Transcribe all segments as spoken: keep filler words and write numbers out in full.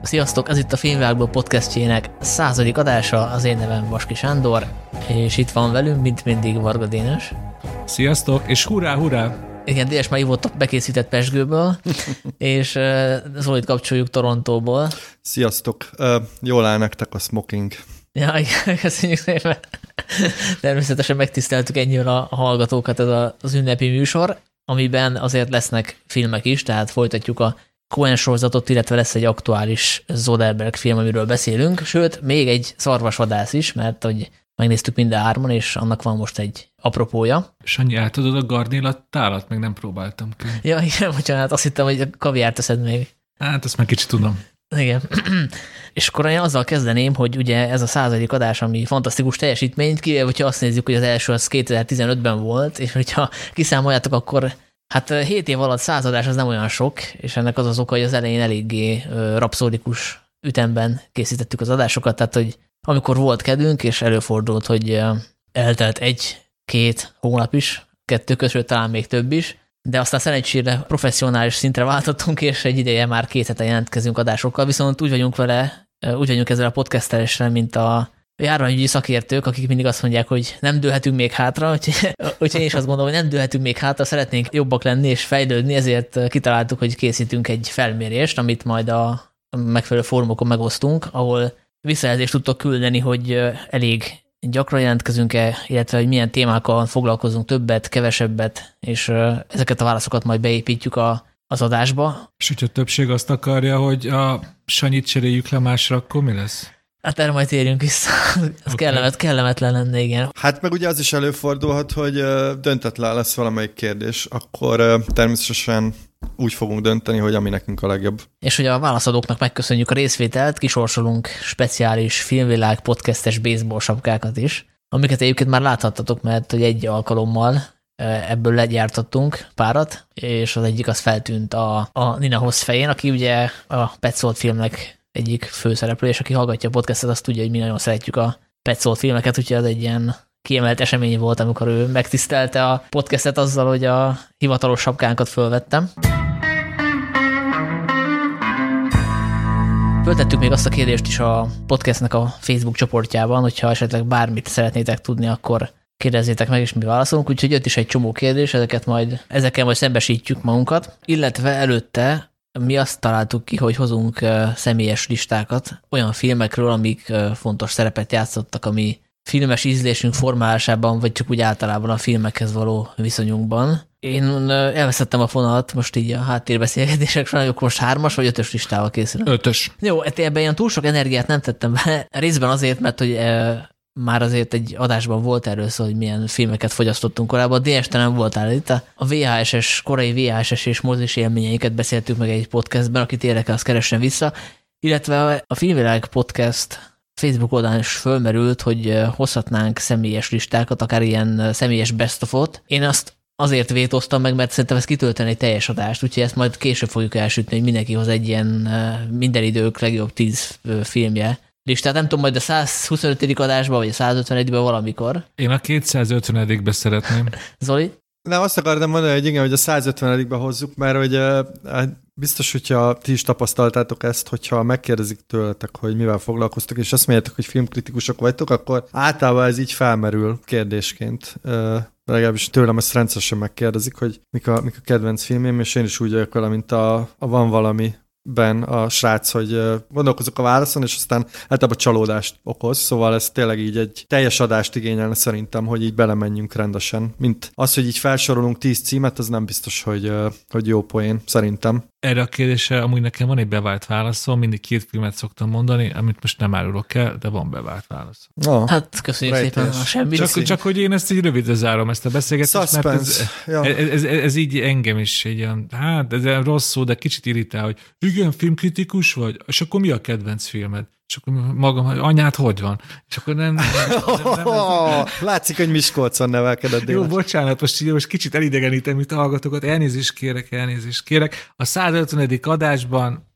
Sziasztok, ez itt a Filmvilágból podcastjének századik adása, az én nevem Vaski Sándor, és itt van velünk, mint mindig, Varga Dénes. Sziasztok, és hurrá, hurrá! Igen, Dénes már ivott a bekészített Pezsgőből, és uh, Zolit kapcsoljuk Torontóból. Sziasztok, uh, jól áll nektek a smoking. Ja, igen, köszönjük szépen. Természetesen megtiszteltük ennyivel a hallgatókat, ez az ünnepi műsor, amiben azért lesznek filmek is, tehát folytatjuk a Coen sorozatot, illetve lesz egy aktuális Soderbergh film, amiről beszélünk, sőt, még egy szarvasvadász is, mert hogy megnéztük mind a hárman, és annak van most egy apropója. Sanyi, átadod a garnélat tálat? Még nem próbáltam ki. Ja, igen, bocsánat, azt hittem, hogy a kaviárt teszed még. Hát, ezt már kicsit tudom. Igen. És akkor én azzal kezdeném, hogy ugye ez a századik adás, ami fantasztikus teljesítményt, kivéve, hogyha azt nézzük, hogy az első az kétezer-tizenötben volt, és hogyha kiszámoljátok, akkor hát hét év alatt száz adás az nem olyan sok, és ennek az az oka, hogy az elején eléggé rapszódikus ütemben készítettük az adásokat, tehát hogy amikor volt kedvünk, és előfordult, hogy eltelt egy-két hónap is, kettő között talán még több is, de aztán szerencsére professzionális szintre váltottunk, és egy ideje már két hete jelentkezünk adásokkal, viszont úgy vagyunk vele, úgy vagyunk ezzel a podcastelésre, mint a járványügyi szakértők, akik mindig azt mondják, hogy nem dőlhetünk még hátra, úgyhogy, úgyhogy én is azt gondolom, hogy nem dőlhetünk még hátra, szeretnénk jobbak lenni és fejlődni, ezért kitaláltuk, hogy készítünk egy felmérést, amit majd a megfelelő fórumokon megosztunk, ahol visszajelzést tudtok küldeni, hogy elég gyakran jelentkezünk-e, illetve hogy milyen témákkal foglalkozunk többet, kevesebbet, és ezeket a válaszokat majd beépítjük a, az adásba. És hogyha a többség azt akarja, hogy a Sanyit cseréljük le másra, akkor mi lesz? Hát erre majd térjünk vissza. Ez okay. kellemet, kellemetlen lenne, igen. Hát meg ugye az is előfordulhat, hogy döntetlen lesz valamelyik kérdés, akkor természetesen úgy fogunk dönteni, hogy ami nekünk a legjobb. És hogy a válaszadóknak megköszönjük a részvételt, kisorsolunk speciális Filmvilág podcastes baseball sapkákat is, amiket egyébként már láthattatok, mert hogy egy alkalommal ebből legyártottunk párat, és az egyik az feltűnt a, a Nina Hoss fején, aki ugye a Petzold filmnek egyik főszereplő, és aki hallgatja a podcastet, azt tudja, hogy mi nagyon szeretjük a Petzold filmeket, úgyhogy az egy ilyen kiemelt esemény volt, amikor ő megtisztelte a podcastet azzal, hogy a hivatalos sapkánkat fölvettem. Föltettük még azt a kérdést is a podcastnek a Facebook csoportjában, hogyha esetleg bármit szeretnétek tudni, akkor kérdezzétek meg, és mi válaszolunk, úgyhogy jött is egy csomó kérdés, ezeket majd, ezekkel majd szembesítjük magunkat, illetve előtte mi azt találtuk ki, hogy hozunk személyes listákat olyan filmekről, amik fontos szerepet játszottak a mi filmes ízlésünk formálásában, vagy csak úgy általában a filmekhez való viszonyunkban. Én elveszettem a fonalat, most így a háttérbeszélgetések során, akkor most hármas vagy ötös listával készülök? Ötös. Jó, ebben ilyen túl sok energiát nem tettem bele, részben azért, mert hogy e, már azért egy adásban volt erről szó, hogy milyen filmeket fogyasztottunk korábban. dé es-te nem voltál itt. A vé há es-es, korai vé há es-es és mozis élményeiket beszéltük meg egy podcastben, akit érdekel, az keressen vissza. Illetve a Filmvilág podcast Facebook oldalán is fölmerült, hogy hozhatnánk személyes listákat, akár ilyen személyes best of-ot. Én azt azért vétóztam meg, mert szerintem ez kitölteni egy teljes adást, úgyhogy ezt majd később fogjuk elsütni, hogy mindenki hoz egy ilyen minden idők legjobb tíz filmje listát. Nem tudom, majd a százhuszonötödik adásban, vagy a százötvenegyben valamikor. Én a kétszázötvenedikbe szeretném. Zoli? Nem, azt akartam mondani, hogy igen, hogy a százötvenedikbe hozzuk, mert hogy biztos, hogyha ti is tapasztaltátok ezt, hogyha megkérdezik tőletek, hogy mivel foglalkoztok, és azt mondjátok, hogy filmkritikusok vagytok, akkor általában ez így felmerül kérdésként. Legalábbis tőlem ezt rendszeresen megkérdezik, hogy mik a, mik a kedvenc filmém, és én is úgy vagyok vele, mint a, a Van valami ben a srác, hogy gondolkozok a válaszon, és aztán általában csalódást okoz, szóval ez tényleg így egy teljes adást igényelne szerintem, hogy így belemenjünk rendesen. Mint az, hogy így felsorolunk tíz címet, az nem biztos, hogy, hogy jó poén, szerintem. Erre a kérdésre amúgy nekem van egy bevált válaszom, mindig két filmet szoktam mondani, amit most nem árulok el, de van bevált válasz. Oh, hát köszönjük rejtés. Szépen a semmi. Csak, csak hogy én ezt így rövidre zárom, ezt a beszélgetést, mert ez, ja. ez, ez, ez így engem is egy olyan, hát ez rossz szó, de kicsit irritál, hogy igen, filmkritikus vagy, és akkor mi a kedvenc filmed? És akkor magam, hogy anyád hogy van? És akkor nem... nem, nem, nem, nem, nem. Látszik, hogy Miskolcon nevelkedett. Jó, bocsánat, most, most kicsit elidegenítem itt a hallgatókat, elnézést kérek, elnézést kérek. A százötvenedik adásban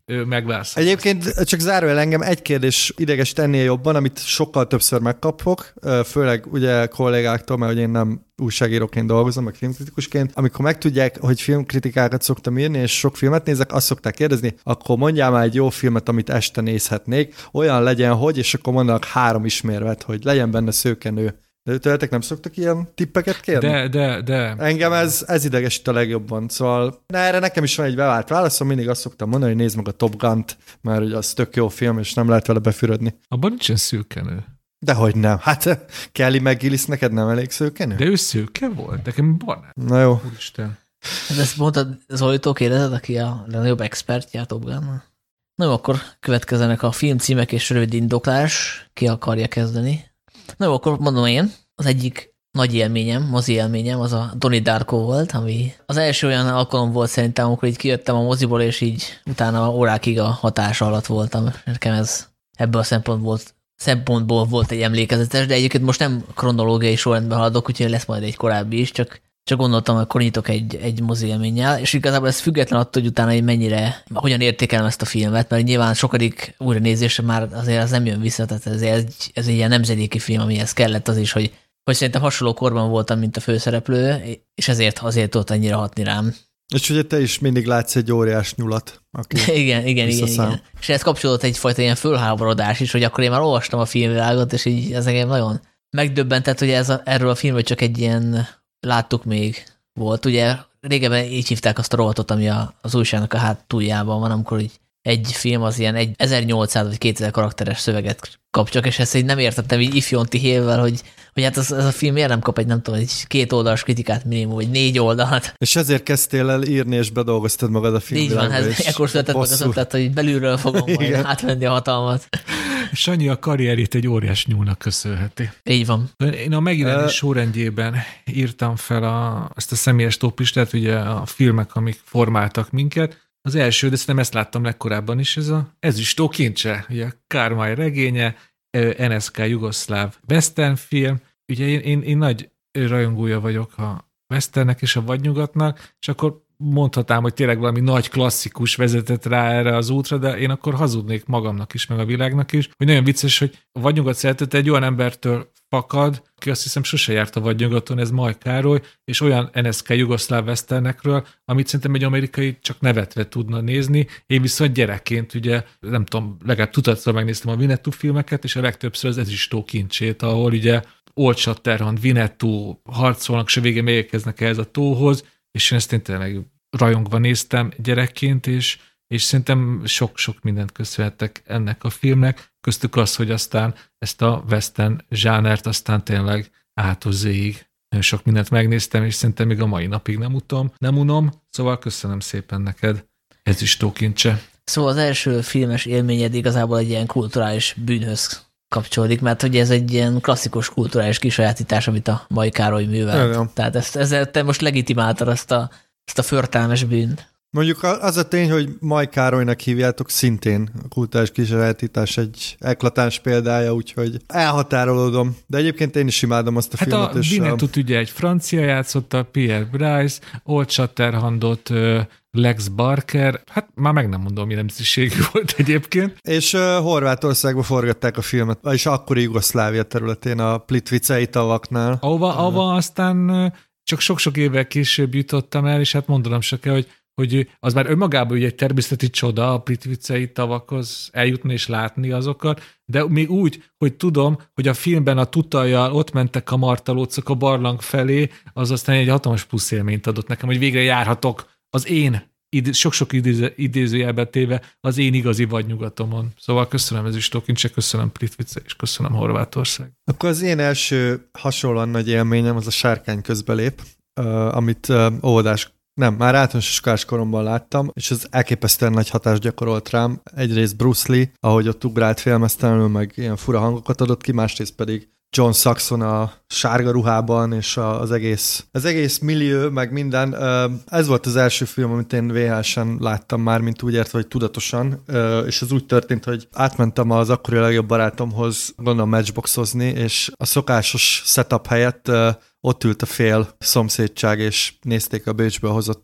megvász. Egyébként csak zárójel engem egy kérdés idegesít ennél jobban, amit sokkal többször megkapok, főleg ugye kollégáktól, mert hogy én nem újságíróként dolgozom, meg filmkritikusként. Amikor megtudják, hogy filmkritikákat szoktam írni, és sok filmet nézek, azt szokták kérdezni, akkor mondjál már egy jó filmet, amit este nézhetnék, olyan legyen, hogy, és akkor mondanak három ismérvet, hogy legyen benne szőkenő. De tőletek nem szoktak ilyen tippeket kérni? De, de, de. Engem ez, ez idegesít a legjobban. Szóval na, erre nekem is van egy bevált válaszom, mindig azt szoktam mondani, hogy nézd meg a Top Gun-t, mert hogy az tök jó film, és nem lehet vele befürödni. Abban nincsen szőkenő. Dehogy nem. Hát Kelly McGillis neked nem elég szőkenő? De ő szőke volt, nekem barát. Na jó. Úristen. Ezt mondtad Zolitól kérdezed, aki a legnagyobb expertje a Top Gun-nal? Na jó, akkor következenek a filmcímek és rövid indoklás. Ki akarja kezdeni? Na jó, akkor mondom én. Az egyik nagy élményem, mozi élményem, az a Donnie Darko volt, ami az első olyan alkalom volt szerintem, amikor így kijöttem a moziból, és így utána órákig a hatása alatt voltam. Nekem ez ebből a szempontból, szempontból volt egy emlékezetes, de egyébként most nem kronológiai sorrendben haladok, úgyhogy lesz majd egy korábbi is, csak, csak gondoltam, hogy akkor nyitok egy, egy mozi élménnyel, és igazából ez független attól, hogy utána, hogy mennyire, hogyan értékelem ezt a filmet, mert nyilván sokadik újra nézésre már azért az nem jön vissza, tehát ez, ez, ez egy ilyen nemzedéki film, amihez kellett az is, hogy, hogy szerintem hasonló korban voltam, mint a főszereplő, és ezért azért tudott annyira hatni rám. És ugye te is mindig látsz egy óriás nyulat. igen, igen, igen, igen. És ez kapcsolódott egyfajta ilyen fölháborodás is, hogy akkor én már olvastam a filmvilágot, és így ez engem nagyon megdöbbentett, hogy ez a, erről a filmről csak egy ilyen láttuk még volt. Ugye régebben így hívták azt a rovatot, ami a, az újságnak a hátuljában van, amikor így egy film az ilyen egy ezernyolcszáz vagy kétezer karakteres szöveget kap csak, és ezt így nem értettem így ifjonti hévvel, hogy, hogy hát ez, ez a film miért nem kap egy, nem tudom, egy két oldalas kritikát minimum, vagy négy oldalt. És ezért kezdtél el írni, és bedolgoztad magad a filmvilágba. Így van, hát ekkor született meg az ötlet, hogy belülről fogom majd átvenni a hatalmat. Sanyi a karrierét egy óriás nyúlnak köszönheti. Így van. Én a megjelenés uh, sorrendjében írtam fel a, ezt a személyes toplistát, ugye a filmek, amik formáltak minket. Az első, de szerintem ezt láttam legkorábban is, ez a Ezüstó kincse, ugye a Kármai regénye, en es ká jugoszláv western film. Ugye én, én, én nagy rajongója vagyok a westernnek és a vadnyugatnak, és akkor mondhatnám, hogy tényleg valami nagy klasszikus vezetett rá erre az útra, de én akkor hazudnék magamnak is, meg a világnak is, hogy nagyon vicces, hogy a vadnyugat szeretete egy olyan embertől fakad, aki azt hiszem sose járt a vadnyugaton, ez Maj Károly, és olyan en es ká jugoszláv westernekről, amit szerintem egy amerikai csak nevetve tudna nézni. Én viszont gyerekként ugye, nem tudom, legalább tudatszor megnéztem a Winnetou filmeket, és a legtöbbször az Ezüstó kincsét, ahol ugye Old Shatterhand, Winnetou harcolnak, és a végén megérkeznek ehhez a tóhoz, és én ezt én tényleg rajongva néztem gyerekként, és, és szerintem sok-sok mindent köszönhettek ennek a filmnek, köztük az, hogy aztán ezt a western zsánert aztán tényleg átozzéig nagyon sok mindent megnéztem, és szerintem még a mai napig nem utom, nem unom, szóval köszönöm szépen neked, Ezüstó kincse. Szóval az első filmes élményed igazából egy ilyen kulturális bűnhöz kapcsolódik, mert hogy ez egy ilyen klasszikus kulturális kisajátítás, amit a Maj Károly művelt. Ja, Tehát ezt, ezzel te most legitimáltad azt a, azt a förtelmes bűnt. Mondjuk az a tény, hogy Maj Károlynak hívjátok, szintén a kulturális kisajátítás egy eklatáns példája, úgyhogy elhatárolódom. De egyébként én is imádom azt a hát filmet. Hát a Winnetou-t ugye egy francia játszotta, Pierre Brice, Old Shatterhandot Lex Barker, hát már meg nem mondom, mi nemzetiségű volt egyébként. És uh, Horvátországban forgatták a filmet, és akkori Jugoszlávia területén, a Plitvicei tavaknál. Ahova, uh. ahova aztán csak sok-sok évvel később jutottam el, és hát mondanom se kell, hogy, hogy az már önmagában ugye egy természeti csoda a Plitvicei tavakhoz eljutni és látni azokat, de még úgy, hogy tudom, hogy a filmben a tutajjal ott mentek a martalócok a barlang felé, az aztán egy hatalmas plusz élményt adott nekem, hogy végre járhatok az én, sok-sok idézőjelbe téve, az én igazi vadnyugatomon. Szóval köszönöm Ezüstó kincse, köszönöm Plitvice, és köszönöm Horvátország. Akkor az én első hasonlóan nagy élményem az a Sárkány közbelép, amit óvodás, nem, már általános iskolás koromban láttam, és ez elképesztően nagy hatást gyakorolt rám. Egyrészt Bruce Lee, ahogy ott ugrált félmeztelenül, meg ilyen fura hangokat adott ki, másrészt pedig John Saxon a sárga ruhában, és az egész, az egész millió, meg minden. Ez volt az első film, amit én vé há es-en láttam már, mint úgy értve, hogy tudatosan, és ez úgy történt, hogy átmentem az akkori legjobb barátomhoz, gondolom matchboxozni, és a szokásos setup helyett ott ült a fél szomszédság, és nézték a Bécsből hozott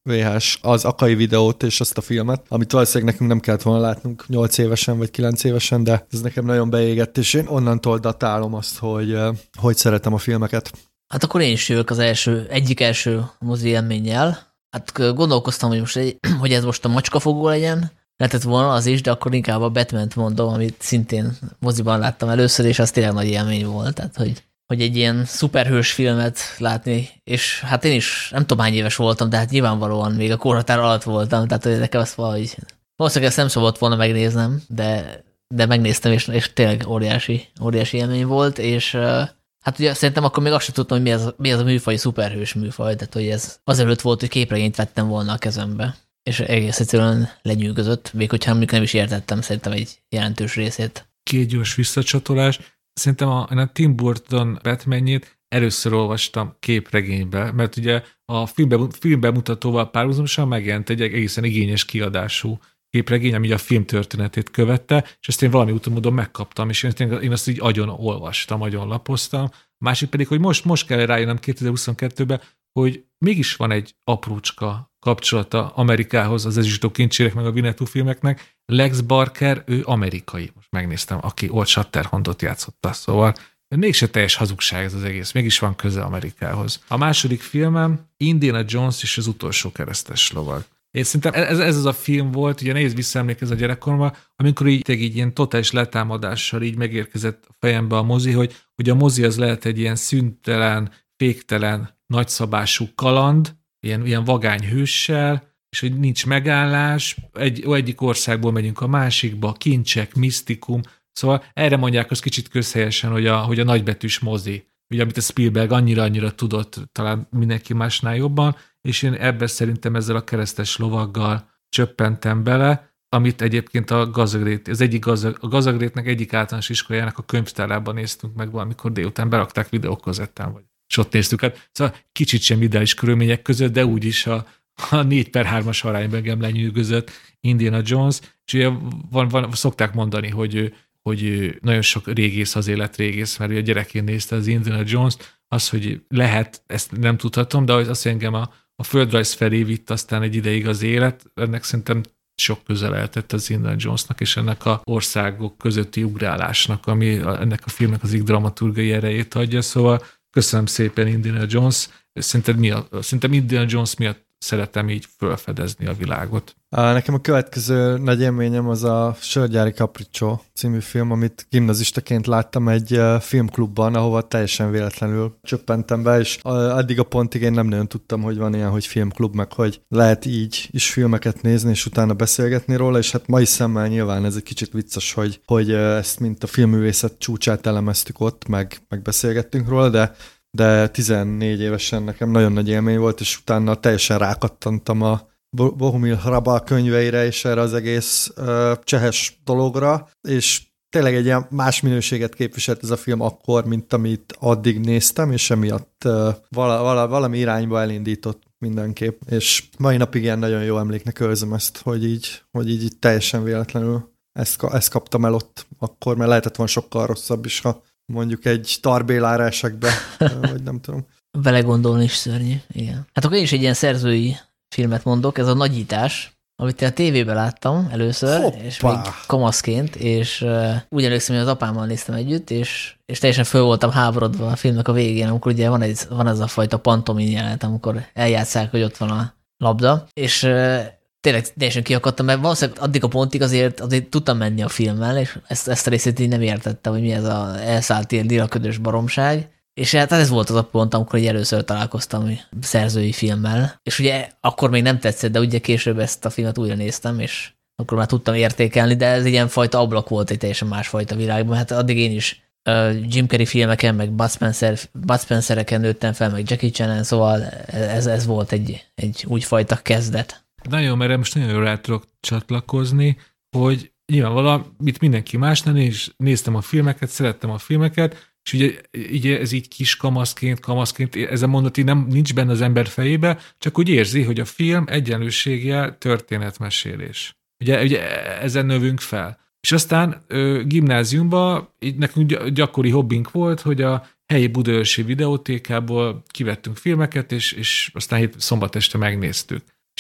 vé há es az Akai videót és azt a filmet, amit valószínűleg nekünk nem kellett volna látnunk nyolc évesen vagy kilenc évesen, de ez nekem nagyon beégett, és én onnantól datálom azt, hogy, hogy szeretem a filmeket. Hát akkor én is jövök az első, egyik első mozi élménnyel. Hát gondolkoztam, hogy, most egy, hogy ez most a macskafogó legyen, lehetett volna az is, de akkor inkább a Batman-t mondom, amit szintén moziban láttam először, és az tényleg nagy élmény volt. Tehát, hogy, hogy egy ilyen szuperhős filmet látni, és hát én is nem tudom hány éves voltam, de hát nyilvánvalóan még a korhatár alatt voltam, tehát hogy nekem azt valahogy valószínűleg ezt nem szabad volna megnéznem, de, de megnéztem, és, és tényleg óriási, óriási élmény volt, és hát ugye szerintem akkor még azt sem tudtam, hogy mi az, mi az a műfaj, szuperhős műfaj, tehát hogy ez azelőtt volt, hogy képregényt vettem volna a kezembe, és egész egyszerűen lenyűgözött, még hogyha nem is értettem szerintem egy jelentős részét. Két gyors visszacsatolás. Szerintem a, a Tim Burton Batmanjét először olvastam képregénybe, mert ugye a filmbe, filmbemutatóval párhuzamosan megjelent egy egészen igényes kiadású képregény, ami a film történetét követte, és ezt én valami úton módon megkaptam, és én, én azt így agyon olvastam, agyon lapoztam. A másik pedig, hogy most, most kell rájönnöm kétezer-huszonkettőben, hogy mégis van egy aprócska kapcsolata Amerikához, az Ezüstdó kincsérek meg a Winnetou filmeknek. Lex Barker, ő amerikai, most megnéztem, aki Old Shatterhandot játszotta, szóval mégse teljes hazugság ez az egész, mégis van köze Amerikához. A második filmem Indiana Jones és az utolsó keresztes lovag. Én szerintem ez, ez az a film volt, ugye nehéz visszaemlékezni a gyerekkoromban, amikor így, így ilyen totális letámadással így megérkezett a fejembe a mozi, hogy, hogy a mozi az lehet egy ilyen szüntelen, féktelen, nagyszabású kaland, ilyen, ilyen vagány hőssel, és hogy nincs megállás, egy, egyik országból megyünk a másikba, kincsek, misztikum, szóval erre mondják azt kicsit közhelyesen, hogy a, hogy a nagybetűs mozi, ugye amit a Spielberg annyira-annyira tudott, talán mindenki másnál jobban, és én ebben szerintem ezzel a keresztes lovaggal csöppentem bele, amit egyébként a Gazagrét, az egyik gazag, a Gazagrétnek egyik általános iskolájának a könyvtárában néztünk meg valamikor délután, berakták videókazettán, vagy és ott néztük. Hát, szóval kicsit sem ideális körülmények között, de úgyis a, a négy per hármas arányban engem lenyűgözött Indiana Jones, és ugye van, van, szokták mondani, hogy, hogy nagyon sok régész az élet régész, mert ugye gyerekén nézte az Indiana Jones-t, az, hogy lehet, ezt nem tudhatom, de az engem a, a földrajz felé vitt aztán egy ideig az élet, ennek szerintem sok köze lehetett az Indiana Jonesnak és ennek a országok közötti ugrálásnak, ami ennek a filmnek az dramaturgiai erejét adja, szóval köszönöm szépen Indiana Jones, szerintem, miatt, szerintem Indiana Jones miatt szeretem így felfedezni a világot. Nekem a következő nagy élményem az a Sörgyári Capriccio című film, amit gimnazistaként láttam egy filmklubban, ahova teljesen véletlenül csöppentem be, és addig a pontig én nem nagyon tudtam, hogy van ilyen, hogy filmklub, meg hogy lehet így is filmeket nézni, és utána beszélgetni róla, és hát mai szemmel nyilván ez egy kicsit vicces, hogy, hogy ezt mint a filmművészet csúcsát elemeztük ott, meg, meg beszélgettünk róla, de de tizennégy évesen nekem nagyon nagy élmény volt, és utána teljesen rákattantam a Bohumil Hrabal könyveire, és erre az egész uh, csehes dologra, és tényleg egy ilyen más minőséget képviselt ez a film akkor, mint amit addig néztem, és emiatt uh, vala, vala, valami irányba elindított mindenképp, és mai napig ilyen nagyon jó emléknek őrzöm ezt, hogy így, hogy így, így teljesen véletlenül ezt, ezt kaptam el ott akkor, mert lehetett volna sokkal rosszabb is, ha mondjuk egy tarbélára esek be, vagy nem tudom. Vele gondolni is szörnyű, igen. Hát akkor én is egy ilyen szerzői filmet mondok, ez a Nagyítás, amit én a tévében láttam először, Hoppá. és még kamaszként, és uh, úgy emlékszem, hogy az apámmal néztem együtt, és, és teljesen föl voltam háborodva a filmnek a végén, amikor ugye van, egy, van ez a fajta pantomin jelenet, amikor eljátszák, hogy ott van a labda, és uh, tényleg teljesen kiakadtam, mert valószínűleg addig a pontig azért, azért tudtam menni a filmmel, és ezt, ezt a részét így nem értettem, hogy mi ez az elszállt ilyen liraködös baromság. És hát ez volt az a pont, amikor így először találkoztam szerzői filmmel. És ugye akkor még nem tetszett, de ugye később ezt a filmet újra néztem, és akkor már tudtam értékelni, de ez egy ilyen fajta ablak volt egy teljesen másfajta világban. Hát addig én is uh, Jim Carrey filmeken, meg Bud Spencer, Bud Spencereken nőttem fel, meg Jackie Chan-en, szóval ez, ez volt egy, egy úgyfajta kezdet. Nagyon, mert most nagyon jól rá tudok csatlakozni, hogy nyilvánvalóan, mit mindenki más, nem, én is néztem a filmeket, szerettem a filmeket, és ugye, ugye ez így kis kamaszként, kamaszként, ez a mondat így nem, nincs benne az ember fejébe, csak úgy érzi, hogy a film egyenlőséggel történetmesélés. Ugye, ugye ezen növünk fel. És aztán ö, gimnáziumban így nekünk gyakori hobbink volt, hogy a helyi budaörsi videótékából kivettünk filmeket, és, és aztán hét szombat este megnéztük.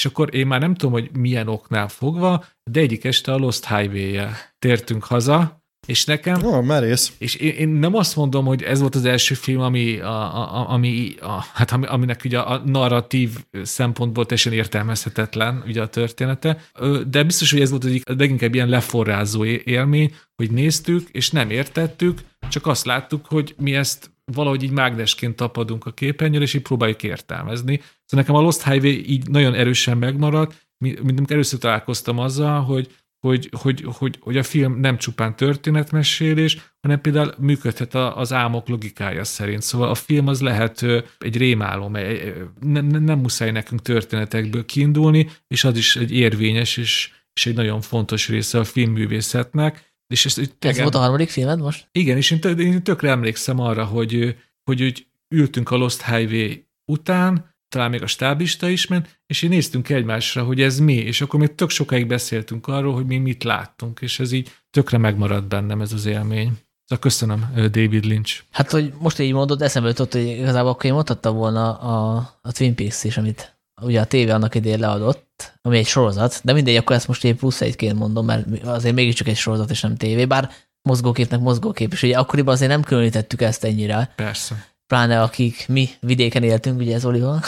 és akkor én már nem tudom, hogy milyen oknál fogva, de egyik este a Lost Highway-jel tértünk haza, és nekem... Ó, merész. És én, én nem azt mondom, hogy ez volt az első film, ami, a, a, ami, a, hát aminek ugye a narratív szempontból teljesen értelmezhetetlen ugye a története, de biztos, hogy ez volt egyik leginkább ilyen leforrázó élmény, hogy néztük, és nem értettük, csak azt láttuk, hogy mi ezt valahogy így mágnesként tapadunk a képernyőre, és így próbáljuk értelmezni. Szóval nekem a Lost Highway így nagyon erősen megmaradt, mint amikor először találkoztam azzal, hogy Hogy, hogy, hogy, hogy a film nem csupán történetmesélés, hanem például működhet az álmok logikája szerint. Szóval a film az lehet egy rémálom, nem, nem muszáj nekünk történetekből kiindulni, és az is egy érvényes és, és egy nagyon fontos része a filmművészetnek. És ez, ez tegem, volt a harmadik filmed most? Igen, és én, tök, én tökre emlékszem arra, hogy, hogy, hogy ültünk a Lost Highway után, talán még a stáblista is ment, és így néztünk egymásra, hogy ez mi, és akkor még tök sokáig beszéltünk arról, hogy mi mit láttunk, és ez így tökre megmaradt bennem ez az élmény. Szóval köszönöm, David Lynch. Hát, hogy most így mondod, eszembe jutott, hogy igazából akkor én mondhattam volna a, a Twin Peaks is, amit ugye a tévé annak idején leadott, ami egy sorozat, de mindegy, akkor ezt most egy plusz egyként mondom, mert azért mégiscsak egy sorozat, és nem tévé, bár mozgóképnek mozgókép, és ugye akkoriban azért nem különítettük ezt ennyire. Persze. Pláne akik mi vidéken éltünk, ugye ez Olival.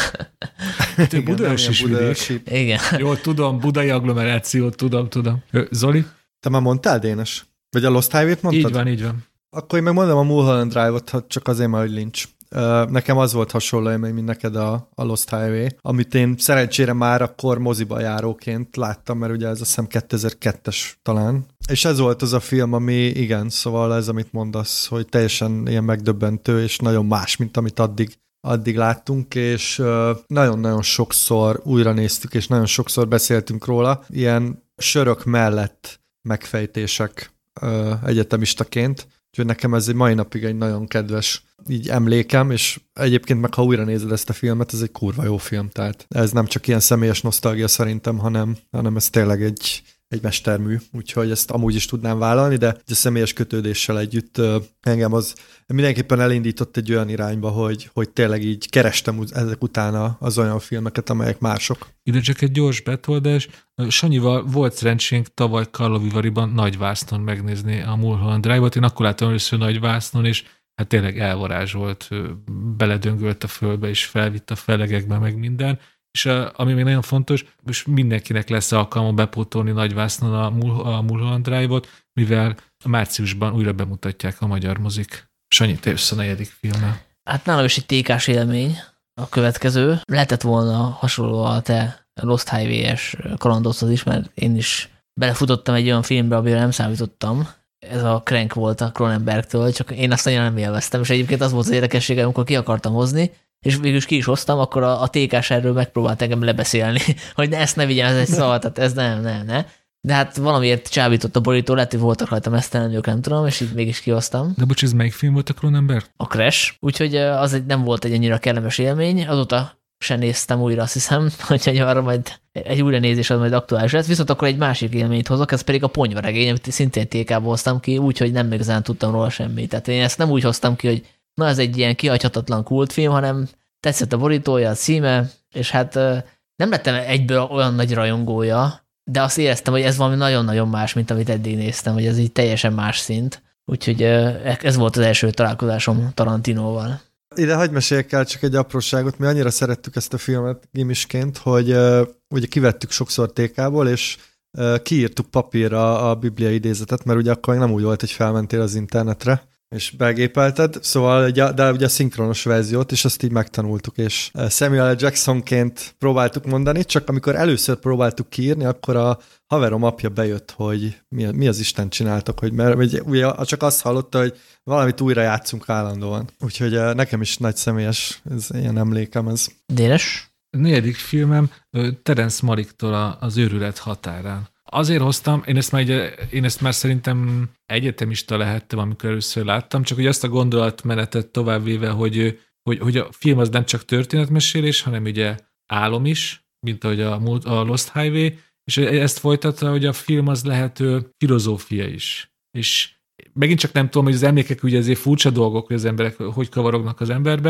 Hát Budaörsi is vidék. Igen. Jól tudom, budai agglomerációt tudom, tudom. Zoli? Te már mondtál, Dénes? Vagy a Lost Highway-t mondtad? Így van, így van. Akkor én megmondom a Mulholland Drive-ot, csak azért már, hogy Lynch. Nekem az volt hasonló élmény, mint neked a, a Lost Highway, amit én szerencsére már akkor moziba járóként láttam, mert ugye ez azt hiszem kétezer-kettes talán. És ez volt az a film, ami igen, szóval ez, amit mondasz, hogy teljesen ilyen megdöbbentő, és nagyon más, mint amit addig, addig láttunk, és nagyon-nagyon sokszor újra néztük, és nagyon sokszor beszéltünk róla. Ilyen sörök mellett megfejtések egyetemistaként, úgyhogy nekem ez egy mai napig egy nagyon kedves így emlékem, és egyébként meg ha újra nézed ezt a filmet, ez egy kurva jó film, tehát ez nem csak ilyen személyes nosztalgia szerintem, hanem, hanem ez tényleg egy, egy mestermű, úgyhogy ezt amúgy is tudnám vállalni, de a személyes kötődéssel együtt engem az mindenképpen elindított egy olyan irányba, hogy, hogy tényleg így kerestem ezek utána az olyan filmeket, amelyek mások. Ide csak egy gyors betoldás. Sanyival volt szerencsénk tavaly Karlovy-Varyban Nagyvásznon megnézni a Mulholland Drive-ot. Én akkor láttam először Nagyvásznon, és hát tényleg elvarázsolt, beledöngölt a földbe, és felvitt a felegekbe, meg minden. És a, ami még nagyon fontos, most mindenkinek lesz alkalma bepótolni Nagyvásznon a, Mul- a Mulholland Drive-ot, mivel márciusban újra bemutatják a magyar mozik. Sanyi, te jössz a negyedik filmmel. Hát nálam is egy té ká-s élmény a következő. Lehetett volna hasonló a te Lost Highway-es kalandozhoz is, mert én is belefutottam egy olyan filmbe, amire nem számítottam. Ez a Crank volt a Cronenbergtől, csak én azt annyira nem élveztem, és egyébként az volt az érdekessége, amikor ki akartam hozni, és végül is ki is hoztam, akkor a, a té ká-s erről megpróbált engem lebeszélni, hogy ne, ezt ne vigyem, ez egy szal, tehát ez nem, nem, ne. De hát valamiért csábított a borító, lehet, hogy voltak rajta mesztelenők, nem tudom, és így mégis kihoztam. De bocs, ez melyik film volt a Cronenberg? A Crash, úgyhogy az egy, nem volt egy annyira kellemes élmény, azóta sem néztem újra, azt hiszem, hogy arra majd egy újranézés az majd aktuális lesz, viszont akkor egy másik élményt hozok, ez pedig a Ponyvaregény, amit szintén té ká-ból hoztam ki, úgyhogy nem igazán tudtam róla semmit. Tehát én ezt nem úgy hoztam ki, hogy na ez egy ilyen kihagyhatatlan kultfilm, hanem tetszett a borítója, a címe, és hát nem lettem egyből olyan nagy rajongója, de azt éreztem, hogy ez valami nagyon-nagyon más, mint amit eddig néztem, hogy ez így teljesen más szint. Úgyhogy ez volt az első találkozásom Tarantinóval. Ide hagyj meséljek el csak egy apróságot, mi annyira szerettük ezt a filmet gimisként, hogy uh, ugye kivettük sokszor té ká-ból, és uh, kiírtuk papírra a Biblia idézetet, mert ugye akkor nem úgy volt, hogy felmentél az internetre, és begépelted, szóval, de ugye a szinkronos verziót, és azt így megtanultuk, és Samuel Jacksonként próbáltuk mondani, csak amikor először próbáltuk kiírni, akkor a haverom apja bejött, hogy mi, mi az Isten csináltak, hogy mert ugye csak azt hallotta, hogy valamit újra játszunk állandóan. Úgyhogy nekem is nagy személyes ez ilyen emlékem ez. Dénes? A negyedik filmem Terence Malicktól az Őrület határán. Azért hoztam, én ezt, már, én ezt már szerintem egyetemista lehettem, amikor először láttam, csak hogy azt a gondolatmenetet továbbvéve, hogy, hogy, hogy a film az nem csak történetmesélés, hanem ugye álom is, mint ahogy a, a Lost Highway, és ezt folytatta, hogy a film az lehető filozófia is. És megint csak nem tudom, hogy az emlékek ugye ezért furcsa dolgok, hogy az emberek hogy kavarognak az emberbe,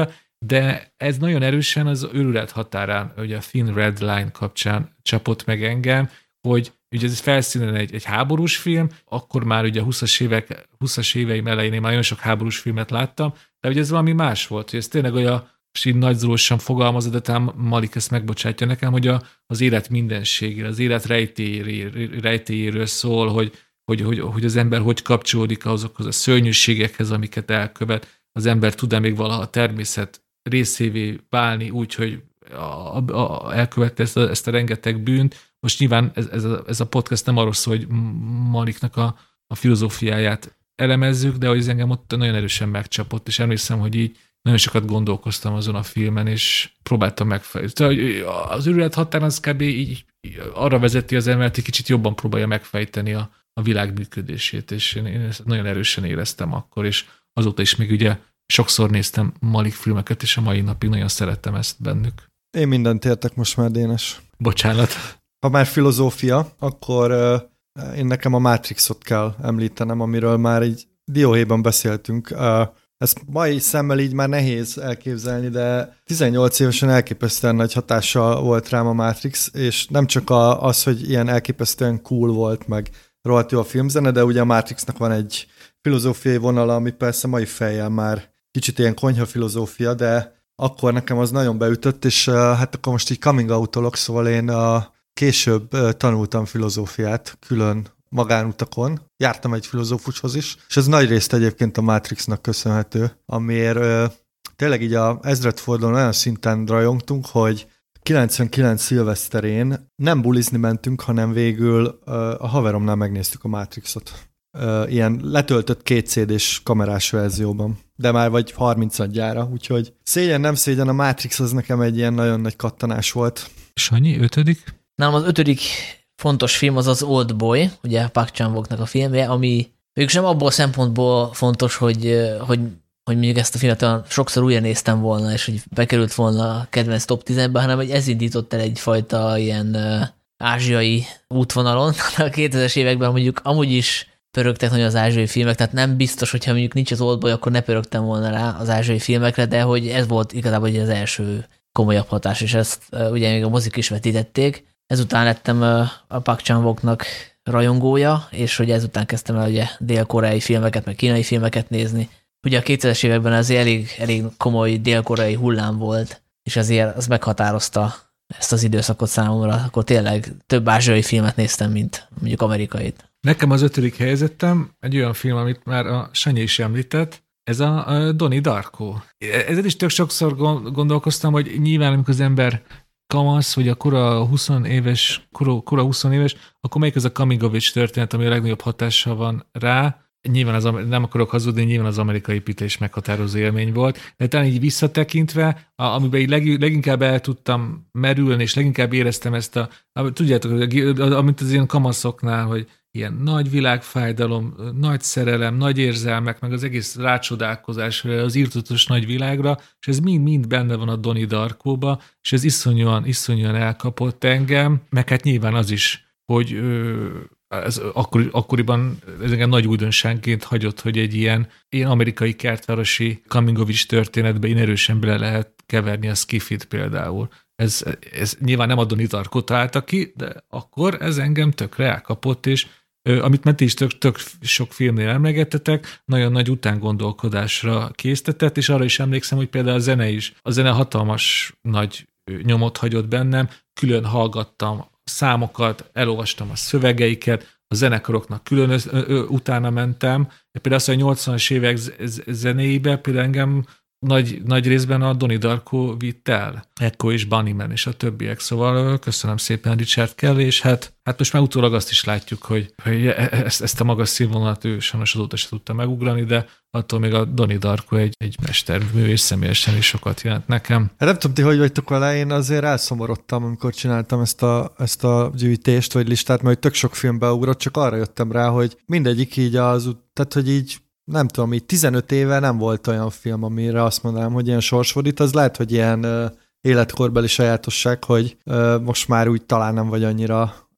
de ez nagyon erősen az őrület határán, ugye a Thin Red Line kapcsán csapott meg engem, hogy ugye ez felszínen egy, egy háborús film, akkor már ugye a huszas évek, huszas éveim elején én már nagyon sok háborús filmet láttam, de ugye ez valami más volt, hogy ez tényleg olyan, és így nagyzolósan fogalmazod, de talán Malik ezt megbocsátja nekem, hogy a, az élet mindenségére, az élet rejtélyéről, rejtélyéről szól, hogy, hogy, hogy, hogy az ember hogy kapcsolódik azokhoz a szörnyűségekhez, amiket elkövet, az ember tud-e még valaha a természet részévé válni úgy, hogy a, a, elkövette ezt a, ezt a rengeteg bűnt. Most nyilván ez, ez, a, ez a podcast nem arról szól, hogy Maliknak a, a filozófiáját elemezzük, de hogy ez engem ott nagyon erősen megcsapott, és emlékszem, hogy így nagyon sokat gondolkoztam azon a filmen, és próbáltam megfejteni. Az őrület határán az kb. Így arra vezeti az embert, hogy kicsit jobban próbálja megfejteni a, a világ működését, és én, én ezt nagyon erősen éreztem akkor, és azóta is még ugye sokszor néztem Malik filmeket, és a mai napig nagyon szerettem ezt bennük. Én mindent értek most már, Dénes. Bocsánat. Ha már filozófia, akkor uh, én nekem a Matrixot kell említenem, amiről már így dióhéjban beszéltünk. Uh, ezt mai szemmel így már nehéz elképzelni, de tizennyolc évesen elképesztően nagy hatással volt rám a Matrix, és nem csak a, az, hogy ilyen elképesztően cool volt, meg rohadt jó a filmzene, de ugye a Matrixnak van egy filozófiai vonala, ami persze mai fejjel már kicsit ilyen konyha filozófia, de akkor nekem az nagyon beütött, és uh, hát akkor most így coming out-olok, szóval én uh, később uh, tanultam filozófiát külön magánutakon, jártam egy filozófushoz is, és ez nagy részt egyébként a Matrixnak köszönhető, amiért uh, tényleg így a ezredfordulón olyan szinten rajongtunk, hogy kilencvenkilenc szilveszterén nem bulizni mentünk, hanem végül uh, a haveromnál megnéztük a Matrixot. Uh, ilyen letöltött két cé dés kamerás verzióban, de már vagy harmincadjára, úgyhogy szégyen nem szégyen, a Matrix az nekem egy ilyen nagyon nagy kattanás volt. Sanyi, ötödik? Nálam az ötödik fontos film az az Old Boy, ugye Park Chan-wooknak a filmje, ami végül sem abból a szempontból fontos, hogy, hogy, hogy mondjuk ezt a filmet olyan sokszor újra néztem volna, és hogy bekerült volna a kedvenc top tízbe, hanem hogy ez indított el egyfajta ilyen uh, ázsiai útvonalon. A kétezres években mondjuk amúgy is pörögtek nagyon az ázsiai filmek, tehát nem biztos, hogyha mondjuk nincs az Old Boy, akkor ne pörögtem volna rá az ázsiai filmekre, de hogy ez volt igazából az első komolyabb hatás, és ezt uh, ugye még a mozik is vetítették. Ezután lettem uh, a Park Chan-wooknak rajongója, és hogy ezután kezdtem el ugye dél-koreai filmeket, meg kínai filmeket nézni. Ugye a kétezres években azért elég, elég komoly dél-koreai hullám volt, és ezért az meghatározta ezt az időszakot számomra. Akkor tényleg több ázsiai filmet néztem, mint mondjuk amerikait. Nekem az ötödik helyezettem egy olyan film, amit már a Sanyi is említett, ez a, a Donnie Darko. Ezzel is tök sokszor gondolkoztam, hogy nyilván amikor az ember kamasz, vagy a kora húsz éves, kora, kora húsz éves, akkor melyik az a coming of age történet, ami a legnagyobb hatással van rá. Nyilván az, nem akarok hazudni, nyilván az amerikai építés meghatározó élmény volt, de talán így visszatekintve, amiben így leg, leginkább el tudtam merülni, és leginkább éreztem ezt a, tudjátok, amit az ilyen kamaszoknál, hogy ilyen nagy világfájdalom, nagy szerelem, nagy érzelmek, meg az egész rácsodálkozás az írtózatos nagy világra, és ez mind-mind benne van a Donnie Darkóba, és ez iszonyúan, iszonyúan elkapott engem, meg hát nyilván az is, hogy ez akkor, akkoriban ez engem nagy újdonságként hagyott, hogy egy ilyen, ilyen amerikai kertvárosi coming of age történetbe én erősen bele lehet keverni a skifit például. Ez, ez nyilván nem a Donnie Darkot találta ki, de akkor ez engem tökre elkapott, és amit Meti is tök, tök sok filmnél emlegettetek, nagyon nagy utángondolkodásra késztetett, és arra is emlékszem, hogy például a zene is, a zene hatalmas nagy nyomot hagyott bennem, külön hallgattam számokat, elolvastam a szövegeiket, a zenekaroknak külön ö, ö, utána mentem. Például azt, hogy a nyolcvanas évek zenéibe például engem nagy, nagy részben a Donnie Darko vitt el. Echo és Bunnyman és a többiek. Szóval köszönöm szépen Richard Kelly, és hát, hát most már utólag azt is látjuk, hogy, hogy ezt, ezt a magas színvonalat ő sajnos azóta se tudta megugrani, de attól még a Donnie Darko egy, egy mestermű, és személyesen is sokat jelent nekem. Hát nem tudom, ti hogy vagytok vele, én azért elszomorodtam, amikor csináltam ezt a, ezt a gyűjtést, vagy listát, mert tök sok filmbe ugrott, csak arra jöttem rá, hogy mindegyik így az, tehát hogy így nem tudom, így tizenöt éve nem volt olyan film, amire azt mondanám, hogy ilyen sorsfordít, az lehet, hogy ilyen uh, életkorbeli sajátosság, hogy uh, most már úgy talán nem vagy annyira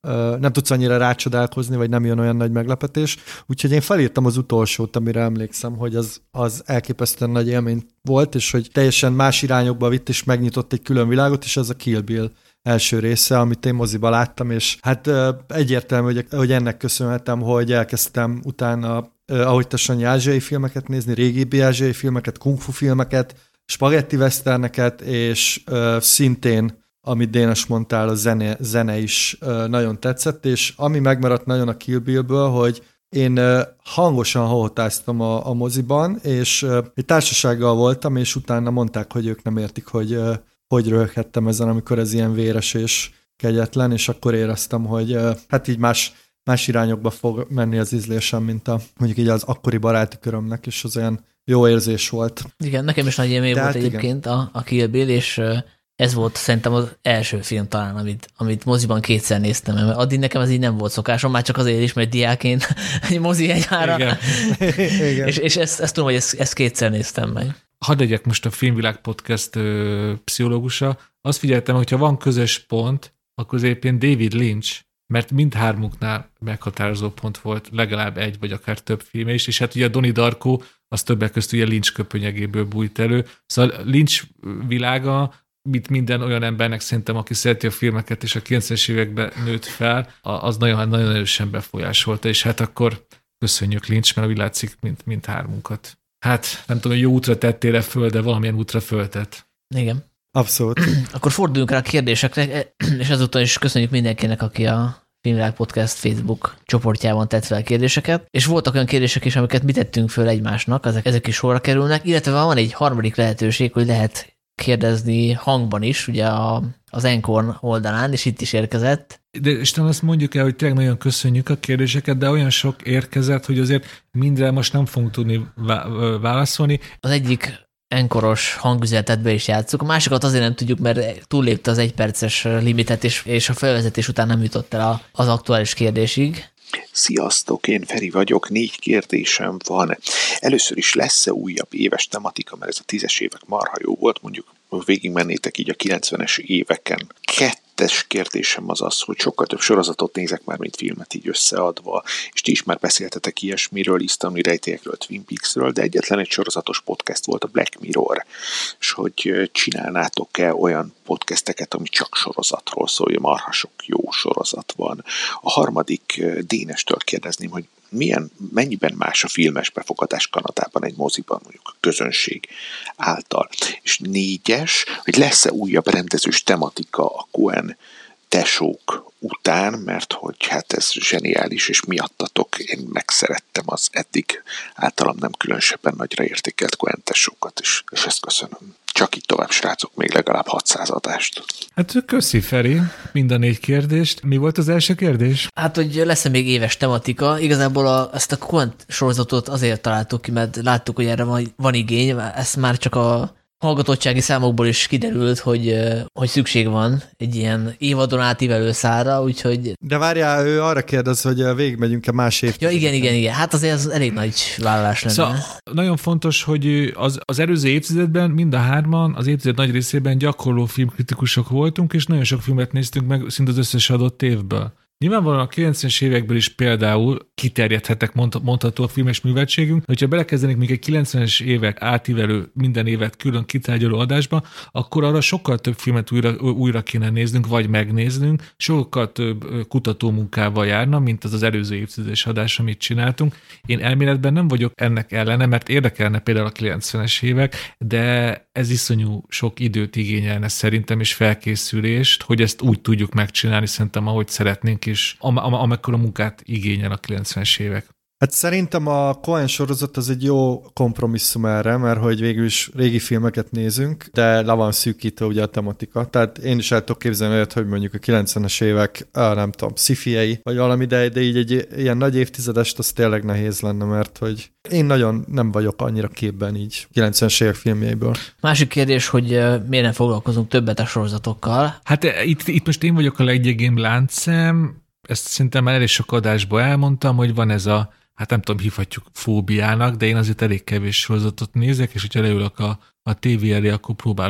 nem tudsz annyira rácsodálkozni, vagy nem jön olyan nagy meglepetés. Úgyhogy én felírtam az utolsót, amire emlékszem, hogy az, az elképesztően nagy élmény volt, és hogy teljesen más irányokba vitt, és megnyitott egy külön világot, és ez a Kill Bill első része, amit én moziba láttam, és hát egyértelmű, hogy, hogy ennek köszönhetem, hogy elkezdtem utána, ahogy te Sanyi, ázsiai filmeket nézni, régebbi ázsiai filmeket, kung fu filmeket, spagetti westerneket, és szintén amit Dénes mondtál, a zene, zene is nagyon tetszett, és ami megmaradt nagyon a Kill Bill-ből, hogy én hangosan hohotáztam a, a moziban, és egy társasággal voltam, és utána mondták, hogy ők nem értik, hogy hogy röhöghettem ezen, amikor ez ilyen véres és kegyetlen, és akkor éreztem, hogy hát így más, más irányokba fog menni az ízlésem, mint a mondjuk így az akkori baráti körömnek, és az olyan jó érzés volt. Igen, nekem is nagy élmény volt hát egyébként a, a Kill Bill, és ez volt szerintem az első film talán, amit, amit moziban kétszer néztem, mert addig nekem ez így nem volt szokásom, már csak azért is, mert diáként egy mozi egyára. Igen. Igen. És, és ezt, ezt tudom, hogy ezt, ezt kétszer néztem meg. Hadd legyek most a Filmvilág Podcast ö, pszichológusa. Azt figyeltem, hogyha van közös pont, akkor az éppen David Lynch, mert mindhármunknál meghatározó pont volt legalább egy, vagy akár több filme is, és hát ugye a Donnie Darko, az többek közt ugye Lynch köpönyegéből bújt elő. Szóval Lynch világa, mint minden olyan embernek szerintem, aki szereti a filmeket, és a kilencvenes években nőtt fel, az nagyon, nagyon erősen befolyásolta, és hát akkor köszönjük Lynch, mert úgy látszik, mint, mint hármunkat. Hát nem tudom, hogy jó útra tettél föl, de valamilyen útra föltett. Igen. Abszolút. Akkor forduljunk rá a kérdésekre, és ezúttal is köszönjük mindenkinek, aki a Filmvilág Podcast Facebook csoportjában tett fel kérdéseket, és voltak olyan kérdések is, amiket mi tettünk föl egymásnak, ezek, ezek is sorra kerülnek, illetve van egy harmadik lehetőség, hogy lehet kérdezni hangban is, ugye a, az Encore oldalán, és itt is érkezett. De Isten, azt mondjuk el, hogy tényleg nagyon köszönjük a kérdéseket, de olyan sok érkezett, hogy azért mindre most nem fogunk tudni válaszolni. Az egyik Encore-os hangüzenetet be is játsszuk, a másikat azért nem tudjuk, mert túllépte az egyperces limitet, és, és a felvezetés után nem jutott el az aktuális kérdésig. Sziasztok, én Feri vagyok, négy kérdésem van. Először is lesz-e újabb éves tematika, mert ez a tízes évek marha jó volt, mondjuk végigmennétek így a kilencvenes éveken. Kettes kérdésem az az, hogy sokkal több sorozatot nézek már, mint filmet így összeadva, és ti is már beszéltetek ilyesmiről, isztambuli rejtélyekről, Twin Peaksről, de egyetlen egy sorozatos podcast volt a Black Mirror, és hogy csinálnátok-e olyan podcasteket, ami csak sorozatról szól, hogy marha sok jó sorozat van. A harmadik Dénestől kérdezném, hogy milyen, mennyiben más a filmes befogadás Kanadában, egy moziban, mondjuk a közönség által. És négyes, hogy lesz-e újabb rendezős tematika a Coen tesók után, mert hogy hát ez zseniális, és miattatok én megszerettem az eddig általam nem különösebben nagyra értékelt Coen tesókat, és, és ezt köszönöm. Csak így tovább, srácok, még legalább hatszáz adást. Hát köszi, Feri, mind a négy kérdést. Mi volt az első kérdés? Hát, hogy lesz-e még éves tematika. Igazából a, ezt a Coen sorozatot azért találtuk ki, mert láttuk, hogy erre van, van igény. Ezt már csak a hallgatottsági számokból is kiderült, hogy, hogy szükség van egy ilyen évadon átívelő szára, úgyhogy... De várjál, ő arra kérdez, hogy végigmegyünk-e más évtizedben. Ja, igen, igen, igen. Hát azért az elég nagy vállalás lenne. Szóval nagyon fontos, hogy az, az előző évtizedben mind a hárman, az évtized nagy részében gyakorló filmkritikusok voltunk, és nagyon sok filmet néztünk meg szinte az összes adott évből. Nyilvánvalóan a kilencvenes évekből is például kiterjedhetek mondható a filmes műveltségünk, hogyha belekezdenék még egy kilencvenes évek átívelő minden évet külön kitárgyaló adásba, akkor arra sokkal több filmet újra, újra kéne néznünk, vagy megnéznünk, sokkal több kutatómunkával járna, mint az az előző évtizedes adás, amit csináltunk. Én elméletben nem vagyok ennek ellene, mert érdekelne például a kilencvenes évek, de ez iszonyú sok időt igényelne szerintem, és felkészülést, hogy ezt úgy tudjuk megcsinálni szerintem, ahogy szeretnénk, és am- am- amekkora munkát igényel a kilencvenes évek. Hát szerintem a Coen sorozat az egy jó kompromisszum erre, mert hogy végül is régi filmeket nézünk, de le van szűkítve ugye a tematika. Tehát én is el tudok képzelni olyat, hogy mondjuk a kilencvenes évek, nem tudom, sci-fiei, vagy valami, de, de így egy ilyen nagy évtizedest az tényleg nehéz lenne, mert hogy én nagyon nem vagyok annyira képben így kilencvenes évek filmjeiből. Másik kérdés, hogy miért nem foglalkozunk többet a sorozatokkal? Hát itt, itt most én vagyok a leggyengébb láncszem, ezt szerintem már elég sok adásban elmondtam, hogy van ez a, hát nem tudom, hívhatjuk fóbiának, de én azért elég kevés sorozatot nézek, és hogyha leülök a, a tévé elé, akkor próbálok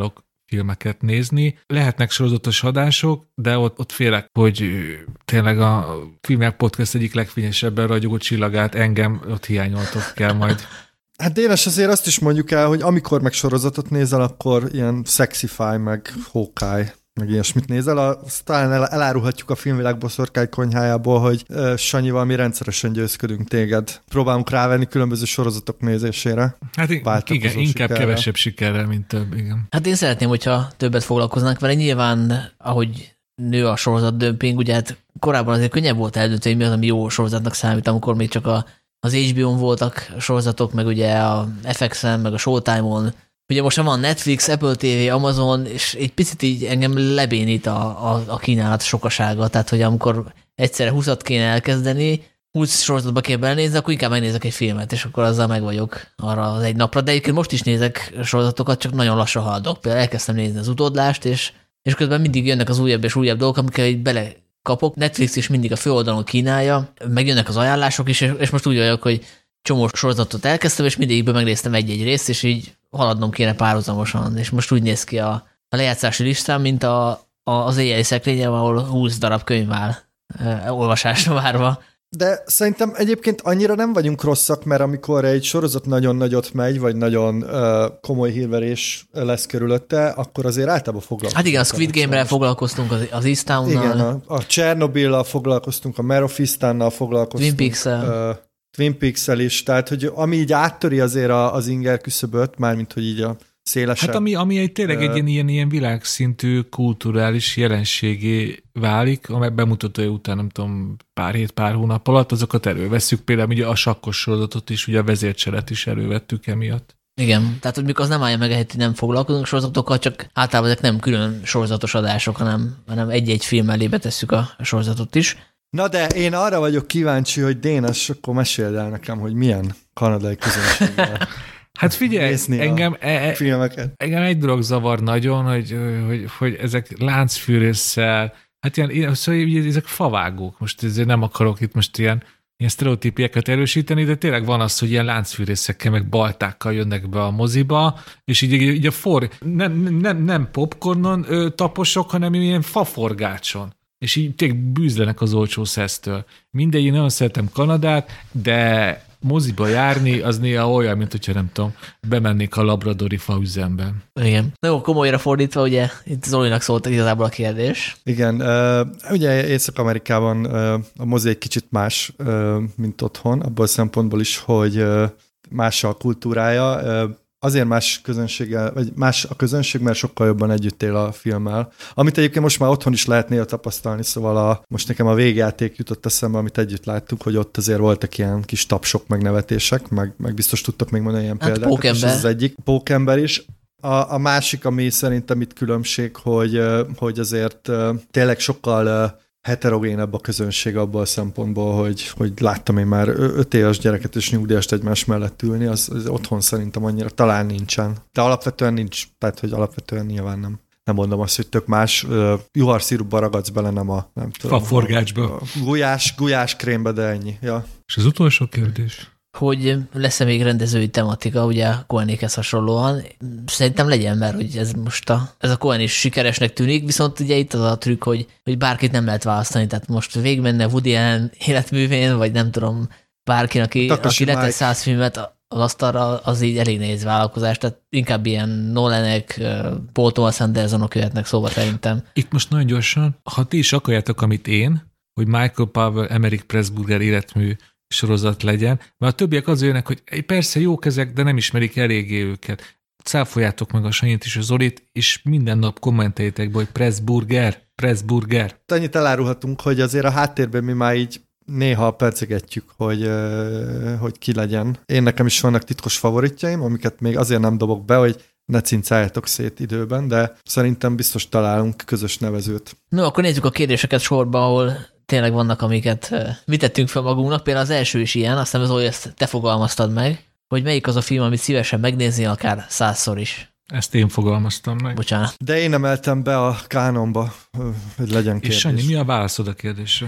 filmeket nézni. Lehetnek sorozatos adások, de ott, ott félek, hogy tényleg a Filmek Podcast egyik legfényesebben ragyogó csillagát engem ott hiányoltok kell majd. Hát Dénes, azért azt is mondjuk el, hogy amikor meg sorozatot nézel, akkor ilyen Sexify, meg Hawkeye, meg ilyesmit nézel, aztán el, elárulhatjuk a filmvilág boszorkány konyhájából, hogy uh, Sanyival mi rendszeresen győzködünk téged. Próbálunk rávenni különböző sorozatok nézésére. Hát igen, inkább sikerrel. Kevesebb sikerrel, mint több, igen. Hát én szeretném, hogyha többet foglalkoznánk vele. Nyilván, ahogy nő a sorozat dömping, ugye hát korábban azért könnyebb volt eldönteni, hogy mi az, ami jó sorozatnak számít, amikor még csak a, az há bé ó-n voltak sorozatok, meg ugye a ef iksz-en, meg a Showtime-on. Ugye most van Netflix, Apple té vé, Amazon, és egy picit így engem lebénít a, a, a kínálat sokasága, tehát hogy amikor egyszerre húszat kéne elkezdeni, húsz sorozatba kell belenézni, akkor inkább megnézek egy filmet, és akkor azzal meg vagyok arra az egy napra. De egyébként most is nézek sorozatokat, csak nagyon lassan haladok. Például elkezdtem nézni az Utódlást, és, és közben mindig jönnek az újabb és újabb dolgok, amikkel így belekapok. Netflix is mindig a főoldalon kínálja, megjönnek az ajánlások is, és most úgy vagyok, hogy csomó sorozatot elkezdtem, és mindegyikből megnéztem egy-egy részt, és így haladnom kéne párhuzamosan. És most úgy néz ki a, a lejátszási listám, mint a, a, az éjjeli szekrényem, ahol húsz darab könyv áll e, olvasásra várva. De szerintem egyébként annyira nem vagyunk rosszak, mert amikor egy sorozat nagyon nagyot megy, vagy nagyon uh, komoly hírverés lesz körülötte, akkor azért általában foglalkozunk. Hát igen, a Squid Game-rel foglalkoztunk, az, az Easttown-nal. Igen, a, a Chernobyl-nal foglalkoztunk, a Mare of Easttown-nal foglalkoztunk. Twin Peaks-el. Uh, Twin Peaks-el is, tehát hogy ami így áttöri azért az inger küszöböt, mármint hogy így a szélesebb. Hát ami, ami egy, tényleg egy ilyen, ilyen, ilyen világszintű kulturális jelenségé válik, amely bemutatója után nem tudom, pár hét, pár hónap alatt, azokat elővesszük, például ugye a sakkos sorozatot is, ugye a vezércselet is elővettük emiatt. Igen, tehát hogy mikor az nem állja meg, hogy nem foglalkozunk sorozatokkal, csak általában ezek nem külön sorozatos adások, hanem, hanem egy-egy film elébe tesszük a sorozatot is. Na de én arra vagyok kíváncsi, hogy Dénes, akkor meséld el nekem, hogy milyen kanadai közönséggel. Hát figyelj, engem, e, engem egy dolog zavar nagyon, hogy, hogy, hogy ezek láncfűrésszel, hát ilyen, szóval ezek favágók, most ezért nem akarok itt most ilyen, ilyen sztereotípieket erősíteni, de tényleg van az, hogy ilyen láncfűrészekkel, meg baltákkal jönnek be a moziba, és így, így a for, nem, nem, nem popcornon ö, taposok, hanem ilyen faforgácson. És így tényleg bűzlenek az olcsó szesztől. Mindegy, én nagyon szeretem Kanadát, de moziba járni, az néha olyan, mint hogyha nem tudom, bemennék a labradori faüzembe. Igen. Na jó, komolyra fordítva, ugye itt Zolinak szólt igazából a kérdés. Igen, uh, ugye Észak-Amerikában uh, a mozi egy kicsit más, uh, mint otthon, abból a szempontból is, hogy uh, más a kultúrája, uh, azért más közönséggel, vagy más a közönség, mert sokkal jobban együtt él a filmmel. Amit egyébként most már otthon is lehet néha tapasztalni, szóval a, most nekem a végjáték jutott eszembe, amit együtt láttuk, hogy ott azért voltak ilyen kis tapsok, meg nevetések, meg, meg biztos tudtok még mondani ilyen hát példákat. És ez az egyik. Pókember is. A, a másik, ami szerintem itt különbség, hogy, hogy azért tényleg sokkal heterogénebb a közönség abban a szempontból, hogy, hogy láttam én már öt éves gyereket és nyugdíjast egymás mellett ülni, az, az otthon szerintem annyira talán nincsen. De alapvetően nincs, tehát hogy alapvetően nyilván nem. Nem mondom azt, hogy tök más. Uh, juharszirupba ragadsz bele, nem a, nem tudom. Faforgácsba. A, a gulyás, gulyás krémbe, de ennyi. Ja. És az utolsó kérdés? Hogy lesz-e még rendezői tematika, ugye Coenékhez hasonlóan. Szerintem legyen, mert hogy ez most a, ez a Coen is sikeresnek tűnik, viszont ugye itt az a trükk, hogy, hogy bárkit nem lehet választani, tehát most végigmenne Woody Allen életművén, vagy nem tudom, bárkin, aki, aki letett száz filmet az asztalra, az így elég nehéz vállalkozás, tehát inkább ilyen Nolanek, Paul Thomas Andersonok jöhetnek szóba szerintem. Itt most nagyon gyorsan, ha ti is akarjátok, amit én, hogy Michael Powell, Emerick Pressburger életmű sorozat legyen, mert a többiek az jönnek, hogy persze jók ezek, de nem ismerik eléggé őket. Cáfoljátok meg a Sanyit és a Zolit, és minden nap kommenteljétek be, hogy Pressburger, Pressburger. Annyit elárulhatunk, hogy azért a háttérben mi már így néha percegetjük, hogy, hogy ki legyen. Én nekem is vannak titkos favoritjaim, amiket még azért nem dobok be, hogy ne cincáljátok szét időben, de szerintem biztos találunk közös nevezőt. No, akkor nézzük a kérdéseket sorba, ahol tényleg vannak, amiket mi tettünk fel magunknak. Például az első is ilyen, aztán az olyan, ezt te fogalmaztad meg, hogy melyik az a film, amit szívesen megnézni, akár százszor is. Ezt én fogalmaztam meg. Bocsánat. De én emeltem be a kánonba, hogy legyen kérdés. És Sanyi, mi a válaszod a kérdésre?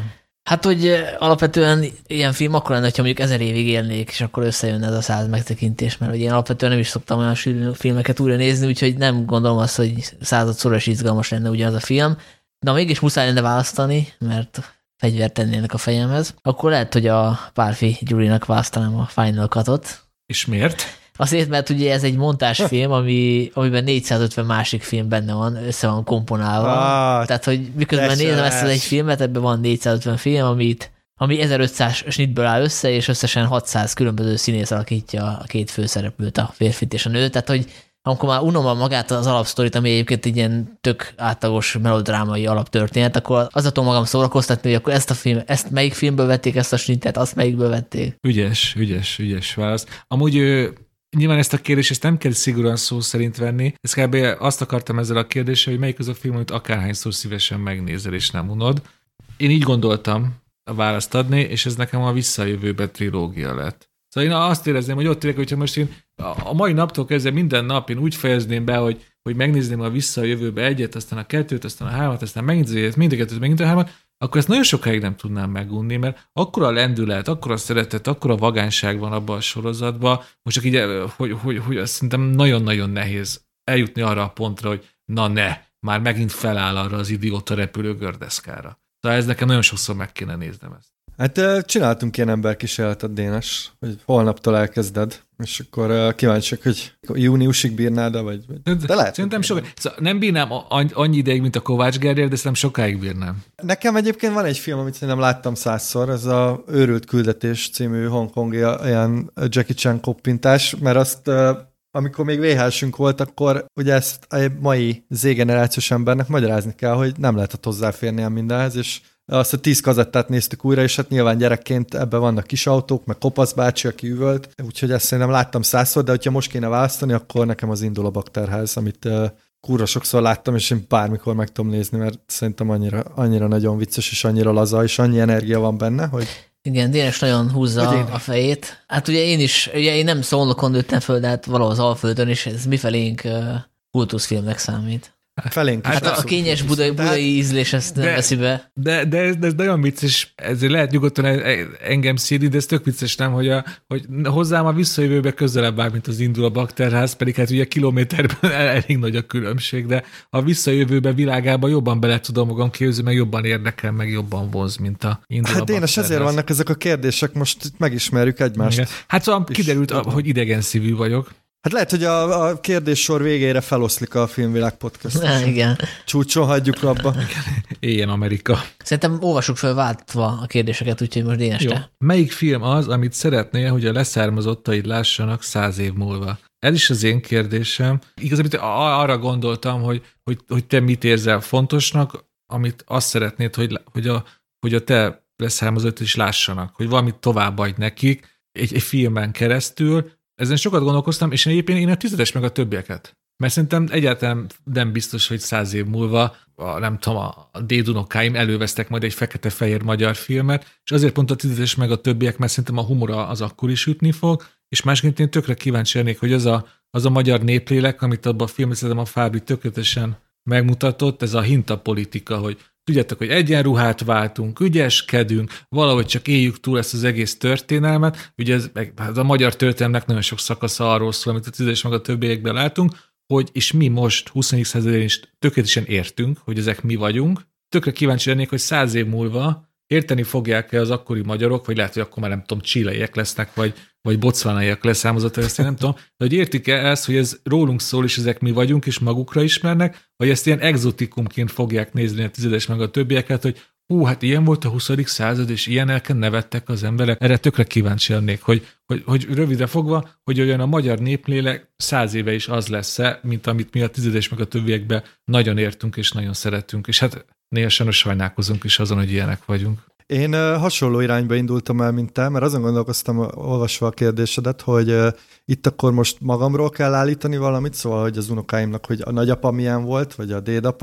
Hát, hogy alapvetően ilyen film akkor lenne, hogyha mondjuk ezer évig élnék, és akkor összejönne ez a száz megtekintés, mert én alapvetően nem is szoktam olyan filmeket újra nézni, úgyhogy nem gondolom azt, hogy századszor is izgalmas lenne ugyanaz a film. De ha mégis muszáj lenne választani, mert fegyvert tennének a fejemhez, akkor lehet, hogy a Pálfi Gyurinak választanám a Final Cut-ot. És miért? Azért, mert ugye ez egy montásfilm, ami, amiben négyszázötven másik film benne van, össze van komponálva. Ah, Tehát, hogy miközben nézem ezt az egy filmet, ebben van négyszázötven film, amit, ami ezerötszáz snitből áll össze, és összesen hatszáz különböző színész alakítja a két főszereplőt, a férfit és a nőt. Tehát, hogy amikor már unom magát az alapsztorit, ami egyébként egy ilyen tök átlagos melodrámai alaptörténet, akkor az tudom magam szórakoztatni, hogy akkor ezt a film, ezt melyik filmből vették ezt a snittet, azt melyikből vették. Ügyes, ügyes, ügyes válasz. Amúgy ő, nyilván ezt a kérdést ezt nem kell szigorúan szó szerint venni. Ezt kb. Azt akartam ezzel a kérdéssel, hogy melyik az a film, amit akárhányszor szívesen megnézel és nem unod. Én így gondoltam a választ adni, és ez nekem a Vissza a jövőbe trilógia lett. Szóval én azt érezném, hogy ott érek, hogyha most én a mai naptól kezdve minden nap én úgy fejezném be, hogy, hogy megnézném a Vissza a jövőbe egyet, aztán a kettőt, aztán a hármat, aztán megint az egyet, mind a kettőt, megint a hármat, akkor ezt nagyon sokáig nem tudnám megunni, mert akkora lendület, akkora szeretet, akkora vagányság van abban a sorozatban, most csak így, hogy, hogy, hogy azt szerintem nagyon-nagyon nehéz eljutni arra a pontra, hogy na ne, már megint feláll arra az idióta repülő gördeszkára. Szóval ez nekem nagyon sokszor meg kéne néznem ezt. Hát csináltunk ilyen emberkísérletet, Dénes, hogy holnaptól elkezded, és akkor kíváncsiak, hogy júniusig bírnád, vagy... De lehet. Szerintem soká... szóval nem bírnám annyi ideig, mint a Kovács Gergely, de szerintem sokáig bírnám. Nekem egyébként van egy film, amit szerintem láttam százszor, ez a Őrült küldetés című hongkongi ilyen Jackie Chan koppintás, mert azt... amikor még vé há esünk volt, akkor ugye ezt a mai Z-generációs embernek magyarázni kell, hogy nem lehetett hozzáférni a mindenhez, és azt a tíz kazettát néztük újra, és hát nyilván gyerekként ebben vannak kis autók, meg Kopasz bácsi, aki üvölt, úgyhogy ezt szerintem láttam százszor, de hogyha most kéne választani, akkor nekem az Indul a bakterház, amit uh, kurva sokszor láttam, és én bármikor meg tudom nézni, mert szerintem annyira, annyira nagyon vicces, és annyira laza, és annyi energia van benne, hogy... Igen, Dénes nagyon húzza a fejét. Hát ugye én is, ugye én nem Szolnokon nőttem föl, de hát valahol az Alföldön, és ez mifelénk uh, kultuszfilmnek számít. Felénk hát a, a kényes budai, budai ízlés ezt nem veszi be. De, de, ez, de ez nagyon vicces, ezért lehet nyugodtan engem szírni, de ez tök vicces, nem, hogy, a, hogy hozzám a visszajövőbe közelebb áll, mint az Indul a bakterház, pedig hát ugye kilométerben elég nagy a különbség, de a visszajövőbe világában jobban bele tudom magam képzelni, meg jobban érdekel, meg jobban vonz, mint a Indul hát a bakterház. Hát ezért vannak ezek a kérdések, most megismerjük egymást. Igen. Hát szóval kiderült, a, hogy idegen szívű vagyok. Hát lehet, hogy a, a kérdéssor végére feloszlik a Filmvilág podcast. Na, igen. Csúcson hagyjuk abba. Éljen Amerika. Szerintem olvassuk fel váltva a kérdéseket, úgyhogy most Dénes te. Melyik film az, amit szeretnél, hogy a leszármazottaid lássanak száz év múlva? Ez is az én kérdésem. Igazából arra gondoltam, hogy, hogy, hogy te mit érzel fontosnak, amit azt szeretnéd, hogy, hogy, a, hogy a te leszármazottaid is lássanak, hogy valamit továbbadj nekik egy, egy filmen keresztül. Ezen sokat gondolkoztam, és egyébként én a tizedes meg a többieket. Mert szerintem egyáltalán nem biztos, hogy száz év múlva, a, nem tudom, a dédunokáim elővesztek majd egy fekete-fehér magyar filmet, és azért pont a tizedes meg a többiek, mert szerintem a humora az akkor is ütni fog, és másként én tökre kíváncsi lennék, hogy az a, az a magyar néplélek, amit abban a filmben szerintem a Fábri tökéletesen megmutatott, ez a hintapolitika, hogy tudjátok, hogy egyenruhát váltunk, ügyeskedünk, valahogy csak éljük túl ezt az egész történelmet. Ugye ez, ez a magyar történelmnek nagyon sok szakasza arról szól, amit a tízes meg a többiekben látunk, hogy és mi most huszonegyedik században is tökéletesen értünk, hogy ezek mi vagyunk. Tökre kíváncsi lennék, hogy száz év múlva érteni fogják-e az akkori magyarok, vagy lehet, hogy akkor már nem tudom, csilaiek lesznek, vagy, vagy bocvánaiak leszármazottak, ezt én nem tudom, de hogy értik-e ezt, hogy ez rólunk szól, és ezek mi vagyunk, és magukra ismernek, vagy ezt ilyen exotikumként fogják nézni a tizedes meg a többieket, hogy hú, hát ilyen volt a huszadik század, és ilyenelken nevettek az emberek. Erre tökre kíváncsi lennék, hogy, hogy, hogy rövidre fogva, hogy olyan a magyar néplélek száz éve is az lesz-e, mint amit mi a tizedes meg a többiekben nagyon értünk, és nagyon szeretünk. És hát néha sajnos sajnálkozunk is azon, hogy ilyenek vagyunk. Én uh, hasonló irányba indultam el, mint te, mert azon gondolkoztam, olvasva a kérdésedet, hogy uh, itt akkor most magamról kell állítani valamit, szóval, hogy az unokáimnak, hogy a nagyapa milyen volt, vagy a dédapa,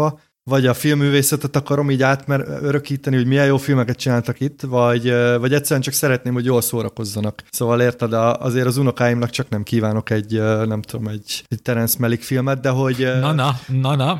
vagy a filmművészetet akarom így átörökíteni, hogy milyen jó filmeket csináltak itt, vagy, vagy egyszerűen csak szeretném, hogy jól szórakozzanak. Szóval érted, azért az unokáimnak csak nem kívánok egy, nem tudom, egy, egy Terence Malick filmet, de hogy... Na-na, na-na.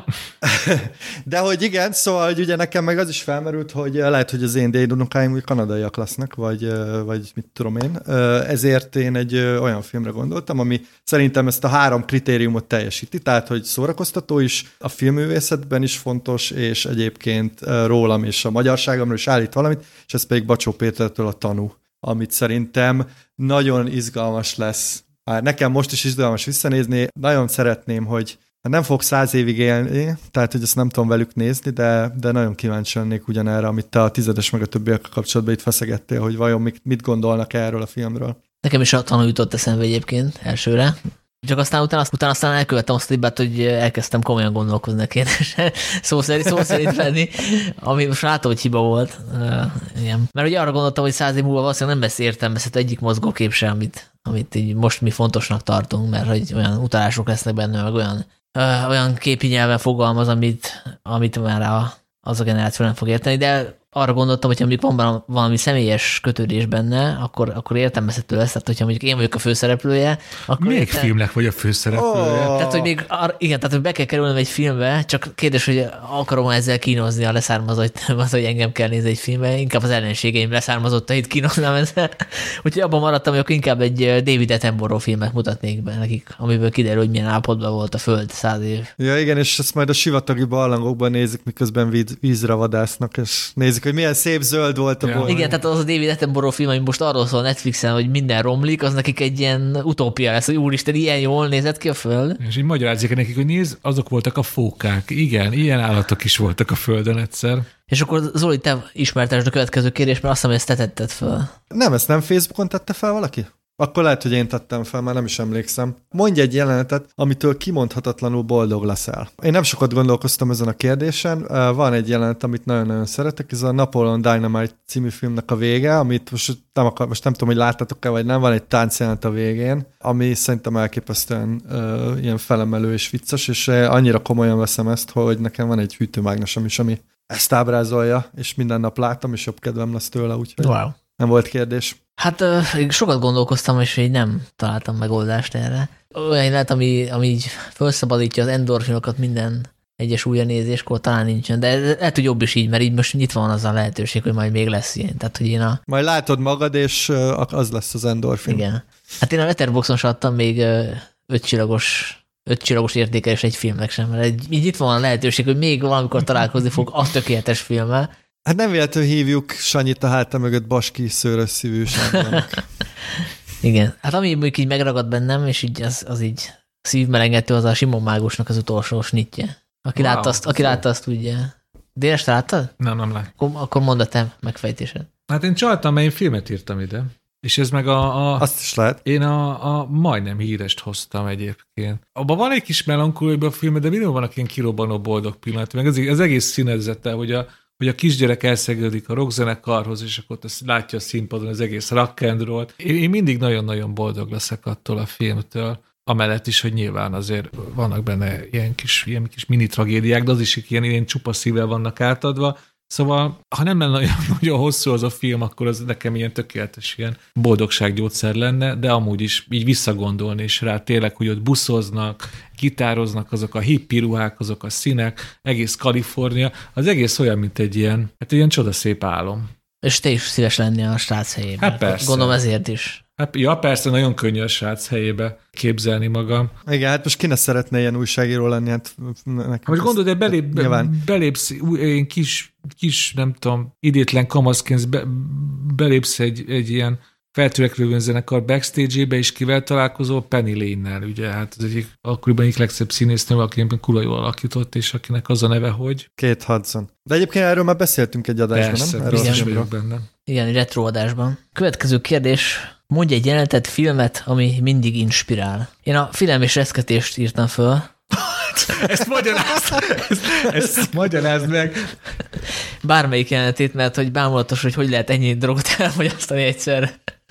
De hogy igen, szóval hogy ugye nekem meg az is felmerült, hogy lehet, hogy az én déd unokáim kanadaiak lesznek, vagy, vagy mit tudom én. Ezért én egy olyan filmre gondoltam, ami szerintem ezt a három kritériumot teljesíti, tehát, hogy szórakoztató is, a filmművészetben is fontos, és egyébként rólam és a magyarságomról is állít valamit, és ez pedig Bacsó Pétertől a Tanú, amit szerintem nagyon izgalmas lesz. Már nekem most is izgalmas visszanézni, nagyon szeretném, hogy nem fog száz évig élni, tehát hogy ezt nem tudom velük nézni, de, de nagyon kíváncsi lennék ugyanerre, amit te a tizedes meg a többiek kapcsolatban itt feszegettél, hogy vajon mit, mit gondolnak erről a filmről. Nekem is a Tanú jutott eszembe egyébként elsőre. Csak aztán utána, utána aztán elkövettem azt a hibát, hogy elkezdtem komolyan gondolkozni a kérdésen, szó szerint, szó szerint venni, ami most látom, hogy hiba volt. Uh, igen. Mert ugye arra gondoltam, hogy száz év múlva valószínűleg nem vesz értelmezhető egyik mozgókép sem, amit, amit így most mi fontosnak tartunk, mert hogy olyan utalások lesznek benne, meg olyan, uh, olyan képi nyelven fogalmaz, amit, amit már a, az a generáció nem fog érteni, de arra gondoltam, hogyha mondjuk van valami személyes kötődés benne, akkor, akkor értelmezhető lesz, tehát hogyha mondjuk én vagyok a főszereplője, akkor... Még értem... filmnek vagy a főszereplője? Oh. Tehát, hogy még, igen, tehát, hogy be kell kerülnöm egy filmbe, csak kérdés, hogy akarom ezzel kínozni a leszármazott, az, hogy engem kell nézni egy filmbe, inkább az ellenségeim leszármazottait kínoznám ezzel. Úgyhogy abban maradtam, hogy akkor inkább egy David Attenborough filmet mutatnék be nekik, amiből kiderül, hogy milyen állapotban volt a Föld száz év. Ja, igen, és ezt majd a sivatagi barlangokban nézik, miközben víz, vízre vadásznak, és nézik, hogy milyen szép zöld volt a ja. bolt. Igen, tehát az a David Attenborough film, ami most arról szól Netflixen, hogy minden romlik, az nekik egy ilyen utópia lesz, hogy úristen, ilyen jól nézett ki a Föld. És így magyarázzék nekik, hogy nézd, azok voltak a fókák. Igen, ilyen állatok is voltak a Földön egyszer. És akkor Zoli, te ismertesd a következő kérdést, mert azt hiszem, hogy ezt te tetted fel. Nem, ezt nem Facebookon tette fel valaki? Akkor lehet, hogy én tettem fel, már nem is emlékszem. Mondj egy jelenetet, amitől kimondhatatlanul boldog leszel. Én nem sokat gondolkoztam ezen a kérdésen. Van egy jelenet, amit nagyon-nagyon szeretek, ez a Napoleon Dynamite című filmnek a vége, amit most nem, akar, most nem tudom, hogy láttatok-e, vagy nem, van egy táncjelenet a végén, ami szerintem elképesztően uh, ilyen felemelő és vicces, és annyira komolyan veszem ezt, hogy nekem van egy hűtőmágnesem is, ami ezt ábrázolja, és minden nap látom, és jobb kedvem lesz tőle, úgyhogy wow. Nem volt kérdés. Hát uh, sokat gondolkoztam, és így nem találtam megoldást erre. Olyan lehet, ami, ami így felszabadítja az endorfinokat minden egyes újranézéskor, talán nincsen, de lehet, hogy jobb is így, mert így most nyitva van az a lehetőség, hogy majd még lesz ilyen. Tehát, hogy én a... Majd látod magad, és az lesz az endorfin. Igen. Hát én a Letterboxdon sem adtam még ötcsillagos ötcsillagos értékelés egy filmnek sem, mert egy, így nyitva van a lehetőség, hogy még valamikor találkozni fog a tökéletes filmmel. Hát nem véletlenül hívjuk Sanyit a háta mögött Baski szőrös szívű Sándornak. Igen. Hát ami mondjuk így megragad bennem, és így az, az így szívmelengető, az a Simon Mágusnak az utolsó snitje. Aki, wow, látta, azt, aki látta, azt tudja. Dénes, te láttad? Nem, nem lát. Akkor, akkor mondd a te megfejtésed. Hát én csaltam, mert én filmet írtam ide. És ez meg a... a Azt is lehet. Én a, a majdnem hírest hoztam egyébként. Abban van egy kis melankóliában a filmet, de mindenhol vannak ilyen kirobbanó boldog pillanat. Meg az, az egész színezete, hogy a hogy a kisgyerek elszegődik a rockzenekarhoz, és akkor azt látja a színpadon az egész rock and roll. Én, én mindig nagyon-nagyon boldog leszek attól a filmtől, amellett is, hogy nyilván azért vannak benne ilyen kis, ilyen kis mini tragédiák, de az is ilyen, ilyen csupa szívvel vannak átadva. Szóval, ha nem lenne olyan, nagyon hosszú az a film, akkor az nekem ilyen tökéletes ilyen boldogsággyógyszer lenne, de amúgy is így visszagondolni is rá tényleg, hogy ott buszoznak, gitároznak, azok a hippi ruhák, azok a színek, egész Kalifornia, az egész olyan, mint egy ilyen, hát egy ilyen csodaszép álom. És te is szíves lenni a srác helyében. Hát persze. Gondolom ezért is. Hát, ja, persze, nagyon könnyű a srác helyébe képzelni magam. Igen, hát most ki ne szeretne ilyen újságíró lenni? Hát most gondolod, hogy belép, belépsz ilyen kis, kis, nem tudom, idétlen kamaszként be, belépsz egy, egy ilyen feltörekvő zenekar backstage-ébe, és kivel találkozol? Penny Lane-nel, ugye, hát az egyik akkoriban egyik legszebb színésznő, aki ebben kurva jól alakított, és akinek az a neve, hogy? Kate Hudson. De egyébként erről már beszéltünk egy adásban, persze, nem? Persze, biztos vagyok benne. Igen, egy retro adásban. Következő kérdés, mondj egy jelenetet, filmet, ami mindig inspirál. Én a film és reszketést írtam föl. Ezt magyarázd, ezt, ezt magyarázd meg. Bármelyik jelenetét, mert hogy bámulatos, hogy hogy lehet ennyi drogot elfogyasztani egyszerre.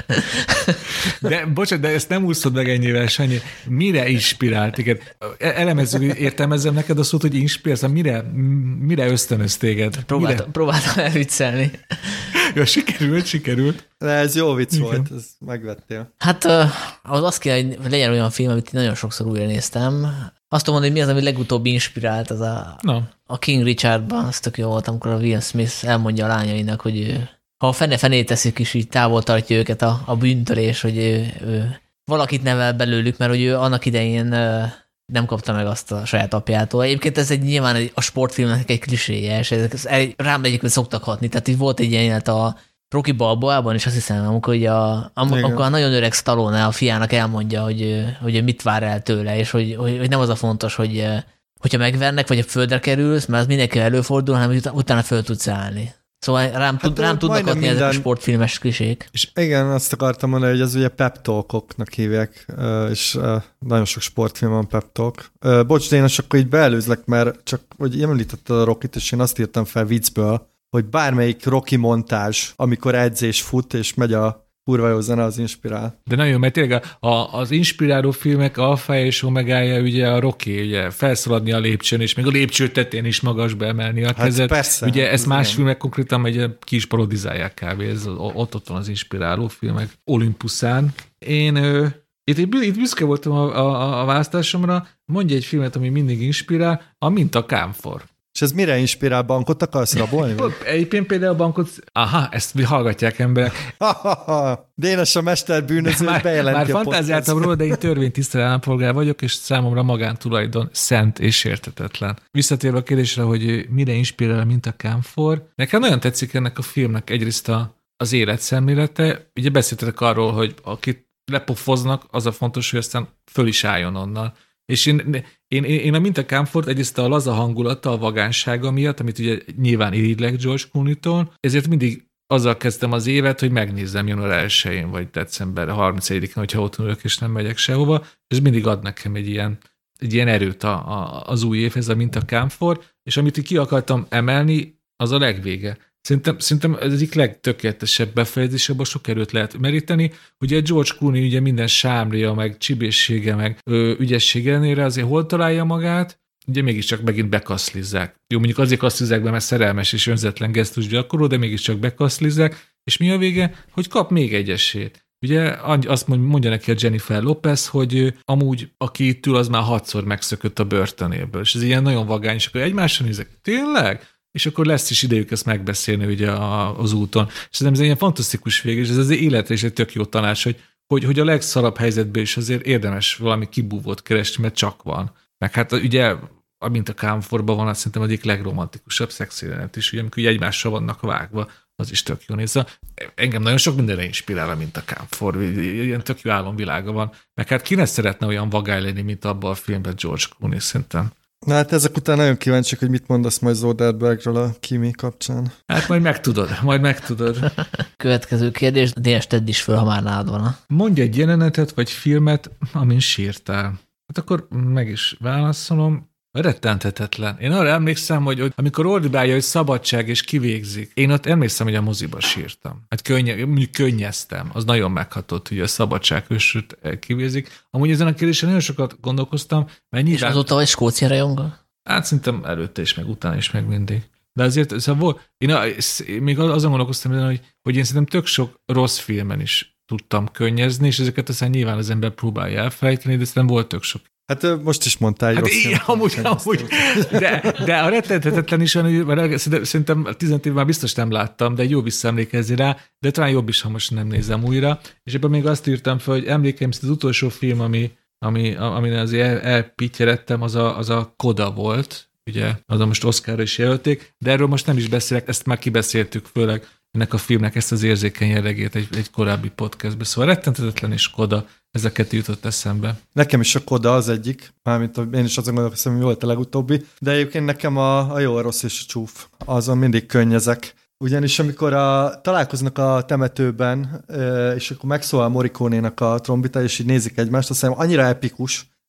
De bocsánat, de ezt nem úszod meg ennyivel, Sanyi. Mire inspirált téged? Elemezzük, értelmezzem neked a szót, hogy inspirálsz, mire, mire ösztönöz téged? Próbáltam, mire? próbáltam elviccelni. Ja, sikerült, sikerült. De ez jó vicc igen. volt, ez megvettél. Hát az azt kell, hogy legyen olyan film, amit nagyon sokszor újra néztem. Azt tudom mondani, hogy mi az, ami legutóbb inspirált, az a, no. a King Richardban, az tök jó volt, amikor a Will Smith elmondja a lányainak, hogy ő, ha a fene-fené teszik is, így távol tartja őket a, a bűntől, és hogy ő, ő valakit nevel belőlük, mert hogy ő annak idején nem kapta meg azt a saját apjától. Egyébként ez egy nyilván a sportfilmnek egy kliséje, és ez, ez rám egyébként szoktak hatni. Tehát itt volt egy ilyen a Rocky Balboában, és azt hiszem, amikor, ugye a, amikor a nagyon öreg Stallone a fiának elmondja, hogy, hogy mit vár el tőle, és hogy, hogy nem az a fontos, hogy hogyha megvernek, vagy a földre kerülsz, mert az mindenki előfordul, hanem utána föl tudsz állni. Szóval rám, hát, rám tudnak adni minden... ezek a sportfilmes klisék. És igen, azt akartam mondani, hogy ez ugye pep talkoknak hívják, és nagyon sok sportfilm van pep talk. Bocs, de én akkor így beelőzlek, mert csak, hogy említetted a Rockit, és én azt írtam fel viccből, hogy bármelyik Rocky montázs, amikor edzés fut, és megy a kurva jó zene, az inspirál. De nagyon, mert tényleg a, a, az inspiráló filmek alfája és omegája ugye a Rocky, ugye felszaladni a lépcsőn, és még a lépcső tetején is magasba emelni a kezet. Hát persze. Ugye ezt más nem. filmek konkrétan megy, ki is parodizálják kb. Ez, ott, ott van az inspiráló filmek Olympuszán. Én ö, itt, itt büszke voltam a, a, a választásomra, mondja egy filmet, ami mindig inspirál, a Mint a kámfor. És ez mire inspirál? Bankot akarsz rabolni? Egyébként például a bankot... Aha, ezt hallgatják emberek. Dénes a mesterbűnöző, már, bejelenti már a fantáziáltam róla, de én törvénytisztelő állampolgár vagyok, és számomra magántulajdon szent és értetetlen. Visszatérve a kérdésre, hogy mire inspirál, mint a kámfor. Nekem nagyon tetszik ennek a filmnek egyrészt a, az életszemlélete. Ugye beszéltetek arról, hogy akit lepofoznak, az a fontos, hogy aztán föl is álljon onnan. És én, én, én a Mint a kámfort egyrészt a laza hangulata, a vagánsága miatt, amit ugye nyilván irigylek George Clooney-tól, ezért mindig azzal kezdtem az évet, hogy megnézzem január elsején, vagy december harmincegyedikén, hogyha ott ülök, és nem megyek sehova, és mindig ad nekem egy ilyen, egy ilyen erőt a, a, az új évhez, a Mint a kámfor, és amit ki akartam emelni, az a legvége. Szerintem, szerintem ez egyik legtökéletesebb befejezés, abban sok erőt lehet meríteni. Ugye George Clooney ugye minden sámria, meg csibészsége, meg ö, ügyessége ellenére azért hol találja magát, ugye mégiscsak megint bekaszlizzák. Jó, mondjuk azért kaszlizzák be, mert szerelmes és önzetlen gesztus gyakorol, de mégiscsak bekaszlizzák, és mi a vége? Hogy kap még egy esélyt. Ugye azt mondja neki a Jennifer Lopez, hogy amúgy aki itt ül, az már hatszor megszökött a börtönéből, és ez ilyen nagyon vagány, és akkor egymásra nézek, tényleg? És akkor lesz is idejük ezt megbeszélni ugye az úton. És szerintem ez egy ilyen fantasztikus vég, és ez az életre is egy tök jó tanács, hogy, hogy, hogy a legszarabb helyzetben is azért érdemes valami kibúvót keresni, mert csak van. Meg hát ugye, amint a kámforban van, azt szerintem egyik legromantikusabb szexjelenet is, ugye, amikor ugye egymásra vannak vágva, az is tök jó nézve. Engem nagyon sok mindenre inspirál, mint a kámfor. Ilyen tök jó álomvilága van. Meg hát ki ne szeretne olyan vagály lenni, mint abban a filmben George Clooney szerintem. Na hát ezek után nagyon kíváncsiak, hogy mit mondasz majd Soderberghről a Kimi kapcsán. Hát majd megtudod, majd megtudod. Következő kérdés, D S tedd is föl, ha már nálad van. Mondj egy jelenetet vagy filmet, amin sírtál. Hát akkor meg is válaszolom. Rettenthetetlen. Én arra emlékszem, hogy, hogy amikor ordibálja, hogy szabadság és kivégzik, én ott emlékszem, hogy a moziba sírtam. Hát könnye, mondjuk könnyeztem. Az nagyon meghatott, hogy a szabadság ősült kivégzik. Amúgy ezen a kérdésen nagyon sokat gondolkoztam. Mert és azóta vagy Skócia rajongó? Hát szerintem előtte is, meg utána is, meg mindig. De azért, szóval én még azon gondolkoztam, hogy, hogy én szerintem tök sok rossz filmen is tudtam könnyezni, és ezeket aztán nyilván az ember próbálja elfelejteni, de szerintem volt tök sok. Hát most is mondtál egy hát rossz ilyen, amúgy, amúgy, de, de a rettenthetetlen is olyan, mert szerintem tizenöt év már biztos nem láttam, de egy jó visszaemlékezni rá, de talán jobb is, ha most nem nézem újra. És ebben még azt írtam fel, hogy emlékeim szerint az utolsó film, ami, ami, amin azért elpittyeredtem, az a, az a Koda volt, ugye, azon most Oscarra is jelölték, de erről most nem is beszélek, ezt már kibeszéltük, főleg ennek a filmnek ezt az érzékeny jellegét egy, egy korábbi podcastben. Szóval rettenthetetlen és Koda, ez a kettő jutott eszembe. Nekem is a Koda az egyik, mármint én is azon gondolkozom, hogy volt a legutóbbi, de egyébként nekem a, a jó, a rossz és a csúf, azon mindig könnyezek. Ugyanis amikor a, találkoznak a temetőben, és akkor megszólal Morricone-nak a trombita, és így nézik egymást, azt hiszem annyira epikus,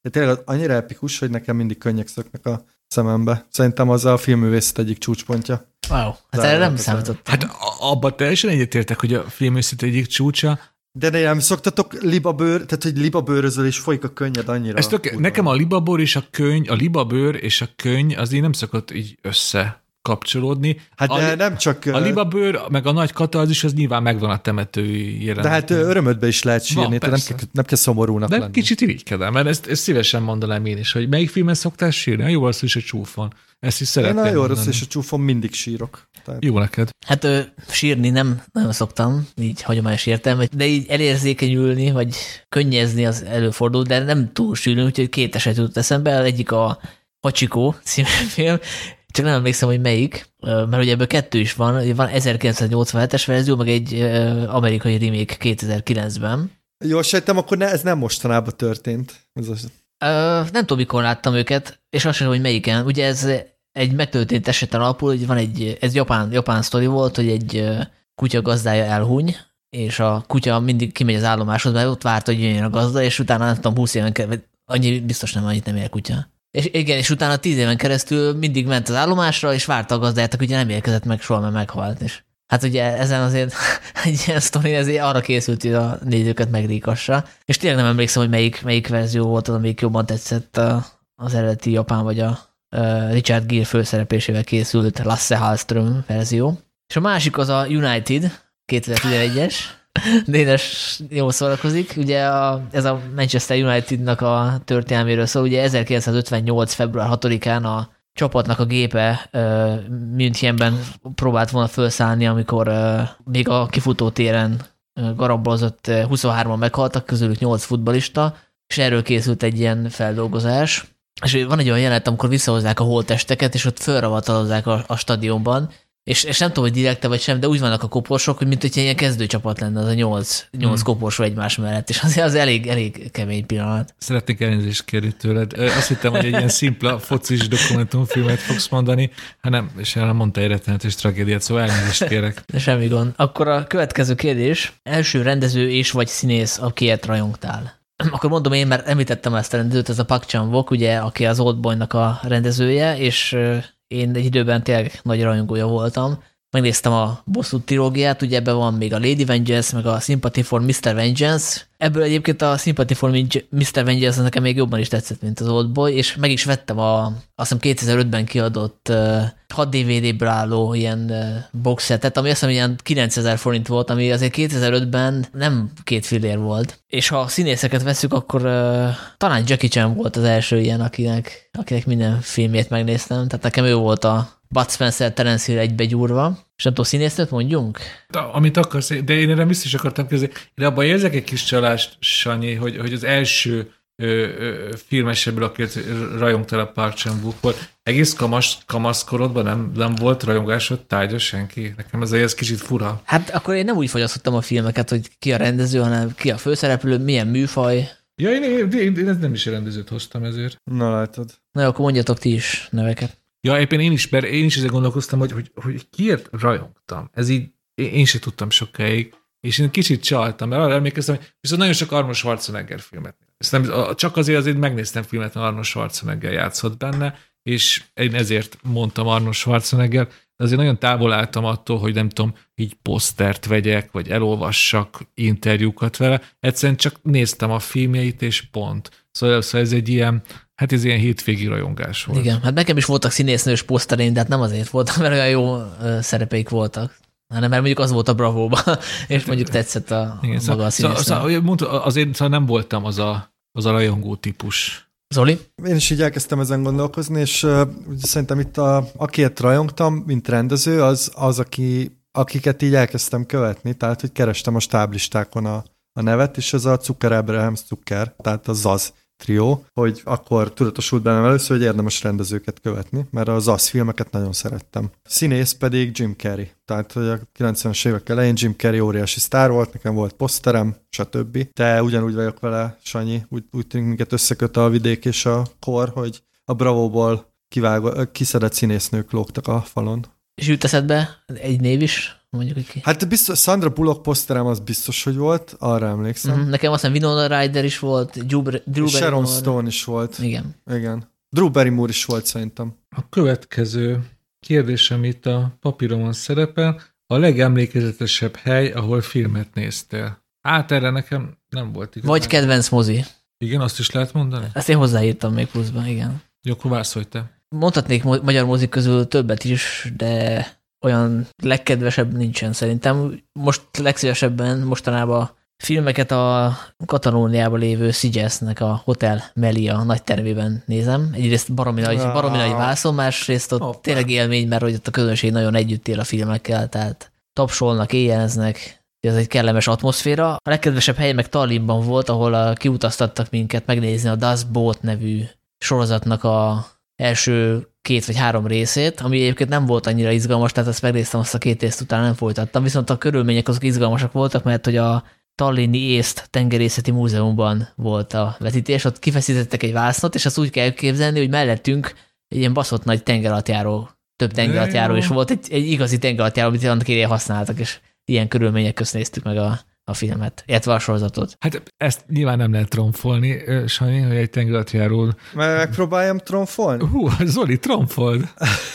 de tényleg annyira epikus, hogy nekem mindig könnyek szöknek a szemembe. Szerintem az a filmművészet egyik csúcspontja. Wow, hát erre nem számítottam. Hát abban teljesen egyetértek, hogy a filmművészet egyik csúcsa. De nem szoktatok libabőr, tehát hogy libabőrözöl és folyik a könnyed annyira. Ezt tök, nekem a libabőr és a könyv, a libabőr és a könyv az így nem szokott így össze kapcsolódni. Hát a, de nem csak... A libabőr, meg a nagy katarzis, az nyilván megvan a temetői jelenet. De hát örömödbe is lehet sírni, tehát nem, kell, nem kell szomorúnak de lenni. De kicsit irigykedem, mert ezt, ezt szívesen mondanám én is, hogy melyik filmen szoktál sírni? A Jó, rossz és a csúfon. Ezt is szeretném mondani. Én a Jó, rossz és a csúfon mindig sírok. Tehát... Jó neked. Hát ö, sírni nem nagyon szoktam, így hagyományos értelme, de így elérzékenyülni, vagy könnyezni az előfordul, de nem túl sűrűn, úgyhogy két eset jutott eszembe. Egyik a Hachiko című film, csak nem emlékszem, hogy melyik, mert ugye ebből kettő is van, van ezerkilencszáznyolcvanhetes verzió, meg egy amerikai remake kétezer-kilencben. Jól sejtem, akkor ne, ez nem mostanában történt. Ez az... Nem tudom, mikor láttam őket, és azt sem, hogy melyiken. Ugye ez egy megtörtént eseten alapul, hogy van egy, ez japán, japán sztori volt, hogy egy kutya gazdája elhuny, és a kutya mindig kimegy az állomáshoz, mert ott várta, hogy jöjjön a gazda, és utána nem tudom, húsz éven keresztül, annyi biztos nem annyit nem ér kutya. És igen, és utána tíz éven keresztül mindig ment az állomásra, és várta a gazdáját, aki ugye nem érkezett meg soha, mert meghalt. És hát ugye ezen azért egy ilyen sztori ezért arra készült, hogy a nézőket megríkassa. És tényleg nem emlékszem, hogy melyik, melyik verzió volt az, amelyik jobban tetszett az eredeti japán, vagy a Richard Gere főszereplésével készült Lasse Hallström verzió. És a másik az a United, kétezer-tizenegyes. Dénes jól szórakozik. Ugye a, ez a Manchester Unitednak a történelméről szól. Ugye ezerkilencszázötvennyolc. február hatodikán a csapatnak a gépe uh, Münchenben próbált volna felszállni, amikor uh, még a kifutó téren uh, garambolozott uh, huszonhárman meghaltak, közülük nyolc futballista, és erről készült egy ilyen feldolgozás. És van egy olyan jelenet, amikor visszahozzák a holttesteket, és ott fölravatalozzák a, a stadionban, És, és nem tudom, hogy direkte vagy sem, de úgy vannak a koporsok, hogy mint hogyha ilyen kezdőcsapat lenne az a nyolc, nyolc hmm. koporsó egymás mellett, és azért az elég, elég kemény pillanat. Szeretnék elnézést kérni tőled. Azt hittem, hogy egy ilyen szimpla focis dokumentumfilmet fogsz mondani, hanem, és el mondta egy rettenetes tragédiát, szóval elnézést kérek. De semmi gond. Akkor a következő kérdés. Első rendező és vagy színész, akiért rajongtál? Akkor mondom én, mert említettem ezt a rendezőt, ez a Park Chan-wook, ugye, aki az Oldboynak a rendezője, és én egy időben tényleg nagy rajongója voltam. Megnéztem a bosszút trilógiát, ugye ebben van még a Lady Vengeance, meg a Sympathy for miszter Vengeance. Ebből egyébként a Sympathy for miszter Vengeance nekem még jobban is tetszett, mint az Oldboy, és meg is vettem a, azt hiszem kétezer-ötben kiadott uh, hat dé vé dé-ből álló ilyen uh, boxsetet, ami azt hiszem ilyen kilencezer forint volt, ami azért kétezer-ötben nem két fillér volt. És ha a színészeket veszük, akkor uh, talán Jackie Chan volt az első ilyen, akinek, akinek minden filmjét megnéztem, tehát nekem ő volt a Bud Spencer, Terence Hill egybegyúrva. És nem tudom, színésznőt mondjunk? De, amit akarsz, de én erre biztos akartam kezdeni. Én abban érzek egy kis csalást, Sanyi, hogy, hogy az első ö, ö, filmesebből, akit rajongtál a Park Chan-wook volt. Egész kamas, kamaszkorodban nem, nem volt rajongásod tárgya senki? Nekem ez, ez kicsit fura. Hát akkor én nem úgy fogyasztottam a filmeket, hogy ki a rendező, hanem ki a főszereplő, milyen műfaj. Ja, én, én, én, én nem is a rendezőt hoztam ezért. Na látod. Na, akkor mondjatok ti is neveket. Ja, éppen én is, mert én is ezzel gondolkoztam, hogy, hogy, hogy kiért rajongtam. Ez így, én sem tudtam sokáig, és én kicsit csaltam, mert arra emlékeztem, hogy viszont nagyon sok Arnold Schwarzenegger filmet. Nem, csak azért azért megnéztem filmet, mert Arnold Schwarzenegger játszott benne, és én ezért mondtam Arnold Schwarzenegger, de azért nagyon távol álltam attól, hogy nem tudom, így posztert vegyek, vagy elolvassak interjúkat vele. Egyszerűen csak néztem a filmjeit, és pont. Szóval, szóval ez egy ilyen, hát ez ilyen hétvégi rajongás volt. Igen, hát nekem is voltak színésznős posztereim, de hát nem azért voltam, mert olyan jó szerepeik voltak, hanem mert mondjuk az volt a Bravóban, és mondjuk tetszett a igen, maga a színésznő. Szóval, szóval, mondta, azért szóval nem voltam az a, az a rajongó típus. Zoli? Én is így elkezdtem ezen gondolkozni, és uh, szerintem itt a, akiért rajongtam, mint rendező, az, az aki, akiket így elkezdtem követni, tehát hogy kerestem a stáblistákon a, a nevet, és ez a Zucker Abrahams Zucker, tehát a Zaz trió, hogy akkor tudatosult bennem először, hogy érdemes rendezőket követni, mert a Zaz filmeket nagyon szerettem. Színész pedig Jim Carrey, tehát hogy a kilencvenes évek elején Jim Carrey óriási sztár volt, nekem volt poszterem, stb. De ugyanúgy vagyok vele, Sanyi, úgy, úgy tűnik, minket összeköt a vidék és a kor, hogy a Bravóból kivágó, kiszedett színésznők lógtak a falon. És jut eszedbe egy név is, mondjuk ki. Hát biztos, Sandra Bullock poszterem az biztos, hogy volt, arra emlékszem. Mm, nekem aztán Winona Ryder is volt, Drew, Drew Sharon Barrymore. Stone is volt. Igen. Igen. Drew Barrymore is volt szerintem. A következő kérdésem itt a papíromon szerepel, a legemlékezetesebb hely, ahol filmet néztél. Hát erre nekem nem volt igaz. Vagy kedvenc mozi. Igen, azt is lehet mondani? Ezt én hozzáírtam még pluszban, igen. Jó, akkor válaszolj te. Mondhatnék magyar mozik közül többet is, de olyan legkedvesebb nincsen szerintem. Most legszívesebben mostanában filmeket a Katalóniában lévő Sitges-nek a Hotel Melia nagy termében nézem. Egyrészt baromi nagy, baromi nagy vászon, másrészt ott Hoppá. tényleg élmény, mert hogy ott a közönség nagyon együtt él a filmekkel, tehát tapsolnak, éjjeleznek. Ez egy kellemes atmoszféra. A legkedvesebb hely meg Tallinnban volt, ahol a, kiutaztattak minket megnézni a Das Boot nevű sorozatnak a első két vagy három részét, ami egyébként nem volt annyira izgalmas, tehát ezt megnéztem, azt a két részt utána nem folytattam, viszont a körülmények azok izgalmasak voltak, mert hogy a Tallinni észt tengerészeti múzeumban volt a vetítés, ott kifeszítettek egy vásznot, és azt úgy kell képzelni, hogy mellettünk egy ilyen baszott nagy tengeralattjáró, több tengeralattjáró is volt, egy, egy igazi tengeralattjáró, amit annak idején használtak, és ilyen körülmények közt néztük meg a, a filmet, illetve a sorozatot. Hát ezt nyilván nem lehet tromfolni, Sanyi, hogy egy tengeralattjáról... Megpróbáljam tromfolni? Hú, Zoli, tromfold!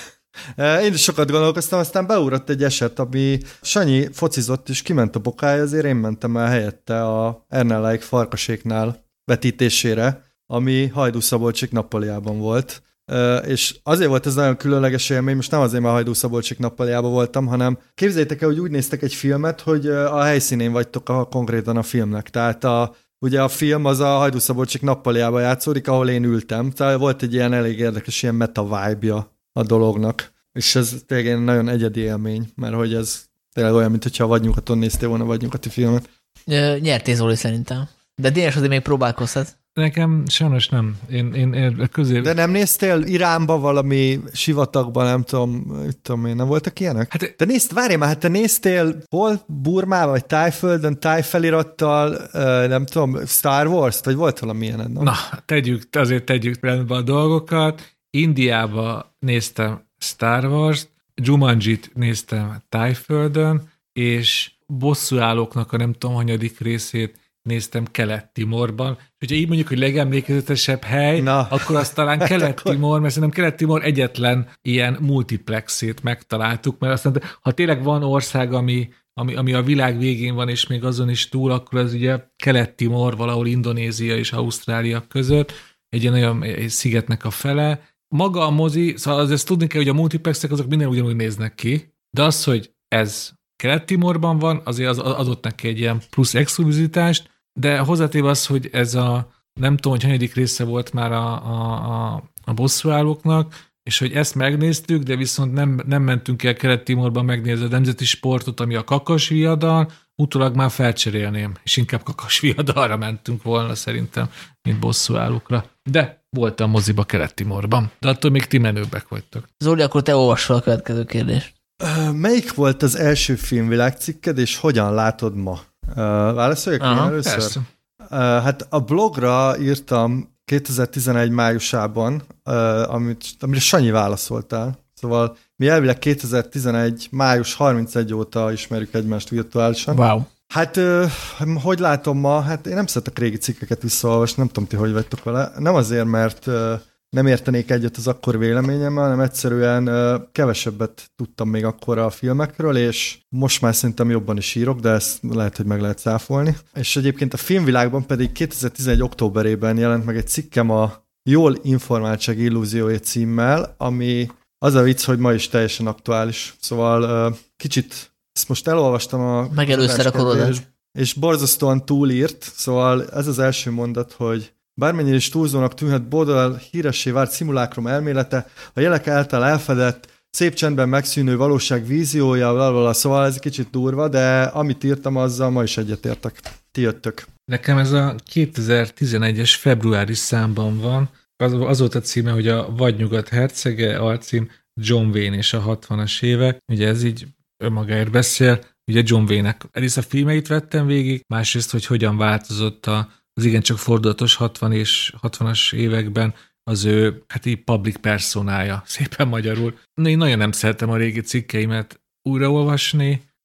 Én is sokat gondolkoztam, aztán beugrott egy eset, ami Sanyi focizott, és kiment a bokája, azért én mentem el helyette a Ernelláik Farkaséknál vetítésére, ami Hajdú-Szabolcsik nappaliában volt. És azért volt ez nagyon különleges élmény, most nem azért, mert Hajdú-Szabolcsik nappaliában voltam, hanem képzeljétek el, hogy úgy néztek egy filmet, hogy a helyszínén vagytok a, konkrétan a filmnek. Tehát a, ugye a film az a Hajdú-Szabolcsik nappaliában játszódik, ahol én ültem. Tehát volt egy ilyen elég érdekes ilyen meta vibe-ja a dolognak. És ez tényleg egy nagyon egyedi élmény, mert hogy ez tényleg olyan, mintha a vadnyugaton néztél volna a vadnyugati filmet. Nyertél, Zoli, szerintem. De Dénes azért még próbálkozhat. Nekem sajnos nem. Én, én, én közé... De nem néztél Iránba valami sivatagban, nem tudom, mit tudom én, nem voltak ilyenek? Hát, de nézd, várj már, hát te néztél hol? Burmában, vagy Tájföldön, tájfelirattal, nem tudom, Star Wars-t, vagy volt valami ilyened? Na, tegyük, azért tegyük rendbe a dolgokat. Indiába néztem Star Wars-t, Jumanjit néztem Tájföldön, és bosszúállóknak a nem tudom hanyadik részét néztem Kelet-Timorban. És hogyha így mondjuk, hogy legemlékezetesebb hely, Na. akkor az talán Kelet-Timor, mert szerintem Kelet-Timor egyetlen ilyen multiplexét megtaláltuk, mert aztán, ha tényleg van ország, ami, ami, ami a világ végén van, és még azon is túl, akkor az ugye Kelet-Timor, valahol Indonézia és Ausztrália között, egy ilyen olyan egy szigetnek a fele. Maga a mozi, szóval azért tudni kell, hogy a multiplexek azok minden ugyanúgy néznek ki, de az, hogy ez Kelet-Timorban van, azért az adott neki egy ilyen plusz exkluzivitást, de hozzátéve az, hogy ez a nem tudom, hogy hanyadik része volt már a, a, a, a bosszúállóknak, és hogy ezt megnéztük, de viszont nem, nem mentünk el Kelet-Timorban megnézni a nemzeti sportot, ami a kakasviadal, utólag már felcserélném, és inkább kakasviadalra mentünk volna szerintem, mint bosszúállókra. De voltam moziba Kelet-Timorban, de attól még ti menőbbek vagytok. Zoli, akkor te olvassol a következő kérdést. Melyik volt az első filmvilágcikked, és hogyan látod ma? Uh, válaszoljak én először? Persze. Uh, hát a blogra írtam kétezer-tizenegy májusában, uh, amit, amire Sanyi válaszoltál. Szóval mi elvileg kétezer-tizenegy május harmincegy óta ismerjük egymást virtuálisan. Wow. Hát, uh, hogy látom ma? Hát én nem szeretek régi cikkeket visszaolvasni, nem tudom ti, hogy vagytok vele. Nem azért, mert uh, nem értenék egyet az akkor véleményemmel, hanem egyszerűen uh, kevesebbet tudtam még akkor a filmekről, és most már szerintem jobban is írok, de ezt lehet, hogy meg lehet száfolni. És egyébként a filmvilágban pedig kétezer-tizenegy októberében jelent meg egy cikkem a Jól informáltság illúziója címmel, ami az a vicc, hogy ma is teljesen aktuális. Szóval uh, kicsit, ezt most elolvastam a... Megelőzted a korodat. És, és borzasztóan túlírt, szóval ez az első mondat, hogy bármennyire is túlzónak tűnhet, Baudelaire híressé vált szimulákrum elmélete, a jelek által elfedett, szép csendben megszűnő valóság víziója, blablabla, szóval ez kicsit durva, de amit írtam, azzal ma is egyetértek. Ti jöttök. Nekem ez a kétezer-tizenegyes februári számban van, az, az volt a címe, hogy a Vadnyugat hercege, alcím John Wayne és a hatvanas évek, ugye ez így önmagáért beszél, ugye John Wayne-nek egyrészt a filmeit vettem végig, másrészt, hogy hogyan változott a az igencsak fordulatos hatvan és hatvanas években az ő, hát így public personája, szépen magyarul. Én nagyon nem szeretem a régi cikkeimet újraolvasni,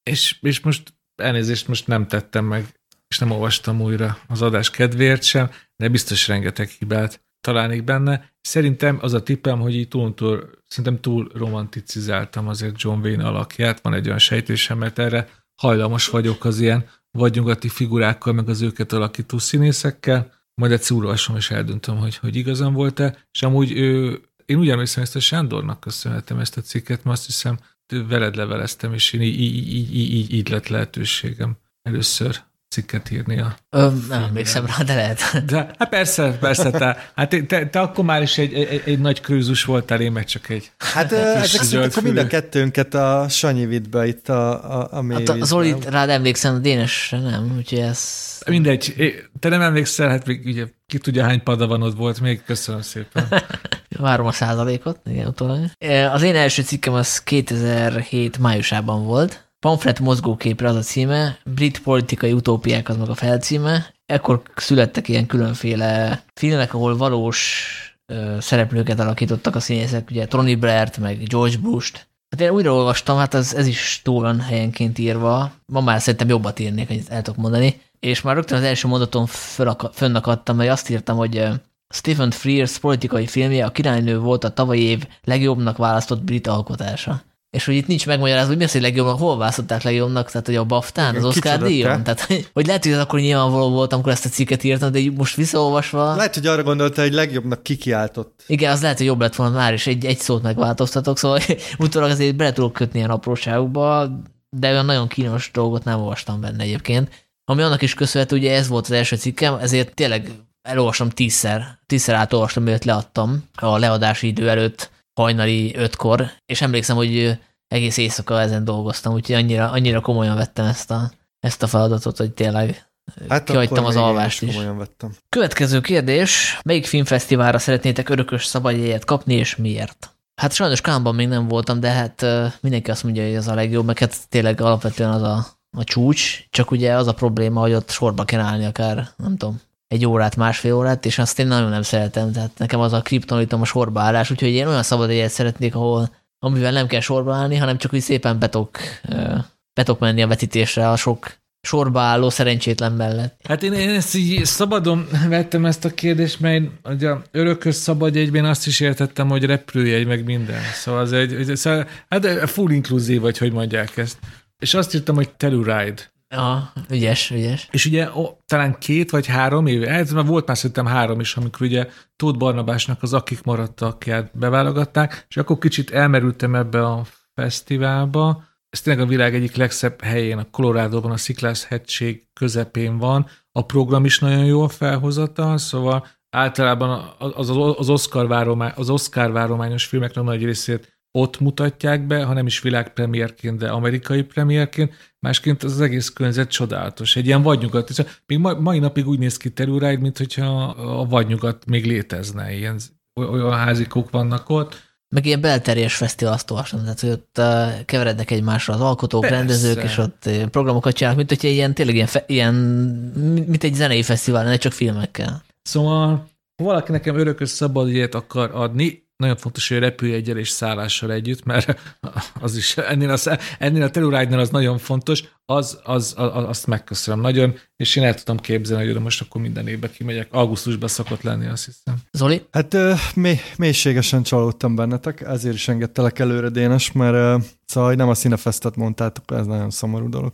És, és most elnézést most nem tettem meg, és nem olvastam újra az adás kedvéért sem, de biztos rengeteg hibát találnék benne. Szerintem az a tippem, hogy így túl, túl, szerintem túl romanticizáltam azért John Wayne alakját, van egy olyan sejtésem, mert erre hajlamos vagyok az ilyen vadnyugati figurákkal, meg az őket alakító színészekkel, majd egyszer olvasom és eldöntöm, hogy, hogy igazam volt-e, és amúgy ő, én úgy emlékszem, ezt a Sándornak köszönhetem ezt a cikket, mert azt hiszem, veled leveleztem, és én így, így, így, így, így lett lehetőségem először cikket írnia. Ö, nem emlékszem rá, de lehet. De, hát persze, persze, te, hát te, te akkor már is egy, egy, egy nagy krőzus voltál, én meg csak egy Hát ezek szerint mind a kettőnket a Sanyi vitt be itt a, a, a mély hát a Zoli, rád emlékszem, a Dénesre nem, úgyhogy ez... Mindegy, te nem emlékszel, hát még ugye ki tudja hány padavanod volt még, köszönöm szépen. Várom a százalékot, igen, utólag. Az én első cikkem az kétezer-hét májusában volt. Pamflet mozgóképre az a címe, brit politikai utópiák az meg a felcíme. Ekkor születtek ilyen különféle filmek, ahol valós ö, szereplőket alakítottak a színészek, ugye Tony Blair-t, meg George Bush-t. Hát én újra olvastam, hát ez, ez is túl van helyenként írva. Ma már szerintem jobbat írnék, hogy el tudok mondani. És már rögtön az első mondaton fönnakadtam, mert azt írtam, hogy Stephen Frears politikai filmje a királynő volt a tavalyi év legjobbnak választott brit alkotása. És hogy itt nincs megmagyarázva, hogy mi az, hogy legjobbnak, hol választották legjobbnak, tehát hogy a BAFTA-n, az Oscar díjon. Tehát, hogy lehet, hogy az akkor nyilvánvaló volt, amikor ezt a cikket írtam, de most visszaolvasva... Lehet, hogy arra gondolta, hogy legjobbnak kikiáltott. Igen, az lehet, hogy jobb lett volna már is, egy, egy szót megváltoztatok, szóval utólag azért bele tudok kötni ilyen apróságokba, de olyan nagyon kínos dolgot nem olvastam benne egyébként. Ami annak is köszönhető, ugye ez volt az első cikkem, ezért tényleg elolvastam tízszer, tízszer átolvastam, mielőtt leadtam a leadási idő előtt hajnali ötkor, és emlékszem, hogy egész éjszaka ezen dolgoztam, úgyhogy annyira, annyira komolyan vettem ezt a, ezt a feladatot, hogy tényleg hát kihagytam az alvást is. Vettem. Következő kérdés, melyik filmfesztiválra szeretnétek örökös szabadjegyet kapni, és miért? Hát sajnos Cannes-ban még nem voltam, de hát mindenki azt mondja, hogy ez a legjobb, meg hát tényleg alapvetően az a, a csúcs, csak ugye az a probléma, hogy ott sorba kell állni akár, nem tudom, egy órát, másfél órát, és azt én nagyon nem szeretem, tehát nekem az a kriptonitom a sorba állás, úgyhogy én olyan szabadjegyet szeretnék, ahol amivel nem kell sorba állni, hanem csak úgy szépen betok, betok menni a vetítésre a sok sorba álló szerencsétlen mellett. Hát én, én ezt így szabadon vettem ezt a kérdést, mert ugye örökös szabadjegyben azt is értettem, hogy repülőjegy meg minden. Szóval az egy, szóval, hát full inkluzív, vagy hogy mondják ezt. És azt írtam, hogy Telluride. Ja, ügyes, ügyes. És ugye ó, talán két vagy három éve, ez már volt már szerintem három is, amikor ugye Tóth Barnabásnak az Akik maradtakját beválogatták, és akkor kicsit elmerültem ebbe a fesztiválba. Ez tényleg a világ egyik legszebb helyén, a Colorado-ban, a Sziklás-hegység közepén van. A program is nagyon jó a felhozata, szóval általában az, az, Oscar váromány, az Oscar várományos filmeknek nagy részét ott mutatják be, ha nem is világpremierként, de amerikai premierként, másként az, az egész környezet csodálatos. Egy ilyen vadnyugat. Még ma, mai napig úgy néz ki Telluride, mint hogyha a vadnyugat még létezne. Ilyen, olyan házikók vannak ott. Meg ilyen belterjes fesztivál, azt olvastam, tehát hogy ott uh, keverednek egymásra az alkotók, persze, rendezők, és ott uh, programokat csinálnak, mint hogyha ilyen tényleg ilyen, fe, ilyen mint egy zenei fesztivál, ne csak filmekkel. Szóval, ha valaki nekem örökös szabadjegyet akar adni, nagyon fontos, hogy repülőjeggyel és szállással együtt, mert az is ennél a, ennél a Telluride-nál az nagyon fontos, az, az, az, azt megköszönöm nagyon, és én el tudom képzelni, hogy most akkor minden évben kimegyek. Augusztusban szokott lenni, azt hiszem. Zoli? Hát mély, mélységesen csalódtam bennetek, ezért is engedtelek előre, Dénes, mert szóval nem a Cinefestet mondtátok, ez nagyon szomorú dolog.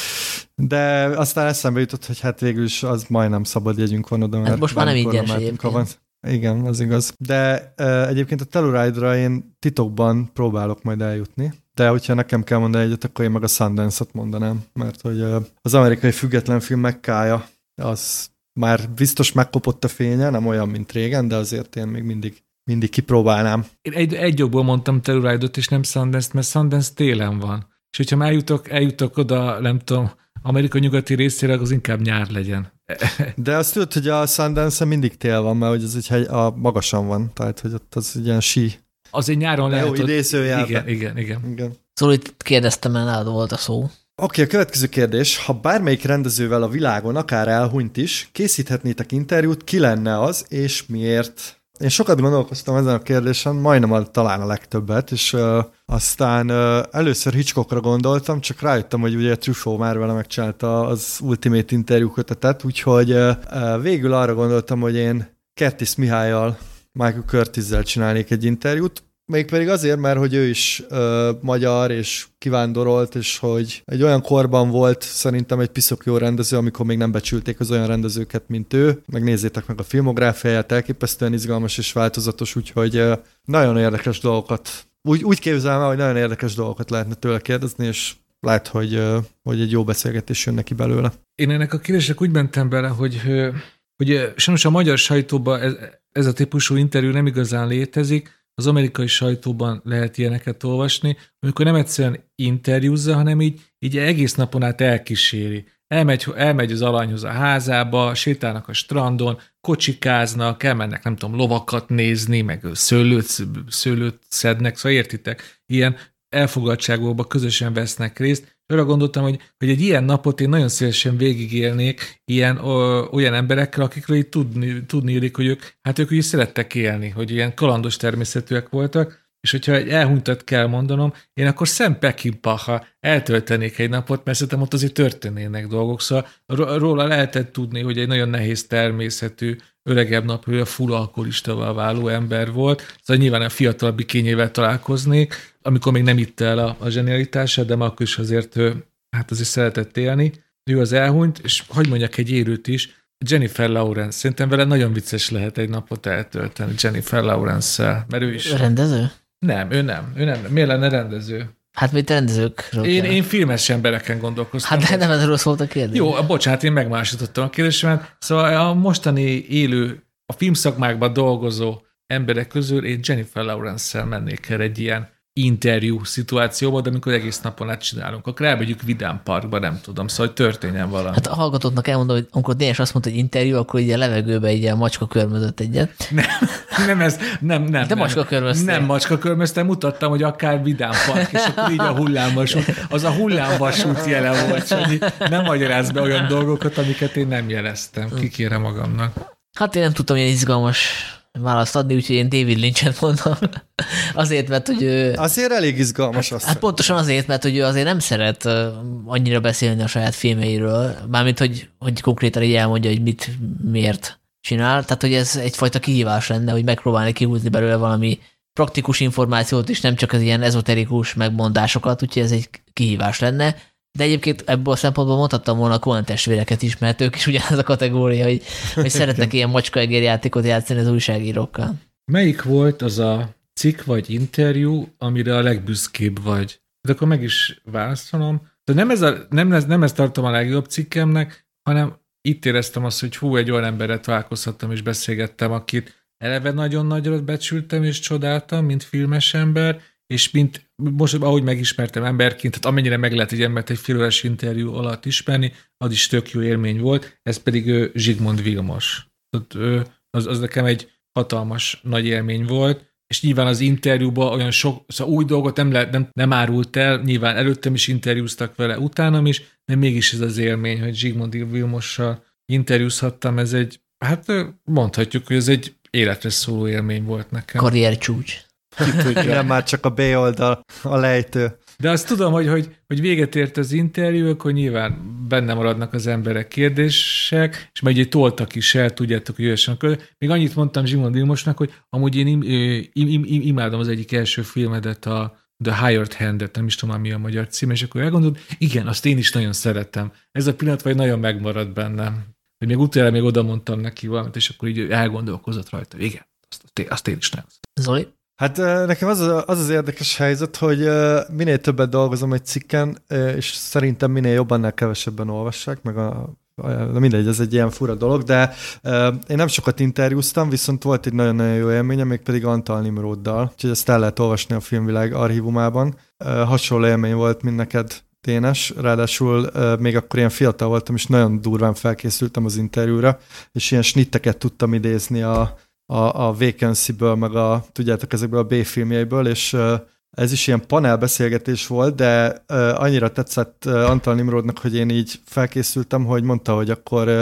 De aztán eszembe jutott, hogy hát végül is az majdnem szabad jegyünk van oda, mert hát most már nem ingyenes egyébként. Igen, az igaz. De uh, egyébként a Telluride-ra én titokban próbálok majd eljutni, de hogyha nekem kell mondani egyet, akkor én meg a Sundance-ot mondanám, mert hogy uh, az amerikai független film Mekkája, az már biztos megkopott a fénye, nem olyan, mint régen, de azért én még mindig, mindig kipróbálnám. Én egy, egy jogból mondtam Telluride-ot, és nem Sundance-t, mert Sundance télen van. És hogyha már eljutok, eljutok oda, nem tudom, Amerika nyugati részére, az inkább nyár legyen. De azt tudod, hogy a Sundance mindig tél van, mert hogy ez egy hegy, a magasan van, tehát hogy ott az egy ilyen sí. Azért nyáron lehet. Jó idézőjelben. Igen, igen, igen. igen. Szóval itt kérdeztem, mert nálad volt a szó. Oké, okay, a következő kérdés. Ha bármelyik rendezővel a világon, akár elhunyt is, készíthetnétek interjút, ki lenne az, és miért? Én sokat gondolkoztam ezen a kérdésen, majdnem a, talán a legtöbbet, és uh, Aztán uh, először Hitchcockra gondoltam, csak rájöttem, hogy ugye Truffaut már vele megcsinálta az Ultimate interjú kötetet, úgyhogy uh, végül arra gondoltam, hogy én Curtis Mihályal, Michael Curtisszel csinálnék egy interjút, mégpedig azért, mert hogy ő is uh, magyar és kivándorolt, és hogy egy olyan korban volt szerintem egy piszok jó rendező, amikor még nem becsülték az olyan rendezőket, mint ő. Megnézzétek meg a filmográfiáját, elképesztően izgalmas és változatos, úgyhogy uh, nagyon érdekes dolgokat, úgy, úgy képzelem el, hogy nagyon érdekes dolgokat lehetne tőle kérdezni, és lehet, hogy, uh, hogy egy jó beszélgetés jön neki belőle. Én ennek a kérdések úgy mentem bele, hogy, hogy sajnos a magyar sajtóban ez, ez a típusú interjú nem igazán létezik. Az amerikai sajtóban lehet ilyeneket olvasni, amikor nem egyszerűen interjúzza, hanem így, így egész napon át elkíséri. Elmegy, elmegy az alanyhoz a házába, sétálnak a strandon, kocsikáznak, elmennek, nem tudom, lovakat nézni, meg szőlőt, szőlőt szednek, szóval értitek, ilyen elfogadtságokban közösen vesznek részt. Arra gondoltam, hogy, hogy egy ilyen napot én nagyon szívesen végigélnék ilyen, ö, olyan emberekkel, akikről így tudni, tudni illik, hogy ők, hát ők úgy szerettek élni, hogy ilyen kalandos természetűek voltak, és hogyha egy elhunytat kell mondanom, én akkor Sam Peckinpaha eltöltenék egy napot, mert szerintem ott azért történnének dolgok, szóval róla lehetett tudni, hogy egy nagyon nehéz természetű, öregebb napról full alkoholistával váló ember volt, szóval nyilván a fiatal bikényével találkoznék, amikor még nem itte el a, a zsenialitását, de már akkor is azért, hát azért szeretett élni. Ő az elhunyt, és hogy mondjak egy érőt is, Jennifer Lawrence. Szerintem vele nagyon vicces lehet egy napot eltölteni Jennifer Lawrence-szel, mert ő is... Rendező? Nem, ő nem. Ő nem. Miért lenne rendező? Hát mit rendezőkről én, én filmes embereken gondolkoztam. Hát nem erről szólt a kérdés. Jó, bocsánat, én megmásítottam a kérdésemet. Szóval a mostani élő, a filmszakmákban dolgozó emberek közül én Jennifer Lawrence-szel mennék el egy ilyen interjú szituációba, de amikor egész napon át csinálunk, akkor elmegyünk Vidám Parkba, nem tudom, szóval hogy történjen valami. Hát a hallgatóknak elmondom, hogy amikor Dénes azt mondta, hogy interjú, akkor így a levegőbe így a macska körmözött egyet. Nem, nem ez, nem, nem. De nem, macska körmöztél. Nem macska körmöztem, mutattam, hogy akár Vidám Park, és akkor így a hullámvasút, az a hullámvasút jele volt, hogy nem magyarázz be olyan dolgokat, amiket én nem jeleztem, kikérem magamnak. Hát én nem tudtam ilyen izgalmas választ adni, úgyhogy én David Lynch-et mondom. Azért, mert hogy ő... Azért elég izgalmas azt. Hát pontosan azért, mert hogy ő azért nem szeret annyira beszélni a saját filmeiről, mármint, hogy, hogy konkrétan így elmondja, hogy mit, miért csinál. Tehát, hogy ez egyfajta kihívás lenne, hogy megpróbálni kihúzni belőle valami praktikus információt, és nem csak az ilyen ezoterikus megmondásokat, úgyhogy ez egy kihívás lenne. De egyébként ebből a szempontból mondhattam volna a Coen testvéreket is, mert ők is ugyanaz a kategória, hogy, hogy szeretnek ilyen macskaegér játékot játszani az újságírókkal. Melyik volt az a cikk vagy interjú, amire a legbüszkébb vagy? De akkor meg is válaszolom. De nem, ez a, nem, ez, nem ezt tartom a legjobb cikkemnek, hanem itt éreztem azt, hogy hú, egy olyan emberrel találkozhattam és beszélgettem, akit eleve nagyon nagyra becsültem és csodáltam, mint filmes ember, és mint most, ahogy megismertem emberként, tehát amennyire meg lehet egy embert egy félórás interjú alatt ismerni, az is tök jó élmény volt, ez pedig ő, Zsigmond Vilmos. Az, az nekem egy hatalmas nagy élmény volt, és nyilván az interjúban olyan sok, szóval új dolgot nem, lehet, nem, nem árult el, nyilván előttem is interjúztak vele, utánam is, de mégis ez az élmény, hogy Zsigmond Vilmossal interjúzhattam, ez egy, hát mondhatjuk, hogy ez egy életre szóló élmény volt nekem. Karriercsúcs. Nem, már csak a B oldal, a lejtő. De azt tudom, hogy, hogy, hogy véget ért az interjú, akkor nyilván benne maradnak az emberek kérdések, és majd egy toltak is el, tudjátok, hogy jöjjön. Még annyit mondtam Zsigmond Vilmosnak, hogy amúgy én im, im, im, im, imádom az egyik első filmedet, a The Hired Hand-et, nem is tudom, mi a magyar cím, és akkor elgondolod, igen, azt én is nagyon szeretem. Ez a pillanat vagy nagyon megmaradt bennem. Hogy még utána még oda mondtam neki valamit, és akkor így elgondolkozott rajta. Igen, azt, azt én is nem. Zoli? Hát nekem az az, az az érdekes helyzet, hogy minél többet dolgozom egy cikken, és szerintem minél jobban, annál kevesebben olvassák, meg a, a, mindegy, ez egy ilyen fura dolog, de én nem sokat interjúztam, viszont volt egy nagyon-nagyon jó élményem, mégpedig Antal Nimroddal, úgyhogy ezt el lehet olvasni a Filmvilág archívumában. Hasonló élmény volt, mint neked, Dénes, ráadásul még akkor ilyen fiatal voltam, és nagyon durván felkészültem az interjúra, és ilyen snitteket tudtam idézni a a, a Vacancy-ből, meg a, tudjátok, ezekből a B-filmjeiből, és uh, ez is ilyen panelbeszélgetés volt, de uh, annyira tetszett uh, Antal Nimrodnak, hogy én így felkészültem, hogy mondta, hogy akkor uh,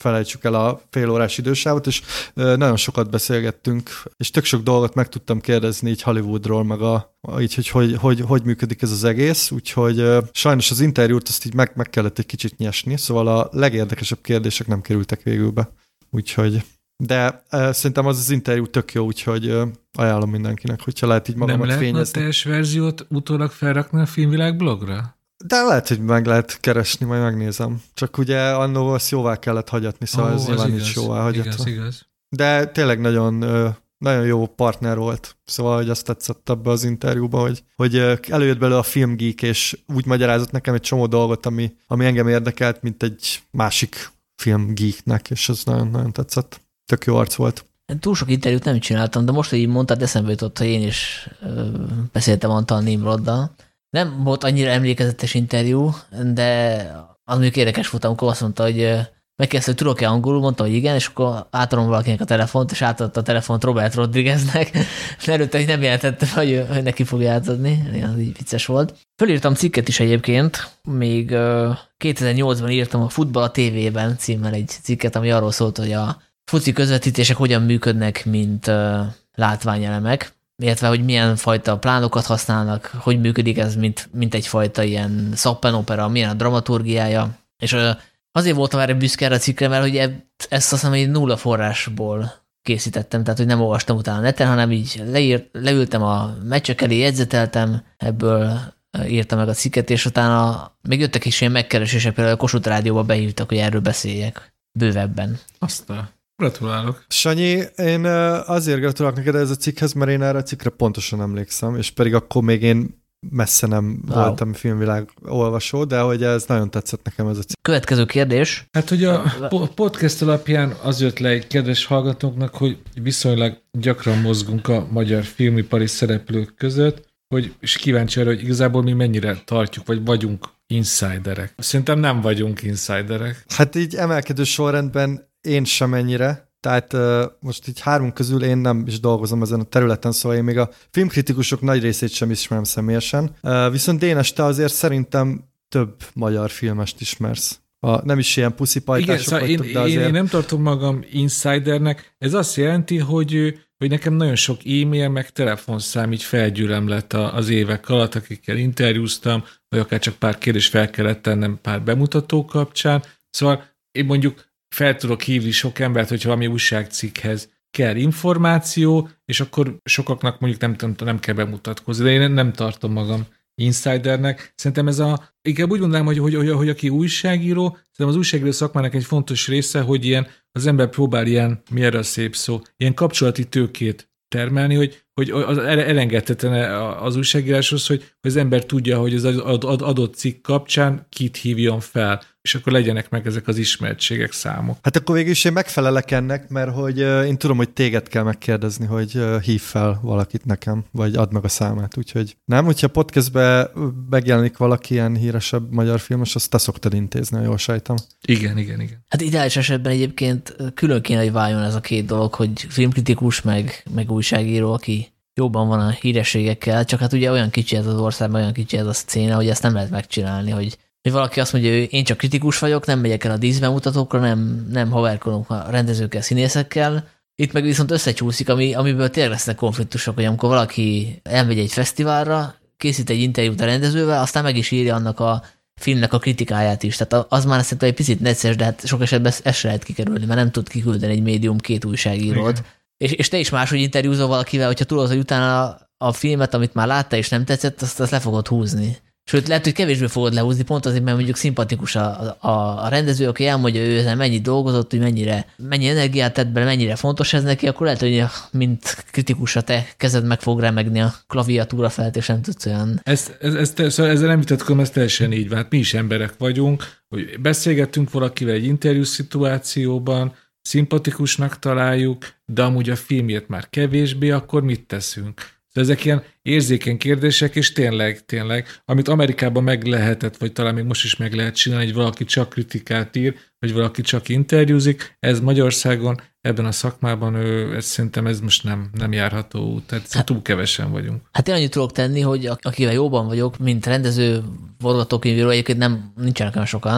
felejtsük el a félórás idősávot, és nagyon sokat beszélgettünk, és tök sok dolgot meg tudtam kérdezni így Hollywoodról, meg a, így, hogy, hogy, hogy hogy működik ez az egész, úgyhogy sajnos az interjút azt így meg, meg kellett egy kicsit nyesni, szóval a legérdekesebb kérdések nem kerültek végül be. Úgyhogy, de uh, szerintem az az interjú tök jó, úgyhogy uh, ajánlom mindenkinek, hogyha lehet így magamat fényezni. Nem lehetne a teljes verziót utólag felrakni a Filmvilág blogra? De lehet, hogy meg lehet keresni, majd megnézem. Csak ugye annó azt jóvá kellett hagyatni, szóval oh, ez nyilván nincs jóvá hagyatva. Igaz, igaz. De tényleg nagyon, nagyon jó partner volt. Szóval, hogy azt tetszett abba az interjúba, hogy, hogy előjött belőle a filmgeek, és úgy magyarázott nekem egy csomó dolgot, ami, ami engem érdekelt, mint egy másik filmgeeknek, és ez nagyon-nagyon tetszett. Tök jó arc volt. Túl sok interjút nem csináltam, de most, hogy így mondtad, eszembe jutott, hogy én is ö, beszéltem Antal Nimroddal. Nem volt annyira emlékezetes interjú, de az mondjuk érdekes volt, amikor azt mondta, hogy megkérdezte, hogy tudok-e angolul, mondta, hogy igen, és akkor átadom valakinek a telefont, és átadta a telefont Robert Rodrigueznek, de előtte hogy nem jelentette, hogy, hogy neki fogja átadni, az így vicces volt. Fölírtam cikket is egyébként, még kétezer-nyolcban írtam a Futball a tévében címmel egy cikket, ami arról szólt, hogy a foci közvetítések hogyan működnek, mint látványelemek, illetve hogy milyen fajta plánokat használnak, hogy működik ez, mint, mint egyfajta ilyen szappanopera, milyen a dramaturgiája. És azért voltam erre büszke erre a cikkre, mert hogy ezt azt hiszem, hogy nulla forrásból készítettem, tehát hogy nem olvastam utána a neten, hanem így leírt, leültem a meccsek elé, jegyzeteltem, ebből írtam meg a cikket, és utána még jöttek is ilyen megkeresések, például a Kossuth Rádióba behívtak, hogy erről beszéljek bővebben. Aztán. Gratulálok. Sanyi, én azért gratulálok neked ez a cikkhez, mert én erre a cikkre pontosan emlékszem, és pedig akkor még én messze nem wow. voltam filmvilág olvasó, de hogy ez nagyon tetszett nekem ez a cikk. Következő kérdés. Hát, hogy a podcast alapján az jött le egy kedves hallgatóknak, hogy viszonylag gyakran mozgunk a magyar filmipari szereplők között, hogy, és kíváncsi arra, hogy igazából mi mennyire tartjuk, vagy vagyunk insiderek. Szerintem nem vagyunk insiderek. Hát így emelkedő sorrendben én sem ennyire, tehát uh, most így három közül én nem is dolgozom ezen a területen, szóval én még a filmkritikusok nagy részét sem ismerem személyesen. Uh, viszont Dénes, te azért szerintem több magyar filmest ismersz. A, nem is ilyen puszipajtások szóval vagytok, én, de azért... én, én nem tartom magam insidernek. Ez azt jelenti, hogy, hogy nekem nagyon sok e-mail, meg telefonszám így felgyűlöm lett az évek alatt, akikkel interjúztam, vagy akár csak pár kérdés fel kellett tennem pár bemutató kapcsán. Szóval én mondjuk fel tudok hívni sok embert, hogyha valami újságcikkhez kell információ, és akkor sokaknak mondjuk nem, nem, nem kell bemutatkozni, de én nem tartom magam insidernek. Szerintem ez a, inkább úgy mondanám, hogy, hogy, hogy, hogy aki újságíró, szerintem az újságíró szakmának egy fontos része, hogy ilyen, az ember próbál ilyen, mi erre a szép szó, ilyen kapcsolati tőkét termelni, hogy, hogy az elengedhetetlen az újságíráshoz, hogy az ember tudja, hogy az adott cikk kapcsán kit hívjon fel, és akkor legyenek meg ezek az ismertségek, számok. Hát akkor végül is én megfelelek ennek, mert hogy én tudom, hogy téged kell megkérdezni, hogy hív fel valakit nekem, vagy add meg a számát, úgyhogy nem, hogyha podcastbe megjelenik valaki ilyen híresebb magyar filmes, azt te szoktad intézni, ha jól sejtem. Igen, igen, igen. Hát ideális esetben egyébként külön kéne, hogy váljon ez a két dolog, hogy filmkritikus, meg, meg újságíró, aki jobban van a hírességekkel, csak hát ugye olyan kicsi ez az ország, olyan kicsi ez a szcéna, hogy ezt nem lehet megcsinálni, hogy hogy valaki azt mondja, hogy én csak kritikus vagyok, nem megyek el a díszbemutatókra, nem, nem haverkodunk a rendezőkkel, színészekkel. Itt meg viszont összecsúszik, ami, amiből tényleg lesznek konfliktusok, hogy amikor valaki elmegy egy fesztiválra, készít egy interjút a rendezővel, aztán meg is írja annak a filmnek a kritikáját is. Tehát az már szerintem egy picit necces, de hát sok esetben ezt se lehet kikerülni, mert nem tud kiküldeni egy médium két újságírót. És, és te is máshogy interjúzol valakivel, hogyha tudod, hogy utána a, a filmet, amit már láttál és nem tetszett, azt, azt le fogod húzni. Sőt, lehet, hogy kevésbé fogod lehúzni, pont azért, mert mondjuk szimpatikus a, a, a rendező, aki elmondja, hogy ő ezen mennyit dolgozott, hogy mennyire, mennyi energiát tett bele, mennyire fontos ez neki, akkor lehet, hogy mint kritikus a te kezed meg fog remegni a klaviatúra felett, és nem tudsz olyan... Ezt, ez, ez, ez, szóval ezzel nem vitatkozom, ez teljesen így van. Hát mi is emberek vagyunk, hogy beszélgettünk valakivel egy interjú szituációban, szimpatikusnak találjuk, de amúgy a filmjét már kevésbé, akkor mit teszünk? Ezek ilyen érzékeny kérdések, és tényleg, tényleg, amit Amerikában meg lehetett, vagy talán még most is meg lehet csinálni, hogy valaki csak kritikát ír, vagy valaki csak interjúzik, ez Magyarországon, ebben a szakmában, ő, ez, szerintem ez most nem, nem járható út, tehát hát, túl kevesen vagyunk. Hát én annyit tudok tenni, hogy akivel jóban vagyok, mint rendező, forgatókönyvíró, egyébként nem, nincsenek olyan sokan,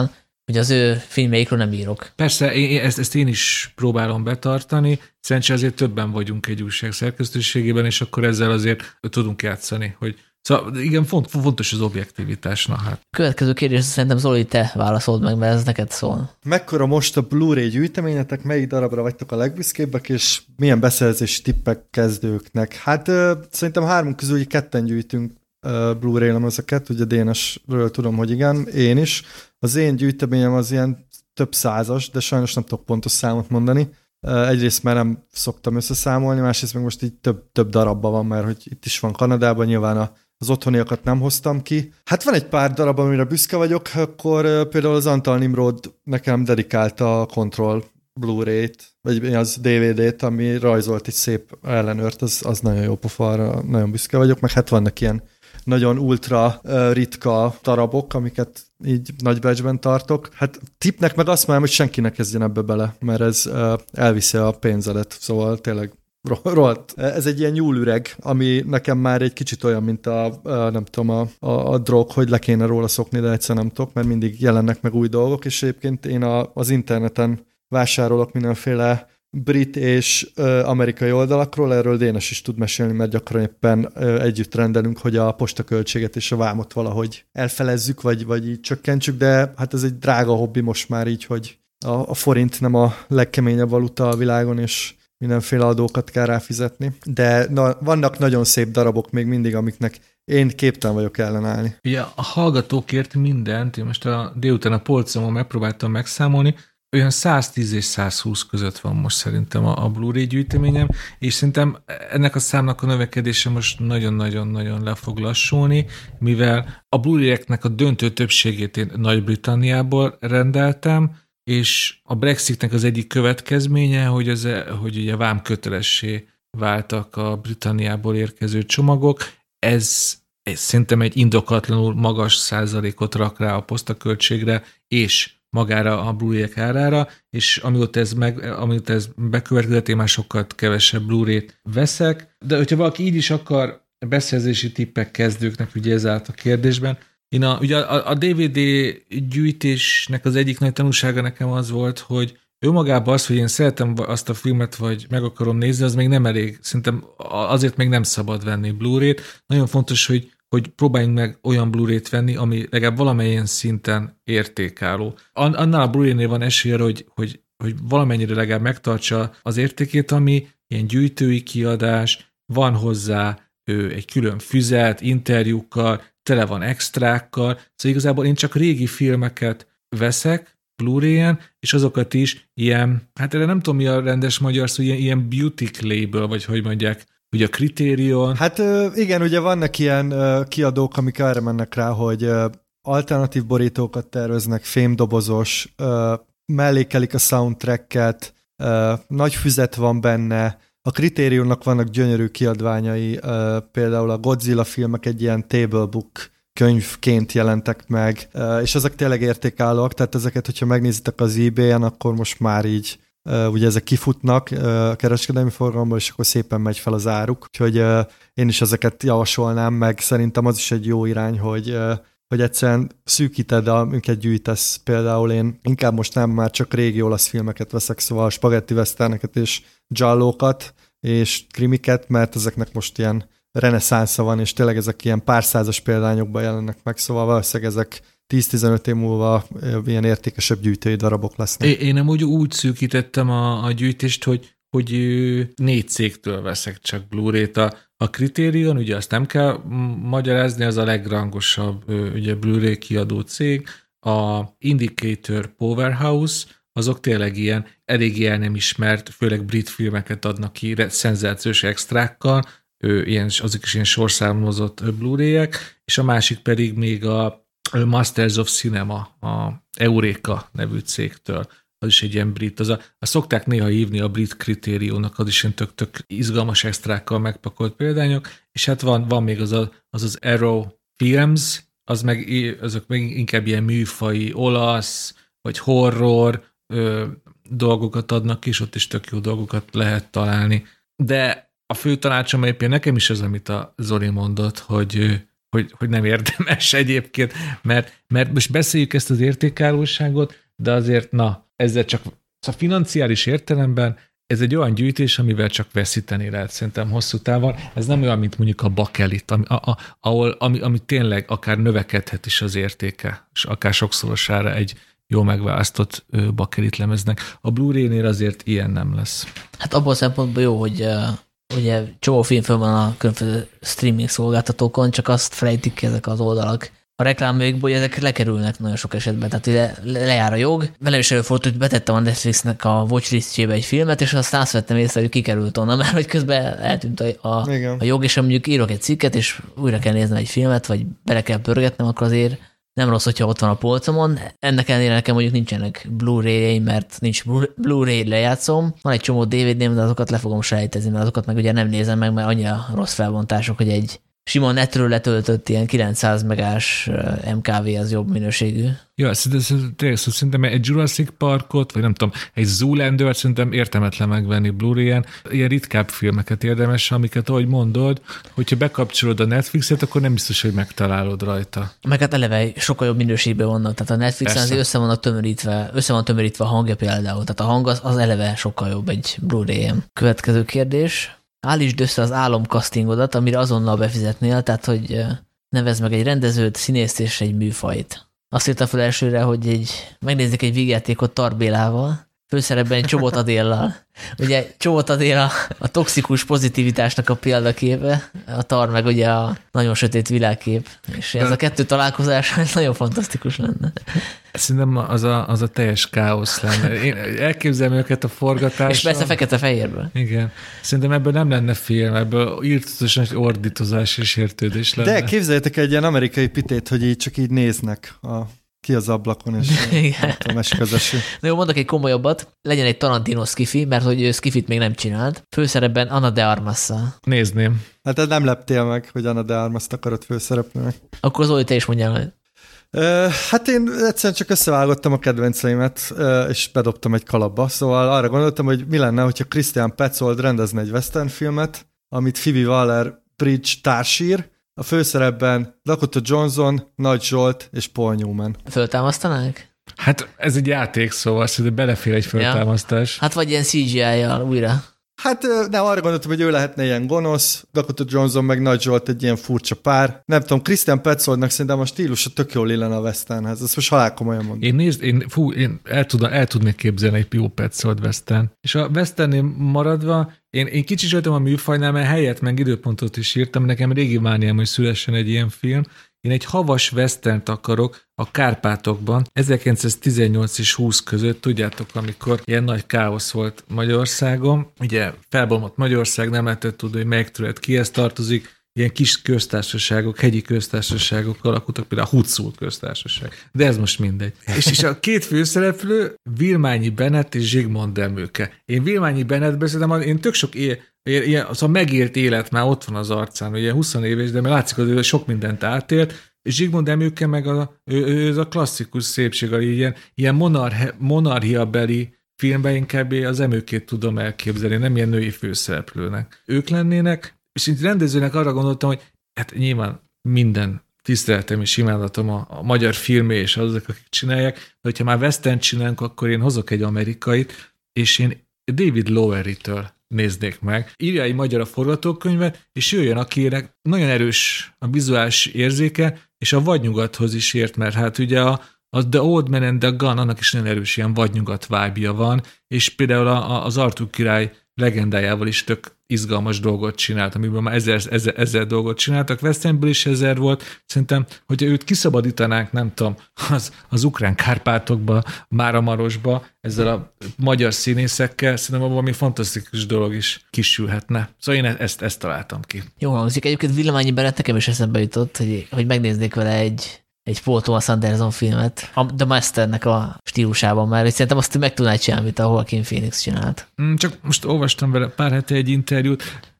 hogy az ő filmjeikről nem írok. Persze, én, ezt, ezt én is próbálom betartani, szerencsére azért többen vagyunk egy újság szerkesztőségében, és akkor ezzel azért tudunk játszani, hogy szóval igen, font, fontos az objektivitás, na hát. Következő kérdés, szerintem Zoli, te válaszold meg, mert ez neked szól. Mekkora most a Blu-ray gyűjteményetek, melyik darabra vagytok a legbüszkébbek, és milyen beszerzési tippek kezdőknek? Hát uh, szerintem három közül így ketten gyűjtünk uh, Blu-ray lemezeket, ugye Dénesről tudom, hogy igen, én is. Az én gyűjteményem az ilyen több százas, de sajnos nem tudok pontos számot mondani. Uh, egyrészt már nem szoktam összeszámolni, másrészt meg most így több, több darabban van, mert hogy itt is van Kanadában, nyilván a az otthoniakat nem hoztam ki. Hát van egy pár darab, amire büszke vagyok, akkor uh, például az Antal Nimrod nekem dedikálta a Control Blu-ray-t, vagy az dé vé dét, ami rajzolt egy szép ellenőrt, az, az nagyon jó pofa, nagyon büszke vagyok, meg hát vannak ilyen nagyon ultra uh, ritka darabok, amiket így nagy becsben tartok. Hát tippnek meg azt mondom, hogy senki ne kezdjen ebbe bele, mert ez uh, elviszi a pénzedet, szóval tényleg rohadt. Ez egy ilyen nyúlüreg, ami nekem már egy kicsit olyan, mint a, a nem tudom, a, a, a drog, hogy le kéne róla szokni, de egyszer nem tudok, mert mindig jelennek meg új dolgok, és egyébként én a, az interneten vásárolok mindenféle brit és ö, amerikai oldalakról, erről Dénes is tud mesélni, mert gyakran éppen ö, együtt rendelünk, hogy a postaköltséget és a vámot valahogy elfelezzük, vagy, vagy így csökkentsük, de hát ez egy drága hobbi most már így, hogy a, a forint nem a legkeményebb valuta a világon, és mindenféle adókat kell ráfizetni. De na, vannak nagyon szép darabok még mindig, amiknek én képtelen vagyok ellenállni. Ugye a hallgatókért mindent, én most a délután a polcomon megpróbáltam megszámolni, olyan száztíz és százhúsz között van most szerintem a, a Blu-ray gyűjteményem, és szerintem ennek a számnak a növekedése most nagyon-nagyon-nagyon le fog lassulni, mivel a Blu-ray-eknek a döntő többségét én Nagy-Britanniából rendeltem, és a Brexitnek az egyik következménye, hogy, az, hogy ugye vámkötelessé váltak a Britanniából érkező csomagok, ez, ez szerintem egy indokatlanul magas százalékot rak rá a posztaköltségre, és magára a Blu-ray-ek árára, és amióta ez, meg, amióta ez bekövetkezett, én már sokkal kevesebb Blu-ray-t veszek, de hogyha valaki így is akar beszerzési tippek kezdőknek, ugye ez állt a kérdésben, én a, ugye a, a dé vé dé gyűjtésnek az egyik nagy tanulsága nekem az volt, hogy ő magában az, hogy én szeretem azt a filmet, vagy meg akarom nézni, az még nem elég. Szerintem azért még nem szabad venni Blu-ray-t. Nagyon fontos, hogy, hogy próbáljunk meg olyan Blu-ray-t venni, ami legalább valamilyen szinten értékálló. Annál a Blu-ray-nél van esélye, hogy, hogy, hogy valamennyire legalább megtartsa az értékét, ami ilyen gyűjtői kiadás, van hozzá ő, egy külön füzet, interjúkkal, tele van extrákkal, szóval igazából én csak régi filmeket veszek Blu-ray-en, és azokat is ilyen, hát erre nem tudom mi a rendes magyar szó, ilyen, ilyen beauty label, vagy hogy mondják, ugye a Criterion. Hát igen, ugye vannak ilyen kiadók, amik erre mennek rá, hogy alternatív borítókat terveznek, fémdobozos, mellékelik a soundtracket, nagy füzet van benne, a Criterionnak vannak gyönyörű kiadványai, például a Godzilla filmek egy ilyen tablebook könyvként jelentek meg, és ezek tényleg értékállóak, tehát ezeket, hogyha megnézitek az eBay-en, akkor most már így ugye ezek kifutnak a kereskedelmi forgalomból, és akkor szépen megy fel az áruk. Úgyhogy én is ezeket javasolnám, meg szerintem az is egy jó irány, hogy hogy egyszerűen szűkíted, amiket gyűjtesz. Például én inkább most nem már csak régi olasz filmeket veszek, szóval spaghetti westerneket és giallókat és krimiket, mert ezeknek most ilyen reneszánsza van, és tényleg ezek ilyen pár százas példányokban jelennek meg, szóval valószínűleg ezek tíz-tizenöt év múlva ilyen értékesebb gyűjtői darabok lesznek. Én nem úgy, úgy szűkítettem a, a gyűjtést, hogy hogy négy cégtől veszek csak Blu-ray-t. A, a Criterion, ugye azt nem kell magyarázni, az a legrangosabb ugye Blu-ray kiadó cég. A Indicator Powerhouse, azok tényleg ilyen eléggé el nem ismert, főleg brit filmeket adnak ki, szenzációs extrákkal, ilyen, azok is ilyen sorszámozott Blu-ray-ek, és a másik pedig még a Masters of Cinema, a Eureka nevű cégtől. Az is egy ilyen brit, az a, a szokták néha hívni a brit Criteriónak, az is ilyen tök-tök izgalmas extrákkal megpakolt példányok, és hát van, van még az, a, az az Arrow Films, az meg, azok meg inkább ilyen műfai, olasz, vagy horror ö, dolgokat adnak, és ott is tök jó dolgokat lehet találni. De a fő tanácsom éppen nekem is az, amit a Zoli mondott, hogy, hogy, hogy nem érdemes egyébként, mert, mert most beszéljük ezt az értékállóságot, de azért, na, ezzel csak a financiális értelemben ez egy olyan gyűjtés, amivel csak veszíteni lehet szerintem hosszú távon. Ez nem olyan, mint mondjuk a bakelit, ami, a, a, ahol, ami, ami tényleg akár növekedhet is az értéke, és akár sokszorosára egy jó megválasztott bakelit lemeznek. A Blu-ray-nél azért ilyen nem lesz. Hát abból a szempontból jó, hogy uh, ugye csomó film föl van a különböző streaming szolgáltatókon, csak azt felejtik ki ezek az oldalak a reklámjaikból, hogy ezek lekerülnek nagyon sok esetben, tehát le, le, lejár a jog. Velem is előfordult, hogy betettem a Netflixnek a watchlistjébe egy filmet, és aztán azt vettem észre, hogy kikerült onnan, mert hogy közben eltűnt a, a, a jog, és ha mondjuk írok egy cikket, és újra kell néznem egy filmet, vagy bele kell pörgetnem, akkor azért nem rossz, hogyha ott van a polcomon. Ennek ellenére nekem mondjuk nincsenek Blu-ray-jeim, mert nincs Blu-ray lejátszom. Van egy csomó dé vé dém, de azokat le fogom sejtezni, mert azokat meg ugye nem nézem meg, mert annyira rossz felbontások, hogy egy sima netről letöltött ilyen kilencszáz megás em ká vé az jobb minőségű. Ja, tényleg szerintem egy Jurassic Parkot, vagy nem tudom, egy Zoolander-t szerintem értelmetlen megvenni Blu-ray-en. Ilyen ritkább filmeket érdemes, amiket, ahogy mondod, hogyha bekapcsolod a Netflixet, akkor nem biztos, hogy megtalálod rajta. Meg hát eleve sokkal jobb minőségben vannak, tehát a Netflixen azért össze vannak tömörítve, össze van tömörítve a hangja például, tehát a hang az, az eleve sokkal jobb egy Blu-ray-en. Következő kérdés. Állítsd össze az álomkasztingodat, amire azonnal befizetnél, tehát hogy nevezd meg egy rendezőt, színészt és egy műfajt. Azt írtam fel elsőre, hogy egy, megnézzük egy vígjátékot Tar Bélával, főszerepben egy Csobot Adéllal. Ugye Csobot Adél a, a toxikus pozitivitásnak a példaképe, a Tar meg ugye a nagyon sötét világkép. És ez a kettő találkozás ez nagyon fantasztikus lenne. Szerintem az a, az a teljes káosz lenne. Én elképzelem őket a forgatáson. És persze fekete-fehérben. Igen. Szerintem ebből nem lenne film, ebből írtózatosan egy ordítozás és értődés lenne. De képzeljétek egy ilyen amerikai pitét, hogy így csak így néznek a, ki az ablakon, és a mesközösű. Na jó, mondok egy komolyabbat. Legyen egy Tarantino skifi, mert hogy ő skifit még nem csinált. Főszerepben Ana de Armas-szal. Nézném. Hát nem leptél meg, hogy Ana de Armas-t akarod főszereplőnek. Akkor Zoli, te is mondjál majd. Hát én egyszerűen csak összevágottam a kedvenceimet, és bedobtam egy kalapba, szóval arra gondoltam, hogy mi lenne, hogyha Christian Petzold rendezne egy western filmet, amit Phoebe Waller-Bridge társír, a főszerepben Dakota Johnson, Nagy Zsolt és Paul Newman. Föltámasztanák? Hát ez egy játék, szóval szerintem belefér egy föltámasztás. Ja. Hát vagy ilyen cé gé í-jal újra. Hát nem, arra gondoltam, hogy ő lehetne ilyen gonosz, Dakota Johnson meg Nagy Zsolt egy ilyen furcsa pár. Nem tudom, Christian Petzoldnak szerintem a stílusa tök jól illene a westernhez. Ezt most halál komolyan mondom. Én nézd, én, fú, én el, tudom, el tudnék képzelni egy jó Petzold western. És a westernnél maradva, én, én kicsit voltam a műfajnál, mert helyet meg időpontot is írtam, nekem régi mániám, hogy szülessen egy ilyen film. Én egy havas westernt akarok a Kárpátokban, ezerkilencszáztizennyolc és húsz között, tudjátok, amikor ilyen nagy káosz volt Magyarországon, ugye felbomlott Magyarország, nem lehetett tudni, hogy melyik terület kihez tartozik, ilyen kis köztársaságok, hegyi köztársaságok alakultak, például a Huszult köztársaság. De ez most mindegy. És, és a két főszereplő, Vilmányi Bennett és Zsigmond Demőke. Én Vilmányi Bennettben szerintem, én tök sok él, ilyen, az a megélt élet már ott van az arcán, ugye húsz éves, de látszik, hogy ő sok mindent átélt, és Zsigmond Demőke meg a, ő, ő, ő a klasszikus szépség, ilyen, ilyen monarch, monarchiabeli filmben inkább az Emőkét tudom elképzelni, nem ilyen női főszereplőnek. Ők lennének, és így rendezőnek arra gondoltam, hogy hát nyilván minden tiszteletem és imádatom a, a magyar filmé és azok, akik csinálják, de hogyha már western csinálunk, akkor én hozok egy amerikait, és én David Lowery-től néznék meg. Írja egy magyar a forgatókönyvet, és jöjjön, akinek nagyon erős a vizuális érzéke, és a vadnyugathoz is ért, mert hát ugye a, a The Old Man and the Gun, annak is nagyon erős ilyen vadnyugat vibe-ja van, és például a, a, az Artúr király legendájával is tök izgalmas dolgot csinált, amiben már ezer, ezer, ezer dolgot csináltak. Westernből is ezer volt. Szerintem, hogyha őt kiszabadítanánk, nem tudom, az, az ukrán Kárpátokba, Máramarosba, ezzel a magyar színészekkel, szerintem valami fantasztikus dolog is kisülhetne. Szóval én ezt, ezt találtam ki. Jó hangzik. Egyébként Vilmányi Bennett nekem is eszembe jutott, hogy, hogy megnéznék vele egy egy Paul Thomas Anderson filmet, a The Masternek a stílusában már, és szerintem azt meg tudnád csinálni, amit a Joaquin Phoenix csinált. Csak most olvastam vele pár hete egy interjút,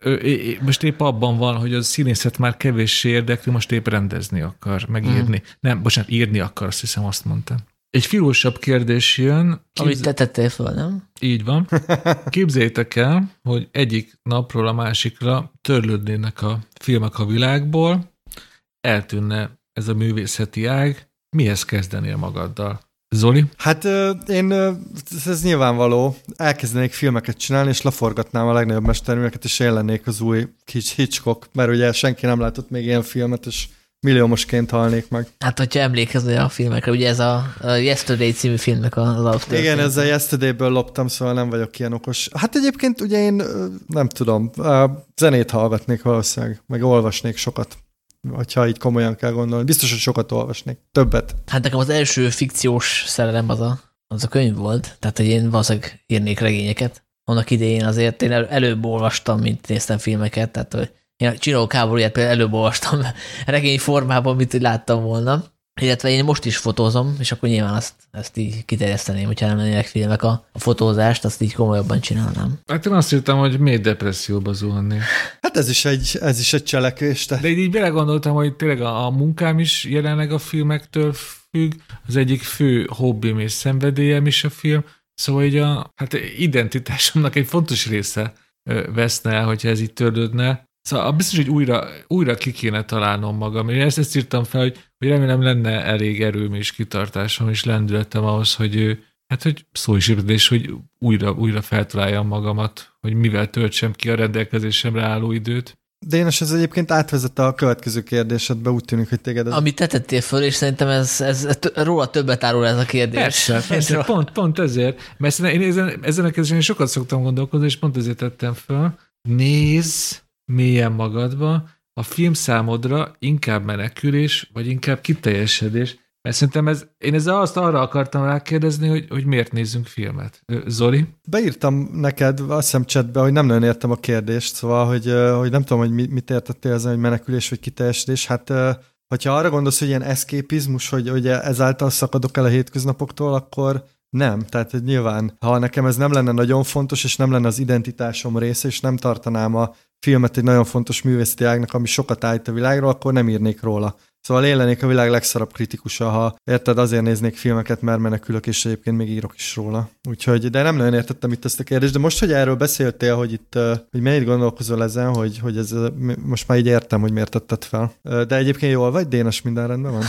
most épp abban van, hogy a színészet már kevéssé érdekli, most épp rendezni akar, megírni. Mm. Nem, bocsánat, írni akar, azt hiszem, azt mondtam. Egy filósabb kérdés jön. Képzel... Amit te tettél fel, nem? Így van. Képzeljétek el, hogy egyik napról a másikra törlődnének a filmek a világból. eltűnne ez a művészeti ág, mihez kezdenél magaddal? Zoli? Hát én, ez nyilvánvaló, elkezdenék filmeket csinálni, és leforgatnám a legnagyobb mesterműveket, és én lennék az új Hitchcock, mert ugye senki nem látott még ilyen filmet, és milliómosként halnék meg. Hát, hogyha emlékezel a filmekre, ugye ez a, a Yesterday című filmnek az alaptörténet. Igen, ezzel Yesterday-ből loptam, szóval nem vagyok ilyen okos. Hát egyébként ugye én nem tudom, zenét hallgatnék valószínűleg, meg olvasnék sokat. Hogyha így komolyan kell gondolni. Biztos, hogy sokat olvasnék. Többet. Hát nekem az első fikciós szerelem az a, az a könyv volt. Tehát, hogy én valószínűleg írnék regényeket. Annak idején azért én előbb olvastam, mint néztem filmeket. Tehát, hogy én a Csillago háborúját például előbb olvastam regény formában, mint hogy láttam volna. Illetve én most is fotózom, és akkor nyilván azt, ezt így kiterjeszteném, hogyha nem lennének filmek a, a fotózást, azt így komolyabban csinálnám. Hát én azt írtam, hogy mély depresszióba zuhanni. Hát ez is egy, ez is egy cselekvés. Te. De így, így belegondoltam, hogy tényleg a, a munkám is jelenleg a filmektől függ, az egyik fő hobbim és szenvedélyem is a film, szóval így a hát identitásomnak egy fontos része veszne el, hogyha ez így törődne. Szóval biztos, hogy újra, újra ki kéne találnom magam. Én ezt, ezt írtam fel, hogy, hogy remélem lenne elég erőm és kitartásom és lendületem ahhoz, hogy, hát, hogy szó is ébredés, hogy újra, újra feltaláljam magamat, hogy mivel töltsem ki a rendelkezésemre álló időt. Dénes, ez egyébként átvezet a következő kérdésedbe, úgy tűnik, hogy téged... Ez... Amit te tettél föl, és szerintem ez, ez, ez róla többet árul ez a kérdés. Persze, persze pont, pont ezért. Mert én ezen, ezen a kérdésen sokat szoktam gondolkozni, és pont ezért tettem föl. Nézz mélyen magadba, a film számodra inkább menekülés, vagy inkább kiteljesedés. Mert szerintem ez, én ezzel azt arra akartam rákérdezni, hogy, hogy miért nézzünk filmet. Zoli? Beírtam neked, azt hiszem chatbe, hogy nem nagyon értem a kérdést, szóval, hogy, hogy nem tudom, hogy mit értettél ezen, hogy menekülés vagy kiteljesedés. Hát, hogyha arra gondolsz, hogy ilyen eszképizmus, hogy, hogy ezáltal szakadok el a hétköznapoktól, akkor nem. Tehát hogy nyilván, ha nekem ez nem lenne nagyon fontos, és nem lenne az identitásom része, és nem tartanám a filmet egy nagyon fontos művészeti ágnak, ami sokat állít a világról, akkor nem írnék róla. Szóval én lennék a világ legszarabb kritikusa, ha érted, azért néznék filmeket, mert menekülök, és egyébként még írok is róla. Úgyhogy, de nem nagyon értettem itt ezt a kérdést, de most, hogy erről beszéltél, hogy itt, hogy mennyit gondolkozol ezen, hogy, hogy ez, most már így értem, hogy miért tetted fel. De egyébként jól vagy, Dénes, minden rendben van?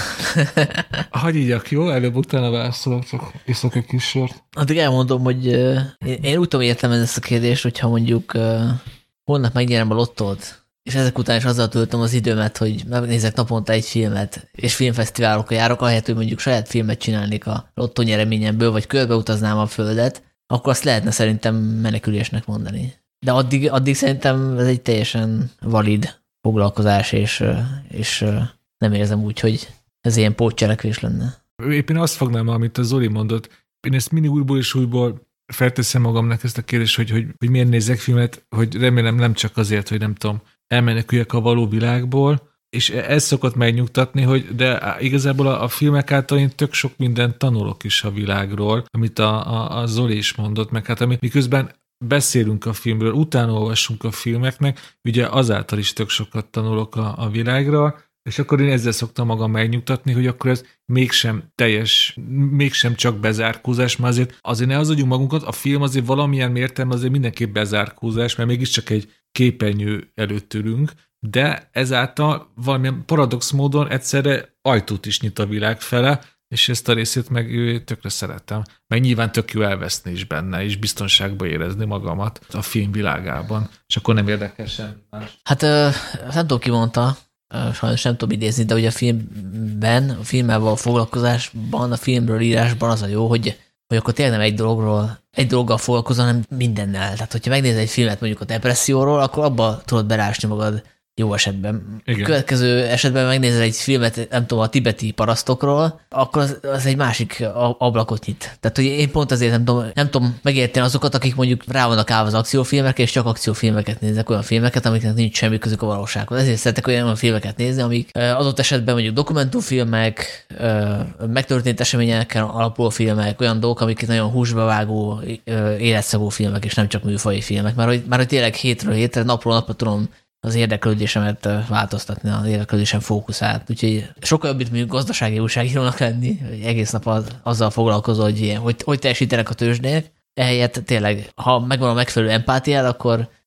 Hagyj ígyak, jó? Előbb-utána válaszolok, csak iszok egy kis sört. Addig elmondom, hogy én, én úgy tudom értem ezt a kérdést, hogyha mondjuk holnap megnyerem a lottót, és ezek után is azzal töltöm az időmet, hogy megnézek naponta egy filmet, és filmfesztiválokra járok, ahelyett, hogy mondjuk saját filmet csinálnék a lottó nyereményemből, vagy körbeutaznám a földet, akkor azt lehetne szerintem menekülésnek mondani. De addig, addig szerintem ez egy teljesen valid foglalkozás, és, és nem érzem úgy, hogy ez ilyen pótcselekvés lenne. Éppen azt fognám, amit a Zoli mondott, én ezt mindig újból és újból felteszem magamnak ezt a kérdést, hogy, hogy, hogy miért nézek filmet, hogy remélem nem csak azért, hogy nem tudom, elmeneküljek a való világból, és ez szokott megnyugtatni, hogy de igazából a, a filmek által én tök sok mindent tanulok is a világról, amit a, a, a Zoli is mondott, meg hát amit miközben beszélünk a filmről, utána olvassunk a filmeknek, ugye azáltal is tök sokat tanulok a, a világról, és akkor én ezzel szoktam magam megnyugtatni, hogy akkor ez mégsem teljes, mégsem csak bezárkózás, mert azért, azért ne hazudjunk magunkat, a film azért valamilyen mértelme azért mindenképp bezárkózás, mert mégiscsak egy képernyő előtt ülünk, de ezáltal valamilyen paradox módon egyszerre ajtót is nyit a világ fele, és ezt a részét meg tökre szeretem. Meg nyilván tök jó elveszni is benne, és biztonságba érezni magamat a film világában, és akkor nem érdekel semmi más. Hát nem tudom, ki mondta, sajnos nem tudom idézni, de ugye a filmben, a filmmel való foglalkozásban, a filmről írásban az a jó, hogy, hogy akkor tényleg nem egy dologról, egy dologgal foglalkozol, hanem mindennel. Tehát, hogyha megnézel egy filmet mondjuk a depresszióról, akkor abba tudod berásni magad jó esetben. Igen. Következő esetben megnézel egy filmet, nem tudom, a tibeti parasztokról, akkor az, az egy másik ablakot nyit. Tehát, hogy én pont azért nem tudom, nem tudom megérteni azokat, akik mondjuk rá vannak állva az akciófilmekre, és csak akciófilmeket néznek, olyan filmeket, amiknek nincs semmi közük a valósághoz. Ezért szeretek olyan filmeket nézni, amik adott esetben mondjuk dokumentumfilmek, megtörtént eseményeken alapuló filmek, olyan dolgok, amik nagyon húsba vágó, életszagú filmek, és nem csak műfaji filmek. Már hogy, már hogy tényleg hétről hétre, napról napra tudom az érdeklődésemet változtatni, az érdeklődésem fókuszát. Úgyhogy sokkal jobb, mint gazdasági újságírónak lenni, hogy egész nap az, azzal foglalkozol, hogy, ilyen, hogy hogy teljesítenek a tőzsdék. Ehelyett tényleg, ha megvan a megfelelő empátiád, akkor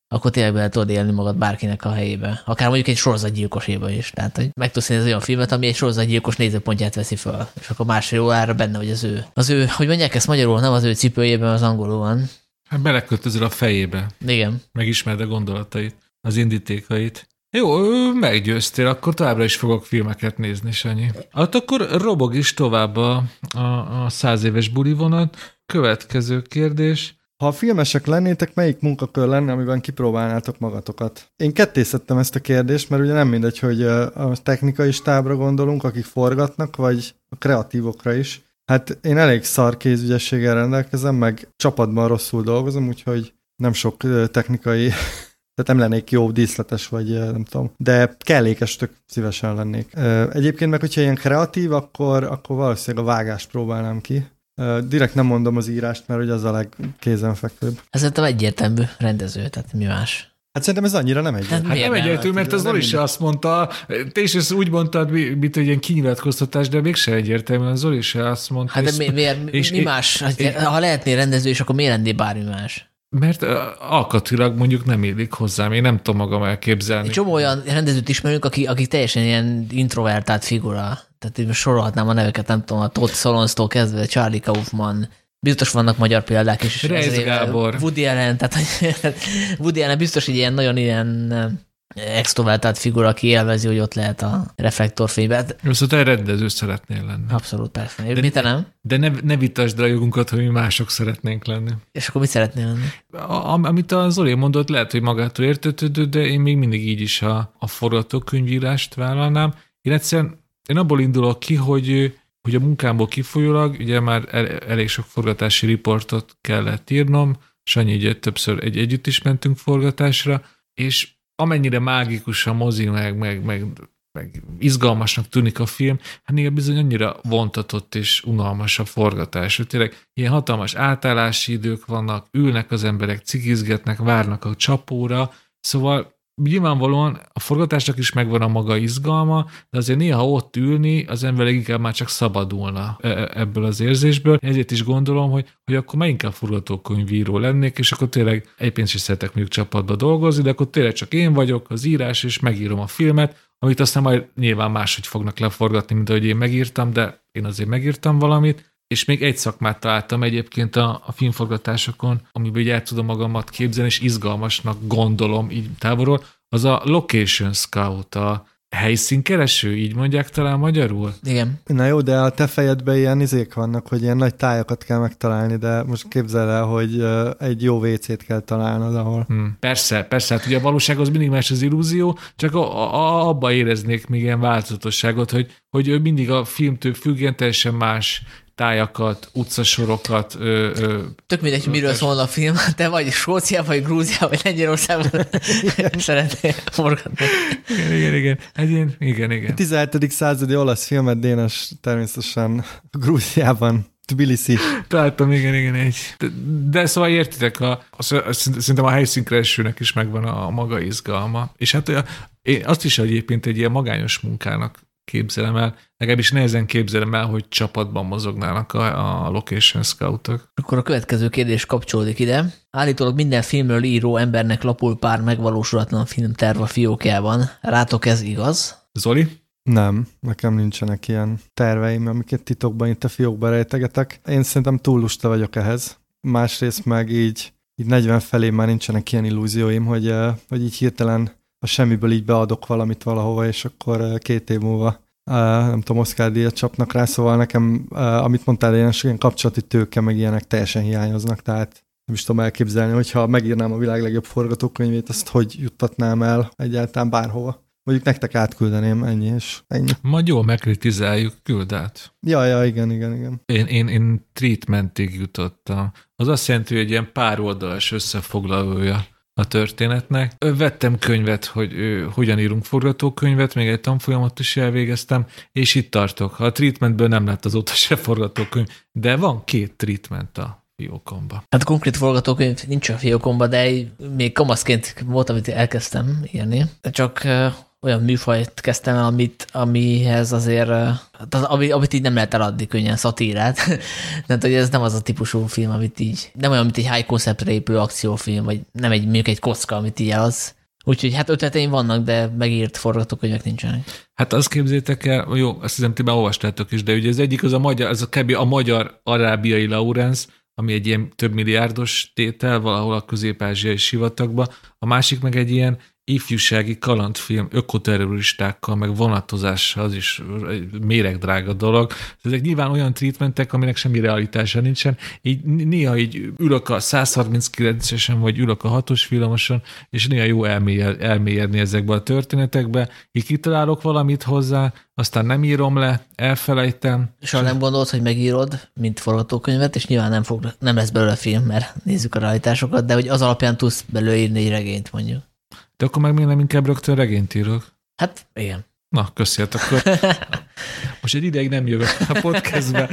akkor tényleg be tudod élni magad bárkinek a helyébe. Akár mondjuk egy sorozatgyilkoséba is. Tehát, hogy meg tudsz nézni olyan filmet, ami egy sorozatgyilkos nézőpontját veszi föl. És akkor másfél órára benne, hogy az ő, az ő, hogy mondják ezt magyarul, nem az ő cipőjében, az angolul van. Hát beleköltözöl a fejébe. Igen. Megismerd a gondolatait, az indítékait. Jó, meggyőztél, akkor továbbra is fogok filmeket nézni, Sanyi. Hát akkor robog is tovább a, a, a száz éves bulivonat. Következő kérdés. Ha a filmesek lennétek, melyik munkakör lenne, amiben kipróbálnátok magatokat? Én kettészettem ezt a kérdést, mert ugye nem mindegy, hogy a technikai stábra gondolunk, akik forgatnak, vagy a kreatívokra is. Hát én elég szar kézügyességgel rendelkezem, meg csapatban rosszul dolgozom, úgyhogy nem sok technikai, tehát nem lennék jó díszletes, vagy nem tudom, de kellékes tök szívesen lennék. Egyébként meg, hogyha ilyen kreatív, akkor, akkor valószínűleg a vágást próbálnám ki. Direkt nem mondom az írást, mert ugye az a legkézenfekvőbb. Ez szerintem egyértelmű rendező, tehát mi más? Hát szerintem ez annyira nem egyértelmű. Hát nem egyértelmű, mert az Zoli se azt mondta, te is ezt úgy mondtad, mint egy ilyen kinyilatkoztatás, de mégsem egyértelmű, az Zoli se azt mondta. Hát de mi, miért, és mi más? És, ha lehetnél rendező, és akkor miért lennél bármi más? Mert alkatilag mondjuk nem illik hozzám, én nem tudom magam elképzelni. Egy csomó olyan rendezőt ismerünk, aki, aki teljesen ilyen introvertált figura. Tehát így sorolhatnám a neveket, nem tudom, a Todd Solondz-tól kezdve, Charlie Kaufman, biztos vannak magyar példák is. Reisz Gábor. Woody Allen, tehát Woody Allen biztos egy ilyen nagyon ilyen extrovertált figura, aki élvezi, hogy ott lehet a reflektorfényben. Viszont egy rendező szeretnél lenni. Abszolút, persze. De, mit te nem? De ne, ne vitasd el a jogunkat, hogy mi mások szeretnénk lenni. És akkor mit szeretnél lenni? A, amit a Zoli mondott, lehet, hogy magától értetődő, de én még mindig így is a, a forgatókönyvírást vállalnám. Én egyszerűen én abból indulok ki, hogy, hogy a munkámból kifolyólag, ugye már el, elég sok forgatási riportot kellett írnom, Sanyi ugye többször egy, együtt is mentünk forgatásra, és amennyire mágikus a mozi, meg, meg, meg, meg izgalmasnak tűnik a film, hát néha bizony annyira vontatott és unalmas a forgatás. Hogy tényleg ilyen hatalmas átállási idők vannak, ülnek az emberek, cigizgetnek, várnak a csapóra, szóval nyilvánvalóan a forgatásnak is megvan a maga izgalma, de azért néha ott ülni, az ember leginkább már csak szabadulna ebből az érzésből. Ezért is gondolom, hogy, hogy akkor már inkább forgatókönyvíró lennék, és akkor tényleg egyébként is szeretek mondjuk csapatba dolgozni, de akkor tényleg csak én vagyok, az írás, és megírom a filmet, amit aztán majd nyilván máshogy fognak leforgatni, mint ahogy én megírtam, de én azért megírtam valamit. És még egy szakmát találtam egyébként a, a filmforgatásokon, amiben így el tudom magamat képzelni, és izgalmasnak gondolom így távolról, az a location scout, a helyszínkereső, így mondják talán magyarul? Igen. Na jó, de a te fejedben ilyen izék vannak, hogy ilyen nagy tájakat kell megtalálni, de most képzeld el, hogy egy jó vécét kell találnod, ahol... Hmm. Persze, persze, hát ugye a valóság az mindig más az illúzió, csak a, a, abba éreznék még ilyen változatosságot, hogy, hogy mindig a filmtől függően teljesen más tájakat, utcasorokat. Ö, ö, Tök mindegy, hogy miről szól a film. Te vagy Skócia, vagy Grúzia, vagy Lengyelországban szeretnél forgatni. Igen, igen, igen. Hát ilyen, igen, igen. A tizenhetedik századi olasz filmet Dénes természetesen Grúziában, Tbilisi. Találtam, igen, igen, egy. De, de szóval értitek, a, a, szerintem a helyszínkeresőnek is megvan a, a maga izgalma. És hát a, én azt is egyébként egy ilyen magányos munkának képzelem el, legalábbis nehezen képzelem el, hogy csapatban mozognának a, a location scoutok. Akkor a következő kérdés kapcsolódik ide. Állítólag minden filmről író embernek lapul pár megvalósulatlan filmterv a fiókjában. Rátok ez igaz? Zoli? Nem, nekem nincsenek ilyen terveim, amiket titokban itt a fiókban rejtegetek. Én szerintem túl lusta vagyok ehhez. Másrészt meg így, így negyven felé már nincsenek ilyen illúzióim, hogy, hogy így hirtelen a semmiből így beadok valamit valahova, és akkor két év múlva nem tudom, Oscar-díjat csapnak rá, szóval nekem, amit mondtál, ilyen, ilyen kapcsolati tőke, meg ilyenek teljesen hiányoznak, tehát nem is tudom elképzelni, hogyha megírnám a világ legjobb forgatókönyvét, azt hogy juttatnám el egyáltalán bárhova. Mondjuk nektek átküldeném, ennyi, és ennyi. Majd jól megkritizáljuk, küld át. Ja, ja, igen, igen, igen. Én, én, én treatmentig jutottam. Az azt jelenti, hogy egy ilyen pár oldalas összefoglalója a történetnek. Vettem könyvet, hogy ő, hogyan írunk forgatókönyvet, még egy tanfolyamot is elvégeztem, és itt tartok. A treatmentből nem lett azóta se forgatókönyv, de van két treatment a fiókomba. Hát konkrét forgatókönyv nincs a fiókomba, de még kamaszként volt, amit elkezdtem írni. Csak olyan műfajt kezdtem el, amit, amihez azért, amit, amit így nem lehet eladni könnyen, szatírát. Tehát, hogy ez nem az a típusú film, amit így, nem olyan, mint egy high conceptre épülő akciófilm, vagy nem egy, mondjuk egy kocka, amit így az. Úgyhogy hát ötleteim vannak, de megírt forgatókönyvek nincsenek. Hát azt képzétek el, jó, azt hiszem, ti már olvastátok is, de ugye az egyik az a magyar, az a kb. A magyar arábiai Laurens, ami egy ilyen több milliárdos tétel valahol a közép-ázsiai sivatagban, a másik meg egy ilyen ifjúsági kalandfilm ökoterroristákkal, meg vonatozással, az is egy méregdrága dolog. Ezek nyilván olyan treatmentek, aminek semmi realitása nincsen. Így néha így ülök a száz harminckilencesen, vagy ülök a hatos villamoson, és néha jó elmélyedni ezekbe a történetekbe. Így kitalálok valamit hozzá, aztán nem írom le, elfelejtem. És ha nem gondolod, hogy megírod, mint forgatókönyvet, és nyilván nem, fog, nem lesz belőle film, mert nézzük a realitásokat, de hogy az alapján tudsz belőle írni egy regényt, mondjuk. De akkor meg még nem inkább rögtön regényt írok? Hát, igen. Na, köszönjük, akkor most egy ideig nem jövök a podcastbe,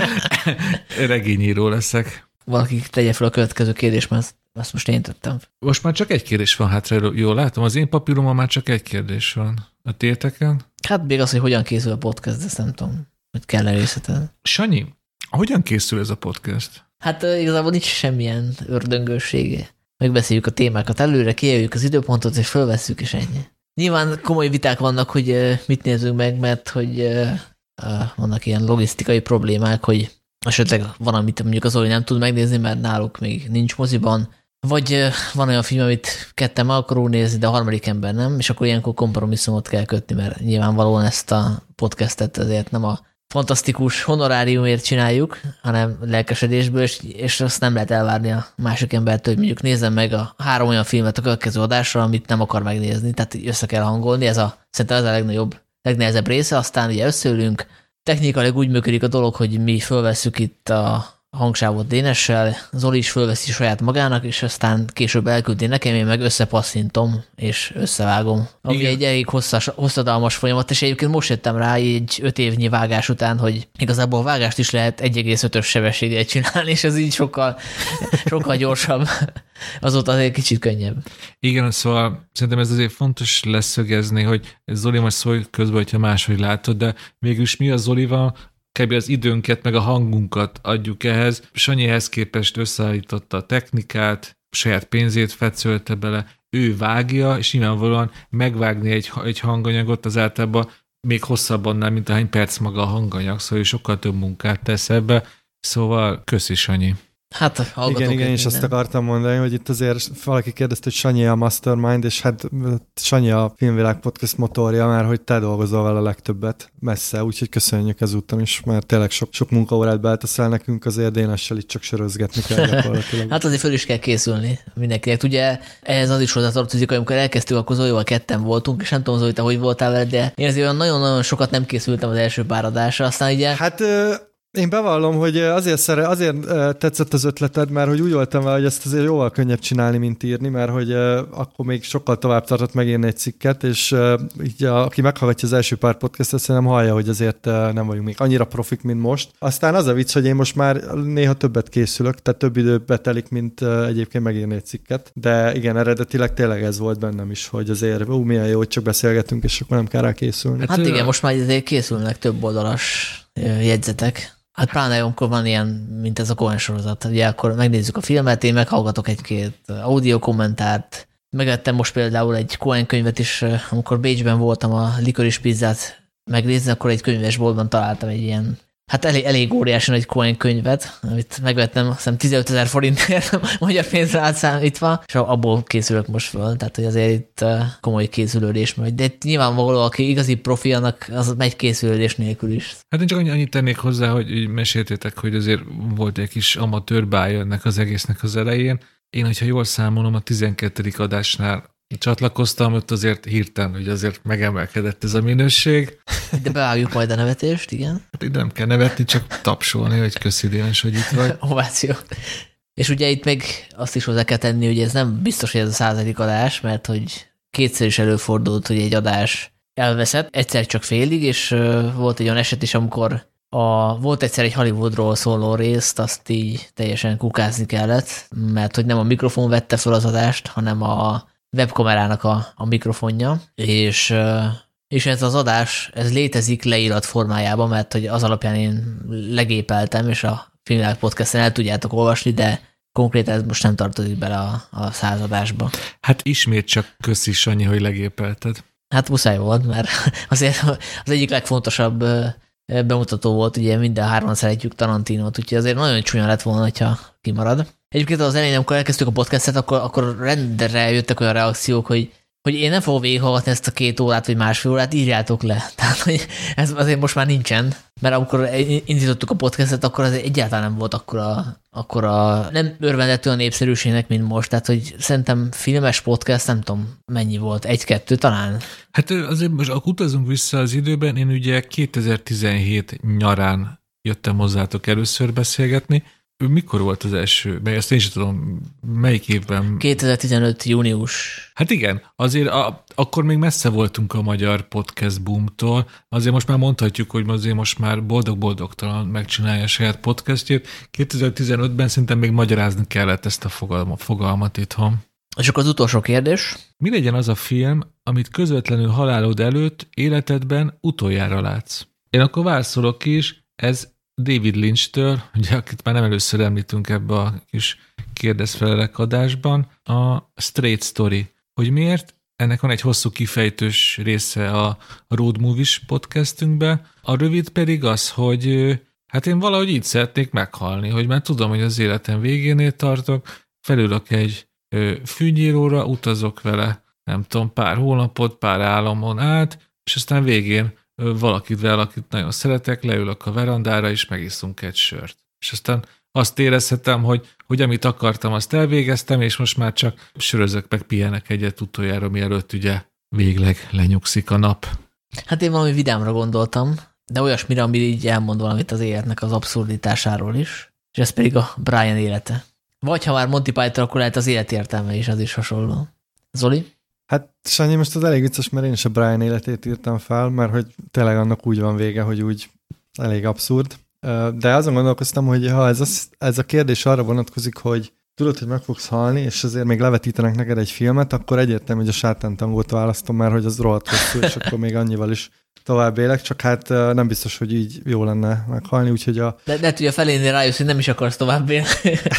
regényíró leszek. Valaki tegye fel a következő kérdést, mert azt most én tettem. Most már csak egy kérdés van hátra, jól látom. Az én papíromon már csak egy kérdés van. A téteken? Hát még az, hogy hogyan készül a podcast, ezt nem tudom, hogy kell-e részleted. Sanyi, hogyan készül ez a podcast? Hát igazából nincs semmilyen ördöngősége. Megbeszéljük a témákat előre, kijelöljük az időpontot, és fölvesszük, és ennyi. Nyilván komoly viták vannak, hogy mit nézzünk meg, mert hogy vannak ilyen logisztikai problémák, hogy esetleg van, amit mondjuk az Zoli nem tud megnézni, mert náluk még nincs moziban, vagy van olyan film, amit ketten meg akarunk nézni, de a harmadik ember nem, és akkor ilyenkor kompromisszumot kell kötni, mert nyilvánvalóan ezt a podcastet azért nem a fantasztikus honoráriumért csináljuk, hanem lelkesedésből, és, és azt nem lehet elvárni a másik embertől, hogy mondjuk nézzem meg a három olyan filmet a következő adásra, amit nem akar megnézni, tehát össze kell hangolni, ez a, szerintem ez a legnagyobb, legnehezebb része, aztán ugye összeülünk, technikailag úgy működik a dolog, hogy mi fölvesszük itt a hangsávot Dénessel, Zoli is fölveszi saját magának, és aztán később elküldi nekem, én meg összepasszintom, és összevágom. Ami igen. Egy elég hosszas, hosszadalmas folyamat, és egyébként most jöttem rá egy öt évnyi vágás után, hogy igazából a vágást is lehet egy egész ötös sebességgel csinálni, és ez így sokkal, sokkal gyorsabb. Azóta azért kicsit könnyebb. Igen, szóval szerintem ez azért fontos leszögezni, hogy Zoli most szólj közben, hogyha máshogy látod, de végülis mi a Zolival, kb. Az időnket, meg a hangunkat adjuk ehhez. Sanyihez képest összeállította a technikát, saját pénzét fetszölte bele, ő vágja, és nyilvánvalóan megvágni egy, egy hanganyagot az általában még hosszabb annál, mint ahány perc maga a hanganyag, szóval sokkal több munkát tesz ebbe. Szóval köszi, Sanyi. Hát, igen, igen, és azt akartam mondani, hogy itt azért valaki kérdezte, hogy Sanyi a mastermind, és hát Sanyi a Filmvilág podcast motorja, mert hogy te dolgozol vele a legtöbbet messze, úgyhogy köszönjük ezúttal is, mert tényleg sok, sok munkaórát beáltaszel nekünk, azért Dénessel itt csak sörözgetni kell gyakorlatilag. Hát azért föl is kell készülni mindenkinek. Ugye ehhez az is hozzátartozik, amikor elkezdtük, akkor Zolival ketten voltunk, és nem tudom, Zoli, te hogy voltál vele, de én azért olyan nagyon-nagyon sokat nem készültem az első pár adásra, aztán ugye... Hát... Én bevallom, hogy azért, szere, azért tetszett az ötleted, mert hogy úgy voltam vele, hogy ezt azért jóval könnyebb csinálni, mint írni, mert hogy akkor még sokkal tovább tartott megírni egy cikket, és így a, aki meghallgatja az első pár podcastet, szerintem hallja, hogy azért nem vagyunk még annyira profik, mint most. Aztán az a vicc, hogy én most már néha többet készülök, tehát több idő betelik, mint egyébként megírni egy cikket. De igen, eredetileg tényleg ez volt bennem is, hogy azért ú, milyen jó, hogy csak beszélgetünk, és akkor nem kell rá készülni. Hát igen, most már azért készülnek több oldalas jegyzetek. Hát pláne amikor van ilyen, mint ez a Coen sorozat, ugye akkor megnézzük a filmet, én meghallgatok egy-két audio kommentárt, megvettem most például egy Coen könyvet is, amikor Bécsben voltam a Licorice Pizzát megnézni, akkor egy könyvesboltban találtam egy ilyen, hát elég, elég óriásan egy Coen könyvet, amit megvettem, azt hiszem tizenötezer forintért magyar pénzre átszámítva, és abból készülök most föl, tehát hogy azért itt komoly készülődés megy. De itt nyilvánvaló, aki igazi profi, annak az megy készülődés nélkül is. Hát én csak annyit tennék hozzá, hogy meséltétek, hogy azért volt egy kis amatőr bája ennek az egésznek az elején. Én, hogyha jól számolom, a tizenkettedik adásnál csatlakoztam, ott azért hirtelen, hogy azért megemelkedett ez a minőség. De bevágjuk majd a nevetést, igen. Hát ide nem kell nevetni, csak tapsolni, hogy köszi Dénes, hogy itt vagy. Ováció. És ugye itt még azt is hozzá kell tenni, hogy ez nem biztos, hogy ez a századik adás, mert hogy kétszer is előfordult, hogy egy adás elveszett, egyszer csak félig, és volt egy olyan eset is, amikor a, volt egyszer egy Hollywoodról szóló részt, azt így teljesen kukázni kellett, mert hogy nem a mikrofon vette fel az adást, hanem a webkamerának a, a mikrofonja, és és ez az adás, ez létezik leírat formájában, mert hogy az alapján én legépeltem, és a Filmvilág podcasten el tudjátok olvasni, de konkrétan ez most nem tartozik bele a, a századásba. Hát ismét csak köszi, Sanyi, hogy legépelted. Hát muszáj volt, mert azért az egyik legfontosabb bemutató volt, ugye minden hárman szeretjük Tarantinót, úgyhogy azért nagyon csúnya lett volna, hogyha kimarad. Egyébként az elején, amikor elkezdtük a podcastet, akkor, akkor rendre jöttek olyan reakciók, hogy, hogy én nem fogom végighallgatni ezt a két órát, vagy másfél órát, írjátok le. Tehát, hogy ez azért most már nincsen, mert amikor indítottuk a podcastet, akkor az egyáltalán nem volt akkora, akkora nem örvendett olyan népszerűségnek, mint most. Tehát, hogy szerintem filmes podcast, nem tudom, mennyi volt, egy-kettő talán? Hát azért most akkor utazunk vissza az időben, én ugye kétezer-tizenhét nyarán jöttem hozzátok először beszélgetni. Mikor volt az első? Mert ezt én sem tudom, melyik évben? kétezer-tizenöt június. Hát igen, azért a, akkor még messze voltunk a magyar podcast boomtól, azért most már mondhatjuk, hogy azért most már boldog-boldogtalan megcsinálja a saját podcastjét. kétezer-tizenötben szerintem még magyarázni kellett ezt a fogalmat, fogalmat itthon. És akkor az utolsó kérdés. Mi legyen az a film, amit közvetlenül halálod előtt életedben utoljára látsz? Én akkor válaszolok is, ez David Lynch-től, ugye, akit már nem először említünk ebbe a kis kérdezfelelek adásban, a Straight Story. Hogy miért? Ennek van egy hosszú kifejtős része a Road Movies podcastünkben. A rövid pedig az, hogy hát én valahogy így szeretnék meghalni, hogy már tudom, hogy az életem végénél tartok, felülök egy fűnyíróra, utazok vele, nem tudom, pár hónapot, pár államon át, és aztán végén valakivel, akit nagyon szeretek, leülök a verandára, és megiszunk egy sört. És aztán azt érezhetem, hogy, hogy amit akartam, azt elvégeztem, és most már csak sörözök, meg pihenek egyet utoljára, mielőtt ugye végleg lenyugszik a nap. Hát én valami vidámra gondoltam, de olyasmire, ami így elmond valamit az életnek az abszurditásáról is, és ez pedig a Brian élete. Vagy ha már Monty Python, akkor lehet az életértelme is, az is hasonló. Zoli? Hát Sanyi, most az elég vicces, mert én is a Brian életét írtam fel, mert hogy tényleg annak úgy van vége, hogy úgy elég abszurd. De azon gondolkoztam, hogy ha ez a, ez a kérdés arra vonatkozik, hogy tudod, hogy meg fogsz halni, és azért még levetítenek neked egy filmet, akkor egyértelmű, hogy a sátántangót választom már, hogy az rohadt hosszú, és akkor még annyival is tovább élek, csak hát nem biztos, hogy így jó lenne meghalni, úgyhogy a... De, de ugye a felénél rájössz, hogy nem is akarsz tovább élni.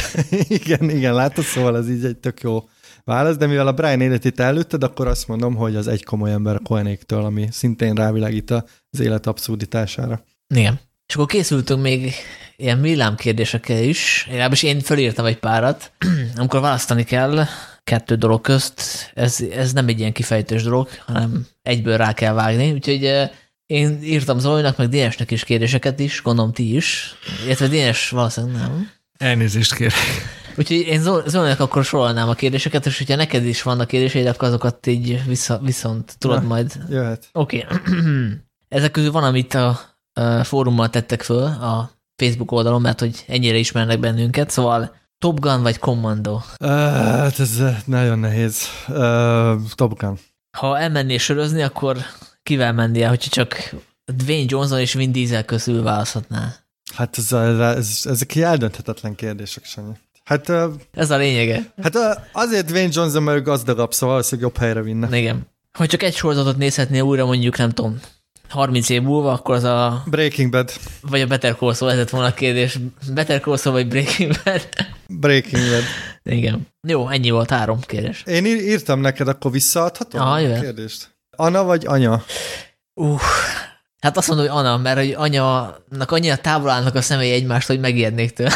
igen, igen, látod, szóval ez így egy tök jó válasz, de mivel a Brian életét előtted, akkor azt mondom, hogy az Egy komoly ember a Coenéktől, ami szintén rávilágít az élet abszurditására. Igen. És akkor készültünk még ilyen villámkérdésekkel is, legalábbis én fölírtam egy párat, amikor választani kell kettő dolog közt, ez, ez nem egy ilyen kifejtős dolog, hanem egyből rá kell vágni, úgyhogy én írtam Zolinak, meg Dénesnek is kérdéseket is, gondolom ti is, illetve Dénes valószínűleg nem. Elnézést kérek. Úgyhogy én Zolinak akkor sorolnám a kérdéseket, és hogyha neked is vannak kérdéseid, akkor azokat így vissza, viszont tudod ja, majd. Jöhet. Oké. Okay. Ezek közül van, amit a, a fórummal tettek föl a Facebook oldalon, mert hogy ennyire ismernek bennünket, szóval Top Gun vagy Commando? Uh, hát ez nagyon nehéz. Uh, Top Gun. Ha elmennél sörözni, akkor kivel mennél, hogyha csak Dwayne Johnson és Vin Diesel közül választhatnál? Hát ez, ez, ezek eldönthetetlen kérdések, Sanyi. Hát, uh, ez a lényege. Hát uh, azért Dwayne Johnson, mert ő gazdagabb, szóval valószínűleg jobb helyre vinne. Igen. Ha csak egy sorozatot nézhetnél újra, mondjuk nem tudom, harminc év múlva, akkor az a... Breaking Bad. Vagy a Better Call Saul, ez lett volna a kérdés. Better Call Saul vagy Breaking Bad? Breaking Bad. Igen. Jó, ennyi volt, három kérdés. Én írtam neked, akkor visszaadhatom Aha, a kérdést? Anna vagy anya? Uh, hát azt mondom, hogy Anna, mert hogy anyának annyira távol állnak a személyi egymást, hogy megijednék tőle.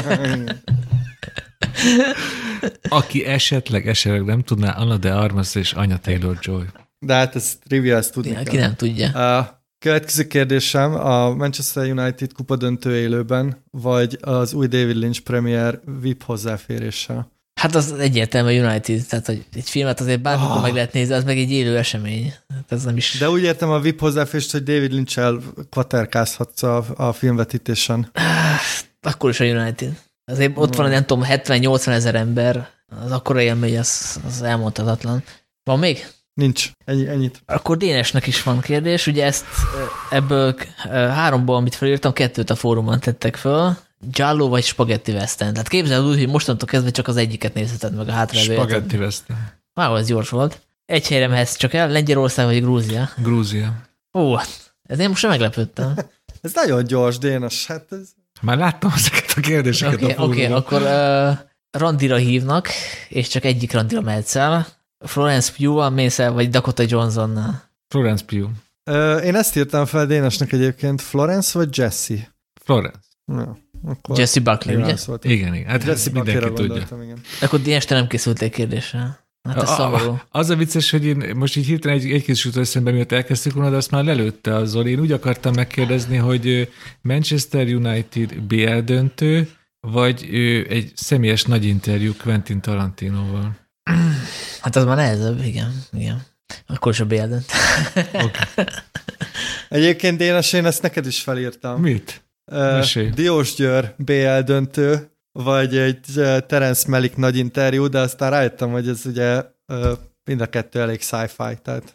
Aki esetleg, esetleg nem tudná, Anna de Armas és Anya Taylor-Joy. De hát ez trivia, ezt tudni kell. Ki nem tudja. A következő kérdésem, a Manchester United kupa döntő élőben, vagy az új David Lynch premier vé i pé hozzáféréssel? Hát az egyértelmű United, tehát hogy egy filmet azért bármikor oh. meg lehet nézni, az meg egy élő esemény. Hát ez nem is... De úgy értem a vé i pé hozzáférést, hogy David Lynch-el kvaterkázhatsz a, a filmvetítésen. Akkor is a United. Azért ott van, nem tudom, hetven-nyolcvan ezer ember, az akkora élmény, az, az elmondhatatlan. Van még? Nincs. Ennyi, ennyit. Akkor Dénesnek is van kérdés. Ugye ezt ebből háromból, amit felírtam, kettőt a fórumon tettek föl. Giallo vagy Spaghetti Western. Tehát képzeld úgy, hogy mostantól kezdve csak az egyiket nézheted meg a hátralévő. Spaghetti Western. Wow, ez gyors volt. egy helyre mehetsz csak el, Lengyelország vagy Grúzia? Grúzia. Ó, ezért most sem meglepődtem. Ez nagyon gyors, Dénes. Hát ez... Már láttam ezeket a kérdéseket. Oké, okay, okay, akkor uh, randira hívnak, és csak egyik randira mehetsz el. Florence Pugh-val mész el, vagy Dakota Johnsonnal? Florence Pugh. Uh, én ezt írtam fel Dénesnek egyébként. Florence vagy Jessie? Florence. No, akkor Jessie Buckley, ugye? Igen, igen. Hát Jessie mindenki tudja. Igen. Akkor Dénes, te nem készültél kérdésre. Hát ez szomorú. Az a vicces, hogy én most így hirtelen egy, egy kis jutó eszembe, miatt elkezdtük volna, de azt már lelőtte a Zoli. Én úgy akartam megkérdezni, hogy Manchester United bé el döntő, vagy egy személyes nagy interjú Quentin Tarantinoval. Hát az már nehezebb, igen. igen. Akkor is a bé el döntő. Okay. Egyébként Dénes, én ezt neked is felírtam. Mit? Uh, Diós Győr bé el döntő, vagy egy uh, Terence Malick nagy interjú, de aztán rájöttem, hogy ez ugye uh, mind a kettő elég sci-fi, tehát...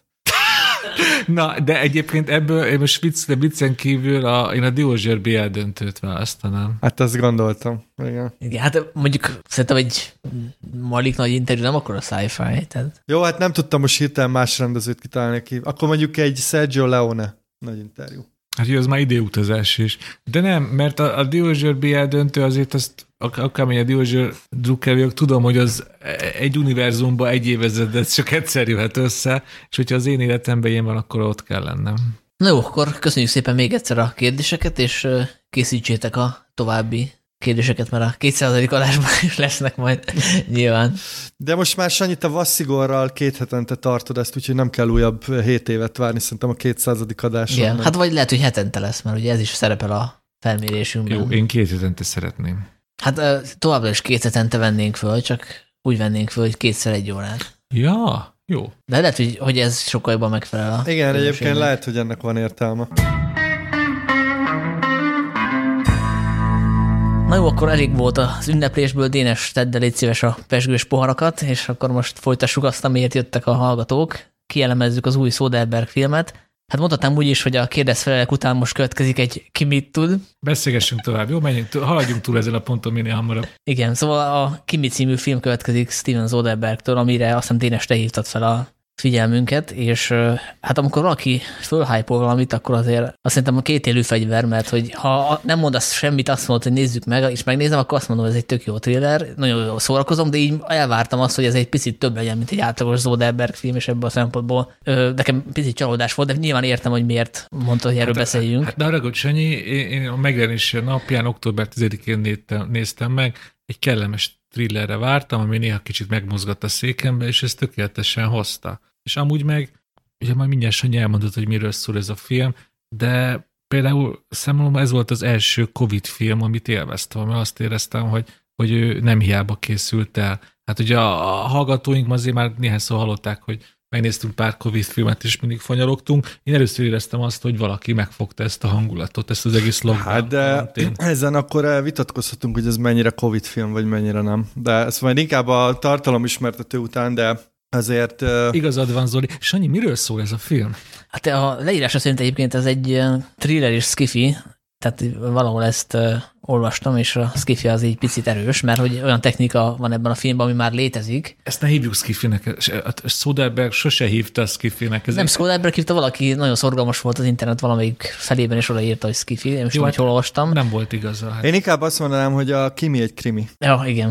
Na, de egyébként ebből, én most vicc, de viccen kívül a, én a Diós Győr bé el döntőt választanám. Hát azt gondoltam, igen. Igen, hát mondjuk szerintem egy Malick nagy interjú nem akkor a sci-fi, tehát... Jó, hát nem tudtam most hirtelen más rendezőt kitalálni ki. Akkor mondjuk egy Sergio Leone nagy interjú. Hát jó, az már időutazás is. De nem, mert a, a Diós Győr bé el döntő azért azt, akármilyen a Diós Győr drukker vagyok, tudom, hogy az egy univerzumban egy évezredet csak egyszer jöhet össze, és hogyha az én életemben ilyen van, akkor ott kell lennem. Na jó, akkor köszönjük szépen még egyszer a kérdéseket, és készítsétek a további kérdéseket, mert a kétszázadik adásban is lesznek majd nyilván. De most már Sanyi, te Vasszigorral két hetente tartod ezt, úgyhogy nem kell újabb hét évet várni szerintem a kétszázadik adáson. Igen, hát vagy lehet, hogy hetente lesz, mert ugye ez is szerepel a felmérésünkben. Jó, én két hetente szeretném. Hát továbbra is két hetente vennénk föl, csak úgy vennénk föl, hogy kétszer egy órát. Ja, jó. De lehet, hogy, hogy ez sokkal jobban megfelel a... Igen, egyébként lehet, hogy ennek van értelme. Na jó, akkor elég volt az ünneplésből, Dénes, tedd el légy szíves a pezsgős poharakat, és akkor most folytassuk azt, amiért jöttek a hallgatók. Kielemezzük az új Soderbergh filmet. Hát mondhatnám úgy is, hogy a kérdezfelelek után most következik egy Ki mit tud. Beszélgessünk tovább, jó? Menjünk, haladjunk túl ezen a ponton minél hamarabb. Igen, szóval a Ki mit című film következik Steven Soderberghtől, amire azt hiszem Dénes, te hívtad fel a figyelmünket, és hát amikor valaki fölhypol valamit, akkor azért azt szerintem a kétélű fegyver, mert hogy ha nem mondasz semmit, azt mondod, hogy nézzük meg, és megnézem, akkor azt mondom, hogy ez egy tök jó thriller, nagyon jól szórakozom, de így elvártam azt, hogy ez egy picit több legyen, mint egy átlagos Soderbergh film, és ebből a szempontból ö, nekem picit csalódás volt, de nyilván értem, hogy miért mondta, hogy erről hát, beszéljünk. Hát de arra, hogy Sanyi, én, én a megjelenés napján, október tizedikén néztem, néztem meg, egy kellemes thrillerre vártam, ami néha kicsit megmozgatt a székembe, és ez tökéletesen hozta. És amúgy meg, ugye majd mindjárt Sanyi elmondott, hogy miről szól ez a film, de például számomra ez volt az első Covid film, amit élveztem, mert azt éreztem, hogy, hogy ő nem hiába készült el. Hát ugye a, a hallgatóink azért már néhányszor hallották, hogy megnéztünk pár Covid filmet, és mindig fanyalogtunk. Én először éreztem azt, hogy valaki megfogta ezt a hangulatot, ezt az egész lockdown. Hát de karantén. Ezen akkor vitatkozhatunk, hogy ez mennyire Covid film, vagy mennyire nem. De ez majd inkább a tartalomismertető után, de azért... Uh... Igazad van, Zoli. Sanyi, miről szól ez a film? Hát a leírása szerint egyébként ez egy thriller és skifi, tehát valahol ezt uh, olvastam, és a skifi az egy picit erős, mert hogy olyan technika van ebben a filmben, ami már létezik. Ezt ne hívjuk skifinek. A Soderbergh sose hívta a skifinek. Ez nem Soderbergh hívta, valaki nagyon szorgalmas volt az internet valamelyik felében, és odaírta, hogy skifi. Én most hát hol olvastam. Nem volt igaza. Hát. Én inkább azt mondanám, hogy a Kimi egy krimi. Ja, igen.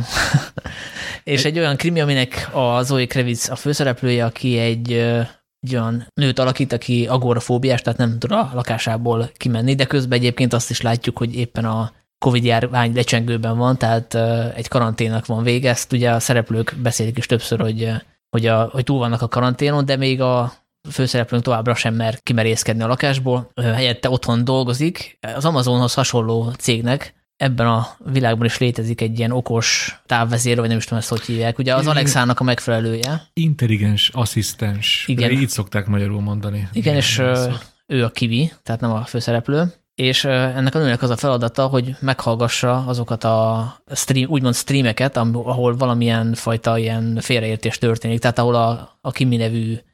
És egy olyan krimi, aminek a Zoe Kravitz a főszereplője, aki egy, egy olyan nőt alakít, aki agorafóbiás, tehát nem tud a lakásából kimenni, de közben egyébként azt is látjuk, hogy éppen a Covid-járvány lecsengőben van, tehát egy karanténnak van vége. Ezt ugye a szereplők beszélik is többször, hogy, hogy, a, hogy túl vannak a karanténon, de még a főszereplőnk továbbra sem mer kimerészkedni a lakásból, helyette otthon dolgozik. Az Amazonhoz hasonló cégnek ebben a világban is létezik egy ilyen okos távvezér, vagy nem is tudom, ezt hogy hívják. Ugye az Alexának a megfelelője. Intelligens asszisztens. Igen. Így szokták magyarul mondani. Igen, Igen és ő a Kiwi, tehát nem a főszereplő. És ennek a nőnek az a feladata, hogy meghallgassa azokat a stream, úgymond streameket, ahol valamilyen fajta ilyen félreértés történik. Tehát ahol a, a Kimi nevű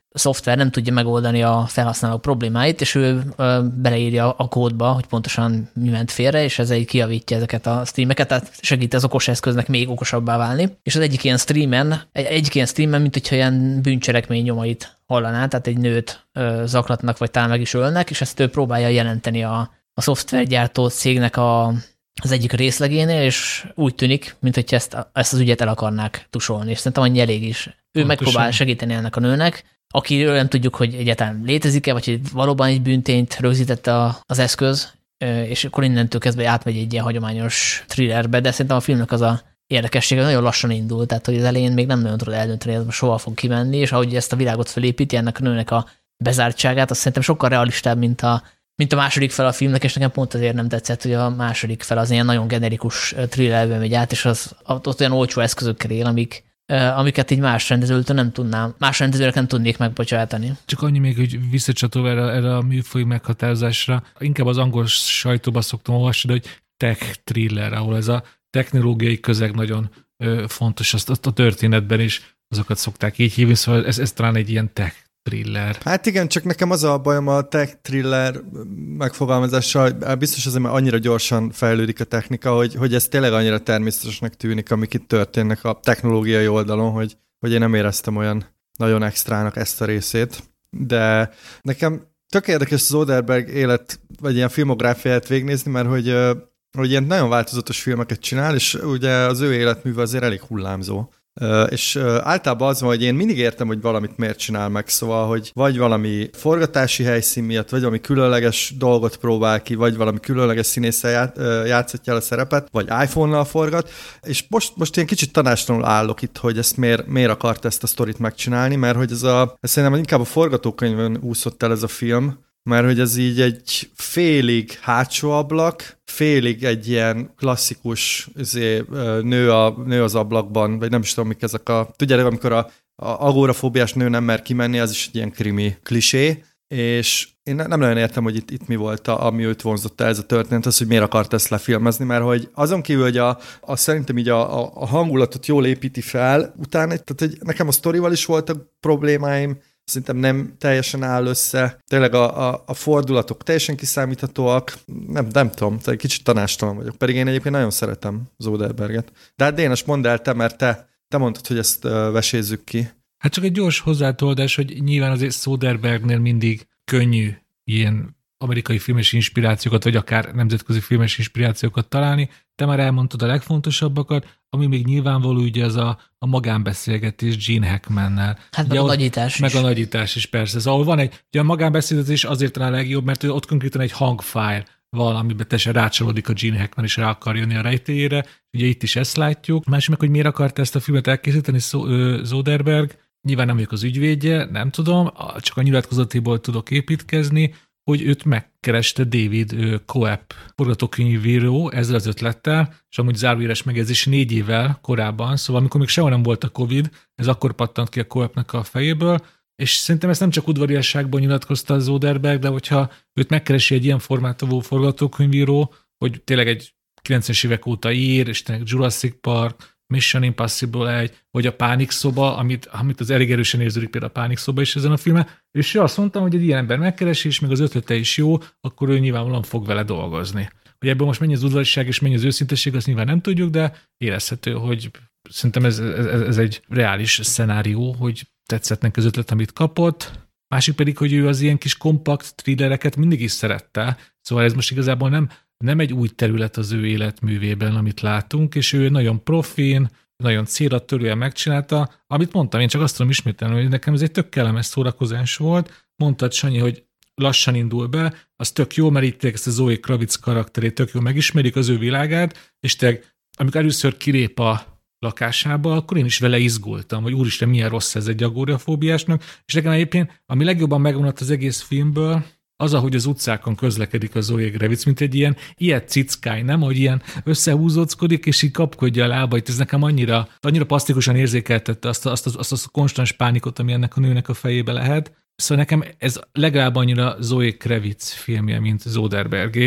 szoftver nem tudja megoldani a felhasználók problémáit, és ő ö, beleírja a kódba, hogy pontosan mi ment félre, és ezzel így kijavítja ezeket a streameket, tehát segít az okos eszköznek még okosabbá válni. És az egyik ilyen streamen, egy, egyik ilyen streamen, mint hogyha ilyen bűncselekmény nyomait hallaná, tehát egy nőt ö, zaklatnak, vagy talán meg is ölnek, és ezt ő próbálja jelenteni a, a szoftvergyártó cégnek a, az egyik részlegénél, és úgy tűnik, mint hogyha ezt, ezt az ügyet el akarnák tusolni, és szerintem annyi elég is. Ő pontosan megpróbál segíteni ennek a nőnek, akiről nem tudjuk, hogy egyáltalán létezik-e, vagy hogy valóban egy bűntényt rögzítette a, az eszköz, és akkor innentől kezdve átmegy egy ilyen hagyományos thrillerbe, de szerintem a filmnek az a érdekessége nagyon lassan indul, tehát hogy az elején még nem nagyon tudod eldönteni, hogy soha fog kimenni, és ahogy ezt a világot felépíti, ennek a nőnek a bezártságát, azt szerintem sokkal realistább, mint a, mint a második fel a filmnek, és nekem pont azért nem tetszett, hogy a második fel az ilyen nagyon generikus thrillerbe megy át, és az ott olyan olcsó eszközökkel él, amik amiket így más rendezőtől nem tudnám, más rendezőnek nem tudnék megbocsátani. Csak annyi még, hogy visszacsatolva erre, erre a műfaj meghatározásra, inkább az angol sajtóban szoktam olvasni, de hogy tech thriller, ahol ez a technológiai közeg nagyon ö, fontos, azt, azt a történetben is azokat szokták így hívni, szóval ez, ez talán egy ilyen tech thriller. Hát igen, csak nekem az a bajom a tech thriller megfogalmazással, biztos azért, mert annyira gyorsan fejlődik a technika, hogy, hogy ez tényleg annyira természetesnek tűnik, amik itt történnek a technológiai oldalon, hogy, hogy én nem éreztem olyan nagyon extrának ezt a részét. De nekem tök érdekes Soderbergh élet, vagy ilyen filmográfiáját végignézni, mert hogy, hogy ilyen nagyon változatos filmeket csinál, és ugye az ő életműve azért elég hullámzó. Uh, és uh, általában az van, hogy én mindig értem, hogy valamit miért csinál meg, szóval, hogy vagy valami forgatási helyszín miatt, vagy valami különleges dolgot próbál ki, vagy valami különleges színésszel ját, uh, játszatja el a szerepet, vagy iPhone-nal forgat, és most, most én kicsit tanástalanul állok itt, hogy ezt miért, miért akart ezt a sztorit megcsinálni, mert hogy ez a, ez szerintem inkább a forgatókönyvön úszott el ez a film, mert hogy ez így egy félig hátsó ablak, félig egy ilyen klasszikus azért, nő, a, nő az ablakban, vagy nem is tudom, mik ezek a... Tudjátok, amikor a, a agorafóbiás nő nem mer kimenni, az is egy ilyen krimi klisé, és én nem nagyon értem, hogy itt, itt mi volt, a, ami őt vonzotta ez a történet, az, hogy miért akart ezt lefilmezni, mert hogy azon kívül, hogy a, a szerintem így a, a, a hangulatot jól építi fel, utána, tehát hogy nekem a sztorival is voltak problémáim, szerintem nem teljesen áll össze. Tényleg a, a, a fordulatok teljesen kiszámíthatóak. Nem, nem tudom, egy kicsit tanástalan vagyok. Pedig én egyébként nagyon szeretem Soderberghet. De hát Dénes, mondd el te, mert te, te mondtad, hogy ezt uh, vesézzük ki. Hát csak egy gyors hozzátoldás, hogy nyilván azért Soderberghnél mindig könnyű ilyen amerikai filmes inspirációkat, vagy akár nemzetközi filmes inspirációkat találni. Te már elmondtad a legfontosabbakat, ami még nyilvánvaló, ugye az a, a magánbeszélgetés Gene Hackmannel. Hát meg a nagyítás Meg a nagyítás is, persze. Ez ahol van egy, ugye a magánbeszélgetés azért talán a legjobb, mert ott konkrétan egy hangfájl van, amiben teljesen rácsalódik a Gene Hackman, és rá akar jönni a rejtélyére. Ugye itt is ezt látjuk. Másik meg, hogy miért akart ezt a filmet elkészíteni Soderbergh. Nyilván nem vagyok az ügyvédje, nem tudom, csak a nyilatkozatéból tudok építkezni, hogy őt megkereste David Coep forgatókönyvíró ezzel az ötlettel, és amúgy zárójeles megjegyzés négy évvel korábban, szóval amikor még sehol nem volt a Covid, ez akkor pattant ki a Coepnek a fejéből, és szerintem ezt nem csak udvariasságban nyilatkozta a Soderbergh, de hogyha őt megkeresi egy ilyen formátavú forgatókönyvíró, hogy tényleg egy kilencvenes évek óta ír, és tényleg Jurassic Park, Mission Impossible egy, vagy a Pánik szoba, amit, amit az elég erősen érződik például a Pánik szoba is ezen a filmen, és azt mondtam, hogy egy ilyen ember megkeresi, és még az ötlete is jó, akkor ő nyilvánvalóan fog vele dolgozni. Hogy ebből most mennyi az udvariasság és mennyi az őszintesség, azt nyilván nem tudjuk, de érezhető, hogy szerintem ez, ez, ez egy reális szenárió, hogy tetszett neki az ötlet, amit kapott. Másik pedig, hogy ő az ilyen kis kompakt thrillereket mindig is szerette, szóval ez most igazából nem nem egy új terület az ő életművében, amit látunk, és ő nagyon profin, nagyon célra törően megcsinálta. Amit mondtam, én csak azt tudom ismételni, hogy nekem ez egy tök kellemes szórakozás volt. Mondtad, Sanyi, hogy lassan indul be, az tök jó, mert itt ezt a Zoe Kravitz karakterét tök jó megismerik az ő világát, és te, amikor először kilép a lakásába, akkor én is vele izgultam, hogy úristen, milyen rossz ez egy agorafóbiásnak, és nekem egyébként, ami legjobban megvonatt az egész filmből, az, ahogy az utcákon közlekedik a Zoe Kravitz, mint egy ilyen ilyet cickány, nem? Hogy ilyen összehúzóckodik, és így kapkodja a lábait. Ez nekem annyira, annyira plastikusan érzékeltette azt, azt, azt, azt, azt a konstans pánikot, ami ennek a nőnek a fejébe lehet. Szóval nekem ez legalább annyira Zoe Kravitz filmje, mint Soderberghé,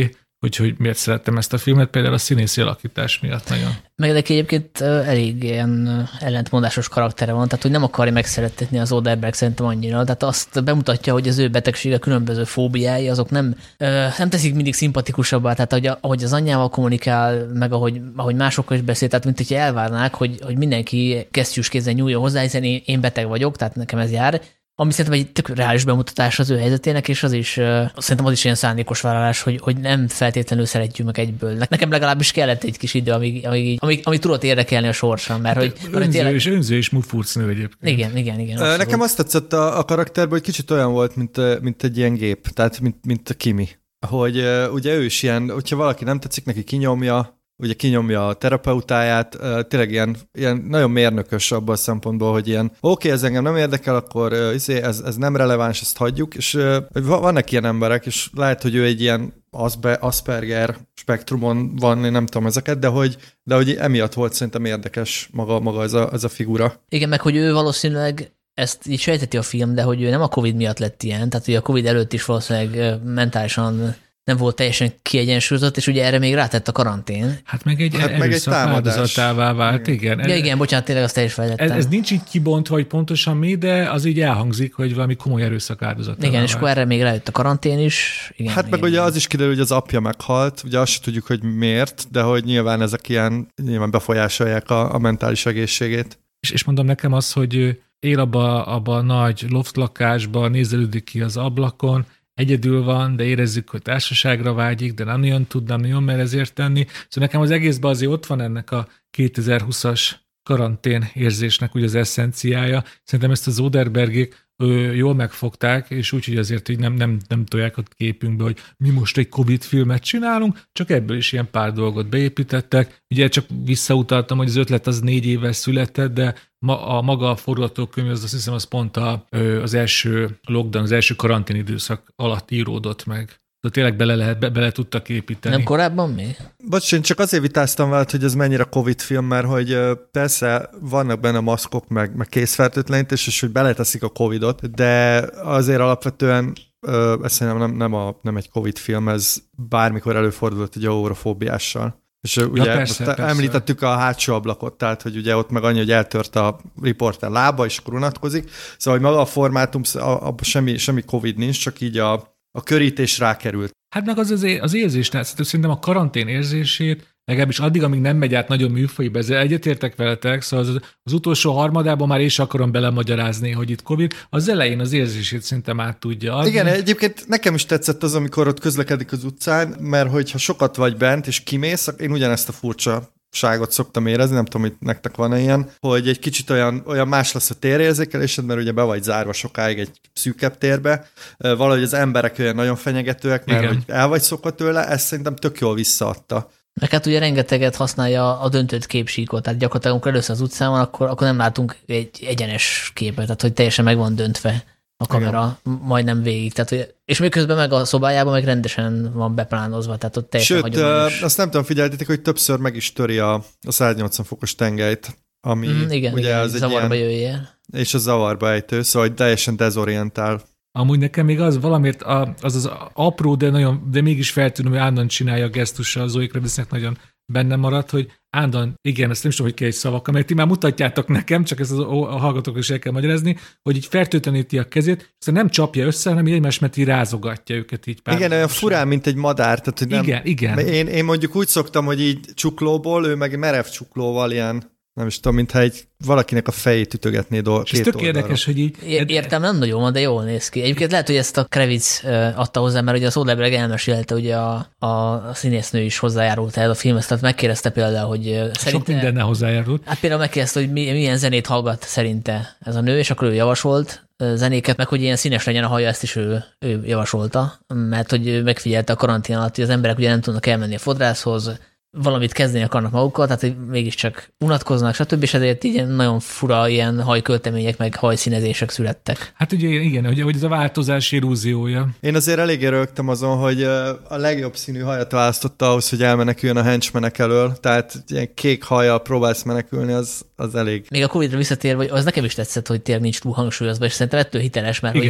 hogy, hogy miért szerettem ezt a filmet, például a színészi alakítás miatt nagyon. Meg neki egyébként elég ilyen ellentmondásos karaktere van, tehát hogy nem akarja megszerettetni az Oderberg szerintem annyira, tehát azt bemutatja, hogy az ő betegsége, különböző fóbiái, azok nem, nem teszik mindig szimpatikusabbá, tehát ahogy, ahogy az anyjával kommunikál, meg ahogy, ahogy másokkal is beszél, tehát mint hogyha elvárnák, hogy, hogy mindenki kesztyűs kézzel nyúljon hozzá, hiszen én, én beteg vagyok, tehát nekem ez jár. Ami szerintem egy tök reális bemutatás az ő helyzetének, és az is, uh, szerintem az is ilyen szándékos vállalás, hogy, hogy nem feltétlenül szeretjük meg egyből. Nekem legalábbis kellett egy kis idő, amíg, amíg, amíg, amíg tudott érdekelni a sorsan, mert hogy... Hát, önző, tényleg... és önző és mufurcnő egyébként. Igen, igen, igen. Abszolút. Nekem azt tetszett a, a karakterben, hogy kicsit olyan volt, mint, mint egy ilyen gép, tehát mint, mint a Kimi. Hogy uh, ugye ő is ilyen, hogyha valaki nem tetszik, neki kinyomja, ugye kinyomja a terapeutáját, tényleg ilyen, ilyen nagyon mérnökös abban a szempontból, hogy ilyen oké, okay, ez engem nem érdekel, akkor ez, ez nem releváns, ezt hagyjuk, és vannak ilyen emberek, és lehet, hogy ő egy ilyen Asperger spektrumon van, én nem tudom ezeket, de hogy, de hogy emiatt volt szerintem érdekes maga, maga ez, a, ez a figura. Igen, meg hogy ő valószínűleg ezt így sejteti a film, de hogy ő nem a Covid miatt lett ilyen, tehát hogy a Covid előtt is valószínűleg mentálisan nem volt teljesen kiegyensúlyozott, és ugye erre még rátett a karantén. Hát meg egy hát erőszak áldozatává vált, igen. igen. Ja igen, bocsánat, tényleg azt el is fejlettem. Ez, ez nincs így kibontva, hogy pontosan mi, de az így elhangzik, hogy valami komoly erőszak áldozatává igen, vált. és akkor erre még rájött a karantén is. Igen, hát igen, meg igen. ugye az is kiderül, hogy az apja meghalt, ugye azt se tudjuk, hogy miért, de hogy nyilván ezek ilyen nyilván befolyásolják a, a mentális egészségét. És, és mondom nekem az, hogy él abba, abba a nagy loftlakásba, nézelődik ki az ablakon, egyedül van, de érezzük, hogy társaságra vágyik, de nem nagyon tud, nem nagyon mer ezért tenni. Szóval nekem az egészben azért ott van ennek a kétezer-húszas karantén érzésnek ugye az eszenciája. Szerintem ezt az Oderbergék jól megfogták, és úgy, hogy azért hogy nem, nem, nem tolják a képünkbe, hogy mi most egy Covid filmet csinálunk, csak ebből is ilyen pár dolgot beépítettek. Ugye csak visszautaltam, hogy az ötlet az négy éves született, de ma, a maga a forgatókönyv, az azt hiszem, az pont a, az első lockdown, az első karantén időszak alatt íródott meg. De tényleg bele, lehet, be, bele tudtak építeni. Nem korábban mi? Bocs, én csak azért vitáztam veled, hogy ez mennyire Covid film, mert hogy persze vannak benne maszkok, meg, meg készfertőtlenítés, és hogy beleteszik a Covidot, de azért alapvetően ez szerintem nem, nem, a, nem egy Covid film, ez bármikor előfordulott egy aurofóbiással. És ja, ugye persze, persze. Említettük a hátsó ablakot, tehát hogy ugye ott meg annyi, hogy eltört a riporter lába, és akkor unatkozik. Szóval, hogy maga a formátum, abban semmi, semmi Covid nincs, csak így a A körítés rákerült. Hát meg az az, az érzés, szerintem a karantén érzését, legalábbis addig, amíg nem megy át nagyon műfajiba, ezzel egyetértek veletek, szóval az, az utolsó harmadában már én is akarom belemagyarázni, hogy itt Covid, az elején az érzését szerintem át tudja adni. Igen, egyébként nekem is tetszett az, amikor ott közlekedik az utcán, mert hogyha sokat vagy bent, és kimész, én ugyanezt a furcsa ságot szoktam érezni, nem tudom, hogy nektek van ilyen, hogy egy kicsit olyan, olyan más lesz a térérzékelésed, mert ugye be vagy zárva sokáig egy szűkebb térbe, valahogy az emberek olyan nagyon fenyegetőek, mert igen, hogy el vagy szokva tőle, ezt szerintem tök jól visszaadta. Meg hát ugye rengeteget használja a döntött képsíkot, tehát gyakorlatilag amikor először az utcán van, akkor, akkor nem látunk egy egyenes képet, tehát hogy teljesen meg van döntve a kamera, igen, majdnem végig. Tehát, hogy, és még közben meg a szobájában meg rendesen van beplánozva, tehát ott teljesen Sőt, hagyományos. Azt nem tudom, figyeltétek, hogy többször meg is töri a, a száznyolcvan fokos tengelyt, ami mm, igen, ugye igen, az zavarba egy ilyen, jöjjél. És a zavarba ejtő, szóval teljesen dezorientál. Amúgy nekem még az valamiért a, az az apró, de, nagyon, de mégis feltűnő, hogy állandóan csinálja a gesztussal, Zoe Kravitznek nagyon benne maradt, hogy állandóan, igen, ezt nem is tudom, hogy kell egy szavakkal, mert ti már mutatjátok nekem, csak ezt az, a hallgatók is el kell magyarázni, hogy így fertőtleníti a kezét, és nem csapja össze, hanem így egymás mert így rázogatja őket így pár. Igen, olyan furán, mint egy madár. Tehát, hogy nem, igen, igen. Én, én mondjuk úgy szoktam, hogy így csuklóból, ő meg merev csuklóval ilyen, nem is tudom, mintha egy valakinek a fejét ütögetné do- két tök érdekes, hogy így... Értem, nem nagyon van, de jól néz ki. Egyébként lehet, hogy ezt a Kravitz adta hozzá, mert ugye az Oderberg elmesélte, ugye a, a színésznő is hozzájárult el a filmhez, tehát megkérdezte például, hogy szerinte... Sok mindennel hozzájárult. Hát például megkérdezte, hogy milyen zenét hallgat szerinte ez a nő, és akkor ő javasolt zenéket, meg hogy ilyen színes legyen a haja, ezt is ő, ő javasolta, mert hogy megfigyelte a karantén alatt, hogy az emberek ugye nem tudnak elmenni a fodrászhoz, valamit kezdeni akarnak magukkal, tehát hogy mégiscsak unatkoznak, stb. És ezért így nagyon fura ilyen hajköltemények, meg hajszínezések születtek. Hát ugye igen, ugye, hogy ez a változás illúziója. Én azért eléggé rögtem azon, hogy a legjobb színű hajat választotta ahhoz, hogy elmeneküljön a henchmenek elől, tehát ilyen kék hajjal próbálsz menekülni, az, az elég. Még a Covidra visszatérve, az nekem is tetszett, hogy tényleg nincs túl hangsúlyozva, és szerintem ettől hiteles, mert igen, hogy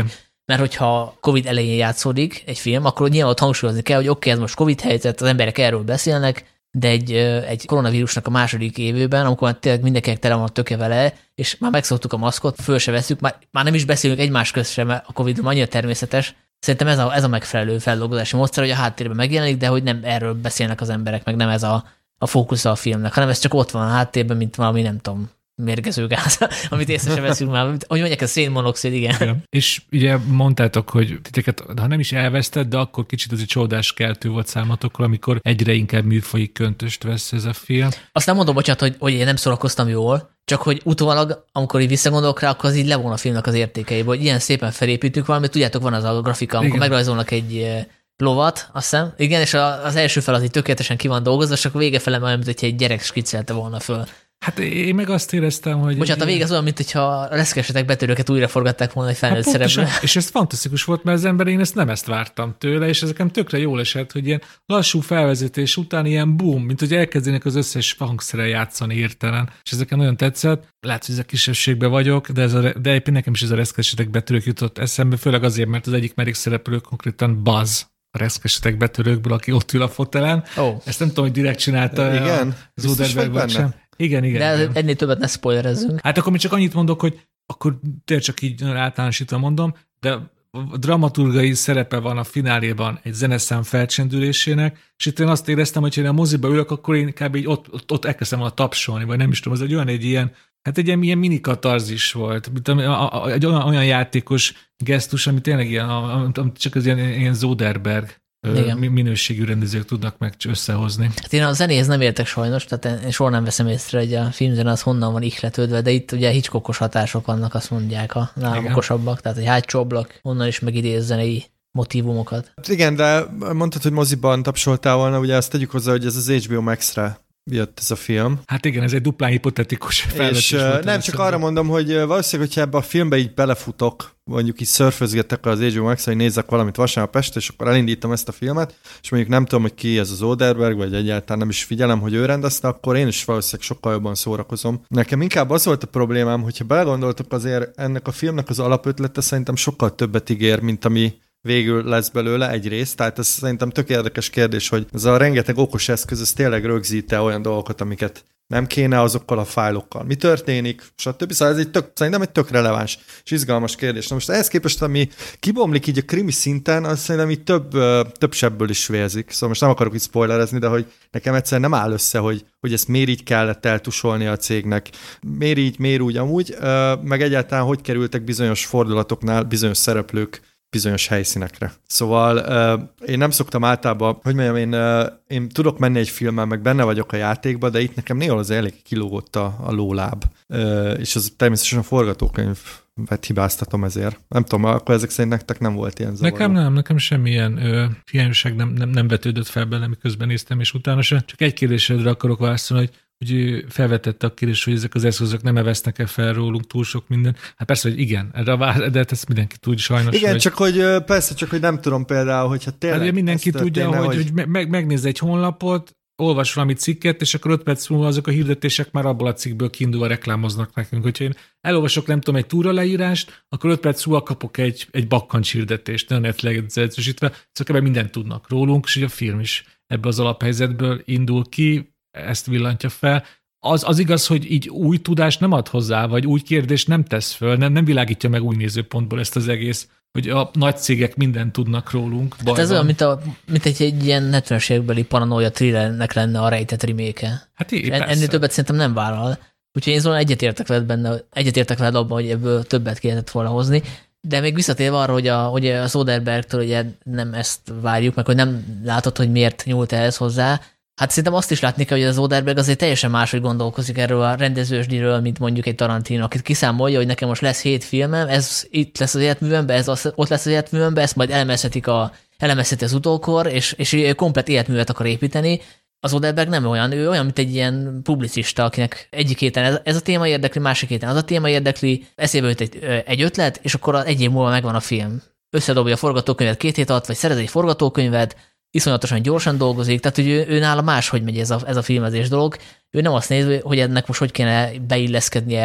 mert hogyha Covid elején játszódik egy film, akkor nyilván hangsúlyozni kell, hogy oké, okay, ez most Covid helyzet, az emberek erről beszélnek, de egy, egy koronavírusnak a második évében, amikor már tényleg mindenkinek tele van a töke vele, és már megszoktuk a maszkot, föl se veszük, már, már nem is beszélünk egymás közt sem, mert a Covid annyira természetes. Szerintem ez a, ez a megfelelő feldolgozási módszer, hogy a háttérben megjelenik, de hogy nem erről beszélnek az emberek, meg nem ez a, a fókusza a filmnek, hanem ez csak ott van a háttérben, mint valami, nem tudom, mérgező gáz, amit észre sem veszünk már. Hogy mondják, ez szénmonoxid, igen. igen. És ugye mondtátok, hogy titeket, ha nem is elvesztett, de akkor kicsit az egy csodás keltő volt számotokról, amikor egyre inkább műfaji köntöst vesz ez a film. Azt nem mondom, bocsánat, hogy, hogy én nem szórakoztam jól, csak hogy utólag, amikor így visszagondolok rá, akkor az így levon a filmnek az értékeiből, hogy ilyen szépen felépítünk valamit, tudjátok, van az a grafika, amikor igen. megrajzolnak egy lovat, azt hiszem. Igen, és az első fel az így tökéletesen ki van dolgozva, és akkor vége fele olyan, mint hogyha egy gyerek skiccelte volna föl. Hát én meg azt éreztem, hogy... Bocsánat, a vége az olyan, mint hogyha a reszkesetek betörőket újra forgatták volna egy felnőtt hát szereplő. És ez fantasztikus volt, mert az ember, én ezt nem ezt vártam tőle, és ezeken tökre jól esett, hogy ilyen lassú felvezetés után ilyen boom, mint hogy elkezdenek az összes hangszerrel játszani hirtelen. És ezeken nagyon tetszett. Látsz, hogy ez a kisebbségben vagyok, de, ez a, de egyébként nekem is ez a reszkesetek betörők jutott eszembe, főleg azért, mert az egyik mellékszereplő konkrétan Buzz a reszkesetek betörőkből, aki ott ül a fotelen. Oh. Ezt nem tudom, hogy direkt csinálta igen, az Zoderberg sem. Igen, igen. De igen. ennél többet ne spoilerezzünk. Hát akkor mi csak annyit mondok, hogy akkor tényleg csak így általánosítva mondom, de a dramaturgai szerepe van a fináléban egy zeneszám felcsendülésének, és itt én azt éreztem, hogy ha én a moziba ülök, akkor én inkább így ott, ott, ott elkezdtem volna tapsolni, vagy nem is tudom, az egy olyan egy ilyen, hát egy ilyen, ilyen mini katarzis volt, egy olyan, olyan játékos gesztus, ami tényleg ilyen, csak az ilyen, ilyen Zoderberg igen. minőségű rendezők tudnak meg összehozni. Hát én a zenéhez nem értek sajnos, tehát én soha nem veszem észre, hogy a filmzene az honnan van ihletődve, de itt ugye Hitchcockos hatások vannak, azt mondják a nálam okosabbak, tehát egy hátsó ablak, onnan is megidéz zenei motívumokat. Igen, de mondtad, hogy moziban tapsoltál volna, ugye azt tegyük hozzá, hogy ez az há bé o Max-re jött ez a film. Hát igen, ez egy duplán hipotetikus felvetés. És nem, csak arra mondom, hogy valószínűleg, hogyha ebbe a filmbe így belefutok, mondjuk így szörfözgetek az há bé o Max-ra, hogy nézzek valamit vasárnap este, és akkor elindítom ezt a filmet, és mondjuk nem tudom, hogy ki ez az Zoderberg, vagy egyáltalán nem is figyelem, hogy ő rendezte, akkor én is valószínűleg sokkal jobban szórakozom. Nekem inkább az volt a problémám, hogyha belegondoltok, azért ennek a filmnek az alapötlete szerintem sokkal többet ígér, mint ami végül lesz belőle egy rész, tehát ez szerintem tök érdekes kérdés, hogy ez a rengeteg okos eszköz, ez tényleg rögzít-e olyan dolgokat, amiket nem kéne azokkal a fájlokkal. Mi történik, stb. Szóval ez egy tök, szerintem egy tök releváns és izgalmas kérdés. Na most ehhez képest, ami kibomlik így a krimi szinten, az szerintem így több, több sebből is vérzik. Szóval most nem akarok itt spoilerezni, de hogy nekem egyszerűen nem áll össze, hogy, hogy ezt miért így kellett eltusolni a cégnek. Miért így, miért úgy amúgy, meg egyáltalán hogy kerültek bizonyos fordulatoknál bizonyos szereplők bizonyos helyszínekre. Szóval uh, én nem szoktam általában, hogy mondjam, én, uh, én tudok menni egy filmmel, meg benne vagyok a játékban, de itt nekem néha az elég kilógott a, a lóláb. Uh, és az természetesen a forgatókönyvet hibáztatom ezért. Nem tudom, akkor ezek szerint nektek nem volt ilyen zavaró. Nekem nem, nekem semmilyen uh, hiányosság nem, nem, nem vetődött fel bele, miközben néztem, és utána se. Csak egy kérdésedre akarok válaszolni, hogy hogy felvetette a kérdés, hogy ezek az eszközök nem evesznek-e fel rólunk túl sok minden. Hát persze, hogy igen, erre, de ezt mindenki tudja sajnos. Igen, hogy... csak hogy persze, csak hogy nem tudom például, hogyha tényleg... Hát, mindenki tudja, történne, hogy, hogy meg, megnéz egy honlapot, olvas valami cikket, és akkor öt perc múlva azok a hirdetések már abból a cikkből kiindulva reklámoznak nekünk. Hogyha én elolvasok, nem tudom, egy túra leírást, akkor öt perc múlva kapok egy, egy bakkancs hirdetést, nagyon egyszerűsítve, szóval mindent tudnak rólunk, és a film is ebből az alaphelyzetből indul ki, ezt villantja fel. Az, az igaz, hogy így új tudást nem ad hozzá, vagy új kérdést nem tesz föl, nem, nem világítja meg új nézőpontból ezt az egész, hogy a nagy cégek mindent tudnak rólunk. Hát ez olyan, mint, a, mint egy, egy ilyen hetvenes évekbeli paranoia thrillernek lenne a rejtett reméke. Hát í- en, ennél többet szerintem nem vállal. Úgyhogy én szóval egyetértek veled benne, egyetértek veled abban, hogy ebből többet kellett volna hozni. De még visszatérve arra, hogy a, hogy a Soderbergtől ugye nem ezt várjuk, meg hogy nem látod, hogy miért nyúlt ehhez hozzá. Hát szerintem azt is látni kell, hogy az Soderbergh azért teljesen máshogy gondolkozik erről a rendezősdiről, mint mondjuk egy Tarantino, akit kiszámolja, hogy nekem most lesz hét filmem, ez itt lesz az életművemben, ez az, ott lesz az életművemben, ezt majd elemezhetik a, elemezheti az utókor, és, és komplet életművet akar építeni. Az Soderbergh nem olyan, ő olyan, mint egy ilyen publicista, akinek egyik héten ez, ez a téma érdekli, másik héten az a téma érdekli, eszébe jut egy, egy ötlet, és akkor egy év múlva megvan a film. Összedobja a forgatókönyvet két hét alatt, vagy szerez egy forgatókönyvet, iszonyatosan gyorsan dolgozik, tehát hogy ő, ő nála máshogy megy ez a, ez a filmezés dolog. Ő nem azt nézi, hogy ennek most hogy kéne beilleszkednie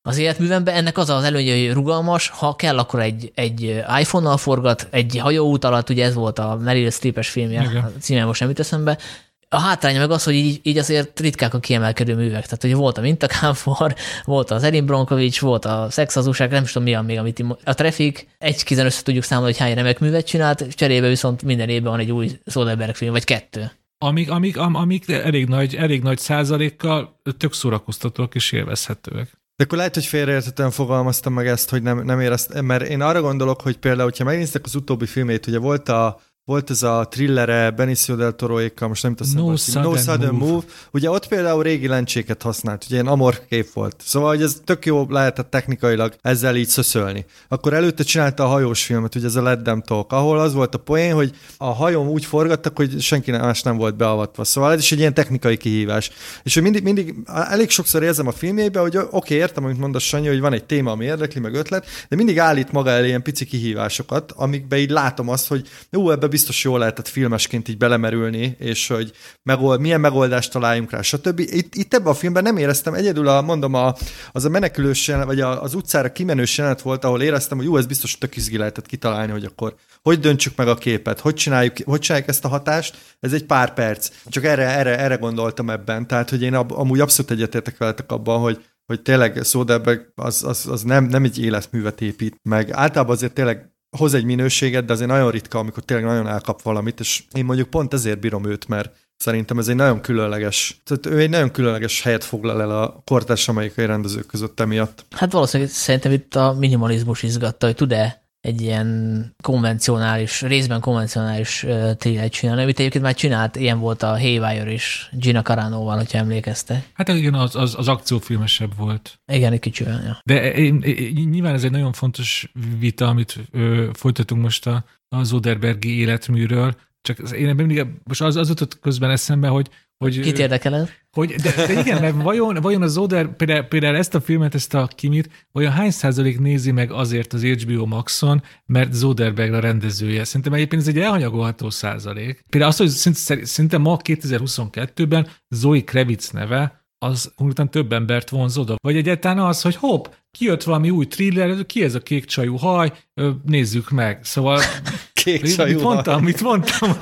az életművemben. Ennek az az előnye, hogy rugalmas, ha kell, akkor egy, egy iPhone-nal forgat, egy hajóút alatt, ugye ez volt a Meryl Streep-es filmje, igen. A címe most nem jut eszembe. A hátránya meg az, hogy így, így azért ritkák a kiemelkedő művek. Tehát, hogy volt a Mintakámfor, volt az Erin Brockovich, volt a Szexhazúság, nem is tudom mi a még, amit a Traffic, egy kézen össze tudjuk számolni, hogy hány remek művet csinált, cserébe viszont minden évben van egy új Soderbergh film, vagy kettő. Amik, amik, amik elég, nagy, elég nagy százalékkal tök szórakoztatóak és élvezhetőek. De akkor lehet, hogy félreértetően fogalmaztam meg ezt, hogy nem, nem éreztem, mert én arra gondolok, hogy például, hogyha megnéztek az utóbbi filmét, ugye volt a Volt ez a thrillere Benicio del Toroékkal, most nem tudom, No Sudden, no Sudden Move. Move. Ugye ott például régi lencséket használt, ugye ilyen amorf kép volt. Szóval, hogy ez tök jó lehetett technikailag ezzel így szöszölni. Akkor előtte csinálta a hajós filmet, ugye ez a Let Them Talk, ahol az volt a poén, hogy a hajón úgy forgattak, hogy senki más nem volt beavatva. Szóval ez is egy ilyen technikai kihívás. És hogy mindig, mindig elég sokszor érzem a filmjében, hogy oké, okay, értem, amit mondasz, Sanyi, hogy van egy téma, ami érdekli, meg ötlet, de mindig állít maga elé ilyen pici kihívásokat, amikbe így látom azt, hogy jó, ebbe biztos jól lehetett filmesként így belemerülni, és hogy megold, milyen megoldást találjunk rá, stb. Itt, itt ebben a filmben nem éreztem, egyedül a, mondom, a, az a menekülős jelenet, vagy a, az utcára kimenős jelenet volt, ahol éreztem, hogy jó, ez biztos tök izgi lehetett kitalálni, hogy akkor hogy döntsük meg a képet, hogy csináljuk, hogy csináljuk ezt a hatást, ez egy pár perc. Csak erre, erre, erre gondoltam ebben, tehát, hogy én ab, amúgy abszolút egyetértek veletek abban, hogy hogy tényleg Soderbergh az, az, az nem, nem egy életművet épít meg. Általában azért tényleg hoz egy minőséget, de azért nagyon ritka, amikor tényleg nagyon elkap valamit, és én mondjuk pont ezért bírom őt, mert szerintem ez egy nagyon különleges, tehát ő egy nagyon különleges helyet foglal el a kortárs amerikai rendezők között emiatt. Hát valószínűleg szerintem itt a minimalizmus izgatta, hogy tud-e egy ilyen konvencionális, részben konvencionális uh, thrillert csinálni, amit egyébként már csinált, ilyen volt a Haywire is, Gina Caranoval, hogyha emlékeztek. Hát igen, az, az, az akciófilmesebb volt. Igen, egy kicsivel, ja. De én, én, nyilván ez egy nagyon fontos vita, amit ö, folytatunk most a, a Soderberghi életműről, csak én mindig, most az, az jutott közben eszembe, hogy Hogy, Kit érdekel ez? Hogy, de, de igen, mert vajon, vajon a Zoder, például, például ezt a filmet, ezt a Kimit, vajon hány százalék nézi meg azért az há bé o Maxon, mert Soderbergh a rendezője? Szerintem egyébként ez egy elhanyagolható százalék. Például az, hogy szinte, szinte ma kétezer-huszonkettőben Zoe Kravitz neve, az konkrétan több embert vonz oda. Vagy egyáltalán az, hogy hopp, kijött valami új thriller, ki ez a kék csajú haj, nézzük meg. Szóval... Kék csajú mit mondtam, mit mondtam?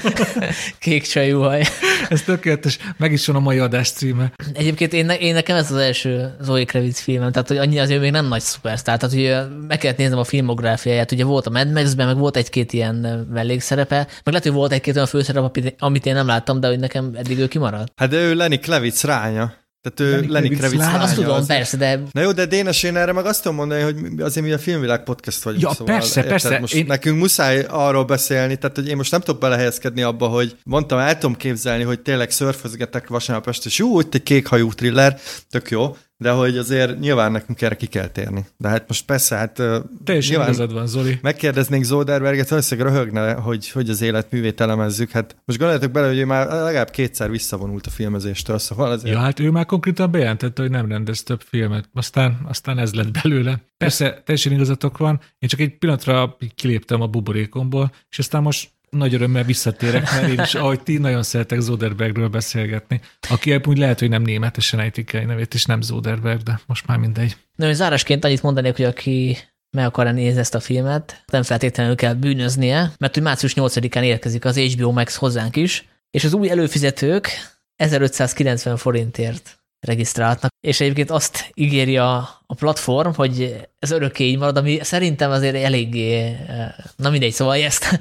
Kék csajú haj. Ez tökéletes. Meg is van a mai adás címe. Egyébként én, én nekem ez az első Zoe Kravitz filmem, tehát hogy annyi azért még nem nagy szupersztár, tehát hogy meg kellett néznem a filmográfiáját, ugye volt a Mad Max-ben, meg volt egy-két ilyen mellékszerepe, meg lehet, hogy volt egy-két olyan főszerep, amit én nem láttam, de hogy nekem eddig ő kimaradt. Hát de ő Lenny Kravitz ránya. Tehát ő Lenny Kravitz lánya. Hát azt tudom, az persze, de... Na jó, de Dénes, én erre meg azt tudom mondani, hogy azért mi a Filmvilág podcast vagyunk. Ja, szóval, persze, érted, persze. Most én... nekünk muszáj arról beszélni, tehát hogy én most nem tudok belehelyezkedni abba, hogy mondtam, el tudom képzelni, hogy tényleg szörfözgetek vasárnap este, és jó, itt egy kékhajú thriller, tök jó, de hogy azért nyilván nekünk erre ki kell térni. De hát most persze, hát teljesen igazad van, Zoli. Megkérdeznénk Soderberghet, valószínűleg röhögne, hogy, hogy az életművét elemezzük. Hát most gondoljatok bele, hogy ő már legalább kétszer visszavonult a filmezéstől, szóval azért... Ja, hát ő már konkrétan bejelentette, hogy nem rendez több filmet. Aztán, aztán ez lett belőle. Persze, teljesen igazatok van. Én csak egy pillanatra kiléptem a buborékomból, és aztán most nagy örömmel visszatérek, mert én is, ahogy ti, nagyon szeretek Soderberghről beszélgetni. Aki úgy lehet, hogy nem németesen ejtik el nevét, és nem Soderbergh, de most már mindegy. Na, zárásként annyit mondanék, hogy aki meg akarja nézni ezt a filmet, nem feltétlenül kell bűnöznie, mert hogy március nyolcadikán érkezik az há bé o Max hozzánk is, és az új előfizetők ezerötszázkilencven forintért regisztrálhatnak, és egyébként azt ígéri a, a platform, hogy ez örökké így marad, ami szerintem azért eléggé, na mindegy, szóval ezt,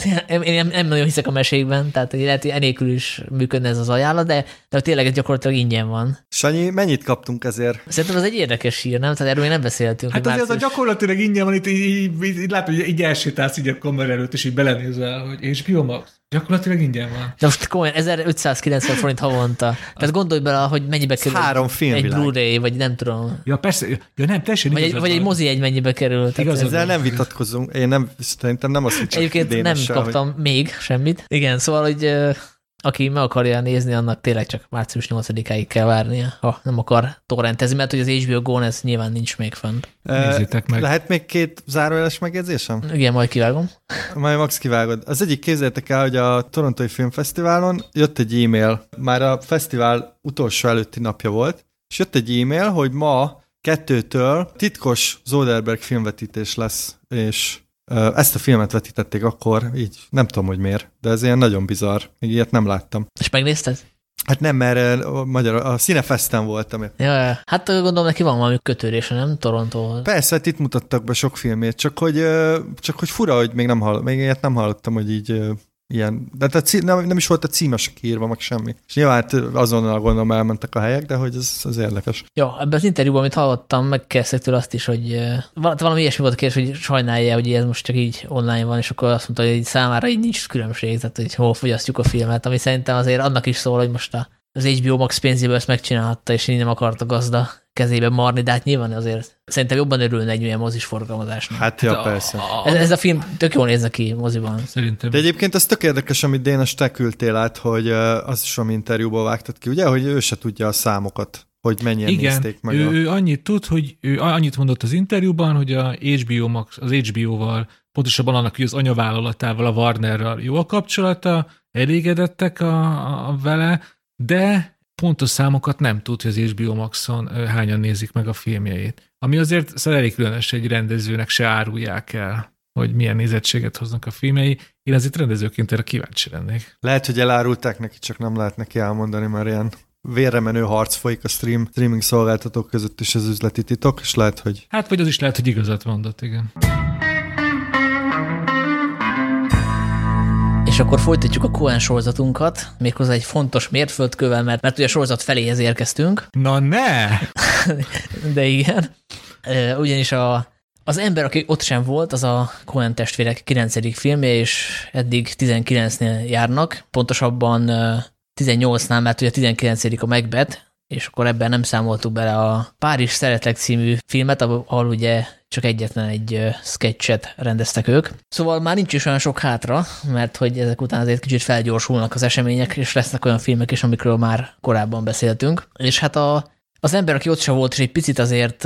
én nem, nem nagyon hiszek a mesékben, tehát lehet, hogy enélkül is működne ez az ajánlat, de, de tényleg ez gyakorlatilag ingyen van. Sanyi, mennyit kaptunk ezért? Szerintem ez egy érdekes hír, nem? Tehát erről még nem beszéltünk. Hát azért az a gyakorlatilag ingyen van, itt így, így, így, így látod, hogy így elsétálsz így a kamera előtt, és így belenézel, hogy és há bé o Max. Gyakorlatilag ingyen van. De most komolyan ezerötszázkilencven forint havonta. Tehát gondolj bele, hogy mennyibe kerül három egy Blu-ray, vagy nem tudom. Ja, persze. Ja, nem, teljesen vagy egy, vagy egy mozi egy mennyibe kerül. Ezzel nem vitatkozunk. Én nem, szerintem nem azt, hogy csak egyébként nem kaptam hogy... még semmit. Igen, szóval, hogy uh, aki meg akarja nézni, annak tényleg csak március nyolcadikáig kell várnia, ha nem akar torrentezni, mert hogy az há bé o Go-n ez nyilván nincs még fent. Nézzétek meg. Lehet még két zárójeles megjegyzésem? Igen, majd kivágom. Majd Max kivágod. Az egyik, képzeljétek el, hogy a Torontói Filmfesztiválon jött egy e-mail, már a fesztivál utolsó előtti napja volt, és jött egy e-mail, hogy ma kettőtől titkos Soderbergh filmvetítés lesz, és ezt a filmet vetítették akkor, így nem tudom, hogy miért, de ez ilyen nagyon bizarr, még ilyet nem láttam. És megnézted? Hát nem, mert a, magyar, a Cinefesten voltam. Ja, ja. Hát gondolom neki van valami kötődése, nem? Torontóhoz. Persze, hát itt mutattak be sok filmét, csak hogy, csak hogy fura, hogy még, nem hall, még ilyet nem hallottam, hogy így ilyen, de a cí, nem, nem is volt a címes írva, meg semmi. És nyilván azonnal gondolom elmentek a helyek, de hogy ez, ez érdekes. Ja, ebben az interjúban, amit hallottam, megkezdtek tőle azt is, hogy valami ilyesmi volt a kérdés, hogy sajnálja, hogy ez most csak így online van, és akkor azt mondta, hogy számára így nincs különbség, tehát hogy hol fogyasztjuk a filmet, ami szerintem azért annak is szól, hogy most a, az há bé o Max pénzéből ezt megcsinálhatta, és így nem akart a gazda kezébe marni, de hát nyilván azért szerintem jobban örülne egy olyan mozis forgalmazásnak. Hát ja, hát persze. A, a, ez, ez a film tök jól néz ki moziban. Szerintem. De egyébként ez tök érdekes, amit Dénes, te küldtél át, hogy az is valami interjúból vágtad ki, ugye, hogy ő se tudja a számokat, hogy mennyien igen, nézték meg. Igen, a... ő annyit tud, hogy ő annyit mondott az interjúban, hogy a há bé o Max, az há bé o-val, pontosabban annak, hogy az anyavállalatával, a Warnerrel jó a kapcsolata, elégedettek a, a vele, de pontos számokat nem tud, hogy az há bé o Maxon hányan nézik meg a filmjeit. Ami azért szóval elég különös, egy rendezőnek se árulják el, hogy milyen nézettséget hoznak a filmjei. Én azért rendezőként erre kíváncsi lennék. Lehet, hogy elárulták neki, csak nem lehet neki elmondani, mert ilyen vérre menő harc folyik a stream, streaming szolgáltatók között is az üzleti titok, és lehet, hogy... Hát, vagy az is lehet, hogy igazat mondott, igen. És akkor folytatjuk a Coen sorozatunkat, méghozzá egy fontos mérföldkővel, mert, mert ugye a sorozat feléhez érkeztünk. Na ne! De igen. Ugyanis a, az ember, aki ott sem volt, az a Coen testvérek kilencedik filmje, és eddig tizenkilencnél járnak, pontosabban tizennyolcnál, mert ugye a tizenkilencedik a Macbeth, és akkor ebben nem számoltuk bele a Párizs szeretlek című filmet, ahol ugye csak egyetlen egy sketchet rendeztek ők. Szóval már nincs is olyan sok hátra, mert hogy ezek után azért kicsit felgyorsulnak az események, és lesznek olyan filmek is, amikről már korábban beszéltünk. És hát a, az ember, aki ott sem volt, és egy picit azért,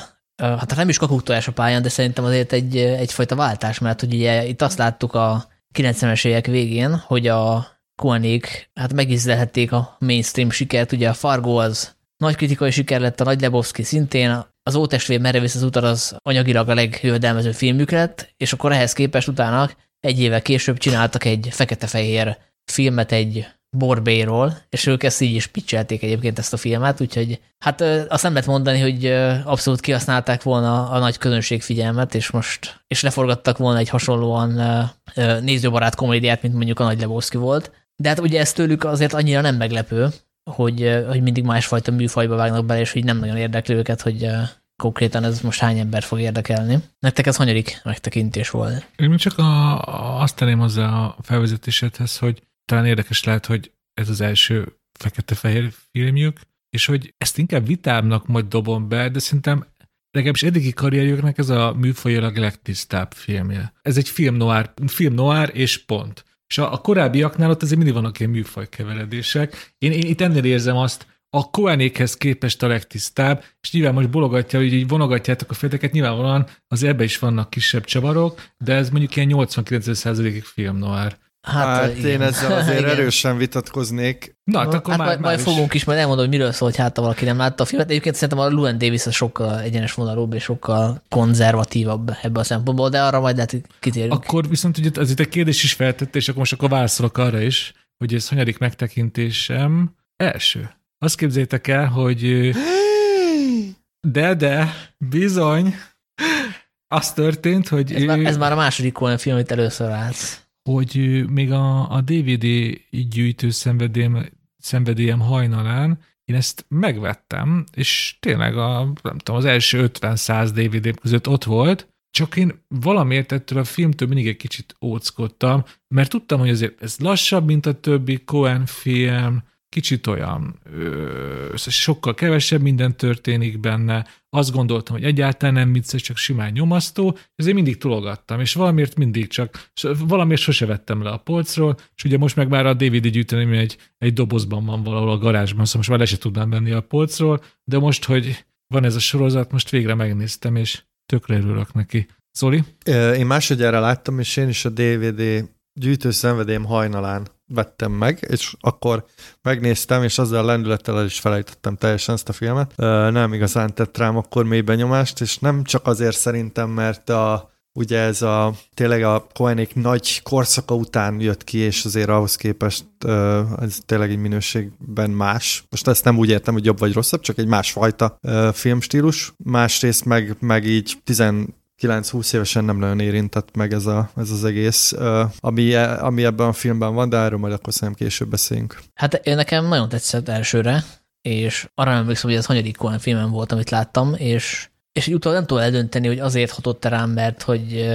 hát nem is kakuktojás a pályán, de szerintem azért egy, egyfajta váltás, mert hogy ugye itt azt láttuk a kilencvenes évek végén, hogy a Coenék hát megízlelhették a mainstream sikert, ugye a Fargo az nagy kritikai siker lett, a Nagy Lebowski szintén, az Ótestvér merre visz az utat az anyagilag a legjövedelmező filmjük lett, és akkor ehhez képest utána egy évvel később csináltak egy fekete-fehér filmet egy Borbélyról, és ők ezt így is pitchelték egyébként ezt a filmet, úgyhogy hát azt nem lehet mondani, hogy abszolút kihasználták volna a nagy közönség figyelmet, és most és leforgattak volna egy hasonlóan nézőbarát komédiát, mint mondjuk a Nagy Lebowski volt. De hát ugye ez tőlük azért annyira nem meglepő, hogy, hogy mindig másfajta műfajba vágnak bele, és hogy nem nagyon érdekli őket, hogy konkrétan ez most hány ember fog érdekelni. Nektek ez hanyadik megtekintés volt? Én csak a, azt tenném hozzá a felvezetésedhez, hogy talán érdekes lehet, hogy ez az első fekete-fehér filmjük, és hogy ezt inkább vitámnak majd dobom be, de szerintem legalábbis eddigi karrierjüknek ez a műfajilag legtisztább filmje. Ez egy film noir, film noir és pont. És a, a korábbiaknál ott azért mindig vannak ilyen műfajkeveredések. Én, én itt ennél érzem azt, a Coenékhez képest a legtisztább, és nyilván most bologatja, hogy így vonogatjátok a félteket, nyilvánvalóan az ebben is vannak kisebb csavarok, de ez mondjuk ilyen nyolcvan-kilencven százalékig film noir. Hát, hát én ezzel azért igen. erősen vitatkoznék. Na, hát akkor hát már, majd, már majd fogunk is, majd elmondom, hogy miről szól, hogy hát valaki nem látta a filmet. Egyébként szerintem a Llewyn Davis az sokkal egyenes vonalúbb és sokkal konzervatívabb ebben a szempontból, de arra majd lehet kitérünk. Akkor viszont ugye azért egy kérdés is feltette, és akkor most akkor válaszolok arra is, hogy ez hanyadik megtekintésem első. Azt képzeljétek el, hogy de, de, bizony, az történt, hogy... Ez, ő... már, ez már a második Coen film, amit először látsz. Hogy még a, a dé vé dé gyűjtő szenvedélyem, szenvedélyem hajnalán én ezt megvettem, és tényleg a, nem tudom, az első ötven-száz dé vé dé között ott volt, csak én valamiért ettől a filmtől mindig egy kicsit óckodtam, mert tudtam, hogy azért ez lassabb, mint a többi Coen film, kicsit olyan, ö, sokkal kevesebb minden történik benne, azt gondoltam, hogy egyáltalán nem vicces, csak simán nyomasztó, ezért mindig tologattam, és valamiért mindig csak, valamiért sose vettem le a polcról, és ugye most meg már a dé vé dé gyűjtőm egy, egy dobozban van valahol a garázsban, szóval most már le se tudnám venni a polcról, de most, hogy van ez a sorozat, most végre megnéztem, és tökre örülök neki. Zoli? Én másodjára láttam, és én is a dé vé dé gyűjtő szenvedélyem hajnalán vettem meg, és akkor megnéztem, és azzal a lendülettel el is felejtettem teljesen ezt a filmet. Nem igazán tett rám akkor mély benyomást, és nem csak azért szerintem, mert a ugye ez a, tényleg a Coenék nagy korszaka után jött ki, és azért ahhoz képest uh, ez tényleg egy minőségben más. Most ezt nem úgy értem, hogy jobb vagy rosszabb, csak egy másfajta uh, filmstílus. Másrészt meg, meg így tizenkilenc-húsz évesen nem nagyon érintett meg ez, a, ez az egész, uh, ami, ami ebben a filmben van, de erről majd akkor szerintem később beszélünk. Hát én nekem nagyon tetszett elsőre, és arra nem emlékszem, hogy ez hanyadik Coen filmem volt, amit láttam, és és így utána nem tudom eldönteni, hogy azért hatott rám, mert hogy,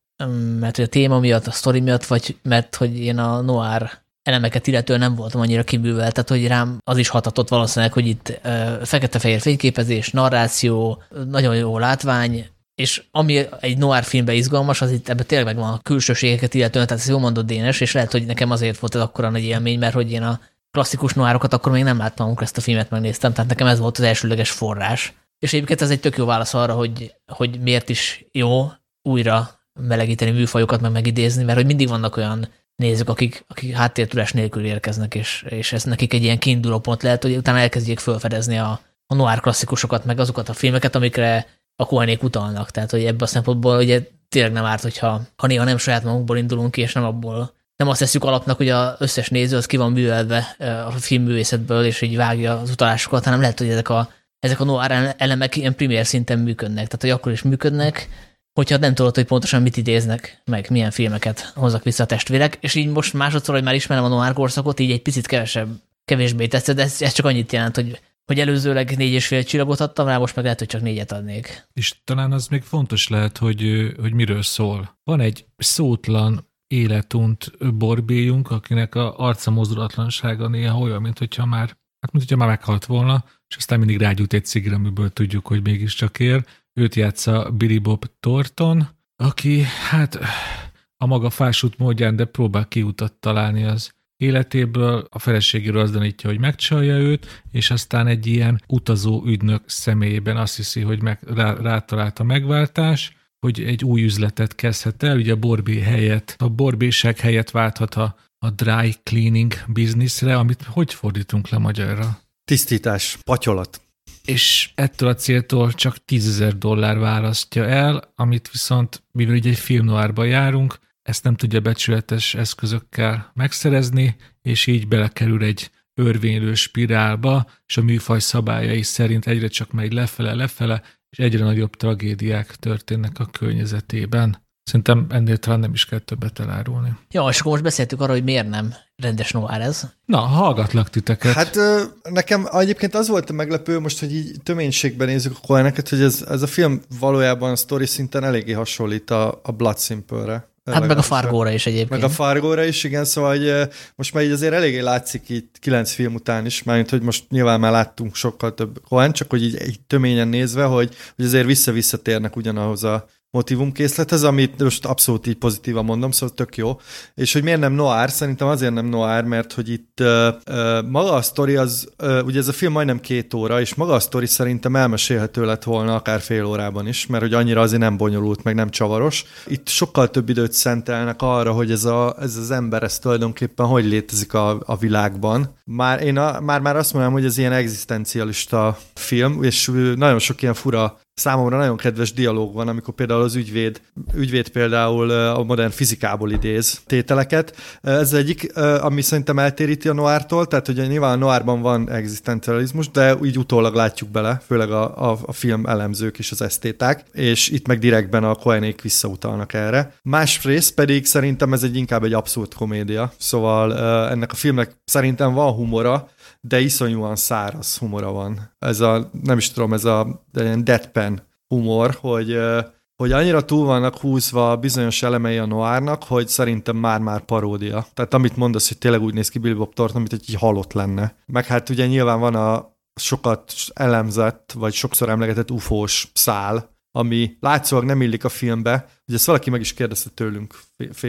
mert hogy a téma miatt, a sztori miatt, vagy mert hogy én a noir elemeket illetően nem voltam annyira kibűvelt, tehát hogy rám az is hatatott valószínűleg, hogy itt fekete-fehér fényképezés, narráció, nagyon jó látvány, és ami egy noir filmben izgalmas, az itt ebben tényleg megvan a külsőségeket illetően, tehát ez jól mondott Dénes, és lehet, hogy nekem azért volt ez akkora nagy élmény, mert hogy én a klasszikus noirokat akkor még nem láttam, amikor ezt a filmet megnéztem, tehát nekem ez volt az elsőleges forrás. És egyébként ez egy tök jó válasz arra, hogy, hogy miért is jó újra melegíteni műfajokat, meg megidézni, mert hogy mindig vannak olyan nézők, akik, akik háttértudás nélkül érkeznek, és, és ez nekik egy ilyen kiinduló pont lehet, hogy utána elkezdjék felfedezni a, a noir klasszikusokat, meg azokat a filmeket, amikre a Coenék utalnak. Tehát, hogy ebből a szempontból ugye tényleg nem árt, hogyha ha néha nem saját magunkból indulunk ki, és nem abból, nem azt tesszük alapnak, hogy az összes néző az ki van művelve a filmművészetből, és így vágja az utalásokat, hanem lehet, hogy ezek a ezek a noir elemek ilyen primér szinten működnek, tehát hogy akkor is működnek, hogyha nem tudod, hogy pontosan mit idéznek meg, milyen filmeket hozzak vissza a testvérek, és így most másodszor, hogy már ismerem a noir korszakot, így egy picit kevesebb, kevésbé tetszett, de ez, ez csak annyit jelent, hogy, hogy előzőleg négy és fél csillagot adtam rá, most meg lehet, hogy csak négyet adnék. És talán az még fontos lehet, hogy, hogy miről szól. Van egy szótlan, életunt borbélyunk, akinek a arca mozdulatlansága néha olyan, mint hogyha már Hát, mint hogyha már meghalt volna, és aztán mindig rágyújt egy cigre, amiből tudjuk, hogy mégiscsak él. Őt játsza Billy Bob Thornton, aki hát a maga fásult módján, de próbál kiutat találni az életéből. A feleségéről azt gyanítja, hogy megcsalja őt, és aztán egy ilyen utazó ügynök személyében azt hiszi, hogy meg, rá, rátalált a megváltás, hogy egy új üzletet kezdhet el, ugye a borbé helyett, a borbéság helyett válthat a a dry cleaning businessre, amit hogy fordítunk le magyarra? Tisztítás, patyolat. És ettől a céltól csak tízezer dollár választja el, amit viszont, mivel ugye egy film noirba járunk, ezt nem tudja becsületes eszközökkel megszerezni, és így belekerül egy örvénylő spirálba, és a műfaj szabályai szerint egyre csak megy lefele-lefele, és egyre nagyobb tragédiák történnek a környezetében. Szerintem ennél talán nem is kell többet elárulni. Ja, és akkor most beszéltük arra, hogy miért nem rendes noir ez. Na, hallgatlak titeket. Hát nekem egyébként az volt a meglepő, most, hogy így töménységben nézzük a Coeneket, hogy ez, ez a film valójában a sztori szinten eléggé hasonlít a, a Blood Simple-re. Hát meg a Fargóra is egyébként. Meg a Fargóra is, igen, szóval hogy most már így azért eléggé látszik itt kilenc film után is, mármint, hogy most nyilván már láttunk sokkal több Coen, csak hogy így, így töményen nézve, hogy, hogy azért vissza-visszatérnek ugyanahoz a motivumkészlethez, amit most abszolút így pozitívan mondom, szóval tök jó. És hogy miért nem noir? Szerintem azért nem noir, mert hogy itt uh, uh, maga a sztori az, uh, ugye ez a film majdnem két óra, és maga a sztori szerintem elmesélhető lett volna akár fél órában is, mert hogy annyira azért nem bonyolult, meg nem csavaros. Itt sokkal több időt szentelnek arra, hogy ez, a, ez az ember, ez tulajdonképpen hogy létezik a, a világban. Már én a, már, már azt mondom, hogy ez ilyen egzisztencialista film, és nagyon sok ilyen fura, számomra nagyon kedves dialóg van, amikor például az ügyvéd, ügyvéd például a modern fizikából idéz tételeket. Ez egyik, ami szerintem eltéríti a noirtól, tehát ugye nyilván a noirban van egzisztencializmus, de így utólag látjuk bele, főleg a, a, a film elemzők és az esztéták, és itt meg direktben a Coenék visszautalnak erre. Másrészt pedig szerintem ez egy inkább egy abszurd komédia, szóval ennek a filmnek szerintem van humora, de iszonyúan száraz humora van. Ez a, nem is tudom, ez a deadpan humor, hogy, hogy annyira túl vannak húzva bizonyos elemei a noirnak, hogy szerintem már-már paródia. Tehát amit mondasz, hogy tényleg úgy néz ki Billy Bob Thornton, mint egy halott lenne. Meg hát ugye nyilván van a sokat elemzett, vagy sokszor emlegetett ufós szál, ami látszólag nem illik a filmbe. Ugye ezt valaki meg is kérdezte tőlünk Facebook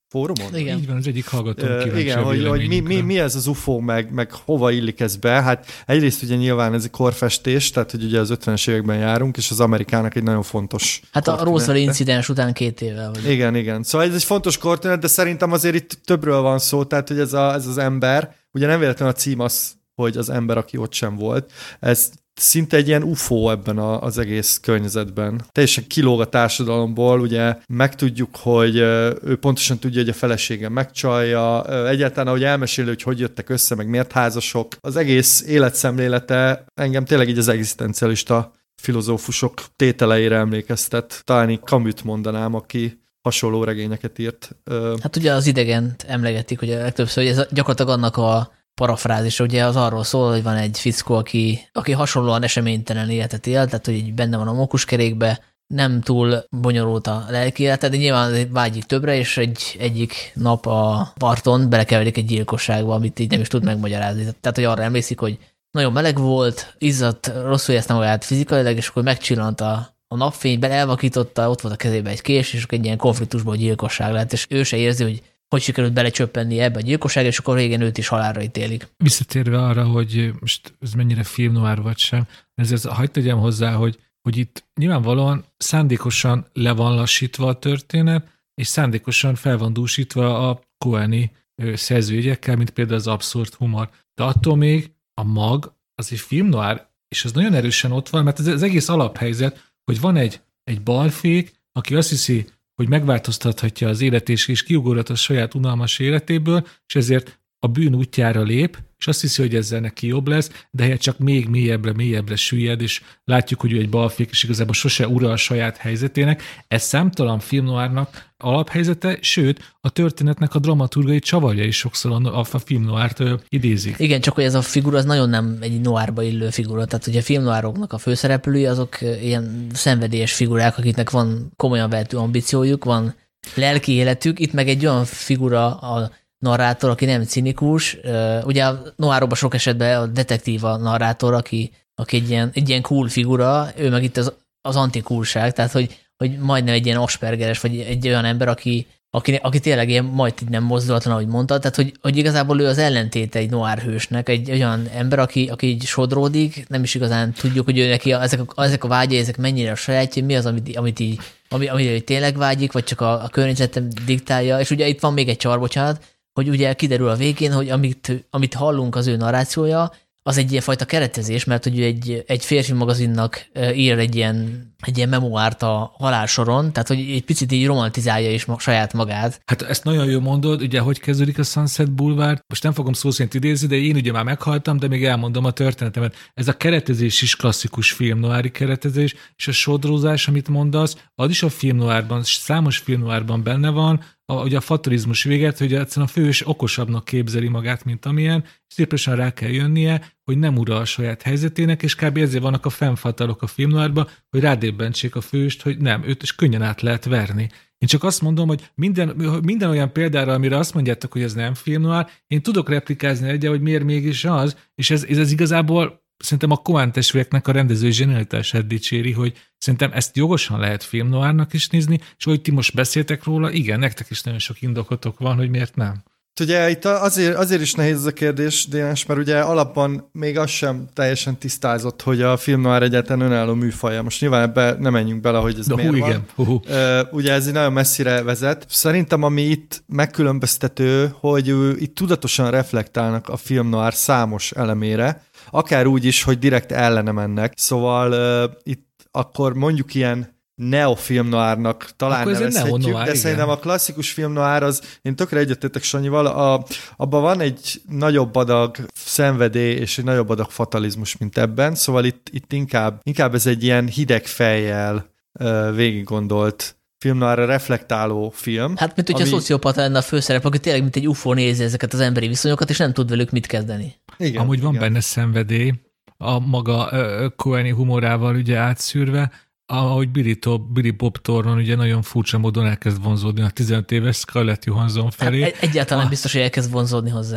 fórumon? Igen. Így van, az egyik hallgatón kíváncsi. Igen, hogy, hogy mi, mi, mi ez az u f o, meg, meg hova illik ez be. Hát egyrészt ugye nyilván ez egy korfestés, tehát hogy ugye az ötvenes években járunk, és az Amerikának egy nagyon fontos Hát a Roswell incidens után két évvel. Vagy. Igen, igen. Szóval ez egy fontos kortünet, de szerintem azért itt többről van szó, tehát hogy ez, a, ez az ember, ugye nem véletlenül a cím az, hogy az ember, aki ott sem volt, ez szinte egy ilyen u f o ebben a, az egész környezetben. Teljesen kilóg a társadalomból, ugye megtudjuk, hogy ő pontosan tudja, hogy a felesége megcsalja, egyáltalán ahogy elmeséli, hogy hogy jöttek össze, meg miért házasok. Az egész életszemlélete engem tényleg így az egzisztencialista filozófusok tételeire emlékeztet. Talán így Camus-t mondanám, aki hasonló regényeket írt. Hát ugye az Idegent emlegetik, hogy a legtöbbször, hogy ez gyakorlatilag annak a parafrázis, ugye az arról szól, hogy van egy fickó, aki, aki hasonlóan eseménytelen életet él, tehát hogy benne van a mókuskerékbe, nem túl bonyolult a lelki élete, de nyilván vágyik többre, és egy, egyik nap a parton belekeverik egy gyilkosságba, amit így nem is tud megmagyarázni. Tehát, hogy arra emlékszik, hogy nagyon meleg volt, izzadt, rosszul érezte magát fizikailag, és akkor megcsillant a, a napfényben, elvakította, ott volt a kezében egy kés, és akkor egy ilyen konfliktusból gyilkosság lett, és ő se érzi, hogy hogy sikerült belecsöppenni ebbe a gyilkosságba, és akkor végén őt is halálra ítélik. Visszatérve arra, hogy most ez mennyire film noir vagy sem, ezért hagyd tegyem hozzá, hogy, hogy itt nyilvánvalóan szándékosan le van lassítva a történet, és szándékosan fel van dúsítva a Coen-i szerzőjegyekkel, mint például az abszurd humor. De attól még a mag az egy film noir, és az nagyon erősen ott van, mert ez az egész alaphelyzet, hogy van egy, egy balfék, aki azt hiszi, hogy megváltoztathatja az életét, és kiugorhat a saját unalmas életéből, és ezért a bűn útjára lép, és azt hiszi, hogy ezzel neki jobb lesz, de helyett csak még mélyebbre, mélyebbre süllyed, és látjuk, hogy ő egy balfék, és igazából sose ura a saját helyzetének. Ez számtalan filmnoárnak alaphelyzete, sőt, a történetnek a dramaturgai csavarja is sokszor a, a filmnoárt idézik. Igen, csak hogy ez a figura az nagyon nem egy noárba illő figura, tehát ugye a filmnoároknak a főszereplői azok ilyen szenvedélyes figurák, akiknek van komolyan vehető ambíciójuk, van lelki életük, itt meg egy olyan figura a narrátor, aki nem cinikus. Ugye a noárokban sok esetben a detektív a narrátor, aki, aki egy, ilyen, egy ilyen cool figura, ő meg itt az, az antikulság, tehát hogy, hogy majdnem egy ilyen aspergeres, vagy egy olyan ember, aki, aki, aki tényleg ilyen majd nem mozdulatlan, ahogy mondta, tehát hogy, hogy igazából ő az ellentéte egy noár hősnek, egy olyan ember, aki, aki így sodródik, nem is igazán tudjuk, hogy ő neki a, ezek, a, ezek a vágyai, ezek mennyire a sajátja, mi az, amit, amit így, ami, amire tényleg vágyik, vagy csak a, a környezetem diktálja, és ugye itt van még egy csar, bocsánat, hogy ugye kiderül a végén, hogy amit, amit hallunk az ő narrációja, az egy ilyenfajta keretezés, mert hogy egy, egy férfi magazinnak ír egy ilyen, egy ilyen memoárt a halálsoron, tehát hogy egy picit így romantizálja is saját magát. Hát ezt nagyon jól mondod, ugye hogy kezdődik a Sunset Boulevard, most nem fogom szó szerint idézni, de én ugye már meghaltam, de még elmondom a történetemet. Ez a keretezés is klasszikus filmnoári keretezés, és a sodrózás, amit mondasz, az is a filmnoárban, számos filmnoárban benne van, a, ugye a fatalizmus véget, hogy egyszerűen a főhős okosabbnak képzeli magát, mint amilyen, és szépen rá kell jönnie, hogy nem ura a saját helyzetének, és kb. Ezért vannak a fennfatalok a filmnoárban, hogy rádébbentsék a főhőst, hogy nem, őt is könnyen át lehet verni. Én csak azt mondom, hogy minden, minden olyan példára, amire azt mondjátok, hogy ez nem filmnoár, én tudok replikázni egyet, hogy miért mégis az, és ez, ez, ez igazából szerintem a Coen testvéreknek a rendezői zsenialitását dicséri, hogy szerintem ezt jogosan lehet filmnoárnak is nézni, és hogy ti most beszéltek róla, igen, nektek is nagyon sok indokotok van, hogy miért nem. Ugye itt azért, azért is nehéz ez a kérdés, Dénes, mert ugye alapban még az sem teljesen tisztázott, hogy a filmnoár egyáltalán önálló műfaja. Most nyilván ebbe nem menjünk bele, hogy ez De miért hú, van. Igen. Uh-huh. Ugye ez nagyon messzire vezet. Szerintem ami itt megkülönböztető, hogy itt tudatosan reflektálnak a filmnoár számos elemére, akár úgy is, hogy direkt ellene mennek. Szóval uh, itt akkor mondjuk ilyen neofilmnoárnak talán akkor nevezhetjük, de igen. Szerintem a klasszikus filmnoár az, én tökre egyetértek Sanyival, a, abban van egy nagyobb adag szenvedély és egy nagyobb adag fatalizmus, mint ebben, szóval itt, itt inkább, inkább ez egy ilyen hideg fejjel uh, végig gondolt filmnoárra reflektáló film. Hát, mint hogyha ami... szociopata lenne a főszerep, aki tényleg mint egy ufó nézi ezeket az emberi viszonyokat, és nem tud velük mit kezdeni. Igen, Amúgy van igen. benne szenvedély, a maga uh, Coen-i humorával ugye átszűrve, ahogy Billy, Top, Billy Bob Thornton ugye nagyon furcsa módon elkezd vonzódni a tizenöt éves Scarlett Johansson felé. Hát egyáltalán a... biztos, hogy elkezd vonzódni hozzá.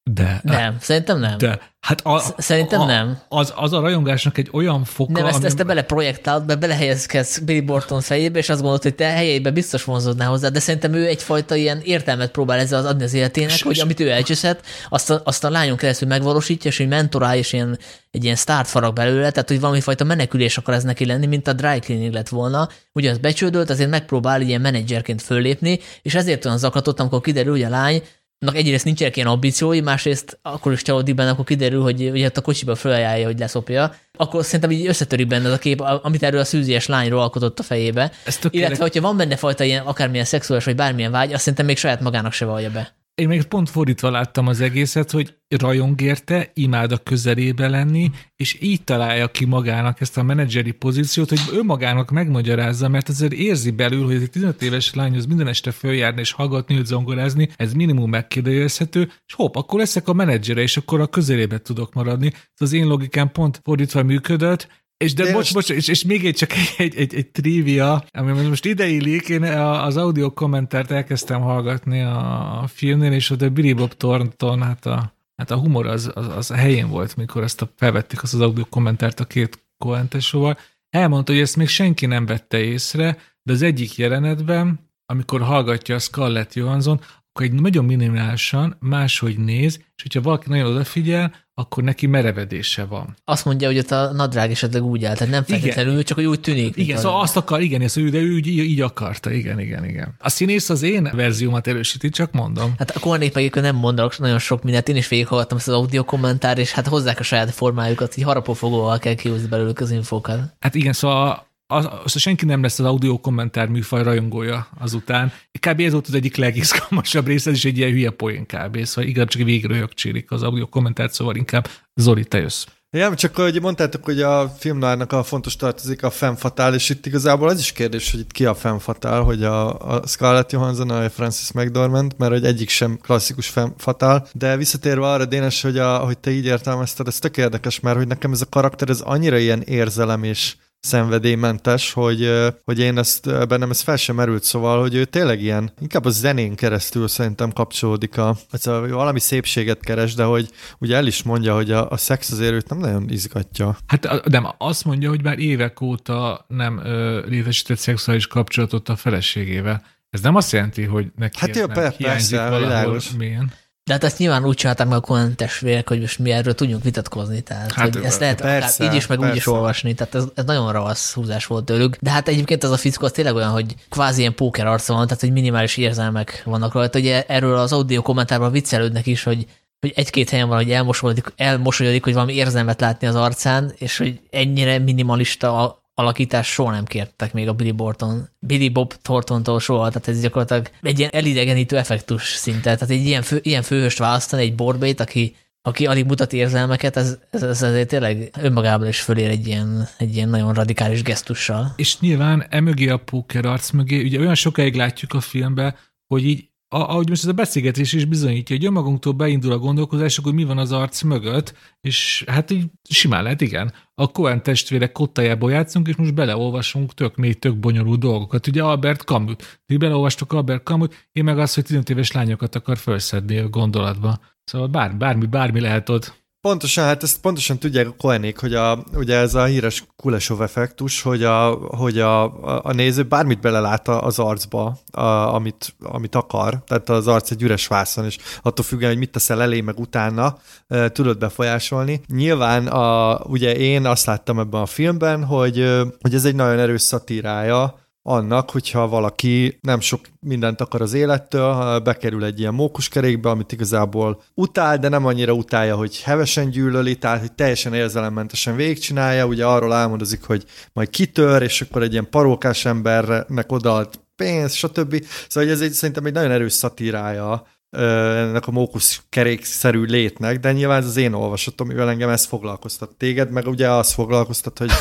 De. Nem, szerintem nem. De. Hát a, Szerintem a, nem. Az, az a rajongásnak egy olyan foka, Nem, ezt, ami... ezt te beleprojektálod, be belehelyezkedsz Billy Borton fejébe, és azt gondolod, hogy te helyeiben biztos vonzódnál hozzá, de szerintem ő egyfajta ilyen értelmet próbál ezzel az adni az életének, és, hogy amit ő elcseszett, azt a, azt a lányon keresztül megvalósítja, és hogy mentorál, és ilyen, egy ilyen sztárt farag belőle, tehát hogy valami fajta menekülés akar ez neki lenni, mint a dry cleaning lett volna. Ugyanaz becsődölt, azért megpróbál ilyen menedzserként föllépni, és ezért olyan zaklatott, amikor kiderül, hogy a lány egyrészt nincsenek ilyen ambíciói, másrészt akkor is csalódik benne, akkor kiderül, hogy ugye a kocsiba felajánlja, hogy leszopja. Akkor szerintem így összetörik benne az a kép, amit erről a szűzies lányról alkotott a fejébe. Illetve, hogyha van benne fajta ilyen akármilyen szexuális vagy bármilyen vágy, azt szerintem még saját magának se vallja be. Én még pont fordítva láttam az egészet, hogy rajong érte, imád a közelébe lenni, és így találja ki magának ezt a menedzseri pozíciót, hogy önmagának megmagyarázza, mert azért érzi belül, hogy ez egy tizenöt éves lányhoz minden este följárni és hallgatni, őt zongorázni, ez minimum megkérdőjelezhető, és hopp, akkor leszek a menedzsere, és akkor a közelébe tudok maradni. Az én logikám pont fordítva működött. És de, de bocs, bocs, és, és még egy csak egy, egy, egy trivia, ami most ideillik, én az audio kommentárt elkezdtem hallgatni a filmnél, és ott a Billy Bob Thornton, hát a, hát a humor az, az, az a helyén volt, mikor ezt a, felvették azt az audio kommentárt a két Coen-tesóval. Elmondta, hogy ezt még senki nem vette észre, de az egyik jelenetben, amikor hallgatja a Scarlett Johansson, akkor egy nagyon minimálisan máshogy néz, és hogyha valaki nagyon odafigyel, akkor neki merevedése van. Azt mondja, hogy ott a nadrág esetleg úgy áll, tehát nem feltétlenül, csak hogy úgy tűnik. Igen, szóval azt akar, igen, ez ő, de ő így, így akarta, igen, igen, igen. A színész az én verziómat erősíti, csak mondom. Hát a Coenék meg nem mondanak nagyon sok mindent, én is végighallgattam ezt az audio kommentár, és hát hozzák a saját formájukat, így harapófogóval kell kihúzni belőlük az infókat. Hát igen, szóval az, az, senki nem lesz az audio kommentár műfaj rajongója azután. Kb. Ez volt az egyik legizgalmasabb része, ez is egy ilyen hülye poén kb. Szóval igaz, csak végre röhögcsélik az audio kommentárt, szóval inkább Zoli, te jössz. Ja, csak hogy mondtátok, hogy a filmnárnak a fontos tartozik a femme fatale, és itt igazából az is kérdés, hogy itt ki a femme fatale, hogy a, a Scarlett Johansson, a Frances McDormand, mert hogy egyik sem klasszikus femme fatale, de visszatérve arra, Dénes, hogy a, ahogy te így értelmezted, ez tök érdekes, mert hogy nekem ez a karakter, ez annyira ilyen érzelem és szenvedélymentes, hogy, hogy én ezt, bennem ez fel sem merült, szóval, hogy ő tényleg ilyen, inkább a zenén keresztül szerintem kapcsolódik a, szóval valami szépséget keres, de hogy ugye el is mondja, hogy a, a szex azért őt nem nagyon izgatja. Hát nem, azt mondja, hogy már évek óta nem ö, létesített szexuális kapcsolatot a feleségével. Ez nem azt jelenti, hogy neki hát jó, nem hiányzik valahol milyen. De hát ezt nyilván úgy csinálták meg a Coen testvérek, hogy most mi erről tudjunk vitatkozni. Tehát hát, hogy ezt lehet persze, akár így is, meg persze. Úgy is olvasni. Tehát ez, ez nagyon ravasz húzás volt tőlük. De hát egyébként ez a fickó az tényleg olyan, hogy kvázi ilyen póker arca van, tehát hogy minimális érzelmek vannak rajta. Ugye erről az audio kommentárban viccelődnek is, hogy hogy egy-két helyen van, hogy elmosolyodik, elmosolyodik, hogy valami érzelmet látni az arcán, és hogy ennyire minimalista alakítás soha nem kértek még a Billy Borton, Billy Bob Thorntontól soha, tehát ez gyakorlatilag egy ilyen elidegenítő effektus szinte, tehát egy ilyen, fő, ilyen főhőst választani, egy borbét, aki, aki alig mutat érzelmeket, ez, ez, ez azért tényleg önmagában is fölér egy ilyen, egy ilyen nagyon radikális gesztussal. És nyilván emögé a póker arc mögé, ugye olyan sokáig látjuk a filmben, hogy így ahogy most ez a beszélgetés is bizonyítja, hogy önmagunktól beindul a gondolkozás, hogy mi van az arc mögött, és hát így simán lehet, igen. A Coen testvérek kottájából játszunk, és most beleolvasunk tök mély, tök bonyolult dolgokat. Ugye Albert Camus. Ti beleolvastok Albert Camus, én meg az, hogy tizenöt éves lányokat akar felszedni a gondolatba. Szóval bár, bármi, bármi lehet ott. Pontosan, hát ezt pontosan tudják a Coenék, hogy a, ugye ez a híres Kuleshov effektus, hogy a, hogy a, a néző bármit belelát az arcba, a, amit, amit akar, tehát az arc egy üres vászon, és attól függően, hogy mit teszel elé, meg utána, e, tudod befolyásolni. Nyilván a, ugye én azt láttam ebben a filmben, hogy, hogy ez egy nagyon erős szatírája annak, hogyha valaki nem sok mindent akar az élettől, bekerül egy ilyen mókuskerékbe, amit igazából utál, de nem annyira utálja, hogy hevesen gyűlöli, tehát hogy teljesen érzelemmentesen végigcsinálja, ugye arról álmodozik, hogy majd kitör, és akkor egy ilyen parókás embernek odaad pénz, stb. Szóval ez egy, szerintem egy nagyon erős szatírája ennek a mókuszkerékszerű létnek, de nyilván ez az én olvasatom, mivel engem ez foglalkoztat téged, meg ugye az foglalkoztat, hogy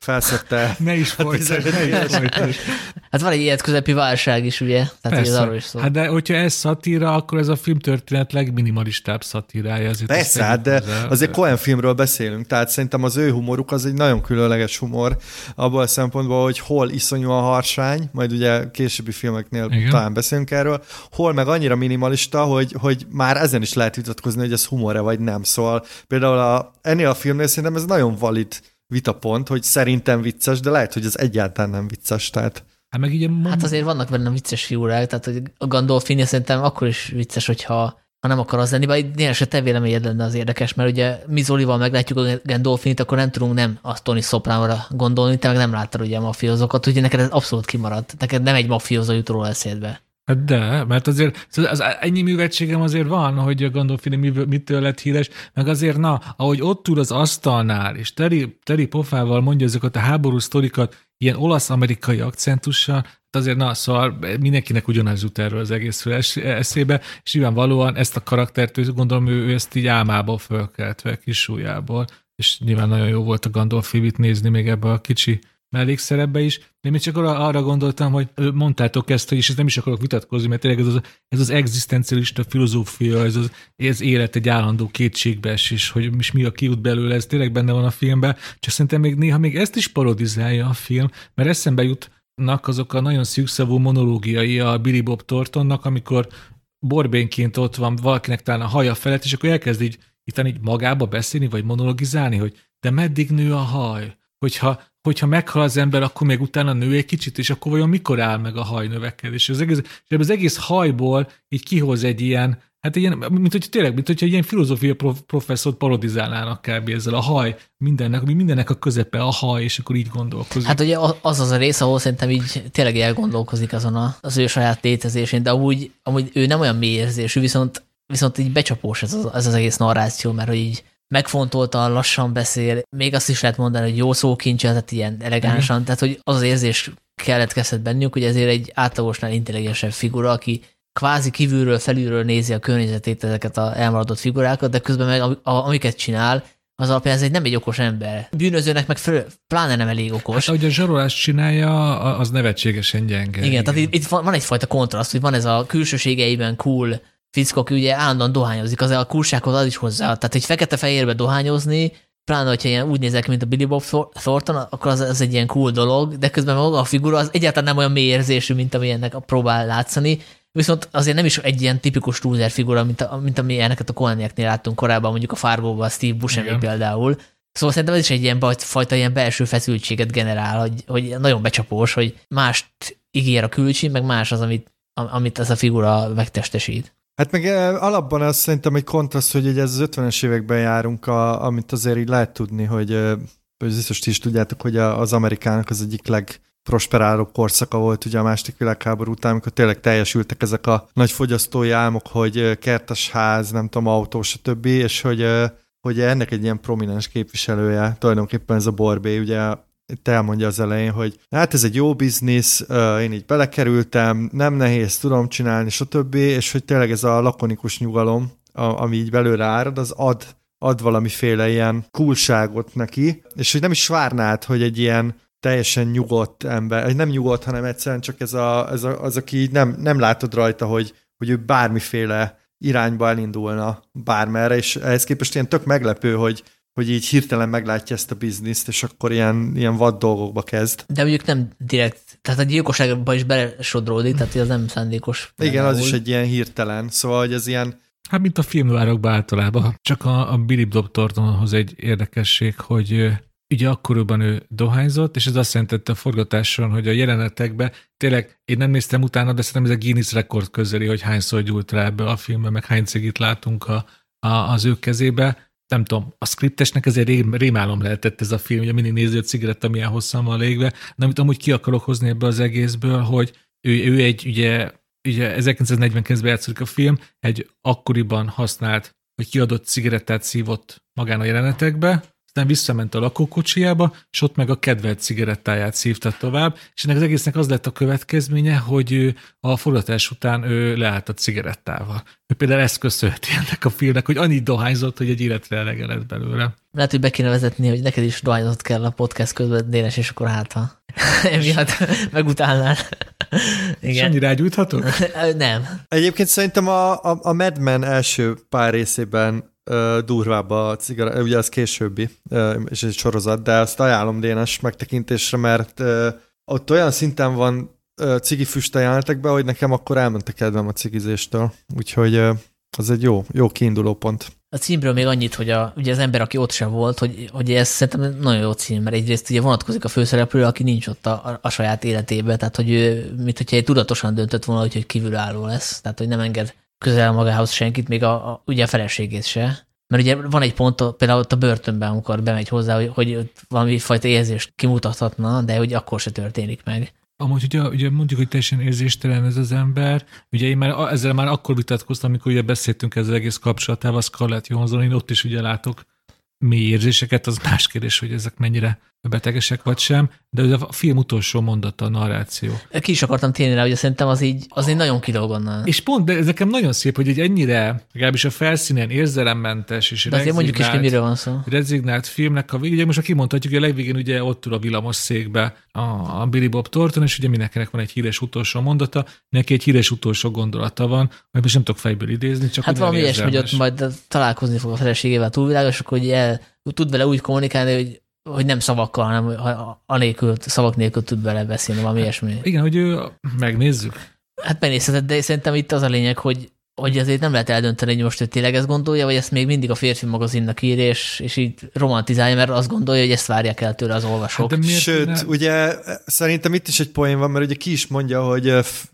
felszedte. Ne is folytasd, ne is folytasd. Hát van egy ilyet közepi válság is, ugye? Tehát persze. ez arról is szól. Hát de hogyha ez szatíra, akkor ez a filmtörténet legminimalistább szatírája. Persze, hát de hozzá. Azért Coen filmről beszélünk, tehát szerintem az ő humoruk az egy nagyon különleges humor, abból a szempontból, hogy hol iszonyúan harsány, majd ugye későbbi filmeknél igen. talán beszélünk erről, hol meg annyira minimalista, hogy, hogy már ezen is lehet vitatkozni, hogy ez humor-e vagy nem. Szóval például a, ennél a filmnél szerintem ez nagyon valid vitapont, hogy szerintem vicces, de lehet, hogy ez egyáltalán nem vicces, tehát... Hát, meg így mond... hát azért vannak benne vicces figurák, tehát hogy a Gandolfini szerintem akkor is vicces, hogyha ha nem akar az lenni, vagy néha se te véleményed lenne az érdekes, mert ugye mi Zolival meglátjuk a Gandolfinit, akkor nem tudunk nem a Tony Sopranora gondolni, te meg nem láttad ugye a mafiózókat, ugye neked ez abszolút kimaradt, neked nem egy mafiózó jut róla eszédbe. Hát de, mert azért az ennyi művetségem azért van, hogy a Gandolfini mitől lett híres, meg azért, na, ahogy ott ül az asztalnál, és teri, teri pofával mondja ezeket a háború sztorikat, ilyen olasz-amerikai akcentussal, azért, na, szóval mindenkinek ugyanaz jut erről az egészről eszébe, és nyilvánvalóan ezt a karaktert, gondolom, ő, ő ezt így álmából fölkeltve, kis súlyából, és nyilván nagyon jó volt a Gandolfinit nézni még ebbe a kicsi mellékszerepbe is, de én csak arra, arra gondoltam, hogy mondtátok ezt, és ezt nem is akarok vitatkozni, mert tényleg ez az, ez az egzisztencialista filozófia, ez az ez élet egy állandó kétségbeesés, hogy is mi a kiút belőle, ez tényleg benne van a filmben, csak szerintem még néha még ezt is parodizálja a film, mert eszembe jutnak azok a nagyon szűkszavú monológiai a Billy Bob Thorntonnak, amikor borbénként ott van valakinek talán a haja felett, és akkor elkezd így, itt így magába beszélni, vagy monologizálni, hogy de meddig nő a haj? Hogyha hogyha meghal az ember, akkor még utána nő egy kicsit, és akkor vajon mikor áll meg a hajnövekedés? És az egész, és az egész hajból így kihoz egy ilyen, hát ilyen, mint hogy tényleg, mint hogyha ilyen filozófia professzort parodizálnának kb. Ezzel a haj, mindennek, mindennek a közepe a haj, és akkor így gondolkozik. Hát ugye az az a rész, ahol szerintem így tényleg elgondolkozik azon a, az ő saját létezésén, de amúgy, amúgy ő nem olyan mély érzésű, viszont, viszont így becsapós ez az, ez az egész narráció, mert hogy így megfontoltan, lassan beszél, még azt is lehet mondani, hogy jó szókincse, tehát ilyen elegánsan, mm. tehát hogy az az érzés keletkezhet bennünk, hogy ezért egy átlagosnál intelligensebb figura, aki kvázi kívülről, felülről nézi a környezetét, ezeket az elmaradott figurákat, de közben meg amiket csinál, az alapján ez egy nem egy okos ember. Bűnözőnek meg föl, pláne nem elég okos. Hát, ahogy a zsarolást csinálja, az nevetségesen gyenge. Igen, igen. Tehát itt, itt van egyfajta kontraszt, hogy van ez a külsőségeiben cool fickó, aki ugye állandóan dohányozik, az a coolsághoz az is hozzá. Tehát egy fekete-fehérbe dohányozni, pláne, hogyha ilyen úgy nézek, mint a Billy Bob Thornton, akkor az, az egy ilyen cool dolog, de közben maga a figura az egyáltalán nem olyan mély érzésű, mint amilyennek próbál látszani, viszont azért nem is egy ilyen tipikus loser figura, mint, a, mint amilyeneket a Coenieknél láttunk korábban, mondjuk a Fargóban, Steve Buscemi például. Szóval szerintem ez is egy ilyen fajta ilyen belső feszültséget generál, hogy, hogy nagyon becsapós, hogy mást ígér a külcsin, meg más az, amit, amit ez a figura megtestesít. Hát meg alapban az szerintem egy kontraszt, hogy ez az ötvenes években járunk, a, amit azért így lehet tudni, hogy, hogy biztos ti is tudjátok, hogy az Amerikának az egyik legprosperálóbb korszaka volt ugye a második világháború után, amikor tényleg teljesültek ezek a nagy fogyasztói álmok, hogy kertes ház, nem tudom, autó, stb., és hogy, hogy ennek egy ilyen prominens képviselője, tulajdonképpen ez a Borbé, ugye itt elmondja az elején, hogy hát ez egy jó biznisz, én így belekerültem, nem nehéz, tudom csinálni, stb., és hogy tényleg ez a lakonikus nyugalom, ami így belőle árad, az ad, ad valamiféle ilyen coolságot neki, és hogy nem is várnád, hogy egy ilyen teljesen nyugodt ember, nem nyugodt, hanem egyszerűen csak ez, a, ez a, az, aki nem, nem látod rajta, hogy, hogy ő bármiféle irányba elindulna bármerre, és ehhez képest ilyen tök meglepő, hogy hogy így hirtelen meglátja ezt a bizniszt, és akkor ilyen, ilyen vad dolgokba kezd. De mondjuk nem direkt, tehát a gyilkosságban is belesodródik, tehát az nem szándékos. Igen, az is egy ilyen hirtelen, szóval, hogy ez ilyen... Hát, mint a filmvárokban általában. Csak a, a Billy Bob Thorntonhoz egy érdekesség, hogy ugye akkoriban ő dohányzott, és ez azt jelentette a forgatáson, hogy a jelenetekben tényleg, én nem néztem utána, de szerintem ez a Guinness rekord közeli, hogy hányszor gyújt rá ebbe a filmbe, meg hány cigit látunk a, a, az ő kezébe. Nem tudom, a skriptesnek ezért rém, rémálom lehetett ez a film, ugye mindig nézi a cigaretta, milyen hosszan van légve, de amit amúgy ki akarok hozni ebből az egészből, hogy ő, ő egy, ugye, ugye ezerkilencszáznegyvenkilencben játszik a film, egy akkoriban használt, vagy kiadott cigarettát szívott magán a jelenetekbe, aztán visszament a lakókocsijába, és ott meg a kedvelt cigarettáját szívta tovább, és ennek az egésznek az lett a következménye, hogy ő a forgatás után ő leállt a cigarettával. Ő például ezt köszönheti ennek a filmnek, hogy annyit dohányzott, hogy egy életre elege lett belőle. Lehet, hogy be kéne vezetni, hogy neked is dohányozott kell a podcast közben, Dénes, és akkor hát ha emiatt megutálnál. És annyira rágyújthatok? Nem. Egyébként szerintem a, a, a Mad Men első pár részében uh, durvább a cigara, ugye az későbbi, uh, és egy sorozat, de azt ajánlom Dénes megtekintésre, mert uh, ott olyan szinten van uh, cigifüst a jelenetekben, hogy nekem akkor elment a kedvem a cigizéstől. Úgyhogy uh, az egy jó, jó kiinduló pont. A címről még annyit, hogy a, ugye az ember, aki ott sem volt, hogy, hogy ez szerintem nagyon jó cím, mert egyrészt ugye vonatkozik a főszereplőre, aki nincs ott a, a, a saját életében, tehát hogy ő, mint hogyha egy tudatosan döntött volna, hogy kívülálló lesz, tehát hogy nem enged közel magához senkit, még a, a, ugye a feleségét se. Mert ugye van egy pont, például ott a börtönben, amikor bemegy hozzá, hogy, hogy valami fajta érzést kimutathatna, de hogy akkor se történik meg. Amúgy ugye, ugye mondjuk, hogy teljesen érzéstelen ez az ember. Ugye én már ezzel már akkor vitatkoztam, amikor ugye beszéltünk ezzel egész kapcsolatával Scarlett Johansson, én ott is ugye látok mély érzéseket, az más kérdés, hogy ezek mennyire betegesek vagy sem, de a film utolsó mondata, a narráció. Ki is akartam térni rá, hogy szerintem az így, az így nagyon kilóg onnan. És pont, de ez nekem nagyon szép, hogy egy ennyire, legalábbis a felszínen érzelemmentes és de azért mondjuk is, hogy miről van szó. Rezignált filmnek a végén, ugye most aki mondhatjuk, hogy a legvégén ugye ott ül a villamos székbe a, a Billy Bob Thornton, és ugye mindenkinek van egy híres utolsó mondata, neki egy híres utolsó gondolata van, majd most nem tudok fejből idézni, csak hát valami ilyesmi, hogy ott majd találkozni fog a feleségével túlvilágos, akkor hogy el, tud vele úgy kommunikálni, hogy hogy nem szavakkal, hanem anélkül, szavak nélkül tud vele beszélni, valami ilyesmi. Igen, hogy ő, megnézzük. Hát megnézheted, de szerintem itt az a lényeg, hogy, hogy azért nem lehet eldönteni, hogy most ő tényleg ezt gondolja, vagy ezt még mindig a férfi magazinnak ír, és, és így romantizálja, mert azt gondolja, hogy ezt várják el tőle az olvasók. Hát sőt, ne? Ugye szerintem itt is egy poén van, mert ugye ki is mondja, hogy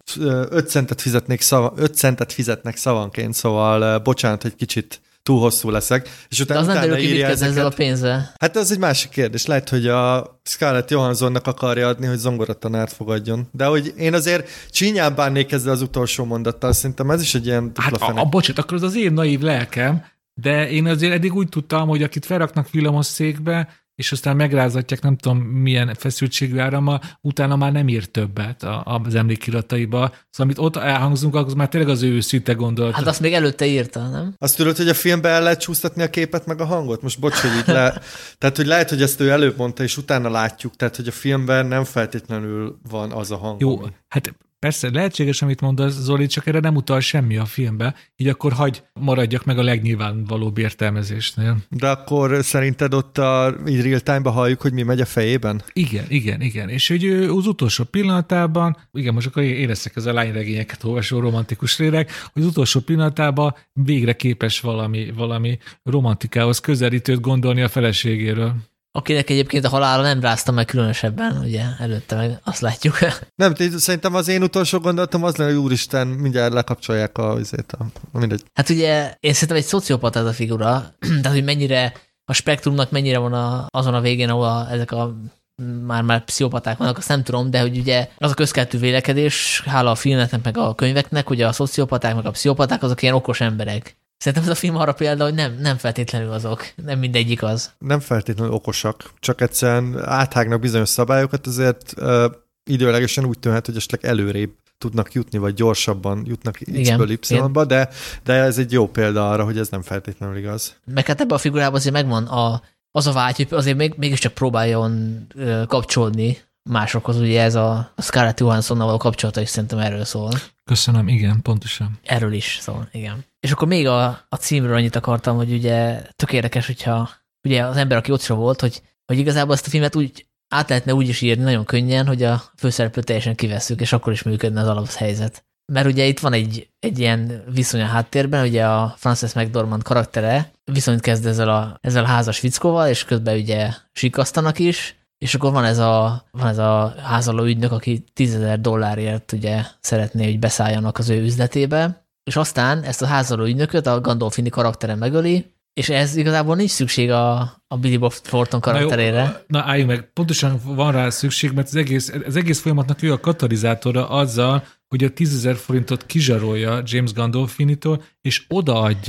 öt centet fizetnék szava, öt centet fizetnek szavanként, szóval bocsánat, hogy kicsit túl hosszú leszek. És utána, de az utána nem derül ki, mit kezd ezzel a pénzzel. Hát az egy másik kérdés. Lehet, hogy a Scarlett Johanssonnak akarja adni, hogy zongoratanárt fogadjon. De hogy én azért csínyán bánnék ezzel az utolsó mondattal, szerintem ez is egy ilyen dupla hát fene. A, a bocsát, akkor az az én naív lelkem, de én azért eddig úgy tudtam, hogy akit felraknak villamos székbe, és aztán megrázatják nem tudom milyen feszültségű árammal, utána már nem ír többet az emlékirataiba. Szóval amit ott elhangzunk, az már tényleg az ő őszinte gondolat. Hát azt még előtte írta, nem? Azt tudod, hogy a filmben el lehet csúsztatni a képet meg a hangot? Most bocs, hogy itt le... Tehát, hogy lehet, hogy ezt ő előbb mondta, és utána látjuk, tehát, hogy a filmben nem feltétlenül van az a hang. Jó, ami... hát persze, lehetséges, amit mondasz, Zoli, csak erre nem utal semmi a filmbe, így akkor hagy maradjak meg a legnyilvánvalóbb értelmezésnél. De akkor szerinted ott a, így real time-ban halljuk, hogy mi megy a fejében? Igen, igen, igen. És hogy az utolsó pillanatában, igen, most akkor én leszek ez a lányregényeket olvasó romantikus lélek, hogy az utolsó pillanatában végre képes valami, valami romantikához közelítőt gondolni a feleségéről. Akinek egyébként a halála nem rázta meg különösebben, ugye, előtte meg azt látjuk. Nem, szerintem az én utolsó gondolatom az lenne, hogy úristen, mindjárt lekapcsolják a vizét. A, mindegy. Hát ugye, én szerintem egy szociopata ez a figura, tehát hogy mennyire a spektrumnak mennyire van a, azon a végén, ahol a, ezek a már-már pszichopaták vannak, azt nem tudom, de hogy ugye az a közkeltő vélekedés, hála a filmeknek, meg a könyveknek, hogy a szociopaták, meg a pszichopaták, azok ilyen okos emberek. Szerintem ez a film arra példa, hogy nem, nem feltétlenül azok, nem mindegyik az. Nem feltétlenül okosak, csak egyszerűen áthágnak bizonyos szabályokat, azért uh, időlegesen úgy tűnhet, hogy esetleg előrébb tudnak jutni, vagy gyorsabban jutnak X-ből Y-ba, de, de ez egy jó példa arra, hogy ez nem feltétlenül igaz. Meg hát ebben a figurában azért megvan a, az a vágy, hogy azért még, mégiscsak próbáljon uh, kapcsolódni másokhoz, ugye ez a, a Scarlett Johanssonnal való kapcsolata is szerintem erről szól. Köszönöm, igen, pontosan. Erről is szól, igen. És akkor még a, a címről annyit akartam, hogy ugye tök érdekes, hogyha ugye az ember, aki ott sem volt, hogy, hogy igazából ezt a filmet úgy át lehetne úgy is írni nagyon könnyen, hogy a főszereplőt teljesen kivesszük, és akkor is működne az alaphelyzet. Mert ugye itt van egy, egy ilyen viszony a háttérben, ugye a Frances McDormand karaktere viszonyt kezd ezzel a, ezzel a házas fickóval, és közben ugye sikasztanak is, és akkor van ez a, van ez a házaló ügynök, aki tízezer dollárért ugye szeretné, hogy beszálljanak az ő üzletébe, és aztán ezt a házaló ügynököt a Gandolfini karaktere megöli, és ez igazából nincs szükség a, a Billy Bob Thornton karakterére. Na, jó, na álljunk meg, pontosan van rá szükség, mert az egész, az egész folyamatnak ő a katalizátora azzal, hogy a tízezer forintot kizsarolja James Gandolfinitól, és odaadja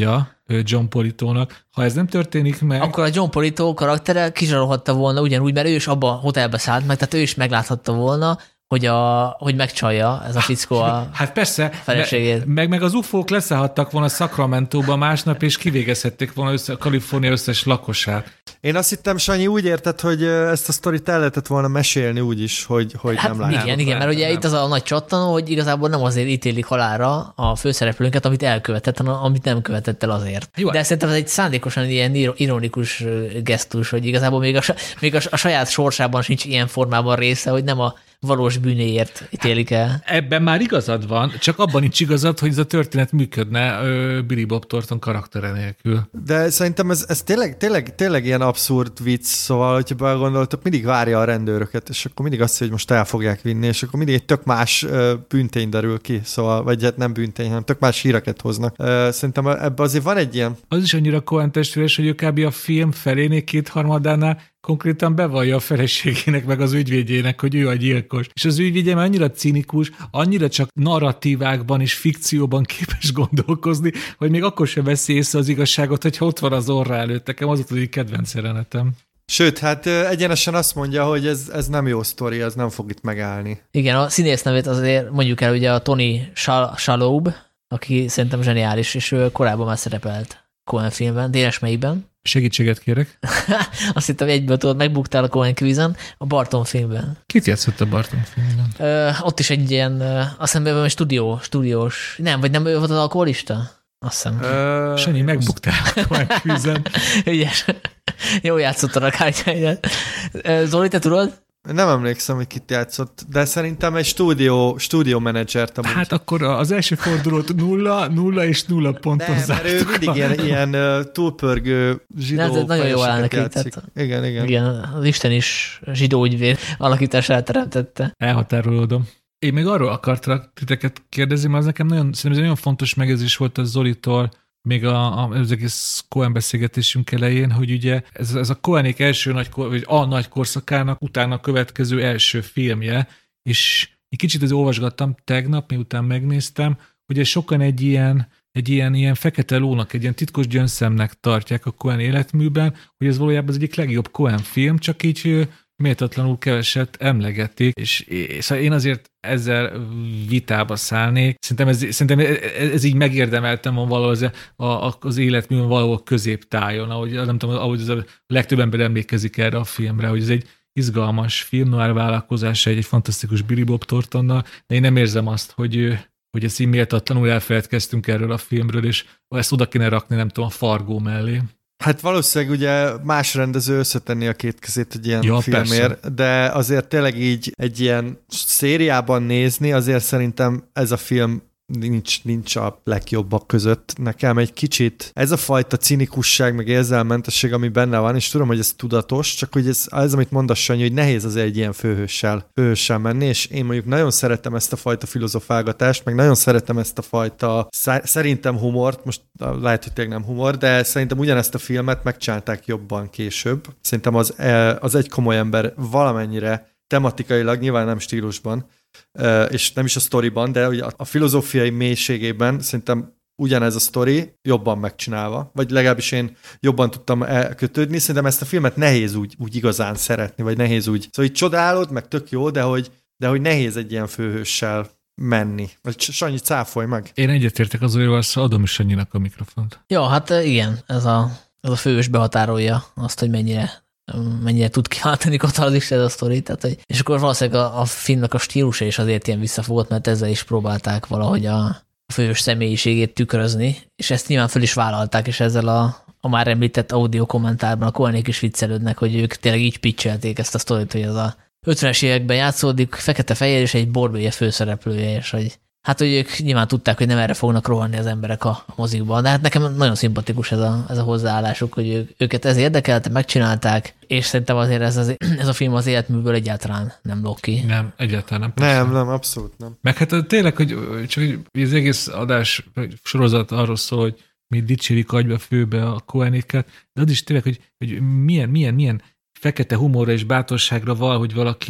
John Politónak. Ha ez nem történik meg... Akkor a John Polito karaktere kizsarolhatta volna ugyanúgy, mert ő is abba a hotelbe szállt meg, tehát ő is megláthatta volna, hogy, a, hogy megcsalja ez a fickó a hát persze, feleségét. Meg, meg az ufók leszállhattak volna Sacramento-ba másnap, és kivégezhették volna össze, a Kalifornia összes lakosát. Én azt hittem, Sanyi, úgy érted, hogy ezt a sztorit el lehetett volna mesélni úgy is, hogy, hogy hát nem látjuk. Igen, igen, mert ugye nem. Itt az a nagy csattanó, hogy igazából nem azért ítélik halálra a főszereplőnket, amit elkövetett, hanem amit nem követett el azért. Jó. De szerintem ez egy szándékosan ilyen ironikus gesztus, hogy igazából még a, még a, a saját sorsában sincs ilyen formában része, hogy nem a valós bűnéért ítélik el. Ebben már igazad van, csak abban nincs igazad, hogy ez a történet működne ö, Billy Bob Thornton karaktere nélkül. De szerintem ez, ez tényleg, tényleg, tényleg ilyen abszurd vicc, szóval, hogyha belegondoltok, mindig várja a rendőröket, és akkor mindig azt, hogy most el fogják vinni, és akkor mindig egy tök más ö, bűntény derül ki, szóval, vagy hát nem bűntény, hanem tök más híreket hoznak. Ö, szerintem ebben azért van egy ilyen... Az is annyira Coen testvéres, hogy ő kb. A film felénél kétharmadánál konkrétan bevallja a feleségének, meg az ügyvédjének, hogy ő a gyilkos. És az ügyvédje már annyira cinikus, annyira csak narratívákban és fikcióban képes gondolkozni, hogy még akkor sem veszi észre az igazságot, hogyha ott van az orra előtt. Nekem az ott az egy kedvenc jelenetem. Sőt, hát egyenesen azt mondja, hogy ez, ez nem jó sztori, ez nem fog itt megállni. Igen, a színész nevét azért mondjuk el, ugye a Tony Shalhoub, aki szerintem zseniális, és ő korábban már szerepelt Coen filmben, Dénes melyikben? Segítséget kérek. Azt hittem, egyből tudod, megbuktál a Coen kvízen, a Barton filmben. Kit játszott a Barton filmben? Ö, ott is egy ilyen, ö, azt hiszem, egy stúdió, stúdiós, nem, vagy nem ő volt az alkoholista? Azt hiszem. Ö, Sanyi, megbuktál a Coen kvízen. Ügyes. Jó játszottad a kártyáidat. Zoli, te tudod? Nem emlékszem, hogy kit játszott, de szerintem egy stúdió, stúdió menedzsert amúgy. Hát akkor az első fordulót nulla, nulla és nulla ponton zártuk. Nem, mert ő mindig ilyen, ilyen uh, túlpörgő zsidó de nagyon jól áll neki. Igen, igen. Igen, az Isten is zsidó ügyvéd alakítását teremtette. Elhatárolódom. Én még arról akartalak titeket kérdezni, mert az nekem nagyon, szerintem ez egy nagyon fontos megjegyzés volt a Zolitól, még a, a, az egész Coen beszélgetésünk elején, hogy ugye ez, ez a Coenék első nagy, vagy a nagy korszakának utána következő első filmje, és egy kicsit az olvasgattam tegnap, miután megnéztem, hogy ez sokan egy ilyen, egy ilyen, ilyen fekete lónak, egy ilyen titkos gyöngyszemnek tartják a Coen életműben, hogy ez valójában az egyik legjobb Coen film, csak így méltatlanul keveset emlegetik, és, és én azért ezzel vitába szállnék. Szerintem ez, szerintem ez így megérdemeltem valahol az, az életműben valahol középtájon, ahogy, nem tudom, ahogy az a legtöbb ember emlékezik erre a filmre, hogy ez egy izgalmas film, noir vállalkozása, egy, egy fantasztikus Billy Bob Thorntonnal, de én nem érzem azt, hogy, hogy ezt így méltatlanul elfeledkeztünk erről a filmről, és ezt oda kéne rakni, nem tudom, a Fargo mellé. Hát valószínűleg ugye más rendező összetenni a két kezét egy ilyen ja, filmért, persze. De azért tényleg így egy ilyen szériában nézni, azért szerintem ez a film nincs, nincs a legjobbak között. Nekem egy kicsit ez a fajta cinikusság, meg érzelmentesség, ami benne van, és tudom, hogy ez tudatos, csak hogy ez, ez amit mondasz, Sanyi, hogy nehéz azért egy ilyen főhőssel, főhőssel menni, és én mondjuk nagyon szeretem ezt a fajta filozofálgatást, meg nagyon szeretem ezt a fajta szerintem humort, most lehet, hogy tényleg nem humor, de szerintem ugyanezt a filmet megcsinálták jobban később. Szerintem az, az egy komoly ember valamennyire tematikailag, nyilván nem stílusban, és nem is a sztoriban, de ugye a filozófiai mélységében szerintem ugyanez a sztori jobban megcsinálva, vagy legalábbis én jobban tudtam elkötődni. Szerintem ezt a filmet nehéz úgy, úgy igazán szeretni, vagy nehéz úgy. Szóval így csodálod, meg tök jó, de hogy, de hogy nehéz egy ilyen főhőssel menni. Vagy Sanyi, cáfolj meg. Én egyetértek az olyan, szóval adom is Sanyinak a mikrofont. Ja, hát igen, ez a, ez a főhős behatárolja azt, hogy mennyire mennyire tud kiváltani katalazist ez a sztori. Tehát, hogy, és akkor valószínűleg a, a filmnek a stílusa is azért ilyen visszafogott, mert ezzel is próbálták valahogy a, a főhős személyiségét tükrözni, és ezt nyilván föl is vállalták, és ezzel a, a már említett audio kommentárban a Coenék is viccelődnek, hogy ők tényleg így pitchelték ezt a sztorit, hogy ez a ötvenes években játszódik, fekete-fehér, és egy borbélyes főszereplője, és hogy hát, hogy ők nyilván tudták, hogy nem erre fognak rohanni az emberek a mozikban, de hát nekem nagyon szimpatikus ez a, ez a hozzáállásuk, hogy ők, őket ez érdekelte, megcsinálták, és szerintem azért ez, az, ez a film az életműből egyáltalán nem lóg ki. Nem, egyáltalán nem. Persze. Nem, nem, abszolút nem. Meg hát tényleg, hogy csak az egész adás sorozat arról szól, hogy mi dicsérjük agyba főbe a Coenéket, de az is tényleg, hogy, hogy milyen, milyen, milyen fekete humorra és bátorságra val, hogy valaki egy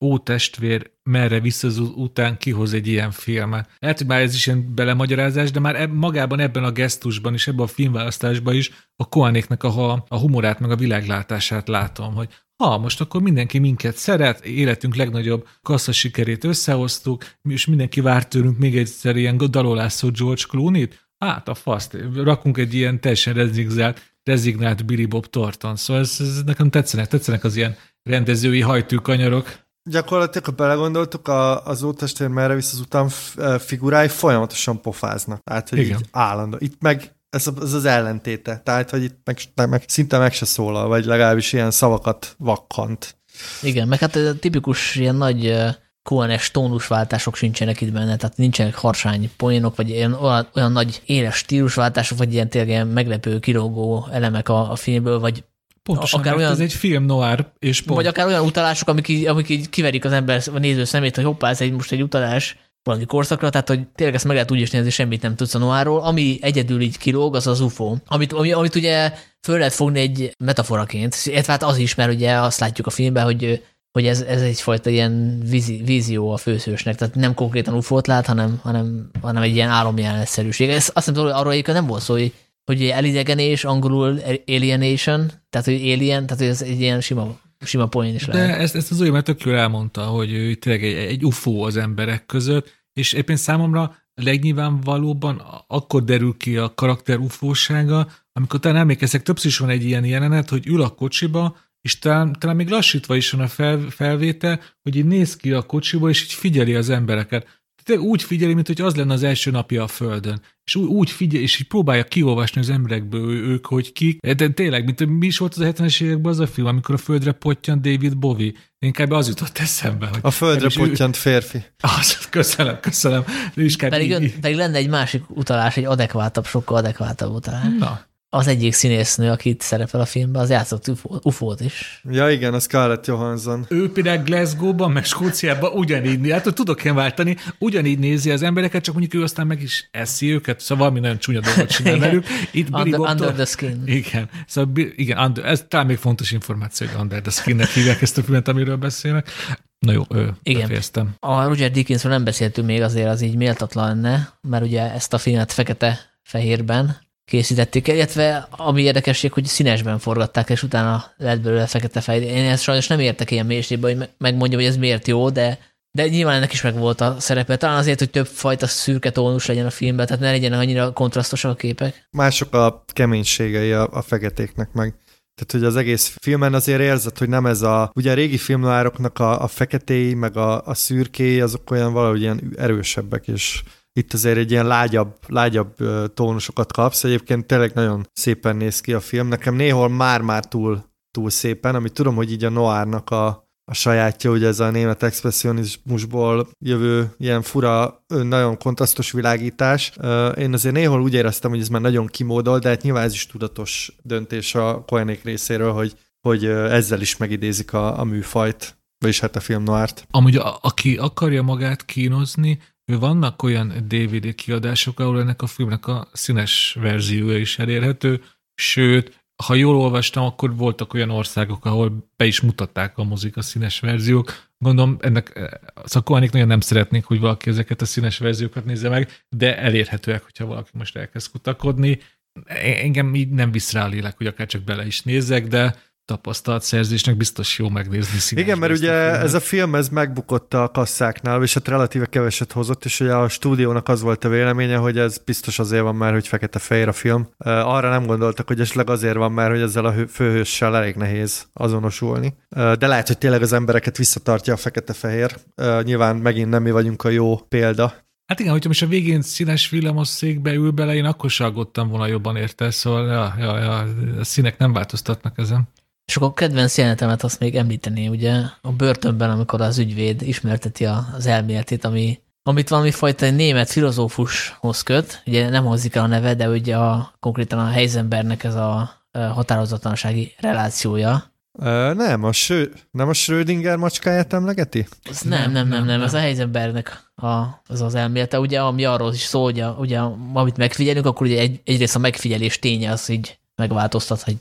Ótestvér merre vissza az után kihoz egy ilyen filmet. Lehet, hogy már ez is ilyen belemagyarázás, de már eb- magában ebben a gesztusban és ebben a filmválasztásban is a Coenéknek a, a humorát meg a világlátását látom, hogy ha most akkor mindenki minket szeret, életünk legnagyobb kassza sikerét összehoztuk, és mindenki várt tőlünk még egyszer ilyen dalolászó George Clooney-t, hát a faszt, rakunk egy ilyen teljesen rezignált, rezignált Billy Bob Thornton. Szóval ez, ez nekem tetszenek, tetszenek az ilyen rendezői hajtűkanyarok. Gyakorlatilag, ha belegondoltuk, a, az Ótestvér merre visz az után figurái folyamatosan pofáznak. Tehát, hogy így állandó. Itt meg ez, ez az ellentéte. Tehát, hogy itt meg, meg, szinte meg se szólal, vagy legalábbis ilyen szavakat vakkant. Igen, meg hát tipikus ilyen nagy Coen-es tónusváltások sincsenek itt benne, tehát nincsenek harsány poénok, vagy ilyen, olyan, olyan nagy éles stílusváltások, vagy ilyen tényleg ilyen meglepő, kilógó elemek a, a filmből, vagy pontosan, akár olyan, ez egy film noir, és pont. Vagy akár olyan utalások, amik így, amik így kiverik az ember, a néző szemét, hogy hoppá, ez egy, most egy utalás valami korszakra, tehát hogy tényleg ezt meg lehet úgy is nézni, semmit nem tudsz a noirról. Ami egyedül így kilóg, az az u f o, amit, ami, amit ugye föl lehet fogni egy metaforaként, illetve hát az is, mert ugye azt látjuk a filmben, hogy hogy ez, ez egyfajta ilyen vízi, vízió a főhősnek, tehát nem konkrétan u f o-t lát, hanem, hanem, hanem egy ilyen álomjelenetszerűség. Ez azt hiszem, hogy arról egyébként nem volt szó, hogy, hogy elidegenés, angolul alienation, tehát hogy alien, tehát hogy ez egy ilyen sima, sima poén is lehet. De ezt, ezt az olyan tök jól elmondta, hogy ő tényleg egy, egy u f o az emberek között, és éppen számomra legnyilvánvalóban akkor derül ki a karakter ufósága, amikor talán emlékeztek, többször is van egy ilyen jelenet, hogy ül a kocsiba, és talán, talán még lassítva is van a fel, felvétel, hogy így néz ki a kocsiból, és így figyeli az embereket. Tehát úgy figyeli, mint hogy az lenne az első napja a Földön. És úgy, úgy figyel, és így próbálja kiolvasni az emberekből ők, hogy kik. De tényleg, mint mi is volt az a hetvenes években az a film, amikor a Földre pottyant David Bowie. Inkább az jutott eszembe. Hogy a Földre pottyant ő... férfi. Az, köszönöm, köszönöm. Pedig, így... pedig lenne egy másik utalás, egy adekvátabb, sokkal adekvátabb utalás. Na. Az egyik színésznő, aki itt szerepel a filmben, az játszott u f o-t is. Ja igen, az Scarlett Johansson. Ő például Glasgow-ban, meg Skóciában ugyanígy, hát tudok én váltani, ugyanígy nézi az embereket, csak mondjuk ő aztán meg is eszi őket, szóval valami nagyon csúnya dolgot csinál velük. Itt under, under the skin. Igen, szóval igen, under, ez talán még fontos információ, hogy Under the Skinnek hívják ezt a filmet, amiről beszélek. Na jó, ő, igen. Befejeztem. A Roger Deakins-ről nem beszéltünk még, azért az így méltatlan lenne, mert ugye ezt a filmet fekete-fehérben készítették el, illetve ami érdekesség, hogy színesben forgatták, és utána lett belőle fekete-fehér. Én ezt sajnos nem értek ilyen mélységbe, hogy megmondjam, hogy ez miért jó, de, de nyilván ennek is megvolt a szerepe. Talán azért, hogy több fajta szürke tónus legyen a filmben, tehát ne legyenek annyira kontrasztosak a képek. Mások a keménységei a, a feketéknek meg. Tehát, hogy az egész filmen azért érzed, hogy nem ez a... Ugye a régi filmnoároknak a, a feketéi, meg a, a szürkéi, azok olyan valahogy ilyen erősebbek, és itt azért egy ilyen lágyabb, lágyabb tónusokat kapsz. Egyébként tényleg nagyon szépen néz ki a film. Nekem néhol már-már túl, túl szépen, amit tudom, hogy így a noárnak a, a sajátja, ugye ez a német expressionizmusból jövő ilyen fura, nagyon kontrasztos világítás. Én azért néhol úgy éreztem, hogy ez már nagyon kimódol, de hát nyilván ez is tudatos döntés a Coenék részéről, hogy, hogy ezzel is megidézik a, a műfajt, vagyis hát a film noárt. Amúgy a, aki akarja magát kínozni, vannak olyan dé vé dé kiadások, ahol ennek a filmnek a színes verziója is elérhető, sőt, ha jól olvastam, akkor voltak olyan országok, ahol be is mutatták a mozik a színes verziók. Gondolom, ennek Coenék nagyon nem szeretnék, hogy valaki ezeket a színes verziókat nézze meg, de elérhetőek, hogyha valaki most elkezd kutakodni. Engem így nem visz rá a lélek, hogy akár csak bele is nézzek, de tapasztalt szerzésnek biztos jó megnézni színes. Igen, mert ugye a ez a film ez megbukott a kasszáknál, és hát relatíve keveset hozott, és ugye a stúdiónak az volt a véleménye, hogy ez biztos azért van már, hogy fekete-fehér a film. Arra nem gondoltak, hogy esetleg azért van már, hogy ezzel a főhőssel elég nehéz azonosulni. De lehet, hogy tényleg az embereket visszatartja a fekete-fehér. Nyilván megint nem mi vagyunk a jó példa. Hát igen, hogyha most a végén színes villamos székbe ül bele, én akkor se aggódtam volna jobban érte, szóval ja, ja, ja, a színek nem változtatnak ezen. És akkor a kedvenc jelenetemet azt még említeni, ugye a börtönben, amikor az ügyvéd ismerteti az elméletét, ami, amit valami fajta német filozófushoz köt, ugye nem hozzik el a neve, de ugye a, konkrétan a Heisenbergnek ez a határozatlansági relációja. Uh, nem, a Schrö, nem a Schrödinger macskáját emlegeti? Az nem, nem, nem, nem, nem, ez a Heisenbergnek a, az az elmélete, ugye, ami arról is szól, hogy a, ugye, amit megfigyelünk, akkor ugye egy, egyrészt a megfigyelés ténye az így megváltoztathatja.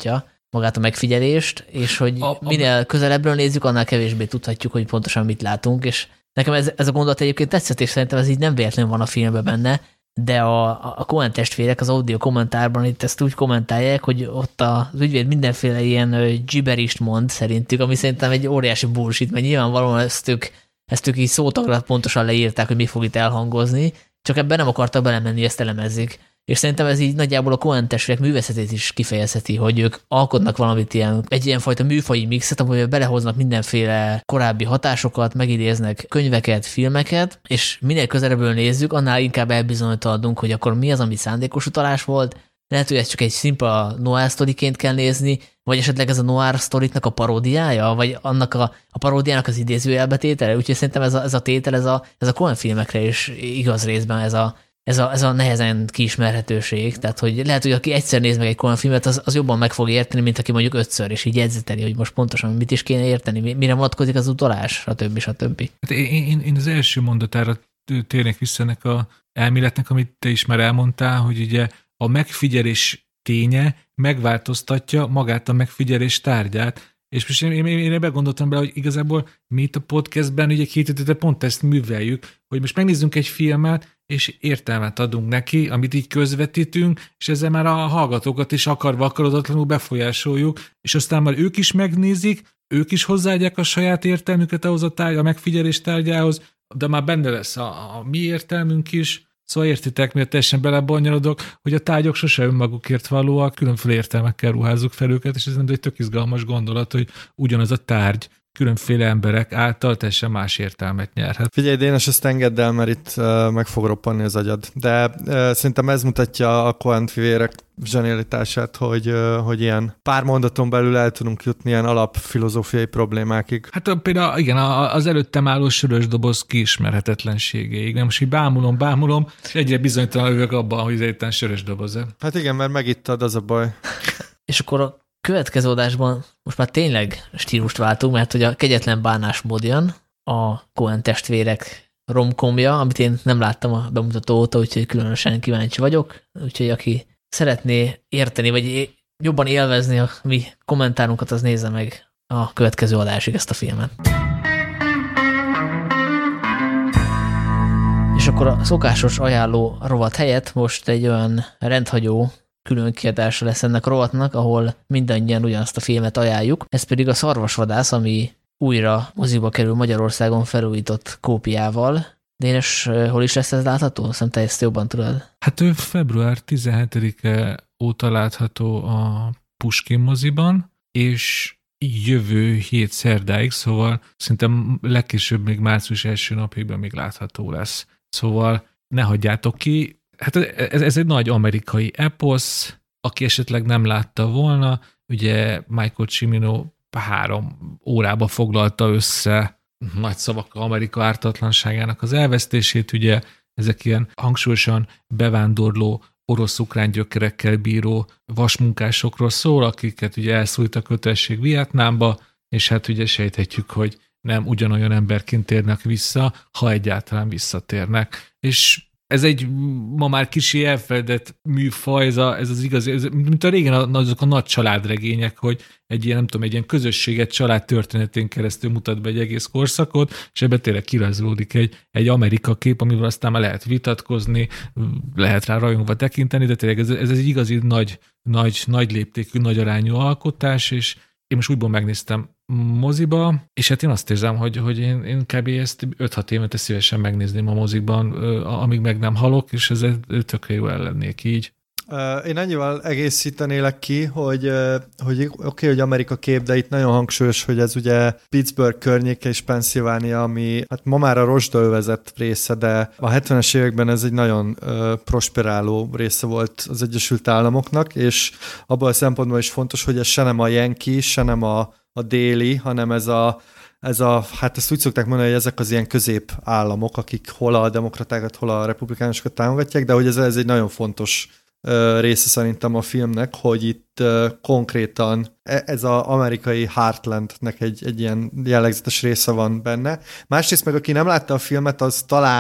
magát a megfigyelést, és hogy a, minél közelebbről nézzük, annál kevésbé tudhatjuk, hogy pontosan mit látunk, és nekem ez, ez a gondolat egyébként tetszett, és szerintem ez így nem véletlenül van a filmben benne, de a, a Coen testvérek az audio kommentárban itt ezt úgy kommentálják, hogy ott az ügyvéd mindenféle ilyen giberist mond szerintük, ami szerintem egy óriási bullshit, mert nyilvánvalóan ezt ők, ezt ők így szótagra pontosan leírták, hogy mi fog itt elhangozni, csak ebben nem akartak belemenni, ezt elemezzék. És szerintem ez így nagyjából a Coen testvérek művészetét is kifejezheti, hogy ők alkotnak valamit ilyen, egy ilyenfajta műfaji mixet, amiben belehoznak mindenféle korábbi hatásokat, megidéznek könyveket, filmeket, és minél közelebbről nézzük, annál inkább elbizonytalanodunk, hogy akkor mi az, ami szándékos utalás volt. Lehet, hogy ezt csak egy szimpla noir sztoriként kell nézni, vagy esetleg ez a noir sztoriknak a paródiája, vagy annak a, a paródiának az idézőjelbetétele. Úgyhogy szerintem ez a, ez a tétel, ez a, ez a Coen filmekre is igaz részben ez a Ez a, ez a nehezen kiismerhetőség, tehát hogy lehet, hogy aki egyszer néz meg egy Coen filmet, az, az jobban meg fog érteni, mint aki mondjuk ötször, és így jegyzeteli, hogy most pontosan mit is kéne érteni, mire vonatkozik az utalás, stb. stb. Hát én, én, én az első mondatára térnék vissza ennek a elméletnek, amit te is már elmondtál, hogy ugye a megfigyelés ténye megváltoztatja magát a megfigyelés tárgyát, és most én, én, én ebben gondoltam bele, hogy igazából mi itt a podcastben ugye két hétete pont ezt műveljük, hogy most megnézzünk egy filmet, és értelmet adunk neki, amit így közvetítünk, és ezzel már a hallgatókat is akarva akaratlanul befolyásoljuk, és aztán már ők is megnézik, ők is hozzáadják a saját értelmüket ahhoz a, tárgy, a megfigyelés tárgyához, de már benne lesz a, a mi értelmünk is. Szóval értitek, miért teljesen belebonyolodok, hogy a tárgyak sose önmagukért valóak, különféle értelmekkel ruházzuk fel őket, és ez nem egy tök izgalmas gondolat, hogy ugyanaz a tárgy különféle emberek által teljesen más értelmet nyerhet. Figyelj, Dénes, ezt engedd el, mert itt uh, meg fog roppanni az agyad. De uh, szerintem ez mutatja a Coen fivérek zsenialitását, hogy, uh, hogy ilyen pár mondaton belül el tudunk jutni ilyen alapfilozófiai problémákig. Hát például igen, az előttem álló sörös doboz kiismerhetetlenségéig. Nem most így bámulom, bámulom, és egyre bizonytalan övök abban, hogy ez egyetlen sörös doboz. Hát igen, mert megittad, az a baj. És akkor a következő adásban most már tényleg stílust váltunk, mert hogy a Kegyetlen bánásmód jön, a Coen testvérek romkomja, amit én nem láttam a bemutató óta, úgyhogy különösen kíváncsi vagyok. Úgyhogy aki szeretné érteni, vagy jobban élvezni a mi kommentárunkat, az nézze meg a következő adásig ezt a filmet. És akkor a szokásos ajánló rovat helyett most egy olyan rendhagyó külön kiadása lesz ennek a rovatnak, ahol mindannyian ugyanazt a filmet ajánljuk. Ez pedig a Szarvasvadász, ami újra moziba kerül Magyarországon felújított kópiával. Dénes, hol is lesz ez látható? Szerintem te ezt jobban tudod. Hát ő február tizenhetedike óta látható a Puskin moziban, és jövő hét szerdáig, szóval szerintem legkésőbb még március első napjában még látható lesz. Szóval ne hagyjátok ki. Hát ez, ez egy nagy amerikai eposz, aki esetleg nem látta volna, ugye Michael Cimino három órába foglalta össze nagy szavakkal Amerika ártatlanságának az elvesztését, ugye ezek ilyen hangsúlyosan bevándorló orosz-ukrán gyökerekkel bíró vasmunkásokról szól, akiket ugye elszújt a kötelesség Vietnámba, és hát ugye sejthetjük, hogy nem ugyanolyan emberként térnek vissza, ha egyáltalán visszatérnek. És ez egy ma már kicsi elfeledett műfaj, ez, a, ez az igazi, ez, mint a régen azok a nagy családregények, hogy egy ilyen, nem tudom, egy ilyen közösséget család történetén keresztül mutat be egy egész korszakot, és ebben tényleg kirajzolódik egy, egy Amerika kép, amivel aztán már lehet vitatkozni, lehet rá rajongva tekinteni, de tényleg ez, ez egy igazi nagy, nagy, nagy léptékű, nagy arányú alkotás, és én most újból megnéztem moziba, és hát én azt érzem, hogy, hogy én, én kb. Ezt öt-hat évente szívesen megnézném a mozikban, amíg meg nem halok, és ez tökre jó ellennék így. Én annyival egészítenélek ki, hogy, hogy oké, okay, hogy Amerika kép, de itt nagyon hangsúlyos, hogy ez ugye Pittsburgh környéke és Pennsylvania, ami hát ma már a rozsdaövezet része, de a hetvenes években ez egy nagyon uh, prosperáló része volt az Egyesült Államoknak, és abban a szempontból is fontos, hogy ez se nem a Yankee, se nem a, a déli, hanem ez a Ez a, hát ezt úgy szokták mondani, hogy ezek az ilyen középállamok, akik hol a demokratákat, hol a republikánusokat támogatják, de hogy ez, ez egy nagyon fontos uh, része szerintem a filmnek, hogy itt uh, konkrétan ez az amerikai Heartlandnek egy, egy ilyen jellegzetes része van benne. Másrészt meg aki nem látta a filmet, az talán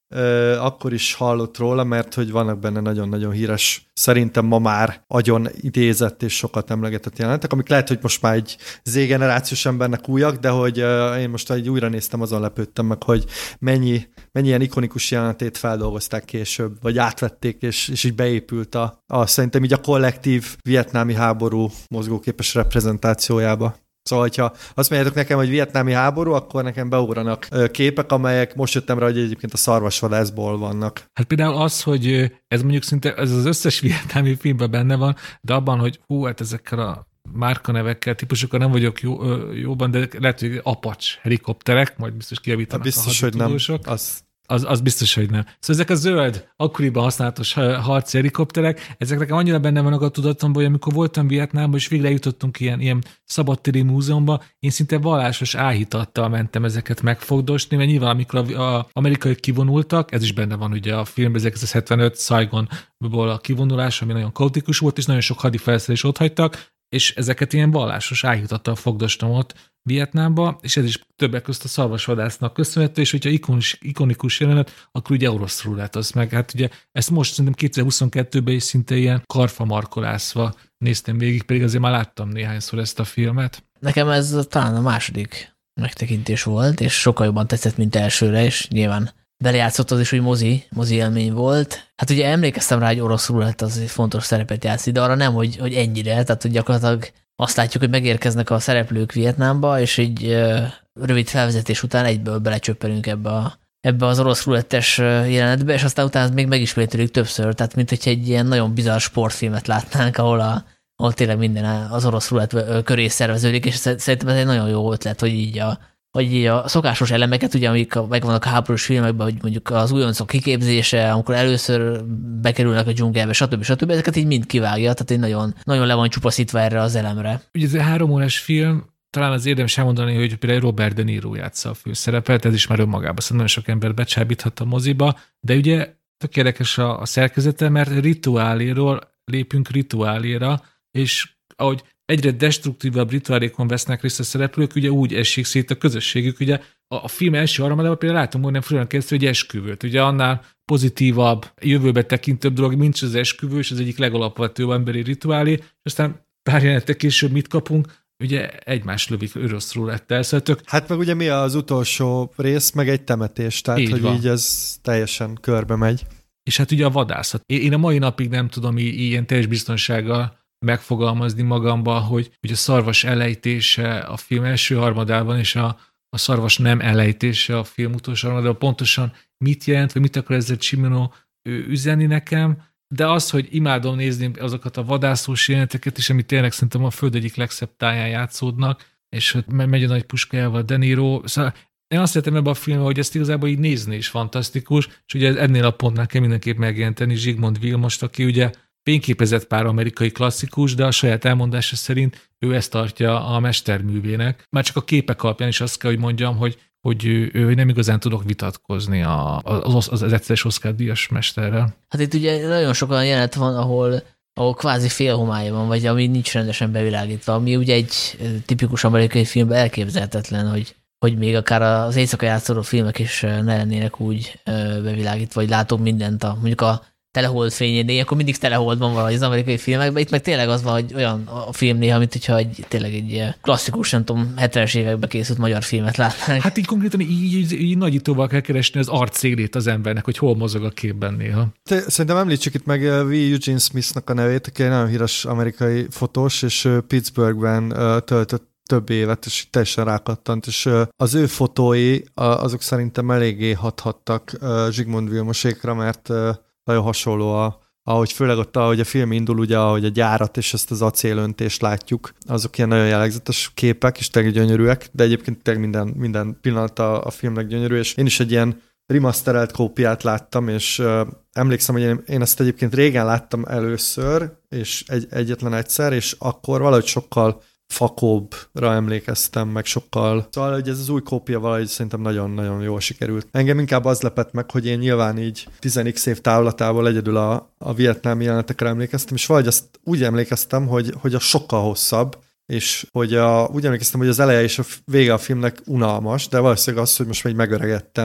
ö, akkor is hallott róla, mert hogy vannak benne nagyon-nagyon híres, szerintem ma már agyon idézett és sokat emlegetett jelenetek, amik lehet, hogy most már egy Z-generációs embernek újak, de hogy ö, én most egy újra néztem, azon lepődtem meg, hogy mennyi, mennyi ilyen ikonikus jelenetét feldolgozták később, vagy átvették, és, és így beépült a, a szerintem így a kollektív vietnámi háború mozgóképes reprezentációjába. Szóval, hogyha azt mondjátok nekem, hogy vietnámi háború, akkor nekem beugranak képek, amelyek most jöttem rá, hogy egyébként a szarvasvadászból vannak. Hát például az, hogy ez mondjuk szinte ez az összes vietnámi filmben benne van, de abban, hogy hú, hát ezekkel a márkanevekkel, típusokkal nem vagyok jó, jóban, de lehet, hogy Apache helikopterek, majd biztos kijavítanak biztos, a haditudósok. Hogy nem. Az... Az, az biztos, hogy nem. Szóval ezek a zöld, akkoriban használatos harci helikopterek, ezek nekem annyira benne vannak a tudatomban, hogy amikor voltam Vietnámban, és végre jutottunk ilyen, ilyen szabadtéri múzeumba, én szinte vallásos áhítattal mentem ezeket megfogdosni, mert nyilván amikor az amerikaiak kivonultak, ez is benne van ugye a filmben, ezerkilencszázhetvenöt Saigonból a kivonulás, ami nagyon kaotikus volt, és nagyon sok hadifelszerelést ott hagytak, és ezeket ilyen vallásos áhítattal fogdostam ott Vietnámba, és ez is többek között a szarvasvadásznak köszönhető, és hogyha ikonikus, ikonikus jelenet, akkor ugye orosz rulett az meg. Hát ugye ezt most szerintem kétezer-huszonkettőben is szinte ilyen karfamarkolászva néztem végig, pedig azért már láttam néhányszor ezt a filmet. Nekem ez talán a második megtekintés volt, és sokkal jobban tetszett, mint elsőre, és nyilván belejátszott az is, hogy mozi, mozi élmény volt. Hát ugye emlékeztem rá, hogy orosz rulett az fontos szerepet játszik, de arra nem, hogy, hogy ennyire, tehát hogy gyakorlatilag azt látjuk, hogy megérkeznek a szereplők Vietnámba, és egy uh, rövid felvezetés után egyből belecsöppelünk ebbe, a, ebbe az orosz rulettes jelenetbe, és aztán utána még megismételjük többször, tehát mint hogyha egy ilyen nagyon bizarr sportfilmet látnánk, ahol, a, ahol tényleg minden az orosz rulett köré szerveződik, és szerintem ez egy nagyon jó ötlet, hogy így a, hogy így a szokásos elemeket, ugye, amik megvannak a háborús filmekben, hogy mondjuk az újoncok kiképzése, amikor először bekerülnek a dzsungelbe, stb. stb. Ezeket így mind kivágja, tehát egy nagyon, nagyon le van csupaszítva erre az elemre. Ugye ez egy három órás film, talán az érdemes elmondani, hogy például Robert De Niro játsza a főszerepet, ez is már önmagában, szóval nagyon sok ember becsábíthat a moziba, de ugye tök érdekes a, a szerkezete, mert rituáléról lépünk rituáléra, és ahogy egyre destruktívabb rituálékon vesznek részt a szereplők, ugye úgy esik szét a közösségük. Ugye a, a film első harmadában például látom, hogy nem főleg keresztül, hogy esküvőt. Ugye annál pozitívabb, jövőbe tekintőbb dolog, mint az esküvő, és az egyik legalapvetőbb emberi rituálé, és aztán pár jelenetek később mit kapunk? Ugye egymás lövik orosz rulettel. Szóval tök... Hát meg ugye mi az utolsó rész, meg egy temetés, tehát így hogy van. Így ez teljesen körbe megy. És hát ugye a vadászat. Én a mai napig nem tudom ilyen teljes biztonsággal megfogalmazni magamba, hogy, hogy a szarvas elejtése a film első harmadában, és a, a szarvas nem elejtése a film utolsó harmadában pontosan mit jelent, vagy mit akar ezzel Cimino üzenni nekem, de az, hogy imádom nézni azokat a vadászós jeleneteket is, amit tényleg szerintem a föld egyik legszebb táján játszódnak, és megy a nagy puskájával De Niro. Szóval én azt szeretem ebben a filmben, hogy ezt igazából így nézni is fantasztikus, és ugye ennél a pontnál kell mindenképp megjelenteni Zsigmond Vilmost, aki ugye fényképezett pár amerikai klasszikus, de a saját elmondása szerint ő ezt tartja a mesterművének. Már csak a képek alapján is azt kell, hogy mondjam, hogy, hogy ő, ő nem igazán tudok vitatkozni a, az, az, az egyszeres Oscar-díjas mesterrel. Hát itt ugye nagyon sok olyan jelenet van, ahol, ahol kvázi félhomály van, vagy ami nincs rendesen bevilágítva, ami ugye egy tipikus amerikai filmben elképzelhetetlen, hogy, hogy még akár az éjszaka játszódó filmek is ne lennének úgy bevilágítva, hogy látok mindent, a, mondjuk a telehold fényénél, akkor mindig telehold van valahogy az amerikai filmekben, itt meg tényleg az van, hogy olyan a film néha, mint hogyha egy, tényleg egy klasszikus, nem tudom, hetvenes években készült magyar filmet látnánk. Hát így konkrétan így, így, így nagyítóval kell keresni az arcélét az embernek, hogy hol mozog a képben néha. Te, szerintem említsük itt meg V. Eugene Smithnak a nevét, aki egy nagyon híres amerikai fotós, és Pittsburghben töltött több évet, és teljesen rákattant, és az ő fotói azok szerintem eléggé hathattak Zsigmond Vilmosékra, mert nagyon hasonló, a, ahogy főleg ott, ahogy a film indul, ugye, ahogy a gyárat és ezt az acélöntést látjuk, azok ilyen nagyon jellegzetes képek, és tényleg gyönyörűek, de egyébként tényleg minden, minden pillanat a, a filmnek gyönyörű, és én is egy ilyen remasterelt kópiát láttam, és uh, emlékszem, hogy én, én ezt egyébként régen láttam először, és egy, egyetlen egyszer, és akkor valahogy sokkal fakóbbra emlékeztem, meg sokkal. Szóval, hogy ez az új kópia valahogy szerintem nagyon-nagyon jól sikerült. Engem inkább az lepett meg, hogy én nyilván így tíz x év távlatából egyedül a, a vietnámi jelenetekre emlékeztem, és valahogy azt úgy emlékeztem, hogy, hogy a sokkal hosszabb, és hogy a, úgy emlékeztem, hogy az eleje és a vége a filmnek unalmas, de valószínűleg az, hogy most még megöregedtem,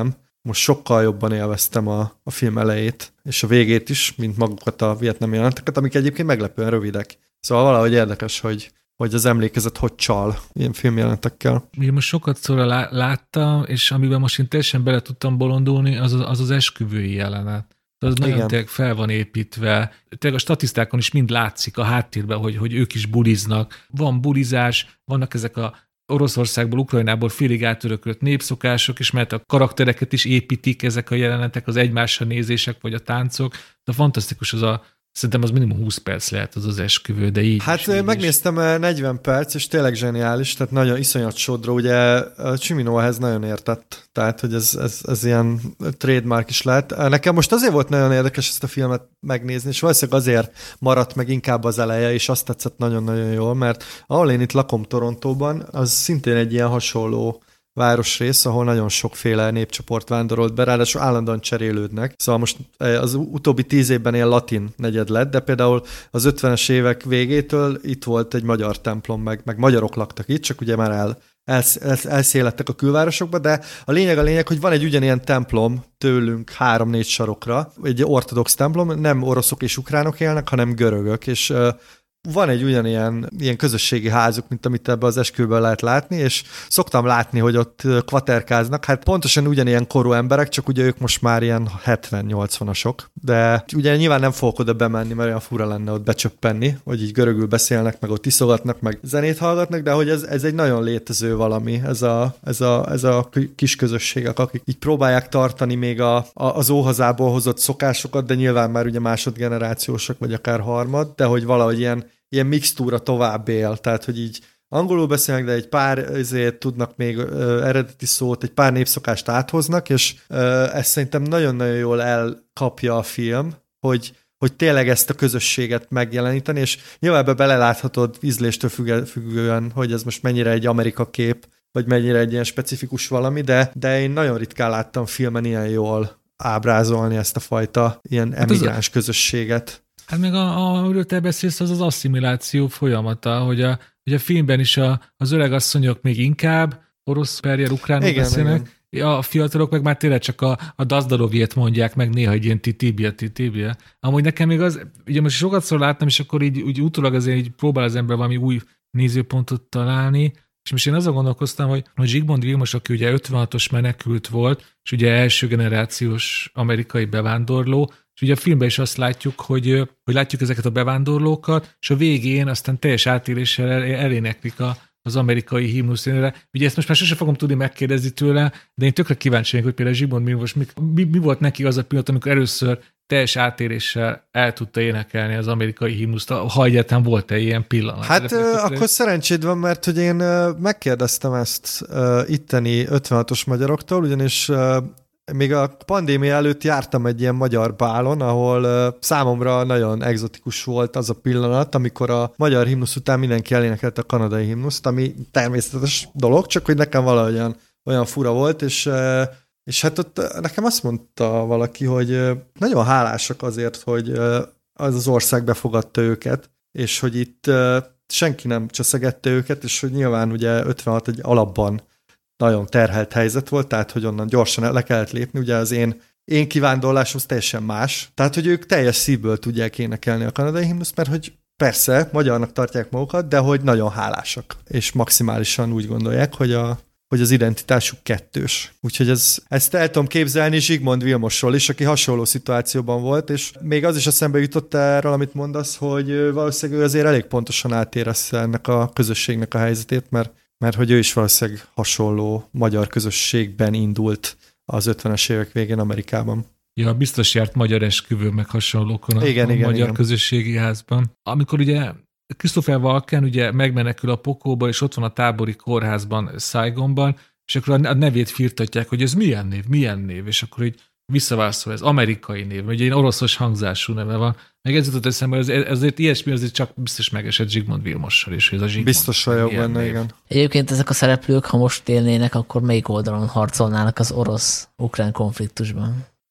most sokkal jobban élveztem a, a film elejét, és a végét is, mint magukat a vietnami jeleneteket, amik egyébként meglepően rövidek. Szóval valahogy érdekes, hogy, hogy az emlékezet hogy csal ilyen filmjelenetekkel. Ugye most sokat szóra lá- láttam, és amiben most én teljesen bele tudtam bolondulni, az az, az, az esküvői jelenet. Az nagyon tényleg fel van építve. Tényleg a statisztákon is mind látszik a háttérben, hogy, hogy ők is buliznak. Van bulizás, vannak ezek a Oroszországból, Ukrajnából félig átörökött népszokások, és mert a karaktereket is építik ezek a jelenetek, az egymásra nézések, vagy a táncok. De fantasztikus az a, szerintem az minimum húsz perc lehet az az esküvő, de így Hát is, így megnéztem is. negyven perc, és tényleg zseniális, tehát nagyon iszonyat sodró, ugye a Cimino ehhez nagyon értett, tehát hogy ez, ez, ez ilyen trademark is lehet. Nekem most azért volt nagyon érdekes ezt a filmet megnézni, és valószínűleg azért maradt meg inkább az eleje, és azt tetszett nagyon-nagyon jól, mert ahol én itt lakom Torontóban, az szintén egy ilyen hasonló városrész, ahol nagyon sokféle népcsoport vándorolt be, ráadásul állandóan cserélődnek. Szóval most az utóbbi tíz évben ilyen latin negyed lett, de például az ötvenes évek végétől itt volt egy magyar templom, meg, meg magyarok laktak itt, csak ugye már el, elsz, elsz, elszélettek a külvárosokba, de a lényeg a lényeg, hogy van egy ugyanilyen templom tőlünk három-négy sarokra, egy ortodox templom, nem oroszok és ukránok élnek, hanem görögök, és van egy ugyanilyen ilyen közösségi házuk, mint amit ebben az esküvőben lehet látni, és szoktam látni, hogy ott kvaterkáznak. Hát pontosan ugyanilyen korú emberek, csak ugye ők most már ilyen hetven-nyolcvanasok, de ugye nyilván nem fogok oda bemenni, mert olyan fura lenne ott becsöppenni, hogy így görögül beszélnek, meg ott iszogatnak, meg zenét hallgatnak, de hogy ez, ez egy nagyon létező valami, ez a, ez a, ez a kis közösségek, akik így próbálják tartani még a, a, az óhazából hozott szokásokat, de nyilván már ugye másodgenerációsak, vagy akár harmad, de hogy valahogy ilyen ilyen mixtúra tovább él, tehát hogy így angolul beszélnek, de egy pár ezért tudnak még ö, eredeti szót, egy pár népszokást áthoznak, és ö, ezt szerintem nagyon-nagyon jól elkapja a film, hogy, hogy tényleg ezt a közösséget megjeleníteni, és nyilván ebbe beleláthatod ízléstől függően, hogy ez most mennyire egy Amerika kép, vagy mennyire egy ilyen specifikus valami, de, de én nagyon ritkán láttam filmen ilyen jól ábrázolni ezt a fajta ilyen emigráns közösséget. Hát meg a, amiről te beszélsz, az az asszimiláció folyamata, hogy a, hogy a filmben is a, az öreg asszonyok még inkább orosz, perjer, ukránok igen, beszélnek, igen. A fiatalok meg már tényleg csak a, a dazdalovjét mondják meg néha egy ilyen titibia, titibia. Amúgy nekem még az, ugye most sokat szor láttam, és akkor így úgy utólag azért így próbál az ember valami új nézőpontot találni, és most én azon gondolkoztam, hogy, hogy Zsigmond Vilmos, aki ugye ötvenhatos menekült volt, és ugye első generációs amerikai bevándorló, és ugye a filmben is azt látjuk, hogy, hogy látjuk ezeket a bevándorlókat, és a végén aztán teljes átéléssel eléneklik a, az amerikai himnuszénre. Ugye ezt most már sose fogom tudni megkérdezni tőle, de én tökre kíváncsi vagyok, hogy például Zsigmond Vilmos, mi, mi, mi volt neki az a pillanat, amikor először teljes átéléssel el tudta énekelni az amerikai himnuszt, ha egyáltalán volt-e ilyen pillanat? Hát uh, akkor szerencséd van, mert hogy én uh, megkérdeztem ezt uh, itteni ötvenhatos magyaroktól, ugyanis uh, még a pandémia előtt jártam egy ilyen magyar bálon, ahol uh, számomra nagyon egzotikus volt az a pillanat, amikor a magyar himnusz után mindenki elénekelt a kanadai himnuszt, ami természetes dolog, csak hogy nekem valahogy olyan, olyan fura volt, és, uh, és hát ott nekem azt mondta valaki, hogy uh, nagyon hálásak azért, hogy uh, az az ország befogadta őket, és hogy itt uh, senki nem cseszegette őket, és hogy nyilván ugye ötvenhat egy alapban nagyon terhelt helyzet volt, tehát hogy onnan gyorsan le kellett lépni, ugye az én, én kivándorlásom teljesen más, tehát hogy ők teljes szívből tudják énekelni a kanadai himnuszt, mert hogy persze magyarnak tartják magukat, de hogy nagyon hálásak, és maximálisan úgy gondolják, hogy, a, hogy az identitásuk kettős. Úgyhogy ez, ezt el tudom képzelni Zsigmond Vilmosról is, aki hasonló szituációban volt, és még az is eszembe jutott erről, amit mondasz, hogy valószínűleg ő azért elég pontosan átérezte ennek a közösségnek a helyzetét, mert mert hogy ő is valószínűleg hasonló magyar közösségben indult az ötvenes évek végén Amerikában. Ja, biztos járt magyar esküvő, meg hasonlókon a, igen, a igen, magyar igen. közösségi házban. Amikor ugye Christopher Walken ugye megmenekül a pokóba, és ott van a tábori kórházban, Saigonban, és akkor a nevét firtatják, hogy ez milyen név, milyen név, és akkor így visszaválaszol, ez amerikai név, ugye egy oroszos hangzású neve van. Meg ez jutott eszembe, hogy ezért ilyesmi azért csak biztos megesett Zsigmond Vilmossal is, hogy ez a Zsigmond. Biztos vagyok benne, igen. Egyébként ezek a szereplők, ha most élnének, akkor melyik oldalon harcolnának az orosz-ukrán konfliktusban?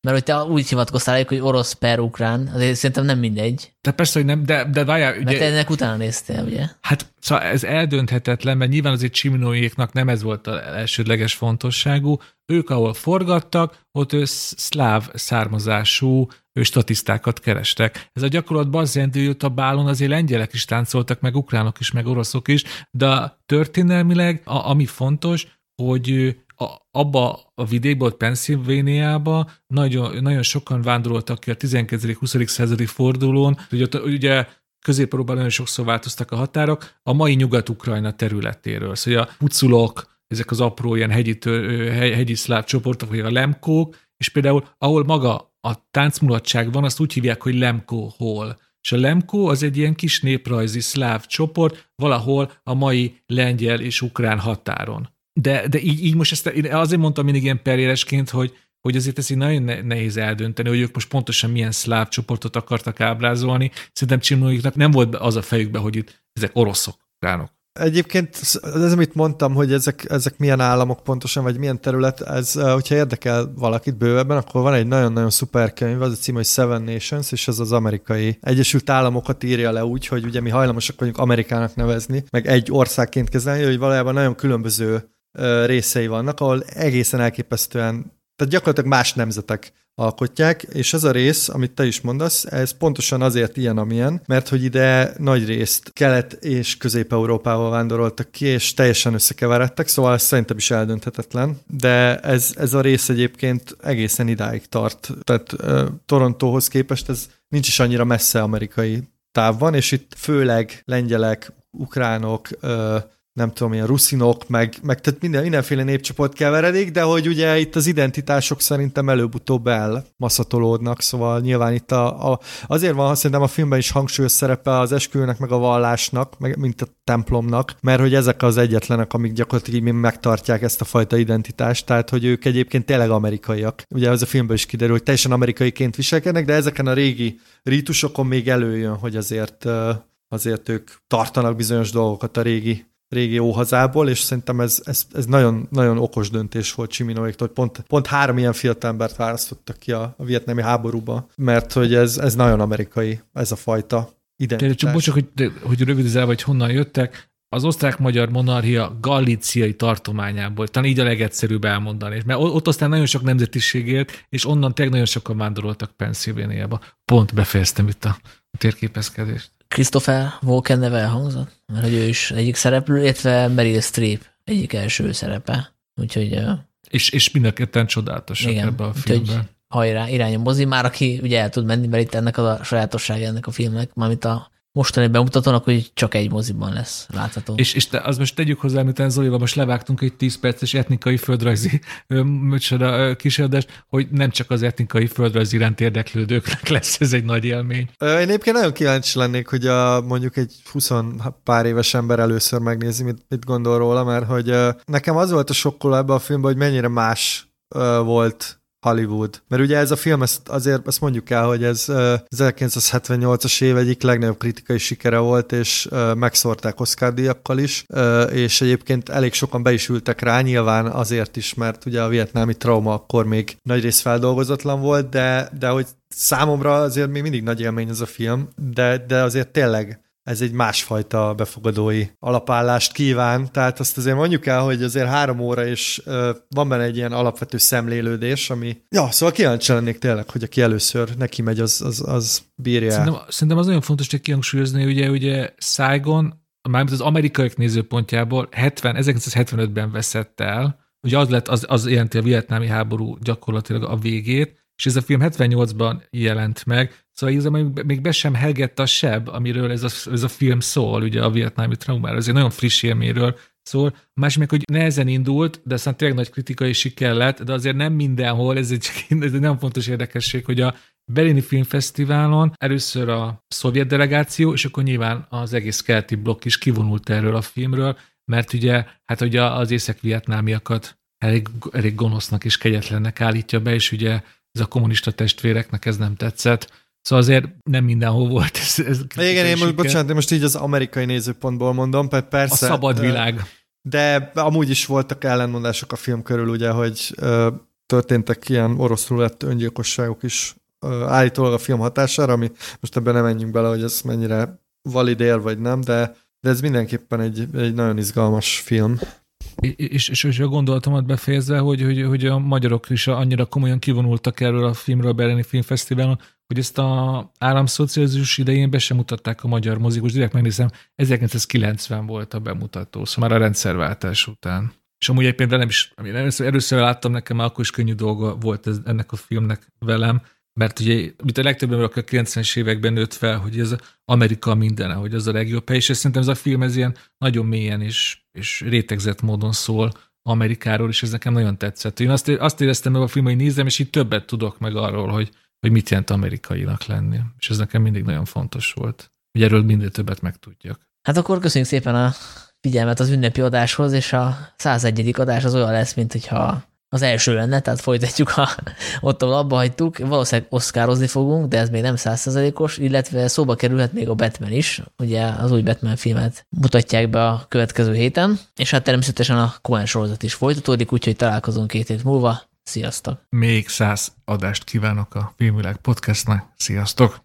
Mert hogy te úgy hivatkoztál rájuk, hogy orosz per ukrán, azért szerintem nem mindegy. De persze, hogy nem, de, de várjál. Mert te ennek utána néztél, ugye? Hát szóval ez eldönthetetlen, mert nyilván azért Csiminóéknak nem ez volt az elsődleges fontosságú. Ők, ahol forgattak, ott ő szláv származású ő statisztákat kerestek. Ez a gyakorlatban azt jelenti, hogy ott a bálon azért lengyelek is táncoltak, meg ukránok is, meg oroszok is, de történelmileg, a, ami fontos, hogy a, abba a vidékban, ott Pennsylvaniában nagyon, nagyon sokan vándoroltak ki a tizenkilencedik-huszadik századi fordulón, hogy ott ugye Közép-Európában nagyon sokszor változtak a határok, a mai Nyugat-Ukrajna területéről. Szóval a puculok, ezek az apró ilyen hegyi, hegyi szláv csoportok, vagy a lemkók, és például ahol maga a táncmulatság van, azt úgy hívják, hogy Lemko Hall. És a Lemko az egy ilyen kis néprajzi szláv csoport, valahol a mai lengyel és ukrán határon. De, de így, így most ezt én azért mondtam mindig ilyen perélesként, hogy, hogy azért ezt így nagyon nehéz eldönteni, hogy ők most pontosan milyen szláv csoportot akartak ábrázolni. Szerintem Csiminóiknak nem volt az a fejükbe, hogy itt ezek oroszok, ukránok. Egyébként ez, amit mondtam, hogy ezek, ezek milyen államok pontosan, vagy milyen terület, ez, hogyha érdekel valakit bővebben, akkor van egy nagyon-nagyon szuper könyv, az a cím, hogy Seven Nations, és ez az amerikai Egyesült Államokat írja le úgy, hogy ugye mi hajlamosak vagyunk Amerikának nevezni, meg egy országként kezelni, hogy valójában nagyon különböző részei vannak, ahol egészen elképesztően, tehát gyakorlatilag más nemzetek alkotják, és ez a rész, amit te is mondasz, ez pontosan azért ilyen, amilyen, mert hogy ide nagy részt Kelet- és Közép-Európával vándoroltak ki, és teljesen összekeveredtek, szóval ez szerintem is eldönthetetlen, de ez, ez a rész egyébként egészen idáig tart, tehát uh, Torontóhoz képest ez nincs is annyira messze amerikai távban, és itt főleg lengyelek, ukránok, uh, nem tudom, ilyen ruszinok, meg, meg tehát minden, mindenféle népcsoport keveredik, de hogy ugye itt az identitások szerintem előbb-utóbb elmaszatolódnak, szóval nyilván itt a, a, azért van szerintem a filmben is hangsúlyos szerepe az esküvőnek, meg a vallásnak, meg, mint a templomnak, mert hogy ezek az egyetlenek, amik gyakorlatilag így megtartják ezt a fajta identitást, tehát hogy ők egyébként tényleg amerikaiak. Ugye ez a filmben is kiderül, hogy teljesen amerikaiként viselkednek, de ezeken a régi rítusokon még előjön, hogy azért, azért ők tartanak bizonyos dolgokat a régi régi óhazából, és szerintem ez, ez, ez nagyon, nagyon okos döntés volt Csiminóéktól, hogy pont, pont három ilyen fiatalembert választottak ki a, a vietnámi háborúba, mert hogy ez, ez nagyon amerikai, ez a fajta identitás. Csak bocsánat, hogy, hogy rövidízel, vagy honnan jöttek, az osztrák-magyar monarchia galíciai tartományából, talán így a legegyszerűbb elmondani, mert ott aztán nagyon sok nemzetiség élt, és onnan tényleg nagyon sokan vándoroltak Pennsylvaniába. Pont befejeztem itt a térképezkedést. Christopher Walken neve elhangzott? Mert hogy ő is egyik szereplő, illetve Meryl Streep egyik első szerepe. Úgyhogy... És, és mind a ketten csodálatosak ebben a filmben. Hajrá, irány a mozi, már aki ugye el tud menni, mert itt ennek a sajátossága ennek a filmnek, mármint a mostani bemutatónak, hogy csak egy moziban lesz látható. És, és te, az most tegyük hozzá, miután Zolival most levágtunk egy tíz perces etnikai földrajzi kísérletet, hogy nem csak az etnikai földrajzi iránt érdeklődőknek lesz ez egy nagy élmény. Én egyébként nagyon kíváncsi lennék, hogy a, mondjuk egy húsz pár éves ember először megnézi, mit, mit gondol róla, mert hogy nekem az volt a sokkoló ebben a filmben, hogy mennyire más volt Hollywood. Mert ugye ez a film, ezt azért ezt mondjuk el, hogy ez ezerkilencszázhetvennyolcas év egyik legnagyobb kritikai sikere volt, és megszórták Oscar-díjakkal is, és egyébként elég sokan be is ültek rá, nyilván azért is, mert ugye a vietnámi trauma akkor még nagyrészt feldolgozatlan volt, de, de hogy számomra azért még mindig nagy élmény ez a film, de, de azért tényleg ez egy másfajta befogadói alapállást kíván, tehát azt azért mondjuk el, hogy azért három óra, és uh, van benne egy ilyen alapvető szemlélődés, ami... Ja, szóval kíváncsi lennék tényleg, hogy aki először neki megy, az, az, az bírja. Szerintem, szerintem az nagyon fontos, hogy kihangsúlyozni, ugye, ugye Saigon, mármint az amerikaiak nézőpontjából hetven, ezerkilencszázhetvenötben veszett el, ugye az lett, az, az jelenti a vietnámi háború gyakorlatilag a végét, és ez a film hetvennyolcban jelent meg, szóval igazából még be sem helgette a seb, amiről ez a, ez a film szól, ugye a vietnámi traumáról, ez egy nagyon friss élményről szól. A másik meg, hogy nehezen indult, de aztán tényleg nagy kritikai siker lett, de azért nem mindenhol, ez egy, ez egy nagyon fontos érdekesség, hogy a Berlini Filmfesztiválon először a szovjet delegáció, és akkor nyilván az egész keleti blokk is kivonult erről a filmről, mert ugye, hát ugye az észak-vietnámiakat elég, elég gonosznak és kegyetlennek állítja be, és ugye ez a kommunista testvéreknek ez nem tetszett. Szóval azért nem mindenhol volt ez. ez igen, én most, bocsánat, én most így az amerikai nézőpontból mondom, persze. A szabad világ. De amúgy is voltak ellenmondások a film körül, ugye, hogy történtek ilyen orosz rulett öngyilkosságok is állítólag a film hatására, ami most ebben nem menjünk bele, hogy ez mennyire valid ér vagy nem, de, de ez mindenképpen egy, egy nagyon izgalmas film. És, és, és a gondolatomat befejezve, hogy, hogy, hogy a magyarok is annyira komolyan kivonultak erről a filmről a Berlini Filmfesztiválon, hogy ezt a államszocializmus idején be sem mutatták a magyar mozikus. Direkt megnézem, ezerkilencszázkilencven volt a bemutató, szóval már a rendszerváltás után. És amúgy egy például nem is, először, először láttam, nekem már akkor is könnyű dolga volt ez, ennek a filmnek velem, mert ugye, mint a legtöbben a kilencvenes években nőtt fel, hogy ez Amerika minden, hogy az a legjobb hely, és szerintem ez a film ez ilyen nagyon mélyen és, és rétegzett módon szól Amerikáról, és ez nekem nagyon tetszett. Én azt, azt éreztem meg a film, hogy nézem, és így többet tudok meg arról, hogy, hogy mit jelent amerikainak lenni. És ez nekem mindig nagyon fontos volt, hogy erről minden többet megtudjak. Hát akkor köszönjük szépen a figyelmet az ünnepi adáshoz, és a százegyedik adás az olyan lesz, mint hogyha az első lenne, tehát folytatjuk, ha ott, ahol abba hagytuk. Valószínűleg oszkározni fogunk, de ez még nem száz százalékos, illetve szóba kerülhet még a Batman is. Ugye az új Batman filmet mutatják be a következő héten, és hát természetesen a Coen sorozat is folytatódik, úgyhogy találkozunk két hét múlva. Sziasztok! Még száz adást kívánok a Filmvilág podcastnak. Sziasztok!